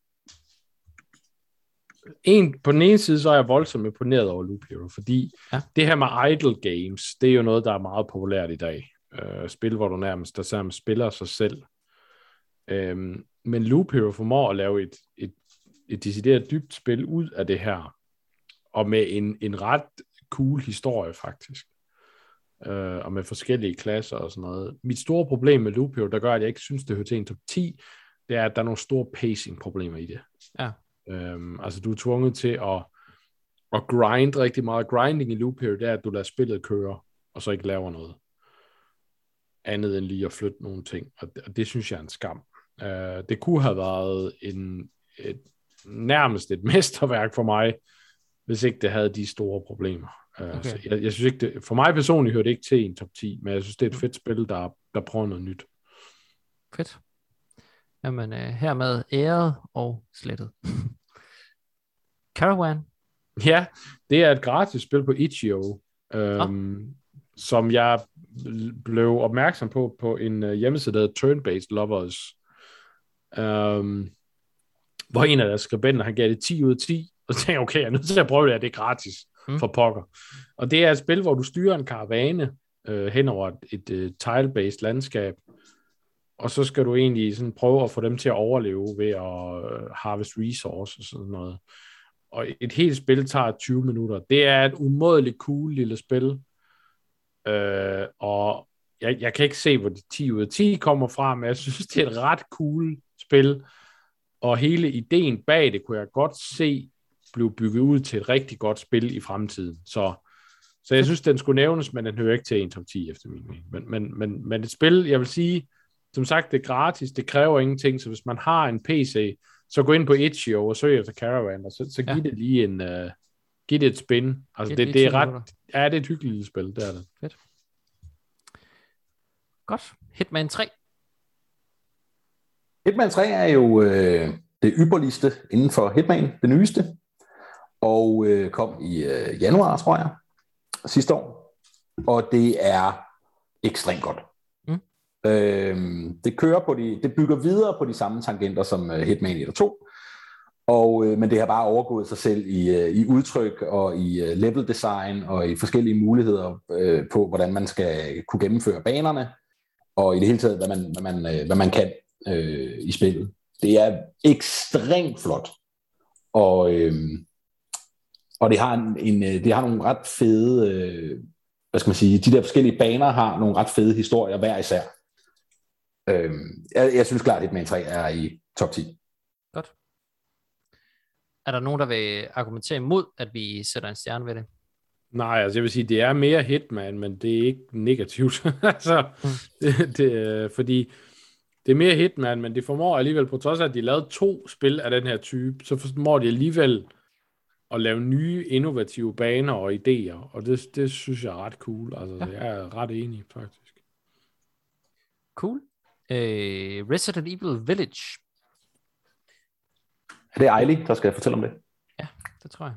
på den ene side, så er jeg voldsomt imponeret over Loop Hero, fordi det her med idle games, det er jo noget, der er meget populært i dag. Spil, hvor du nærmest spiller sig selv. Men Loop Hero formår at lave et decideret dybt spil ud af det her, og med en ret cool historie, faktisk. Og med forskellige klasser og sådan noget. Mit store problem med Loop Hero, der gør, at jeg ikke synes, det hører til en top 10, det er, at der er nogle store pacing-problemer i det. Ja. Altså, du er tvunget til at grind rigtig meget. Grinding i Loop Hero, det er, at du lader spillet køre, og så ikke laver noget andet end lige at flytte nogle ting. Og det synes jeg er en skam. Det kunne have været nærmest et mesterværk for mig, hvis ikke det havde de store problemer. Okay. Så jeg synes ikke, for mig personligt hører det ikke til en top 10, men jeg synes, det er et fedt spil, der prøver noget nyt. Fedt. Jamen, hermed æret og slettet. Caravan. Ja, det er et gratis spil på Itch.io, som jeg blev opmærksom på en hjemmeside, der hedder Turn-Based Lovers, hvor en af deres skribenter, han gav det 10 ud af 10, og så tænkte jeg, okay, jeg er nødt til at prøve det er gratis for pokker. Og det er et spil, hvor du styrer en karavane hen over et tile-based landskab, og så skal du egentlig sådan prøve at få dem til at overleve ved at harvest resources og sådan noget. og et helt spil tager 20 minutter. Det er et umådeligt cool lille spil, og jeg kan ikke se, hvor de 10 ud af 10 kommer fra, men jeg synes, det er et ret cool spil, og hele ideen bag det kunne jeg godt se blive bygget ud til et rigtig godt spil i fremtiden. Så jeg synes, den skulle nævnes, men den hører ikke til en top 10 efter min mening. Men et spil, jeg vil sige, som sagt, det er gratis, det kræver ingenting, så hvis man har en PC, så gå ind på Itch.io og søg efter Caravan, og så giv det lige giv det et spin. Altså det er ret, det er et hyggeligt spil, det er det. Fedt. Godt. Hitman 3. Hitman 3 er jo det ypperligste inden for Hitman, det nyeste, og kom i januar, tror jeg, sidste år, og det er ekstremt godt. Det kører på det bygger videre på de samme tangenter som Hitman 1 og 2, men det har bare overgået sig selv i udtryk og i level design og i forskellige muligheder på, hvordan man skal kunne gennemføre banerne, og i det hele taget, hvad man kan i spillet. Det er ekstremt flot, og det har nogle ret fede, hvad skal man sige, de der forskellige baner har nogle ret fede historier hver især. Jeg synes klart, at Hitman 3 er i top 10. Godt. Er der nogen, der vil argumentere imod, at vi sætter en stjerne ved det? Nej, altså jeg vil sige, det er mere Hitman, men det er ikke negativt. Altså, fordi det er mere Hitman, men det formår alligevel, på trods af, at de lavede 2 spil af den her type, så formår de alligevel at lave nye, innovative baner og idéer, og det synes jeg er ret cool. Altså, jeg er ret enig, faktisk. Cool. Resident Evil Village. Er det Eili, der skal fortælle om det? Ja, det tror jeg.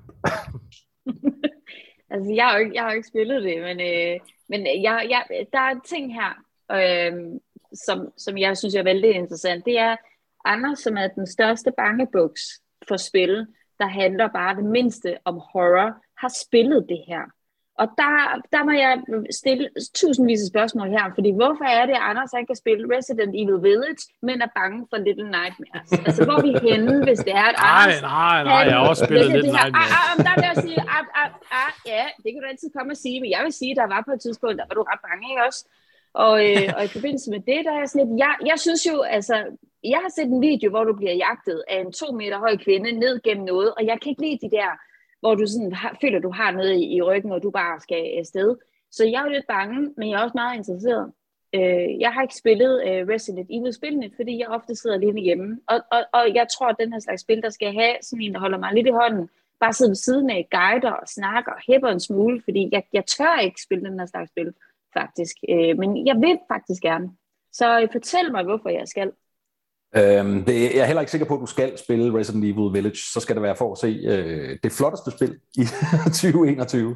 Altså, jeg har jo ikke spillet det, men der er en ting her, som jeg synes er vældig interessant. Det er Anders, som er den største bangebuks for spil, der handler bare det mindste om horror, har spillet det her. Og der må jeg stille tusindvis af spørgsmål her, fordi hvorfor er det, at Anders han kan spille Resident Evil Village, men er bange for Little Nightmares? Altså, hvor er vi henne, hvis det er, at Anders... Nej, jeg har også spillet Little Nightmares. Der vil jeg sige, ja, det kan du altid komme og sige, men jeg vil sige, at der var på et tidspunkt, der var du ret bange, ikke også? Og i forbindelse med det, der er sådan lidt... Jeg synes jo, altså... Jeg har set en video, hvor du bliver jagtet af en 2 meter høj kvinde ned gennem noget, og jeg kan ikke lide de der... hvor du sådan føler, du har noget i ryggen, og du bare skal afsted. Så jeg er jo lidt bange, men jeg er også meget interesseret. Jeg har ikke spillet Resident Evil-spillene, fordi jeg ofte sidder alene hjemme. Og jeg tror, at den her slags spil, der skal have sådan en, der holder mig lidt i hånden, bare sidde ved siden af, guider og snakker og hæpper en smule, fordi jeg tør ikke spille den her slags spil, faktisk. Men jeg vil faktisk gerne. Så fortæl mig, hvorfor jeg skal. Jeg er heller ikke sikker på, at du skal spille Resident Evil Village. Så skal det være for at se det flotteste spil i 2021.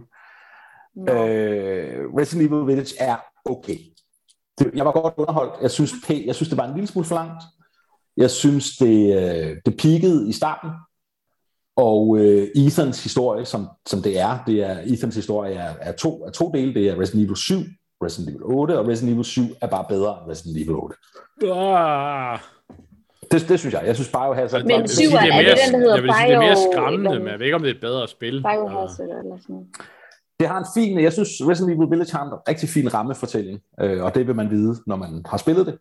Resident Evil Village er okay. Jeg var godt underholdt. Jeg synes, det var en lille smule for langt. Jeg synes, det peakede i starten. Og Ethans historie, som det er Ethans historie er to dele. Det er Resident Evil 7, Resident Evil 8, og Resident Evil 7 er bare bedre end Resident Evil 8. Det synes jeg. Jeg synes Biohazard... Men 7'eren, er det den, der hedder Bio... Jeg vil sige, det er mere skræmmende, men jeg ved ikke, om det er et bedre spil. Biohazard eller sådan noget. Det har en fin... Jeg synes, Resident Evil Village har en rigtig fin rammefortælling, og det vil man vide, når man har spillet det.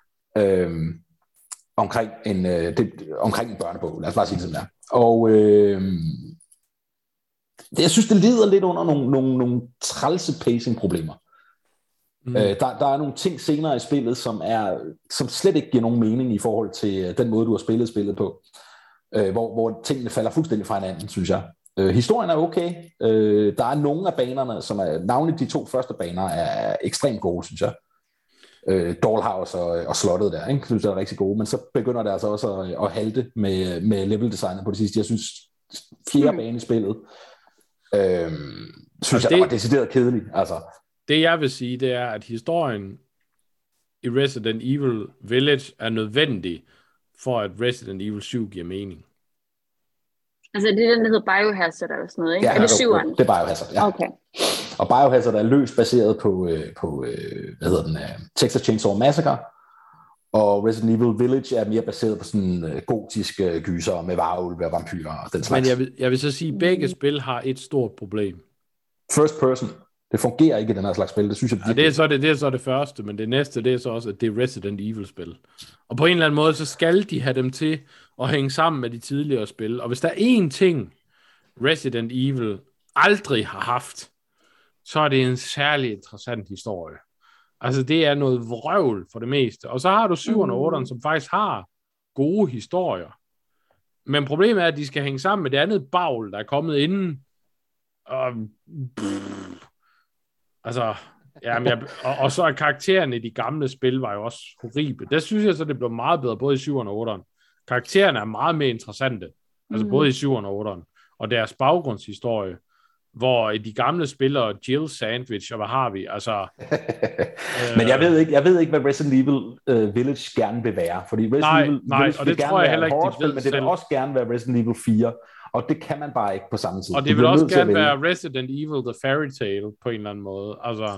Omkring en børnebog. Lad os bare sige det, som det er. Og jeg synes, det lider lidt under nogle trælse pacing-problemer. Der er nogle ting senere i spillet, som slet ikke giver nogen mening i forhold til den måde, du har spillet spillet på. Hvor tingene falder fuldstændig fra hinanden, synes jeg. Historien er okay. Der er nogle af banerne, som er navnligt de 2 første baner, er ekstremt gode, synes jeg. Dollhouse og slottet der, ikke? Synes jeg er rigtig gode, men så begynder det altså også at halte med level designet på det sidste. Jeg synes, 4. bane i spillet, synes jeg var decideret kedelig. Altså. Det jeg vil sige, det er, at historien i Resident Evil Village er nødvendig for, at Resident Evil 7 giver mening. Altså det er den, der hedder Biohazard eller sådan noget, ikke? Ja, er det 7'eren? Det er Biohazard, ja. Okay. Og Biohazard er løst baseret på Texas Chainsaw Massacre, Og Resident Evil Village er mere baseret på sådan gotiske gyser med varulve og vampyrer og den slags. Men jeg vil så sige, at begge spil har et stort problem. First person. Det fungerer ikke i den her slags spil. Det synes jeg det er så det første, men det næste, det er så også, at det er Resident Evil-spil. Og på en eller anden måde, så skal de have dem til at hænge sammen med de tidligere spil. Og hvis der er én ting, Resident Evil aldrig har haft, så er det en særlig interessant historie. Altså, det er noget vrøvl for det meste. Og så har du 7'eren og 8'eren, som faktisk har gode historier. Men problemet er, at de skal hænge sammen med det andet bagl, der er kommet inden. Altså, og så er karaktererne i de gamle spil var jo også horrible. Der synes jeg så, det blev meget bedre, både i 7'eren og 8'eren. Karaktererne er meget mere interessante. Altså både i 7'eren og 8'eren. Og deres baggrundshistorie, hvor de gamle spillere, Jill Sandwich, og hvad har vi? Altså, men jeg ved ikke, hvad Resident Evil Village gerne vil være. Fordi Resident Evil Village og det tror jeg heller ikke, de ved men det vil også gerne være Resident Evil 4. Og det kan man bare ikke på samme tid. Og det vil også gerne være Resident Evil The Fairy Tale på en eller anden måde. Altså.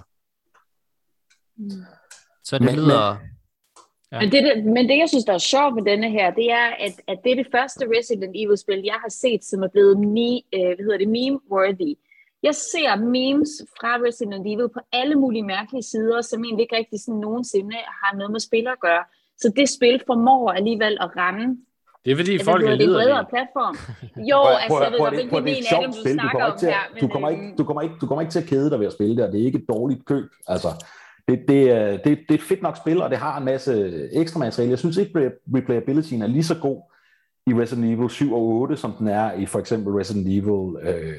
Så det lyder... Ja. Men det, jeg synes, der er sjovt med denne her, det er, at det er det første Resident Evil-spil, jeg har set, som er blevet meme-worthy. Jeg ser memes fra Resident Evil på alle mulige mærkelige sider, som egentlig ikke rigtig sådan nogensinde har noget med spil at gøre. Så det spil formår alligevel at ramme. Det er fordi folk er liderlige. Det er en bredere platform. Jo, altså jeg ved godt, hvilken en af dem, du snakker om her. Du kommer ikke til at kede dig ved at spille det, og det er ikke et dårligt køb. Altså, det er et fedt nok spil, og det har en masse ekstra materiale. Jeg synes ikke, replayabilityen er lige så god i Resident Evil 7 og 8, som den er i for eksempel Resident Evil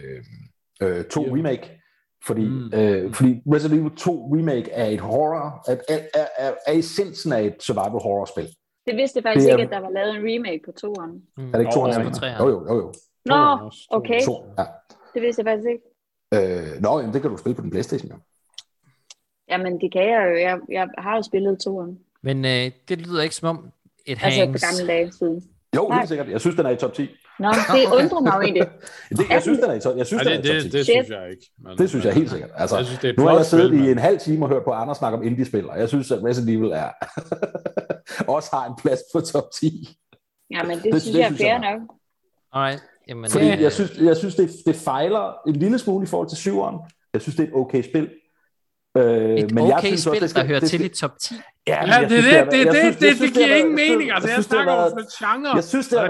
2 Remake. Fordi Resident Evil 2 Remake er et horror, er essensen af et survival horror-spil. Det vidste jeg faktisk ikke, at der var lavet en remake på 2'eren. Er det ikke 2'eren? Jo. Nå, okay. Ja. Det vidste jeg faktisk ikke. Det kan du spille på den PlayStation, jo. Jamen, det kan jeg jo. Jeg har jo spillet 2'eren. Men det lyder ikke som om et hangs. Altså på gamle dage siden. Jo, helt sikkert. Jeg synes, den er i top 10. Nå, det undrer mig jo egentlig. Jeg synes, den er i top 10. Det synes jeg ikke. Men, det synes jeg helt sikkert. Altså, nu har jeg siddet i en halv time og hørt på Anders snakke om indie-spil, og jeg synes, at Resident Evil er også har en plads på top 10. Ja, men det synes jeg er fair nok. Alright. Jamen, fordi jeg synes det fejler en lille smule i forhold til 7'eren. Jeg synes, det er et okay spil. Men okay jeg synes spil, også, der hører til i top 10. Ja, det giver ingen mening. Altså, jeg snakker om sådan et genre. Jeg synes, det har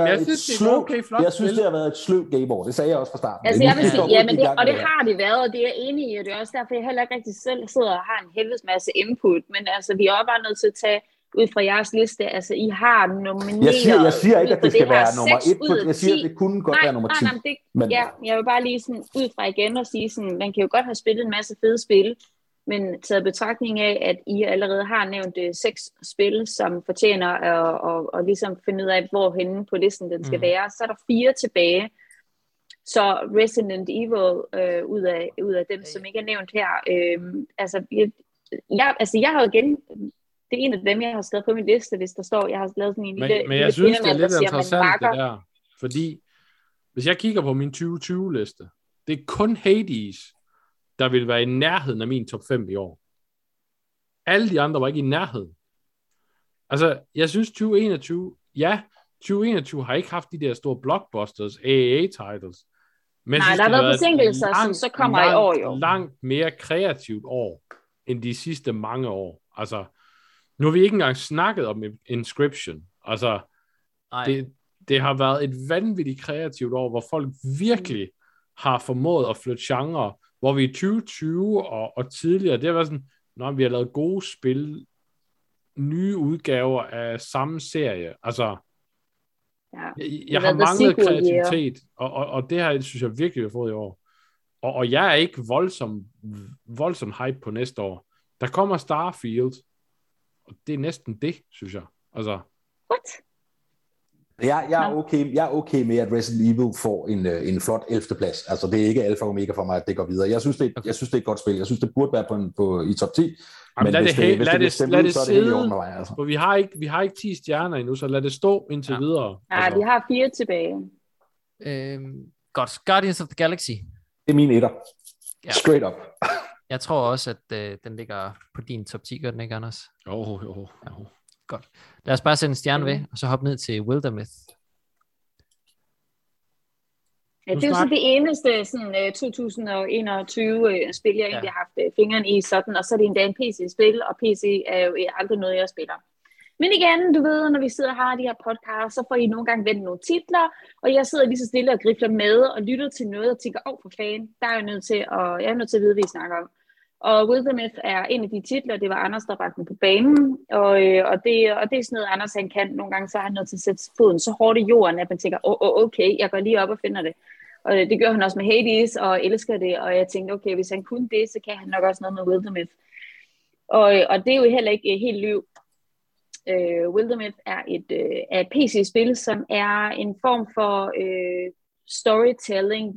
været et sløvt game over. Det sagde jeg også fra starten. Altså, jeg vil sige, ja, men det har det været, og det er enig i, og det er også derfor, jeg heller ikke rigtig selv sidder og har en helvedes masse input, men altså, vi er også bare nødt til at tage ud fra jeres liste, altså, I har nomineret... Jeg siger ikke, at det skal være nummer 1, jeg siger, at det kunne godt være nummer 10. Nej, ja, jeg vil bare lige sådan ud fra igen og sige sådan, man kan jo godt have spillet en masse fede spil, men taget betragtning af, at I allerede har nævnt 6 spil, som fortjener at ligesom finde ud af, hvor henne på listen den skal være, så er der 4 tilbage. Så Resident Evil ud af dem, som ikke er nævnt her. Jeg har jo igen, det er en af dem, jeg har skrevet på min liste, hvis der står, jeg har lavet sådan en lille... Men jeg synes, det er lidt interessant det der, fordi hvis jeg kigger på min 2020-liste, det er kun Hades, der vil være i nærheden af min top 5 i år. Alle de andre var ikke i nærheden. Altså, jeg synes 2021 har ikke haft de der store blockbusters, AAA-titles. Men nej, der har været forsinkelser, som så kommer i år jo. Langt mere kreativt år, end de sidste mange år. Altså, nu har vi ikke engang snakket om Inscription. Altså, det har været et vanvittigt kreativt år, hvor folk virkelig har formået at flytte genre, hvor vi i 2020 og tidligere, det har været sådan, når vi har lavet gode spil, nye udgaver af samme serie. Altså, jeg har manglet kreativitet, og det her synes jeg virkelig, vi har fået i år. Og jeg er ikke voldsom hype på næste år. Der kommer Starfield, og det er næsten det, synes jeg. Altså. What? Jeg er okay med, at Resident Evil får en flot 11. plads. Altså, det er ikke alfa og omega for mig, at det går videre. Jeg synes, det er et godt spil. Jeg synes, det burde være i top 10. Men lad det sidde, for vi har ikke 10 stjerner endnu, så lad det stå indtil videre. Ja, altså. Vi har 4 tilbage. Godt. Guardians of the Galaxy. Det er min etter. Ja. Straight up. Jeg tror også, at den ligger på din top 10, gør den ikke, Anders? Jo. Godt. Lad os bare sætte en stjerne ved, og så hoppe ned til Wildermyth. Ja, det er jo så det eneste sådan, 2021 spil, jeg egentlig har haft fingeren i sådan, og så er det endda en PC-spil, og PC er jo aldrig noget, jeg spiller. Men igen, du ved, når vi sidder og har de her podcasts, så får I nogle gange vendt nogle titler, og jeg sidder lige så stille og grifler med og lytter til noget og tænker, for fan, der er jeg nødt til at vide, hvad I snakker om. Og Wildermyth er en af de titler, det var Anders, der bragte den på banen, og det er sådan noget, Anders han kan. Nogle gange så har han nødt til at sætte foden så hårdt i jorden, at man tænker, okay, jeg går lige op og finder det. Og det gør han også med Hades, og elsker det, og jeg tænkte, okay, hvis han kunne det, så kan han nok også noget med Wildermyth. Og det er jo heller ikke helt lyv. Wildermyth er et PC-spil, som er en form for storytelling,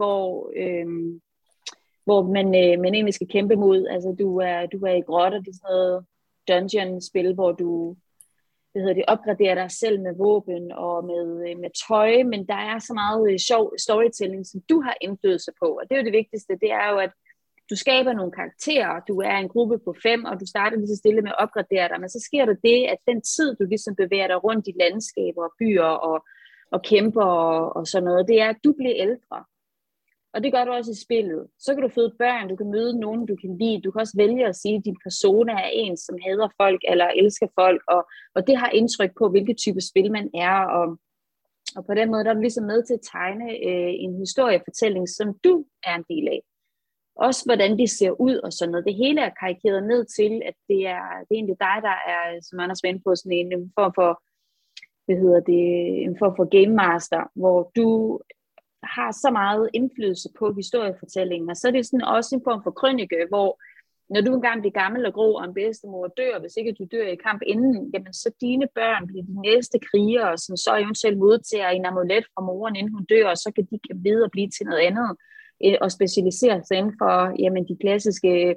hvor man egentlig skal kæmpe mod. Altså, du er i grotter, det er sådan noget dungeon-spil, hvor du opgraderer dig selv med våben og med tøj, men der er så meget sjov storytelling, som du har indflydelse på. Og det er jo det vigtigste, det er jo, at du skaber nogle karakterer, du er en gruppe på 5, og du starter lige så stille med at opgradere dig, men så sker der det, at den tid, du ligesom bevæger dig rundt i landskaber og byer og kæmper og sådan noget, det er, at du bliver ældre. Og det gør du også i spillet. Så kan du føde børn, du kan møde nogen, du kan lide. Du kan også vælge at sige, at din persona er en, som hader folk eller elsker folk. Og det har indtryk på, hvilket type spil man er. Og på den måde der er du ligesom med til at tegne en historiefortælling, som du er en del af. Også hvordan det ser ud og sådan noget. Det hele er karikeret ned til, at det er egentlig dig, der er, som Anders var inde på, sådan en form for, en form for game master, hvor du har så meget indflydelse på historiefortællingen. Og så er det sådan også en form for krønike, hvor når du engang bliver gammel og grå, og en bedstemor dør, hvis ikke du dør i kamp inden, jamen så dine børn bliver de næste krigere, som så eventuelt modtager en amulet fra moren, inden hun dør, og så kan de kæmpe videre og blive til noget andet, og specialisere sig inden for jamen, de klassiske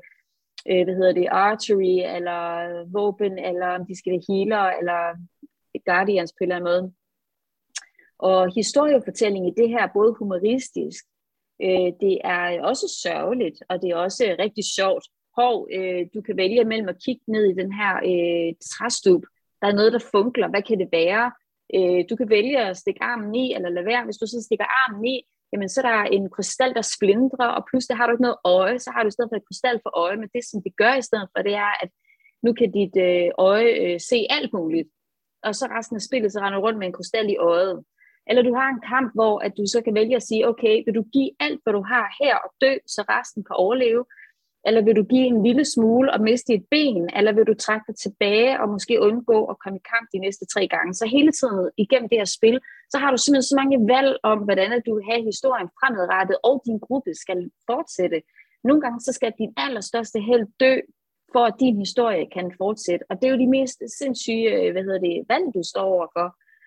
archery, eller våben, eller om de skal være healer, eller guardians på en eller anden måde. Og historiefortælling i det her, både humoristisk, det er også sørgeligt, og det er også rigtig sjovt. Du kan vælge mellem at kigge ned i den her træstup. Der er noget, der funkler. Hvad kan det være? Du kan vælge at stikke armen i, eller lade være. Hvis du så stikker armen i, jamen så er der en krystal, der splindrer, og pludselig har du ikke noget øje, så har du i stedet for et krystal for øje. Men det, som det gør i stedet for, det er, at nu kan dit øje se alt muligt. Og så resten af spillet, så render du rundt med en krystal i øjet. Eller du har en kamp, hvor at du så kan vælge at sige, okay, vil du give alt, hvad du har her og dø, så resten kan overleve? Eller vil du give en lille smule og miste et ben? Eller vil du trække dig tilbage og måske undgå at komme i kamp de næste 3 gange? Så hele tiden igennem det her spil, så har du simpelthen så mange valg om, hvordan du vil have historien fremadrettet, og din gruppe skal fortsætte. Nogle gange så skal din allerstørste held dø, for at din historie kan fortsætte. Og det er jo de mest sindssyge valg, du står overfor.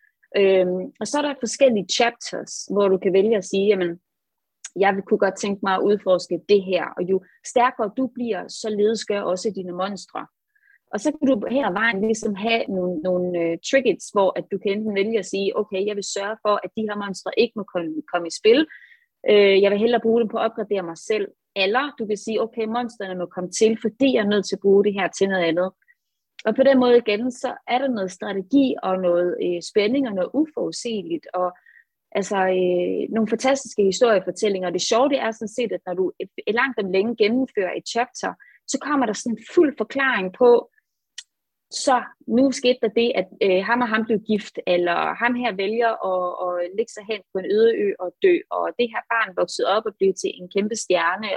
Og så er der forskellige chapters, hvor du kan vælge at sige, jamen, jeg kunne godt tænke mig at udforske det her, og jo stærkere du bliver, således gør også dine monstre. Og så kan du her vejen ligesom have nogle triggers, hvor at du kan enten vælge at sige, okay, jeg vil sørge for, at de her monstre ikke må komme i spil. Jeg vil hellere bruge dem på at opgradere mig selv. Eller du kan sige, okay, monstrene må komme til, fordi jeg er nødt til at bruge det her til noget andet. Og på den måde igen, så er der noget strategi og noget spænding og noget uforudsigeligt, og altså nogle fantastiske historiefortællinger. Og det sjove det er sådan set, at når du langt om længe gennemfører et chapter, så kommer der sådan en fuld forklaring på, så nu skete der det, at ham og ham blev gift, eller ham her vælger at lægge sig hen på en øde ø og dø, og det her barn voksede op og blev til en kæmpe stjerne,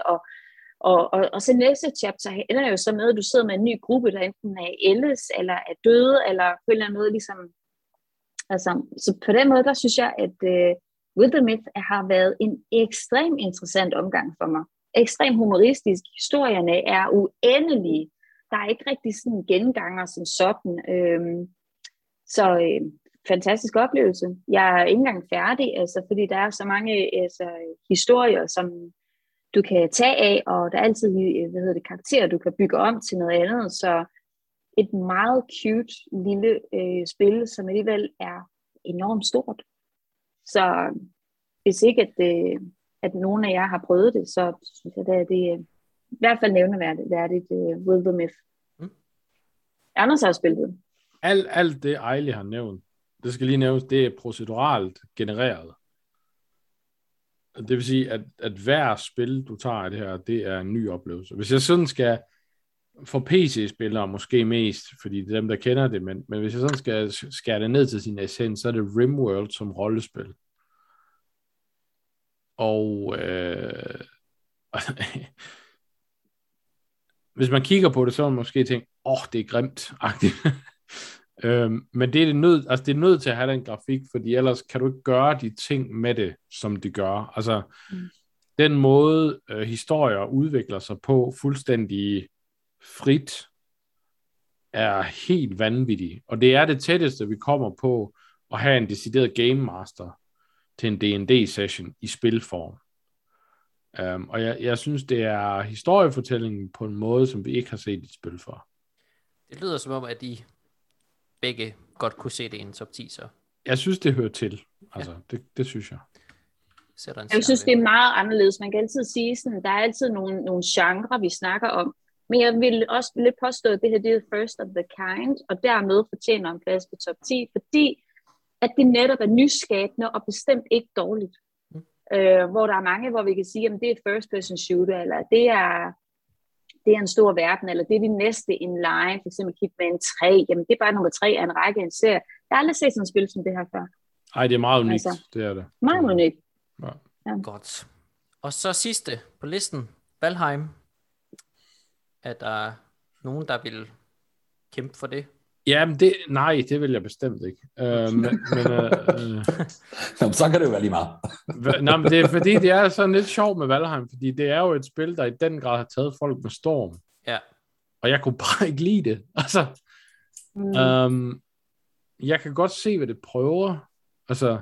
og så næste chapter ender jo så med, at du sidder med en ny gruppe, der enten er ældes, eller er døde, eller på en eller anden måde ligesom. Altså, så på den måde, der synes jeg, at Wildermyth har været en ekstrem interessant omgang for mig. Ekstrem humoristisk. Historierne er uendelige. Der er ikke rigtig sådan genganger som sådan. Fantastisk oplevelse. Jeg er ikke engang færdig, altså, fordi der er så mange historier, som du kan tage af, og der er altid karakterer, du kan bygge om til noget andet. Så et meget cute lille spil, som alligevel er enormt stort. Så hvis ikke, at nogen af jer har prøvet det, så synes jeg, at det er i hvert fald nævneværdigt Wildermyth. Anders har spillet det. alt det Ejli har nævnt, det skal lige nævnes, det er proceduralt genereret. Det vil sige, at hver spil, du tager i det her, det er en ny oplevelse. Hvis jeg sådan skal, for PC-spillere måske mest, fordi det er dem, der kender det, men hvis jeg sådan skal skære det ned til sin essens, så er det RimWorld som rollespil. Og hvis man kigger på det, så vil man måske tænke, det er grimt-agtigt. Men det er nødt til at have den grafik, fordi ellers kan du ikke gøre de ting med det, som det gør. Altså, den måde historier udvikler sig på fuldstændig frit, er helt vanvittig. Og det er det tætteste, vi kommer på at have en decideret game master til en D&D-session i spilform. Og jeg synes, det er historiefortællingen på en måde, som vi ikke har set i spil før. Det lyder som om, at I begge godt kunne se det i en top 10, så. Jeg synes, det hører til. Altså, det synes jeg. Jeg synes, det er meget anderledes. Man kan altid sige, sådan, der er altid nogle genrer, vi snakker om. Men jeg vil også lidt påstå, at det her det er first of the kind, og dermed fortjener en plads på top 10, fordi at det netop er nyskabende og bestemt ikke dårligt. Hvor der er mange, hvor vi kan sige, at det er et first person shooter, eller det er en stor verden, eller det er de næste in line, for eksempel Hitman 3, jamen det er bare nummer 3 af en række af en serie. Jeg har aldrig set sådan et spil som det her før. Ej, det er meget unikt, det er det. Meget unikt. Ja. Godt. Og så sidste på listen, Valheim. Er der nogen, der vil kæmpe for det? Jamen, nej, det vil jeg bestemt ikke. Så kan det jo være lige meget. Men det er fordi, det er sådan lidt sjovt med Valheim, fordi det er jo et spil, der i den grad har taget folk med storm. Ja. Og jeg kunne bare ikke lide det. Altså, jeg kan godt se, hvad det prøver. Altså,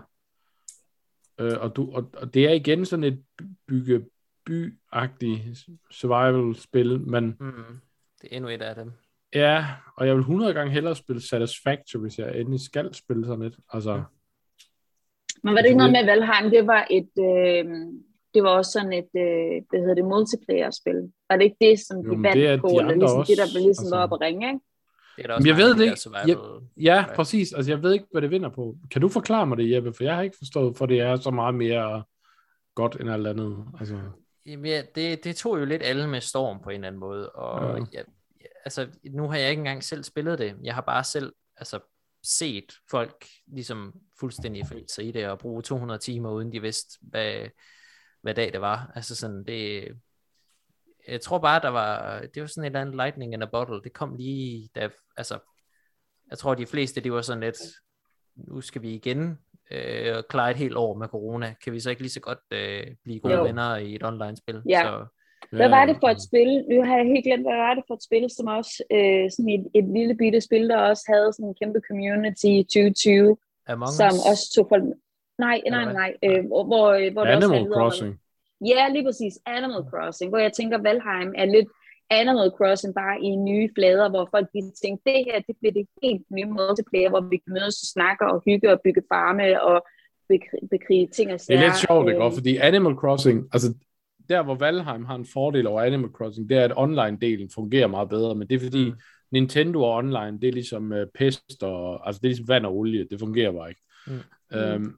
og det er igen sådan et by-agtigt survival-spil, men det er endnu et af dem. Ja, og jeg vil 100 gange hellere spille Satisfactory, hvis jeg endelig skal spille sådan lidt. Altså, men var det ikke noget med Valheim? Det var også sådan et, multiplayer-spil. Var det ikke det, som de vandt på, eller ligesom det, der ligesom var op at ringe, ikke? Det er der også jeg ved det ikke. Præcis. Altså, jeg ved ikke, hvad det vinder på. Kan du forklare mig det, Jeppe? For jeg har ikke forstået, for det er så meget mere godt end alt andet. Altså. Jamen, det tog jo lidt alle med storm på en eller anden måde, og altså, nu har jeg ikke engang selv spillet det. Jeg har bare selv set folk ligesom fuldstændig forelske sig i det, og bruge 200 timer, uden de vidste, hvad dag det var. Altså sådan, jeg tror bare, det var sådan et eller andet lightning in a bottle. Det kom lige, jeg tror de fleste, det var sådan lidt, nu skal vi igen klare et helt år med corona. Kan vi så ikke lige så godt blive gode venner i et online-spil? Ja. Så, hvad var det for et spil? Nu har jeg helt glemt, hvad var det for et spil, som også sådan et lille bitte spil, der også havde sådan en kæmpe community i 2020, som også tog folk... Nej. Hvor Animal Crossing. Ja, lige præcis. Animal Crossing, hvor jeg tænker, Valheim er lidt Animal Crossing bare i nye flader, hvor folk tænker, det her, det bliver det helt nye multiplayer, hvor vi kan mødes og snakke og hygge og bygge farme og bekrige ting og sager. Det er lidt sjovt, ikke? Fordi Animal Crossing, altså der hvor Valheim har en fordel over Animal Crossing, det er, at online-delen fungerer meget bedre, men det er fordi Nintendo og online, det er ligesom pest, altså det er ligesom vand og olie, det fungerer bare ikke.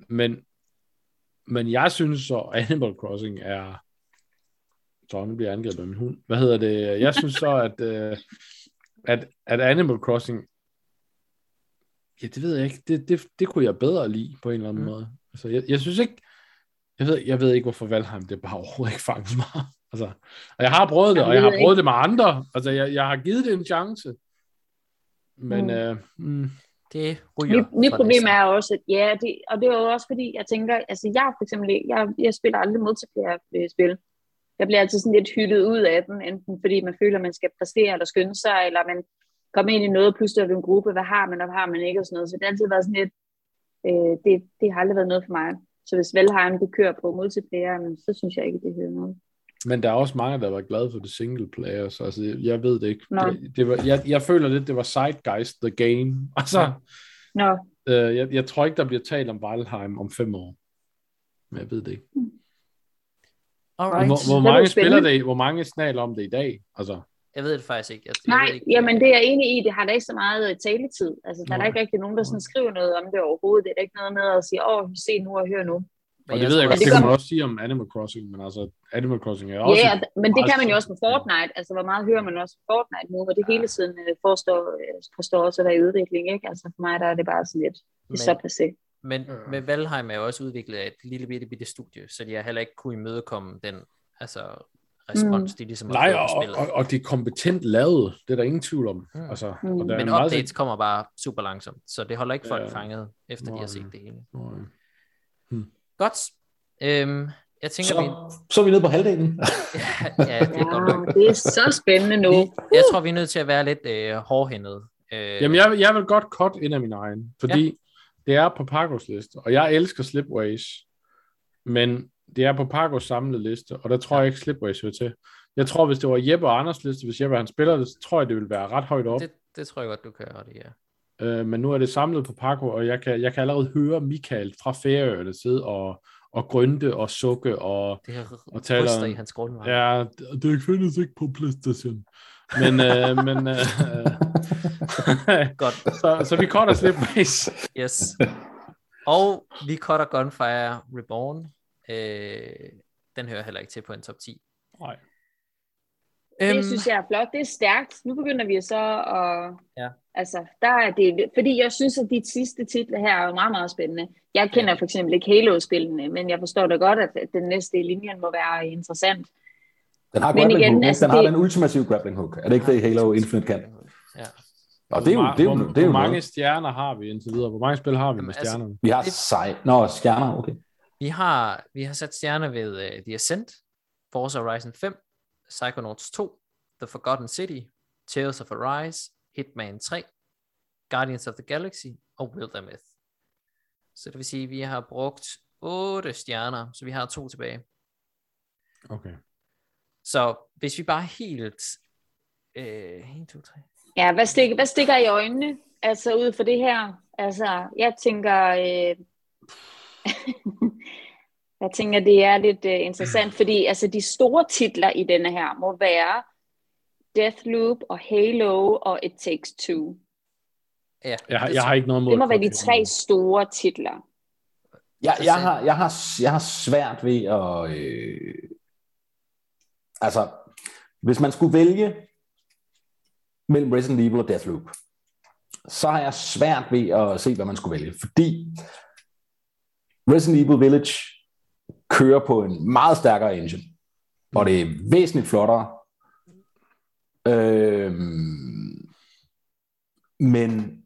Men jeg synes så, Animal Crossing er... Så nu bliver jeg angrebet af min hund. Hvad hedder det? Jeg synes så, at Animal Crossing... Ja, det ved jeg ikke. Det kunne jeg bedre lide på en eller anden måde. Altså, jeg synes ikke... Jeg ved ikke, hvorfor Valheim det bare overhovedet ikke fanges mig. Altså, og jeg har prøvet det, og jeg har prøvet det med andre. Altså, jeg har givet det en chance. Men... Det ryger. Mit problem er også, at og det er jo også fordi, jeg tænker, altså jeg for eksempel, jeg spiller aldrig multiplayer-spil. Jeg bliver altid sådan lidt hyttet ud af den, enten fordi man føler, at man skal præstere eller skynde sig, eller man kommer ind i noget, pludselig er det en gruppe, hvad har man, og hvad har man ikke, og sådan noget. Så det har altid været sådan lidt, det har aldrig været noget for mig. Så hvis Valheim det kører på multiplayer, så synes jeg ikke, det hører noget. Men der er også mange, der var glade for det single player, så altså, jeg ved det ikke. Jeg føler lidt, det var Zeitgeist, the game. Altså, jeg tror ikke, der bliver talt om Valheim om 5 år. Men jeg ved det ikke. Alright. Hvor mange spiller det? Hvor mange snaler om det i dag? Altså. Jeg ved det faktisk ikke. Nej, ved ikke, jamen det er jeg enig i. Det har da ikke så meget taletid. Altså, der er ikke rigtig nogen, der sådan skriver noget om det overhovedet. Det er ikke noget med at sige, se nu og hør nu. Og det ved jeg godt, det kan man også sige om Animal Crossing, men altså Animal Crossing er også... Ja, men det kan man jo også med Fortnite. Altså, hvor meget hører man også på Fortnite nu, hvor det hele tiden forstår også at være i udvikling, ikke? Altså, for mig der er det bare sådan lidt, det er så passé. Men med Valheim er jo også udviklet af et lille bitte studie, så de har heller ikke kunne imødekomme den respons, de ligesom har fået på spillet. Og det er kompetent lavet, det er der ingen tvivl om. Altså, og der men updates kommer bare super langsomt, så det holder ikke folk fanget, efter de har set det hele. Godt. Jeg tænker, så er vi nede på halvdelen. ja, det er godt nok. Det er så spændende nu. Jeg tror, vi er nødt til at være lidt hårdhændet. Jamen, jeg vil godt cut ind af min egen, fordi det er på Pagos liste, og jeg elsker Slipways, men det er på Pagos samlede liste, og der tror jeg ikke Slipways hører til. Jeg tror, hvis det var Jeppe og Anders liste, hvis Jeppe han spiller det, så tror jeg, det vil være ret højt op. Det tror jeg godt, du kan gøre det, ja. Men nu er det samlet på Pago, og jeg kan allerede høre Michael fra Færøerne sidde og grønte og sukke og taler i hans grundvej. Ja, det findes ikke på PlayStation. Men godt. Så vi cutter Slipways. Yes. Og vi cutter Gunfire Reborn. Den hører heller ikke til på en top 10. Nej. Det synes jeg er flot. Det er stærkt. Nu begynder vi så at... Altså, der er det... Fordi jeg synes, at de sidste titler her er jo meget, meget spændende. Jeg kender for eksempel ikke Halo-spillene, men jeg forstår da godt, at den næste i linjen må være interessant. Den har grappling hook. Den har den ultimative grappling hook. Er det ikke det, Halo Infinite kan? Ja. Og det er jo hvor mange stjerner har vi indtil videre? Hvor mange spil har vi med stjernerne? Vi har stjerner, okay. Vi har sat stjerner ved The Ascent, Forza Horizon 5, Psychonauts 2, The Forgotten City, Tales of Arise, Hitman 3, Guardians of the Galaxy og Wildermyth. Så det vil sige, at vi har brugt 8 stjerner, så vi har 2 tilbage. Okay. Så hvis vi bare helt... 1, 2, 3... Ja, hvad stikker i øjnene? Altså ud for det her? Altså, jeg tænker... Jeg tænker, det er lidt interessant, fordi altså, de store titler i denne her må være Deathloop og Halo og It Takes Two. Ja, jeg har ikke noget mod. Det må være de 3 store titler. Jeg har svært ved at... altså, hvis man skulle vælge mellem Resident Evil og Deathloop, så har jeg svært ved at se, hvad man skulle vælge. Fordi Resident Evil Village kører på en meget stærkere engine, og det er væsentligt flottere. Men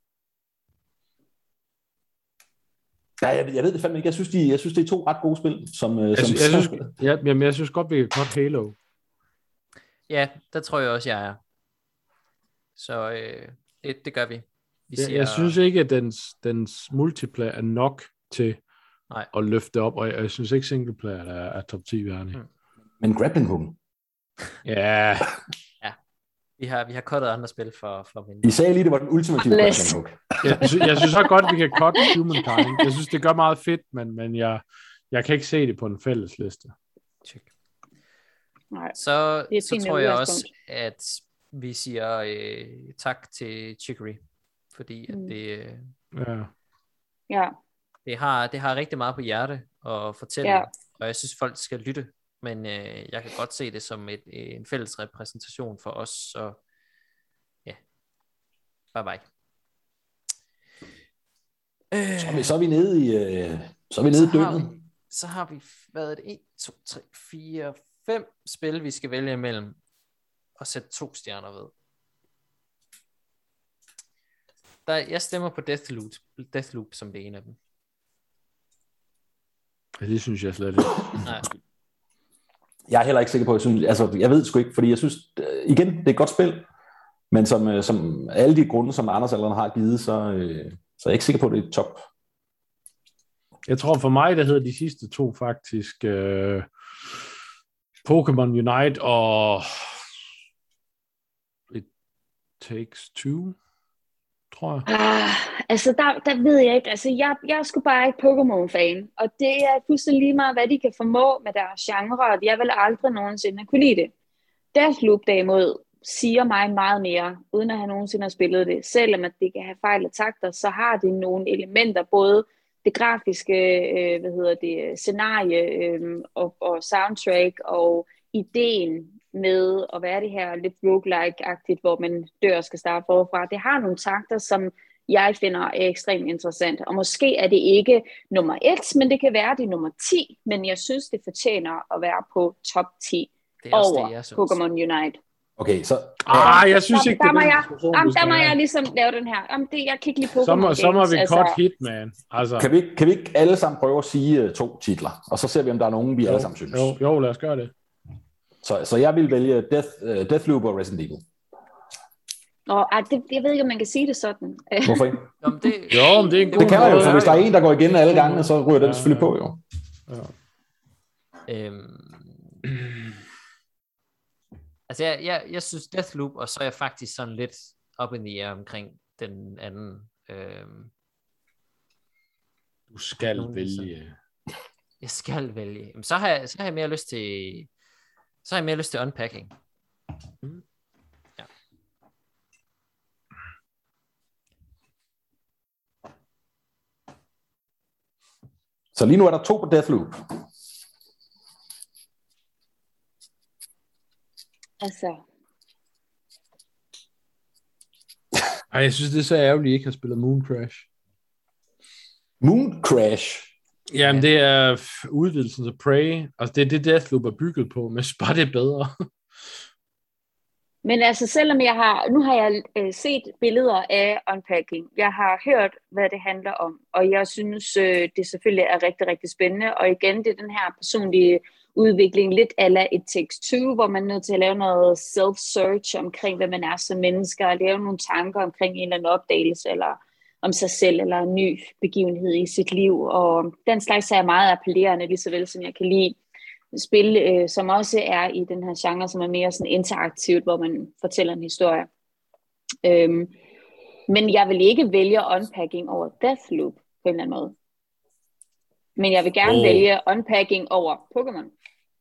jeg ved det fandme ikke. Jeg synes det er 2 ret gode spil. Jeg synes godt, vi kan godt Halo. Ja, der tror jeg også, jeg er. Så det gør vi. Jeg synes ikke, at dens multiplayer er nok til at løfte op, og jeg synes ikke singleplayer er top 10 værende. Men grappling hooken? Ja. Vi har cuttet andre spil for min. I sagde lige, det var den ultimative grappling hook. Jeg synes også godt, vi kan cutte Humankind. Jeg synes, det gør meget fedt, men jeg kan ikke se det på en fælles liste. Nej, så tror jeg også, at vi siger tak til Chicory, fordi at det har rigtig meget på hjerte at fortælle, og jeg synes, folk skal lytte, men jeg kan godt se det som en fælles repræsentation for os, så ja, bye bye. Så er vi nede i døgnet. Så har vi været 1, 2, 3, 4, 5 spil, vi skal vælge imellem og sætte 2 stjerner ved. Jeg stemmer på Deathloop som det ene af dem. Det synes jeg slet ikke. Nej. Jeg er heller ikke sikker på, jeg ved sgu ikke, fordi jeg synes, igen, det er et godt spil, men som alle de grunde, som Anders allerede har givet, så er jeg ikke sikker på, at det er top. Jeg tror for mig, der hedder de sidste 2 faktisk Pokémon Unite og It Takes Two, tror jeg. Altså, der ved jeg ikke. Altså, jeg er sgu bare ikke Pokémon-fan, og det er fuldstændig lige meget, hvad de kan formå med deres genre, og jeg vil aldrig nogensinde kunne lide det. Deathloop derimod, siger mig meget mere, uden at have nogensinde har spillet det. Selvom at det kan have fejl og takter, så har det nogle elementer, både det grafiske, scenarie og soundtrack og ideen med at være det her lidt roguelike-agtigt, hvor man dør og skal starte forfra. Det har nogle takter, som jeg finder er ekstremt interessant. Og måske er det ikke nummer 1, men det kan være det nummer 10, men jeg synes, det fortjener at være på top 10 over Pokémon Unite. Okay, så... jeg synes ikke, der må jeg ligesom lave den her. Jeg kan ikke lide Pokémon så må vi cut Hitman. Altså. Kan vi ikke alle sammen prøve at sige 2 titler, og så ser vi, om der er nogen, vi alle sammen synes? Jo, lad os gøre det. Så jeg vil vælge Deathloop og Resident Evil. Jeg ved ikke, om man kan sige det sådan. Hvorfor ikke? Jamen, det er en god det kan man jo, for hvis der er en, der går igen alle gange, så ryger den selvfølgelig på, jo. Ja. Altså, jeg synes Deathloop, og så er jeg faktisk sådan lidt up in the air omkring den anden. Du skal vælge. Jeg skal vælge. Jamen, så har jeg mere lyst til Unpacking. Ja. Så lige nu er der 2 på Deathloop. Altså. Jeg synes, det er så ærgerligt, at I ikke har spillet Moon Crash. Moon Crash? Jamen, det er udvidelsen af Prey. Altså, det er det, Deathloop er bygget på, men bare det er bedre. Men altså, selvom nu har jeg set billeder af Unpacking. Jeg har hørt, hvad det handler om, og jeg synes, det selvfølgelig er rigtig, rigtig spændende. Og igen, det er den her personlige udvikling, lidt a la It Takes Two, hvor man er nødt til at lave noget self-search omkring, hvad man er som mennesker, og lave nogle tanker omkring en eller anden opdagelse, eller om sig selv, eller en ny begivenhed i sit liv. Og den slags er meget appellerende, lige så vel som jeg kan lide spil, som også er i den her genre, som er mere sådan interaktivt, hvor man fortæller en historie. Men jeg vil ikke vælge Unpacking over Deathloop på en eller anden måde. Men jeg vil gerne vælge Unpacking over Pokémon.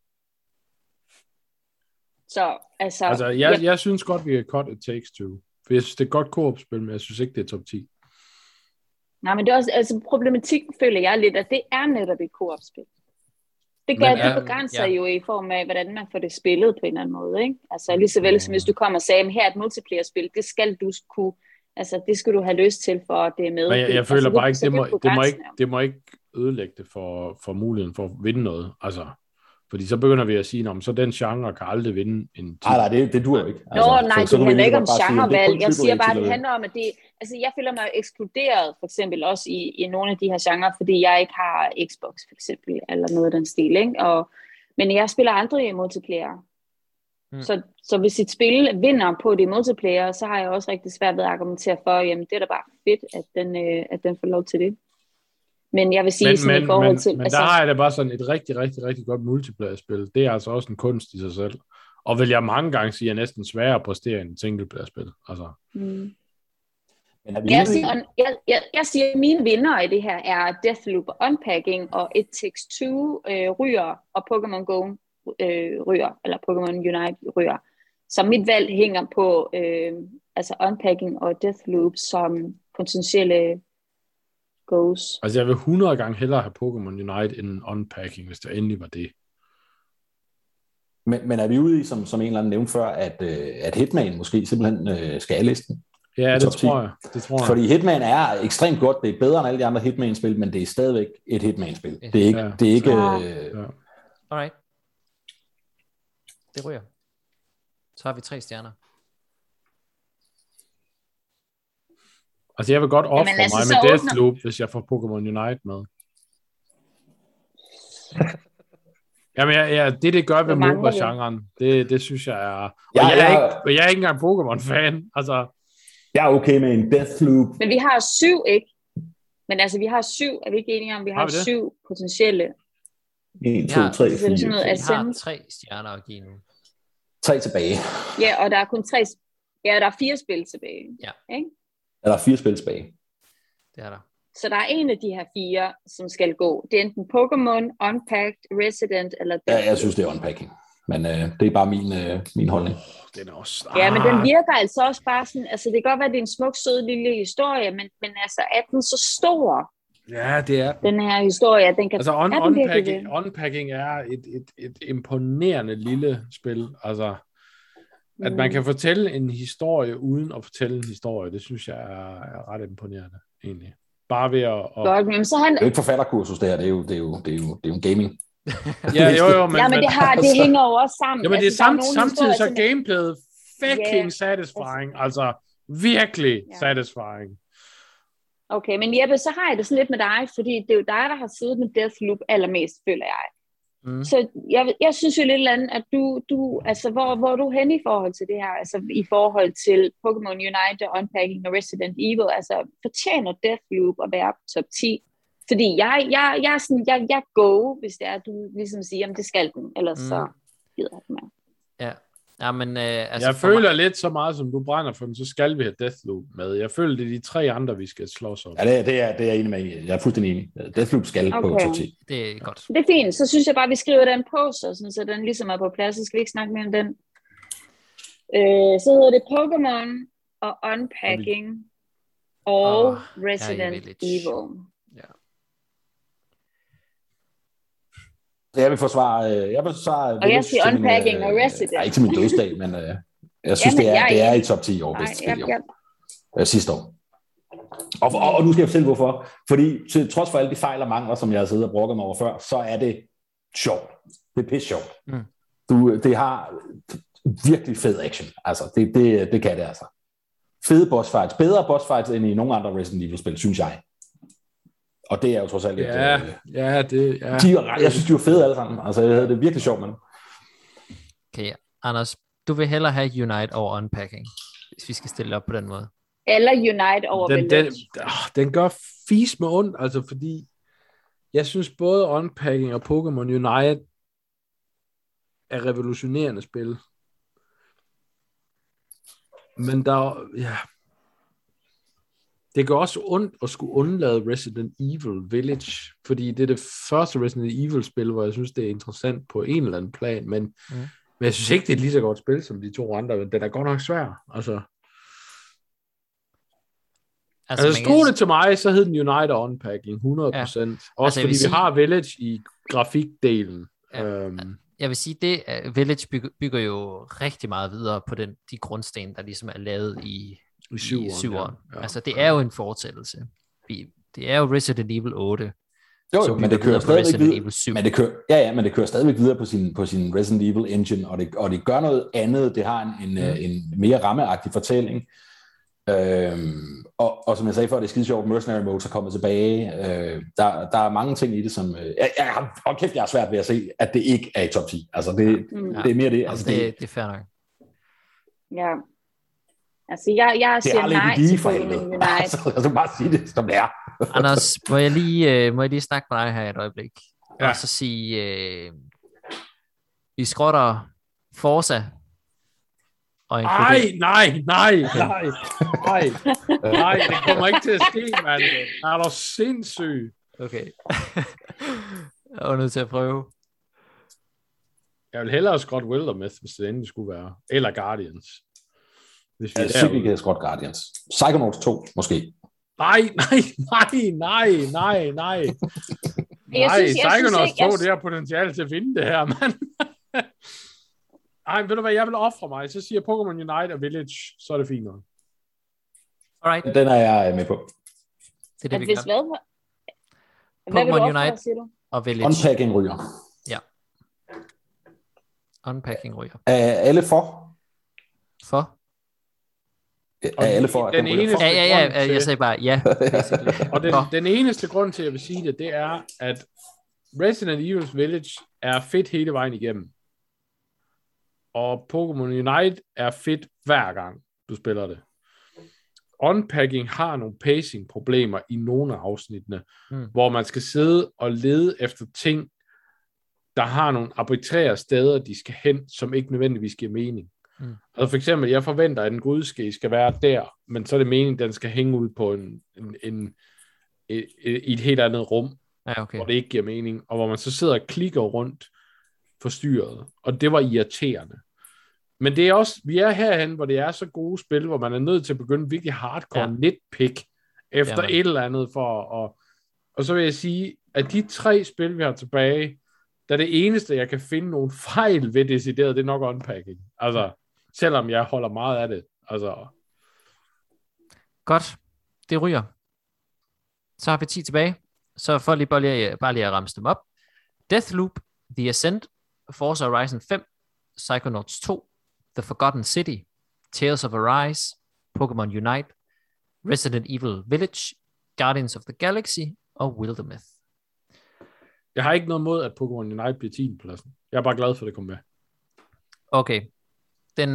Så altså jeg synes godt, vi kan cut It Takes Two. For jeg synes, det er et godt co-op-spil, men jeg synes ikke, det er top 10. Nej, men det er også, altså problematikken føler jeg lidt, at det er netop et co-op-spil. Det begrænser jo i form af, hvordan man får det spillet på en eller anden måde, ikke? Altså lige så vel som hvis du kommer og sagde, her er et multiplayer-spil, det skal du kunne, altså det skal du have lyst til, for at det er med. Men jeg føler bare ikke, det må ikke ødelægge det for muligheden for at vinde noget, altså. Fordi så begynder vi at sige, så den genre kan aldrig vinde en titel. Nej, det duer ikke. Altså, det handler ikke om genrevalg. Jeg siger bare, at det handler om, at jeg føler mig ekskluderet, for eksempel også i nogle af de her genrer, fordi jeg ikke har Xbox, for eksempel, eller noget af den stil, ikke? Men jeg spiller aldrig multiplayer. Så hvis et spil vinder på det multiplayer, så har jeg også rigtig svært ved at argumentere for, jamen det er da bare fedt, at den får lov til det. Men jeg vil sige sådan i forhold til... Men der har jeg da bare sådan et rigtig, rigtig, rigtig godt multiplayer-spil. Det er altså også en kunst i sig selv. Og vil jeg mange gange sige, at jeg næsten sværere at præstere end singleplayer-spil. Altså. Men jeg siger, at mine vinder i det her er Deathloop, Unpacking og It Takes Two ryger, og Pokémon Go ryger, eller Pokémon Unite ryger. Så mit valg hænger på Unpacking og Deathloop som potentielle goes. Altså jeg vil 100 gange hellere have Pokémon Unite end Unpacking, hvis det endelig var det. Men er vi ude i, som en eller anden nævnte før, at Hitman måske simpelthen skal af listen? Ja, det tror jeg. Fordi Hitman er ekstremt godt. Det er bedre end alle de andre Hitman-spil, men det er stadigvæk et Hitman-spil. Det er ikke... Alright. Det ryger. Så har vi 3 stjerner. Altså, jeg vil godt ofre mig med Deathloop, hvis jeg får Pokémon Unite med. Jamen, det gør ved MOBA-genren, det synes jeg er... Jeg er ikke engang Pokémon-fan, altså... Jeg er okay med en Deathloop. Men vi har 7, ikke? Men altså, vi har 7, er vi ikke enige om? Vi har 7 potentielle. 1, 2, 3, 4. Vi har 3 stjerner at give nu. 3 tilbage. Ja, og der er kun 3... Ja, der er 4 spil tilbage. Ja. Ikke? Der er 4 spil tilbage. Det er der. Så der er en af de her 4, som skal gå. Det er enten Pokémon, Unpacked, Resident eller... Ja, jeg synes, det er Unpacking. Men det er bare min holdning. Den er også... Ja, men den virker altså også bare sådan, altså det kan godt være, at det er en smuk, sød lille historie, men altså er den så stor? Ja, det er den her historie. Den kan, altså Unpacking er et imponerende lille spil. Altså, at man kan fortælle en historie uden at fortælle en historie, det synes jeg er ret imponerende, egentlig. Bare ved at... Godt, men så han... Det er jo ikke forfatterkursus, det her. Det er jo en gaming. Ja, jo, men... Ja, men det hænger jo også sammen. Ja, men det er samtidig så historier, gameplayet fucking satisfying. Altså, virkelig satisfying. Okay, men Jeppe, så har jeg det sådan lidt med dig, fordi det er jo dig, der har siddet med Deathloop allermest, føler jeg. Så jeg synes jo lidt andet, at du altså, hvor er du hen i forhold til det her, altså i forhold til Pokémon Unite, Unpacking og Resident Evil, altså fortjener Deathloop at være på top 10? Fordi jeg go, hvis det er, at du ligesom siger, om det skal den, ellers så gider jeg det med. Ja, men, altså jeg føler lidt så meget, som du brænder for den, så skal vi have Deathloop med. Jeg føler, det er de 3 andre, vi skal slås om. Ja, det er jeg enig med. Jeg er fuldstændig enig. Deathloop skal på top 10. Det er godt. Det er fint. Så synes jeg bare, vi skriver den på, så den ligesom er på plads. Så skal vi ikke snakke mere om den. Så hedder det Pokémon og Unpacking og Resident Evil. Jeg vil forsvare... og jeg siger Unpacking og Resident. Ikke til min dødsdag, men jeg synes, det er i top 10 år bedste spil i år. Sidste år. Og nu skal jeg fortælle, hvorfor. Fordi til trods for alle de fejl og mangler, som jeg har siddet og brokket mig over før, så er det sjovt. Det er pisse sjovt. Det har virkelig fed action. Altså, det kan det altså. Fede boss fights. Bedre boss fights end i nogle andre Resident Evil-spil, synes jeg. Og det er jo trods alt jeg synes, de var fede alle sammen. Altså, jeg havde det virkelig sjovt, men... Okay, Anders, du vil hellere have Unite over Unpacking, hvis vi skal stille op på den måde. Eller Unite over Village. Den gør fis med ondt, altså fordi jeg synes både Unpacking og Pokémon Unite er revolutionerende spil. Men det gør også ondt at skulle undlade Resident Evil Village, fordi det er det første Resident Evil-spil, hvor jeg synes, det er interessant på en eller anden plan, men jeg synes ikke, det er et lige så godt spil som de 2 andre, men den er godt nok svær. Altså stod det til mig, så hed den Unite og Unpacking, 100%. Ja. Også fordi vi har Village i grafikdelen. Ja. Jeg vil sige, det Village bygger jo rigtig meget videre på de grundsten, der ligesom er lavet i 7'eren. Ja. Altså, det er jo en fortsættelse. Det er jo Resident Evil 8. Jo, men det kører stadigvæk videre. Men det kører stadigvæk videre på sin Resident Evil engine, og det gør noget andet. Det har en mere rammeagtig fortælling. Og som jeg sagde før, det er skide sjovt, Mercenary Mode er kommet tilbage. Der er mange ting i det, som... jeg har svært ved at se, at det ikke er i top 10. Altså, det er mere det. Altså, det er fair nok. Ja. Altså, jeg siger nej til Pokémon Unite. Altså, bare sige det, som det er. Anders, må jeg lige snakke med dig her et øjeblik? Ja. Og så sige, vi skrotter Forza. Nej, det kommer ikke til at ske, mand. Er du sindssyg? Okay. Jeg er nødt til at prøve. Jeg vil hellere skrotte Wildermyth, hvis det endelig skulle være. Eller Guardians. Hvis vi ikke kan skrotte Guardians. Psychonauts 2, måske. Nej. Psychonauts 2, det har potentiale til at vinde det her, mand. Nej, ved du hvad, jeg vil ofre mig. Så siger Pokémon Unite og Village, så er det fint nok. Alright. Den er jeg med på. Det er det, vi gør. Pokémon Unite og Village. Unpacking ryger. Ja. Unpacking ryger. Er alle for? For? Er alle for? Den eneste jeg sagde bare ja. Og den eneste grund til, at jeg vil sige det er, at Resident Evil Village er fedt hele vejen igennem. Og Pokémon Unite er fedt hver gang, du spiller det. Unpacking har nogle pacing-problemer i nogle af afsnittene, hvor man skal sidde og lede efter ting, der har nogle arbitrære steder, de skal hen, som ikke nødvendigvis giver mening. Altså for eksempel, jeg forventer, at en grydeske skal være der, men så er det meningen, at den skal hænge ud på i et helt andet rum, hvor det ikke giver mening, og hvor man så sidder og klikker rundt forstyrret, og det var irriterende. Men det er også, vi er herhen, hvor det er så gode spil, hvor man er nødt til at begynde virkelig hardcore nitpick efter et eller andet for at... Og så vil jeg sige, at de 3 spil, vi har tilbage, der det eneste, jeg kan finde nogle fejl ved decideret, det er nok unpacking. Altså, selvom jeg holder meget af det. Altså. Godt. Det ryger. Så har vi 10 tilbage. Så for lige bare lige at ramse dem op. Deathloop, The Ascent, Forza Horizon 5, Psychonauts 2, The Forgotten City, Tales of Arise, Pokémon Unite, Resident Evil Village, Guardians of the Galaxy og Wildermyth. Jeg har ikke noget mod, at Pokémon Unite bliver 10. pladsen. Jeg er bare glad for, at det kommer med. Okay. Den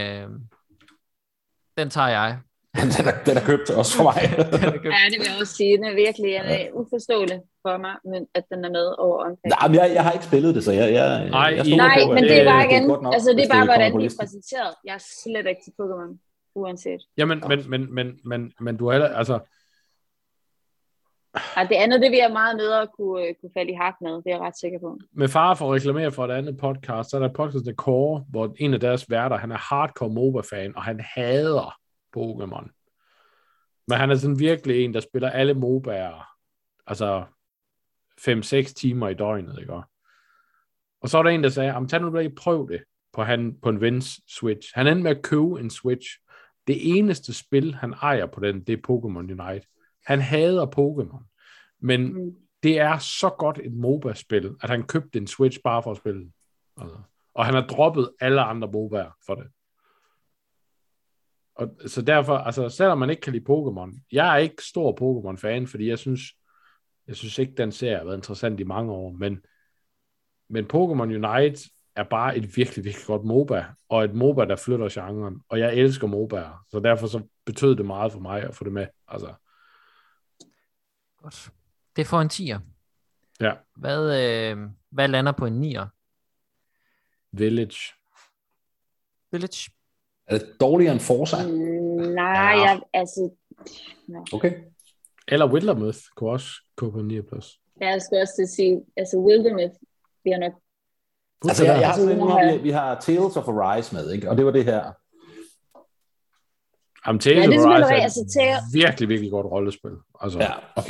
tager jeg. Den er købt også for mig. Ja, det vil jeg også sige. Den er virkelig uforståelig for mig, men at den er med over unpacking. Nej, men jeg har ikke spillet det, så jeg Nej, men det er bare igen. Nok, altså, det er bare, hvordan det er præsenteret. Jeg er slet ikke til Pokémon, uanset. Jamen, men du er heller, altså... Ja, det andet, det vil jeg meget bedre kunne falde i hak med, det er jeg ret sikker på. Med fare for at reklamere for et andet podcast, så er der et podcast, der Core, hvor en af deres værter, han er hardcore MOBA-fan, og han hader Pokémon. Men han er sådan virkelig en, der spiller alle MOBA'er, altså 5-6 timer i døgnet, ikke? Og så er der en, der sagde, tag nu bare prøv det på en vens Switch. Han endte med at købe en Switch. Det eneste spil, han ejer på den, det er Pokémon Unite. Han hader Pokémon, men det er så godt et MOBA-spil, at han købte en Switch bare for at spille den. Altså. Og han har droppet alle andre MOBA'er for det. Og så derfor, altså selvom man ikke kan lide Pokémon, jeg er ikke stor Pokémon-fan, fordi jeg synes ikke, den serie har været interessant i mange år, men Pokémon Unite er bare et virkelig, virkelig godt MOBA, og et MOBA, der flytter genren, og jeg elsker MOBA'er, så derfor så betød det meget for mig at få det med, altså. Godt. Det får en 10'er. Ja. Hvad lander på en 9'er? Village. Er det dårligere end Forza? Nej, Okay. Eller Wildermyth kunne også gå på 9. plads. Jeg skal også sige, altså Wildermyth bliver nok... Altså, jeg har sådan, vi har Tales of Arise med, ikke? Og det var det her. Jamen, Tales of Arise er virkelig, virkelig godt rollespil. Altså. Ja, okay.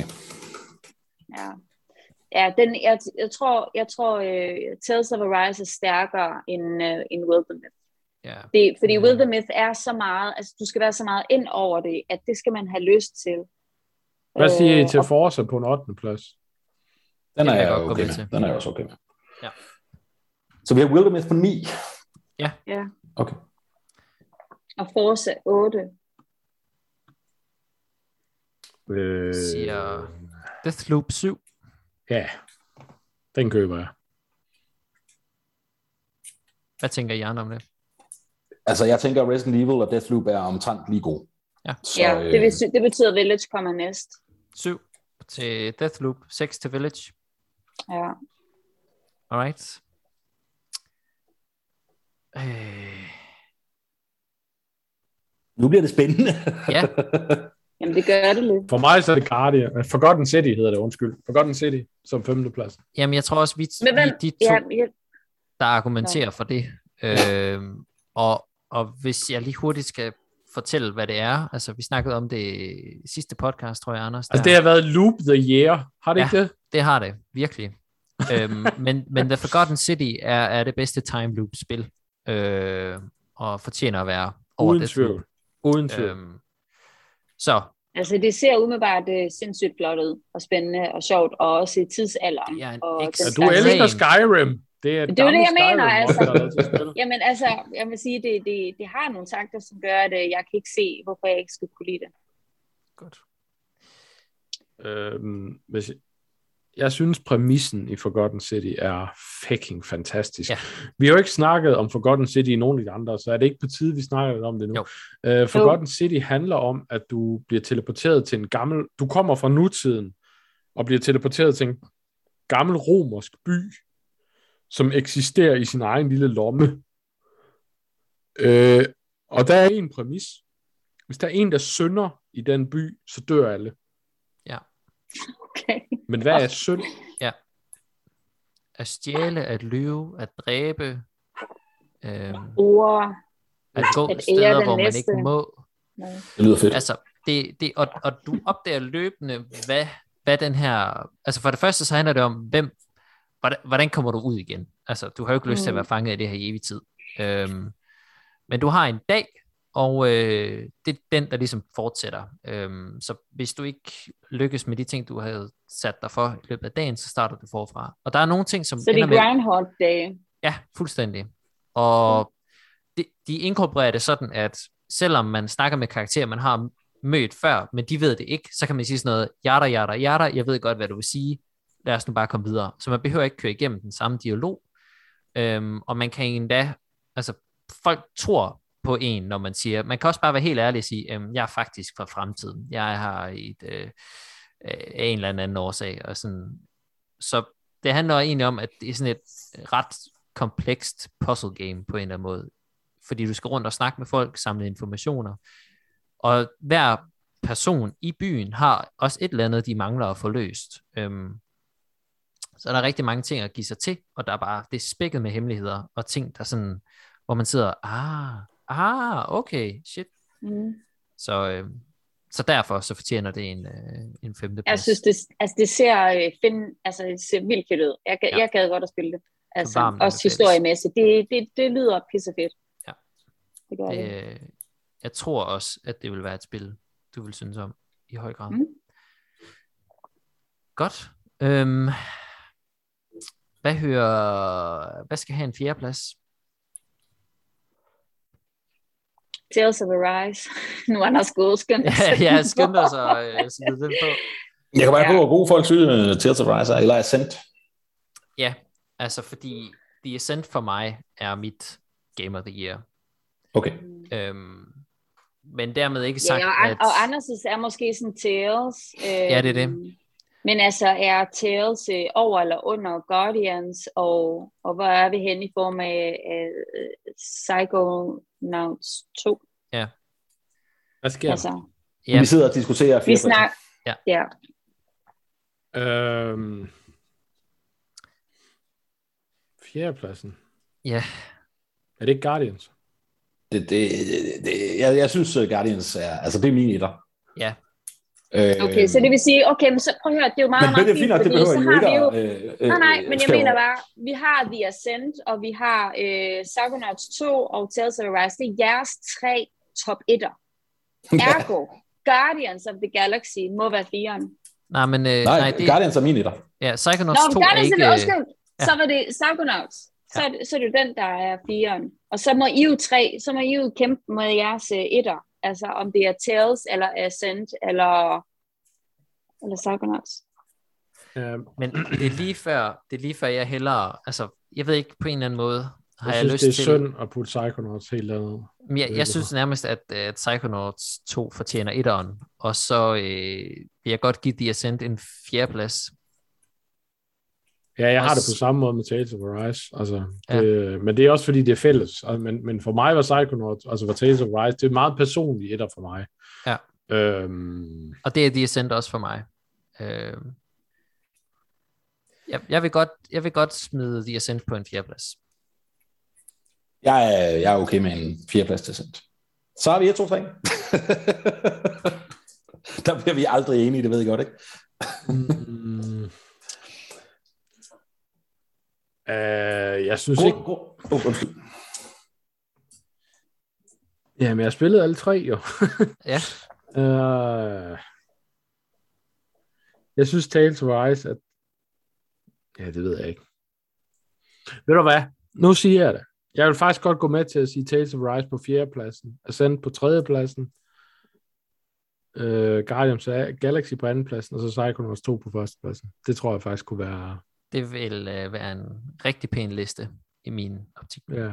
Ja, jeg tror Tales of Arise er stærkere end Wildermyth. Yeah. Fordi Wildermyth er så meget, altså du skal være så meget ind over det, at det skal man have lyst til. Hvad siger I til Forza på en 8. plads? Den er jeg okay med. Den er jeg også okay med. Ja. Så vi har Wildermyth på 9. Ja. Okay. Og Forza 8. Siger Deathloop 7. Ja, den køber jeg. Hvad tænker I andre om det? Altså, jeg tænker, Resident Evil og Deathloop er omtrent lige gode. Ja, så, det betyder, Village kommer næst. 7 til Deathloop, 6 til Village. Ja. Alright. Nu bliver det spændende. Ja. Jamen, det gør det lidt. For mig så er det Guardian. Forgotten City hedder det, undskyld. Forgotten City som 5. plads. Jamen, jeg tror også, vi de to, der argumenterer for det. Og hvis jeg lige hurtigt skal fortælle, hvad det er. Altså, vi snakkede om det i sidste podcast, tror jeg, Anders. Altså, det har været Loop the Year. Har det ikke det? Det har det, virkelig. men The Forgotten City er det bedste time loop-spil, og fortjener at være over det. Uden tvivl. Så. Altså, det ser umiddelbart sindssygt flot ud, og spændende og sjovt, og også i tidsalderen. Ja, du elsker Skyrim. Det er jo det, jeg mener, altså. Jamen, altså, jeg vil sige, det har nogle takter, som gør, at jeg kan ikke se, hvorfor jeg ikke skulle kunne lide det. Godt. Jeg synes, præmissen i Forgotten City er fucking fantastisk. Ja. Vi har jo ikke snakket om Forgotten City i nogle af de andre, så er det ikke på tide, vi snakker om det nu. Forgotten City handler om, at du bliver teleporteret til en gammel... Du kommer fra nutiden og bliver teleporteret til en gammel romersk by, som eksisterer i sin egen lille lomme. Og der er en præmis. Hvis der er en, der synder i den by, så dør alle. Ja. Okay. Men hvad er synd? Ja. At stjæle, at lyve, at dræbe. At gå steder, hvor man ikke må. Det lyder fedt. Altså, og du opdager løbende, hvad den her... Altså for det første, så handler det om, hvordan kommer du ud igen? Altså, du har jo ikke lyst til at være fanget i det her evig tid. Men du har en dag, og det er den, der ligesom fortsætter. Så hvis du ikke lykkes med de ting, du havde sat dig for i løbet af dagen, så starter du forfra. Og der er nogle ting, som... Så det er Groundhog Day? Ja, fuldstændig. Og de inkorporerer det sådan, at selvom man snakker med karakterer, man har mødt før, men de ved det ikke, så kan man sige sådan noget, jada, jeg ved godt, hvad du vil sige, lad os nu bare komme videre. Så man behøver ikke køre igennem den samme dialog, og man kan endda, altså folk tror på en, når man siger, man kan også bare være helt ærlig og sige, jeg er faktisk fra fremtiden, jeg har af en eller anden årsag, og sådan. Så det handler egentlig om, at det er sådan et ret komplekst puzzle game på en eller anden måde, fordi du skal rundt og snakke med folk, samle informationer, og hver person i byen har også et eller andet, de mangler at få løst. Så der er rigtig mange ting at give sig til, og der er bare, det er spækket med hemmeligheder, og ting, der sådan, hvor man sidder, okay, shit. Så derfor så fortjener det en 5. plads. Jeg synes, det ser vildt fedt ud. Jeg gad godt at spille det. Altså, også historiemæssigt. Det lyder pissefedt. Ja. Det gør det. Jeg tror også, at det vil være et spil, du vil synes om i høj grad. Godt. Hvad skal have en 4. plads? Tales of Arise. Nu er Anders gået skyndt. Ja, skyndt os at smide den på. Jeg kan bare på, hvor gode folk synes Tales of Arise eller Ascent. Ja, altså fordi The Ascent for mig er mit Game of the Year. Okay. Men dermed ikke sagt, at... Og Anders' er måske sådan Tales. Ja, det er det. Men altså, er Tales over eller under Guardians, og hvor er vi henne i form af Psychonauts 2? Ja. Hvad sker altså, ja. Vi sidder og diskuterer 4. Vi snakker... Ja. Fjerdepladsen. Ja. Er det ikke Guardians? Jeg synes Guardians er, altså det er min etter. Ja. Okay, så det vil sige, okay, men så prøv at høre, det er jo meget, meget fint, fordi det så har vi jo... Nej, men jeg mener bare, vi har The Ascent, og vi har Psychonauts 2 og Tales of Arise, det er jeres 3 top 1'er. Ergo, Guardians of the Galaxy må være 4'eren. Nej, men... Guardians er min etter. Ja, Psychonauts 2 er ikke... Så var det Psychonauts. Så er det den, der er 4'eren. Og så må I jo kæmpe med jeres 1'er. Altså om det er Tales, eller Ascent, eller Psychonauts. Men det er lige før jeg hellere, altså jeg ved ikke på en eller anden måde, har jeg lyst til... Jeg synes, det er synd at putte Psychonauts helt andet. Jeg synes nærmest, at Psychonauts 2 fortjener 1'eren, og så vil jeg godt give The Ascent en 4. plads. Ja, jeg har det på samme måde med Tales of Arise. Altså, men det er også fordi, det er fælles. Men for mig var Psychonauts, altså var Tales of Arise, det er meget personligt etter for mig. Ja. Og det er The Ascent også for mig. Jeg vil godt smide The Ascent på en 4. plads. Jeg er okay med en 4. plads til Ascent. Så er vi 1, 2, 3. Der bliver vi aldrig enige, det ved jeg godt, ikke? Jeg synes ikke... Jamen, jeg spillede alle 3, jo. Ja. Jeg synes Tales of Arise, at... Ja, det ved jeg ikke. Ved du hvad? Nu siger jeg det. Jeg vil faktisk godt gå med til at sige Tales of Arise på 4. pladsen, Ascent på 3. pladsen, Guardians of Galaxy på 2. pladsen, og så Psychonauts 2 på 1. pladsen. Det tror jeg faktisk kunne være... Det vil være en rigtig pæn liste i min optik. Ja.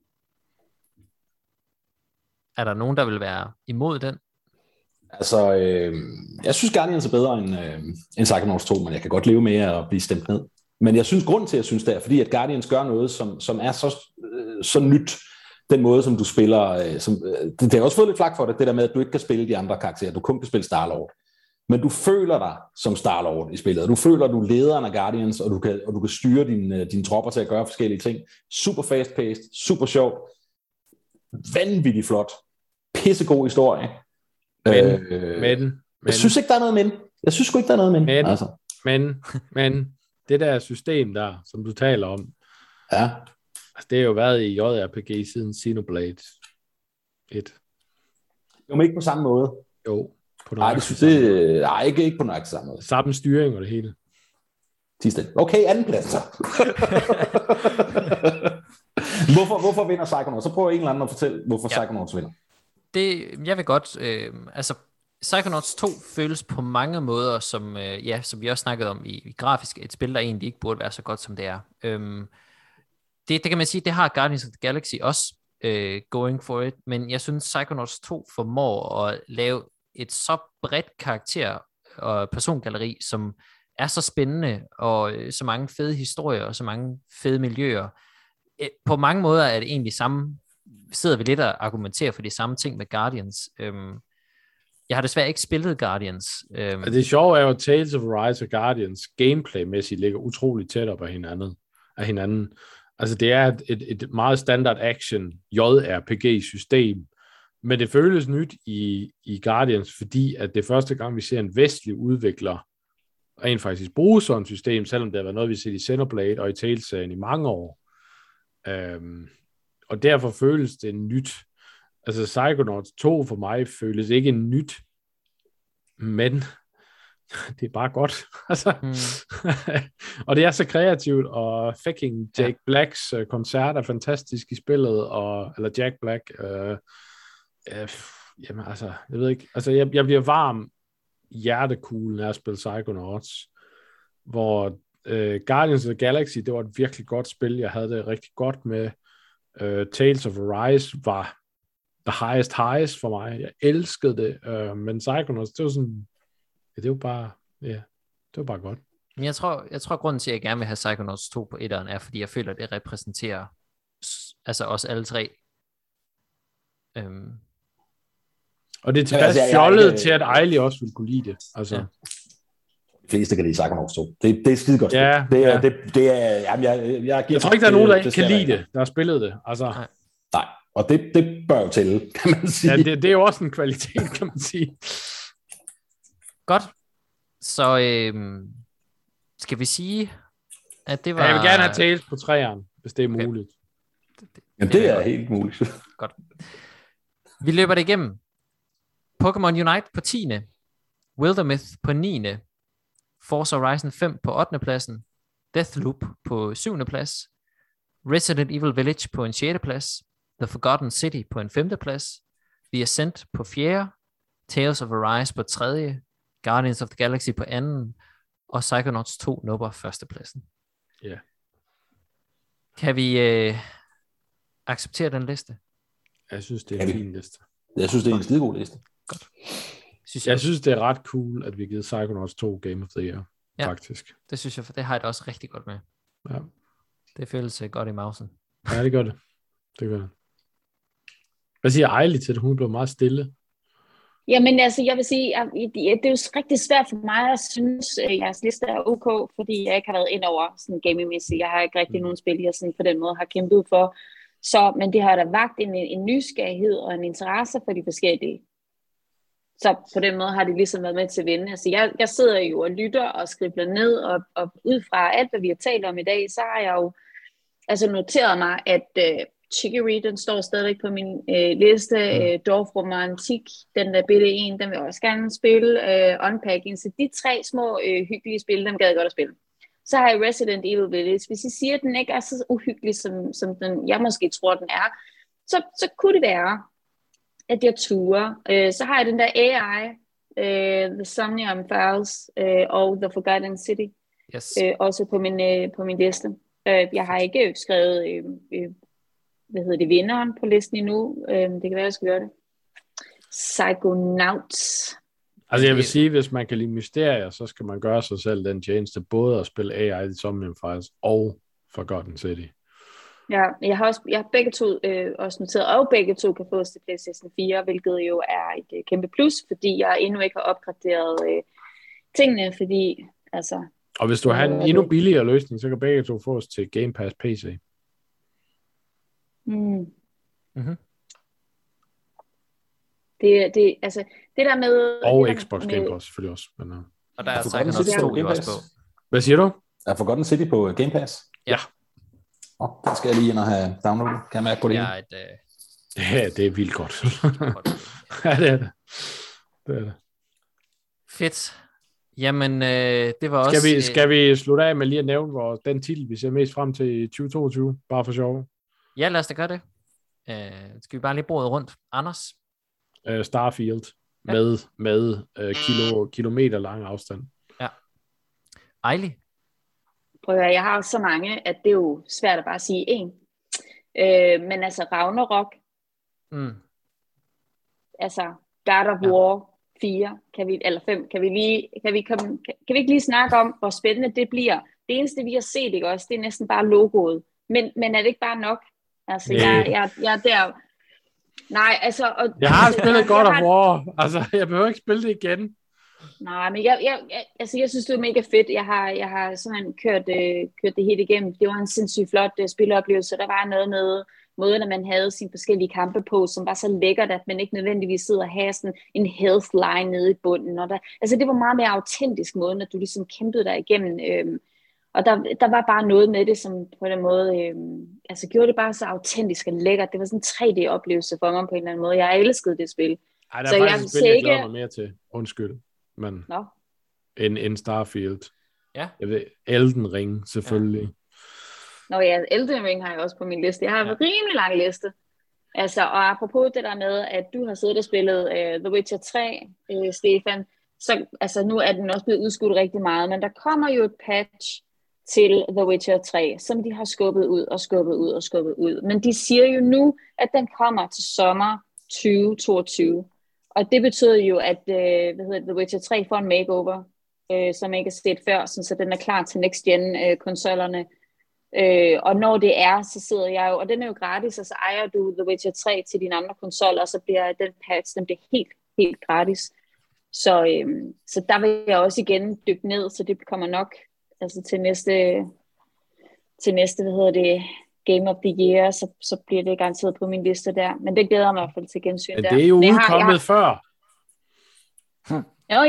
Er der nogen, der vil være imod den? Altså, jeg synes Guardians er bedre end Psychonauts 2, men jeg kan godt leve med at blive stemt ned. Men jeg synes, grunden til, at jeg synes det er, fordi at Guardians gør noget, som er så nyt, den måde, som du spiller. Det har også fået lidt flak for det der med, at du ikke kan spille de andre karakterer. Du kun kan spille Star-Lord. Men du føler dig som Star-Lord i spillet. Du føler, at du er lederen af Guardians, og du kan styre dine tropper til at gøre forskellige ting. Super fast-paced, super sjovt. vanvittigt flot. Pissegod historie. Men. Jeg synes ikke, der er noget men. Jeg synes sgu ikke, der er noget men. Altså. Men det der system der, som du taler om, ja. Altså, det har jo været i JRPG siden Xenoblade 1. Jo, men ikke på samme måde. Jo. Nej, det synes jeg nej, ikke på nøjagtig samme måde. Samme styring og det hele. Okay, anden plads så. Hvorfor vinder Psychonauts? Så prøver en eller anden at fortælle, hvorfor Psychonauts vinder. Jeg vil godt, altså Psychonauts 2 føles på mange måder som, som vi også snakkede om i grafisk, et spil, der egentlig ikke burde være så godt, som det er. Det kan man sige, det har Guardians of the Galaxy også going for it, men jeg synes Psychonauts 2 formår at lave et så bredt karakter og persongalleri, som er så spændende, og så mange fede historier, og så mange fede miljøer. På mange måder er det egentlig samme, sidder vi lidt og argumenterer for de samme ting med Guardians. Jeg har desværre ikke spillet Guardians. Det sjove er jo, Tales of Arise og Guardians gameplay-mæssigt ligger utroligt tæt op af hinanden. Altså det er et meget standard action JRPG-system, men det føles nyt i Guardians, fordi at det er første gang, vi ser en vestlig udvikler rent faktisk bruge sådan et system, selvom det har været noget, vi har set i Xenoblade og i Tales-serien i mange år. Og derfor føles det nyt. Altså Psychonauts 2 for mig føles ikke nyt, men det er bare godt. Altså. Og det er så kreativt, og fucking Jack Blacks koncert er fantastisk i spillet, eller Jack Black. Jamen altså, jeg ved ikke. Altså jeg bliver varm hjertekugle, når jeg spiller Psychonauts, hvor Guardians of the Galaxy, det var et virkelig godt spil. Jeg havde det rigtig godt med. Tales of Arise var the highest for mig. Jeg elskede det, men Psychonauts, det var sådan, det var bare godt. Men jeg tror grunden til, at jeg gerne vil have Psychonauts 2 på etteren, er, fordi jeg føler, at det repræsenterer altså os alle tre. Og det er tilbage fjollet til, at Ejli også ville kunne lide det. Altså. Ja. De fleste kan lide Psychonauts 2. Det er skide godt. Ja, jeg tror ikke, der er nogen, der ikke kan lide det, der har spillet det. Altså. Nej, og det bør jo tælle, kan man sige. Ja, det er jo også en kvalitet, kan man sige. Godt. Så skal vi sige, at det var... Ja, jeg vil gerne have Tales på 3'eren, hvis det er muligt. Jamen, det er helt muligt. Godt. Vi løber det igennem. Pokémon Unite på 10. Wildermyth på 9. Forza Horizon 5 på 8. pladsen. Deathloop på 7. plads. Resident Evil Village på en 6. plads. The Forgotten City på en 5. plads. The Ascent på 4. Tales of Arise på 3. Guardians of the Galaxy på 2. Og Psychonauts 2 nupper 1. pladsen. Ja. Yeah. Kan vi acceptere den liste? Jeg synes, det er en fin liste. Jeg synes, det er en skidegod liste. Godt. Jeg synes, det er ret cool, at vi har givet Psychonauts 2 Game of the Year, faktisk. Det synes jeg, for det har jeg da også rigtig godt med. Ja. Det føles godt i mausen. Ja, det gør det. Det gør det. Hvad siger Ejli til det? Hun blev meget stille. Jamen altså, jeg vil sige, at det er jo rigtig svært for mig at synes, at jeres liste er ok, fordi jeg ikke har været ind over sådan gaming-mæssigt. Jeg har ikke rigtig nogen spil, jeg sådan på den måde har kæmpet for. Så, men det har da vagt en nysgerrighed og en interesse for de forskellige. Så på den måde har det ligesom været med til at vinde. Altså jeg sidder jo og lytter og skribler ned, og ud fra alt, hvad vi har talt om i dag, så har jeg jo altså noteret mig, at Chicory, den står stadigvæk på min liste. Dorfromantik, den der bitte en, den vil jeg også gerne spille. Unpacking, så de 3 små hyggelige spil, dem gad jeg godt at spille. Så har jeg Resident Evil Village. Hvis I siger, at den ikke er så uhyggelig, som den, jeg måske tror, den er, så kunne det være, at jeg turer. Så har jeg den der AI, The Somnium Files og The Forgotten City, også på min liste. Jeg har ikke skrevet, vinderen på listen endnu. Det kan være, jeg skal gøre det. Psychonauts. Altså jeg vil sige, hvis man kan lide mysterier, så skal man gøre sig selv den tjeneste, både at spille AI, The Somnium Files og Forgotten City. Ja, jeg har begge to også noteret, og begge to kan fås til PlayStation 4, hvilket jo er et kæmpe plus, fordi jeg endnu ikke har opgraderet tingene, fordi altså... Og hvis du har en endnu billigere løsning, så kan begge to fås til Game Pass PC. Mm-hmm. Altså, det der med... Og det der Xbox med, Game Pass selvfølgelig også. Men, Og der er Forgotten Psychonauts City 2 på jo Game også Pass. på. hvad siger du? Er Forgotten City på Game Pass? Ja. Den skal jeg lige ind og have downloadet. Kan jeg mærke på det? Ja, Ja, det er vildt godt. Ja, det er det. Det er det. fedt. Jamen, det var også... Skal vi slutte af med lige at nævne den titel, vi ser mest frem til i 2022? Bare for sjov. Ja, lad os da gøre det. Skal vi bare lige bordet rundt. Anders? Starfield. Ja. Med kilometer lang afstand. Ja. Ejli? Prøv at høre, jeg har jo så mange, at det er jo svært at bare sige en. Men altså Ragnarok, altså God of War 4, eller 5, kan vi ikke lige snakke om, hvor spændende det bliver? Det eneste, vi har set, ikke også, det er næsten bare logoet. Men er det ikke bare nok? Altså, jeg er der... Nej, altså... Jeg har spillet God of War. Altså, jeg behøver ikke spille det igen. Nej, men jeg synes, det er mega fedt. Jeg har sådan kørt det helt igennem. Det var en sindssygt flot spiloplevelse. Der var noget med måden, at man havde sine forskellige kampe på, som var så lækkert, at man ikke nødvendigvis sidder og har sådan en health line nede i bunden. Og altså, det var meget mere autentisk måden, at du ligesom kæmpede dig igennem. Og der var bare noget med det, som på den måde altså gjorde det bare så autentisk og lækkert. Det var sådan en 3D-oplevelse for mig på en eller anden måde. Jeg elskede det spil. Ej, der er faktisk et spil, jeg glæder mig mere til. Undskyld. Men en Starfield. Ja. Jeg ved, Elden Ring, selvfølgelig. Nå ja, Elden Ring har jeg også på min liste. Jeg har en rimelig lang liste. Altså, og apropos det der med, at du har siddet og spillet The Witcher 3, Stefan, så altså, nu er den også blevet udskudt rigtig meget, men der kommer jo et patch til The Witcher 3, som de har skubbet ud. Men de siger jo nu, at den kommer til sommer 2022. Og det betyder jo, at The Witcher 3 får en makeover, som ikke er set før, så den er klar til next-gen-konsollerne. Og når det er, så sidder jeg jo, og den er jo gratis, og så ejer du The Witcher 3 til dine andre konsoller, og så bliver den patch, den bliver helt gratis. Så der vil jeg også igen dykke ned, så det kommer nok altså til næste Game of the Year, så bliver det garanteret på min liste der. Men det glæder mig i hvert fald til gensyn der. Men det er jo udkommet før. Ja.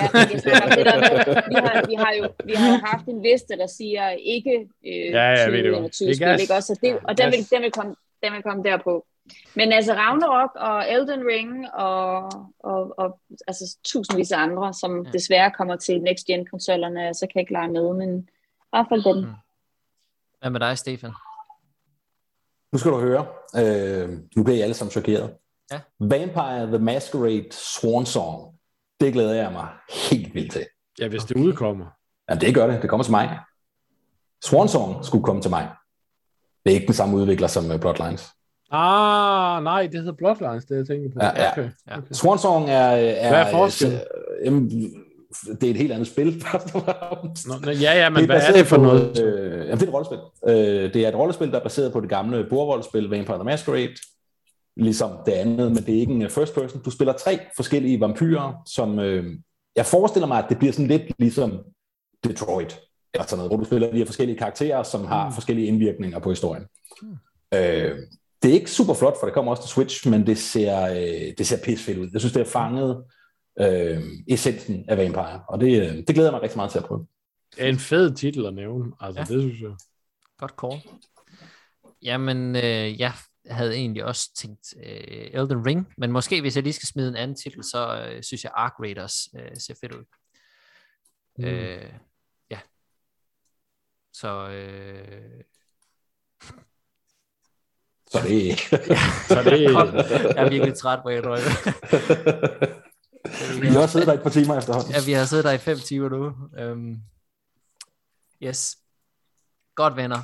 Vi har jo haft en liste, der siger ikke 2021 spil, ikke også? Og den vil komme derpå. Men altså Ragnarok og Elden Ring og altså tusindvis af andre, som desværre kommer til next-gen-konsollerne, så kan jeg ikke lege med, men i hvert fald den. Hvad med dig, Stefan? Nu skal du høre. Nu bliver I alle sammen chokeret. Ja. Vampire the Masquerade Swan Song. Det glæder jeg mig helt vildt til. Ja, hvis det udkommer. Jamen det gør det. Det kommer til mig. Swan Song skulle komme til mig. Det er ikke den samme udvikler som Bloodlines. Nej, det hedder Bloodlines, det jeg tænker på. Ja. Okay. Swan Song er... Hvad er forskellen? Det er et helt andet spil. Ja, men hvad er det for noget? Det er et rollespil. Det er et rollespil, der er baseret på det gamle bordrollespil Vampire the Masquerade. Ligesom det andet, men det er ikke en first person. Du spiller 3 forskellige vampyrer, som... jeg forestiller mig, at det bliver sådan lidt ligesom Detroit. Eller sådan noget, hvor du spiller de her forskellige karakterer, som har forskellige indvirkninger på historien. Det er ikke super flot, for det kommer også til Switch, men det ser pissefedt ud. Jeg synes, det har fanget essensen af Vampire, og det glæder jeg mig rigtig meget til at prøve. Det er en fed titel at nævne, altså det synes jeg. Godt call. Jamen, jeg havde egentlig også tænkt Elden Ring, men måske hvis jeg lige skal smide en anden titel, så synes jeg Ark Raiders ser fedt ud. Ja. Så... Så det jeg er virkelig træt på jer, Vi har også siddet der et par timer efterhånden. Ja, vi har siddet der i 5 timer nu. Yes. Godt, venner.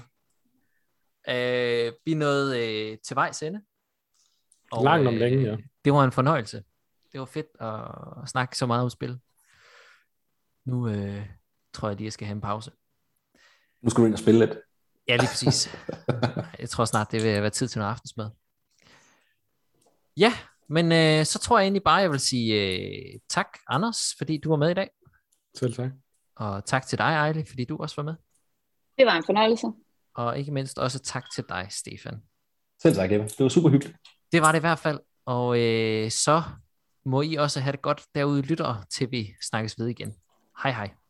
Vi nåede til vejs ende. Og, langt om længe, ja. Det var en fornøjelse. Det var fedt at snakke så meget om spil. Nu tror jeg lige, jeg skal have en pause. Nu skal du ind og spille lidt. Ja, lige præcis. Jeg tror snart, det vil være tid til noget aftensmad. Ja, men så tror jeg egentlig bare, jeg vil sige tak, Anders, fordi du var med i dag. Selv tak. Og tak til dig, Ejli, fordi du også var med. Det var en fornøjelse. Og ikke mindst også tak til dig, Stefan. Selv tak, Eva. Det var super hyggeligt. Det var det i hvert fald. Og så må I også have det godt derude, lyttere, til vi snakkes ved igen. Hej hej.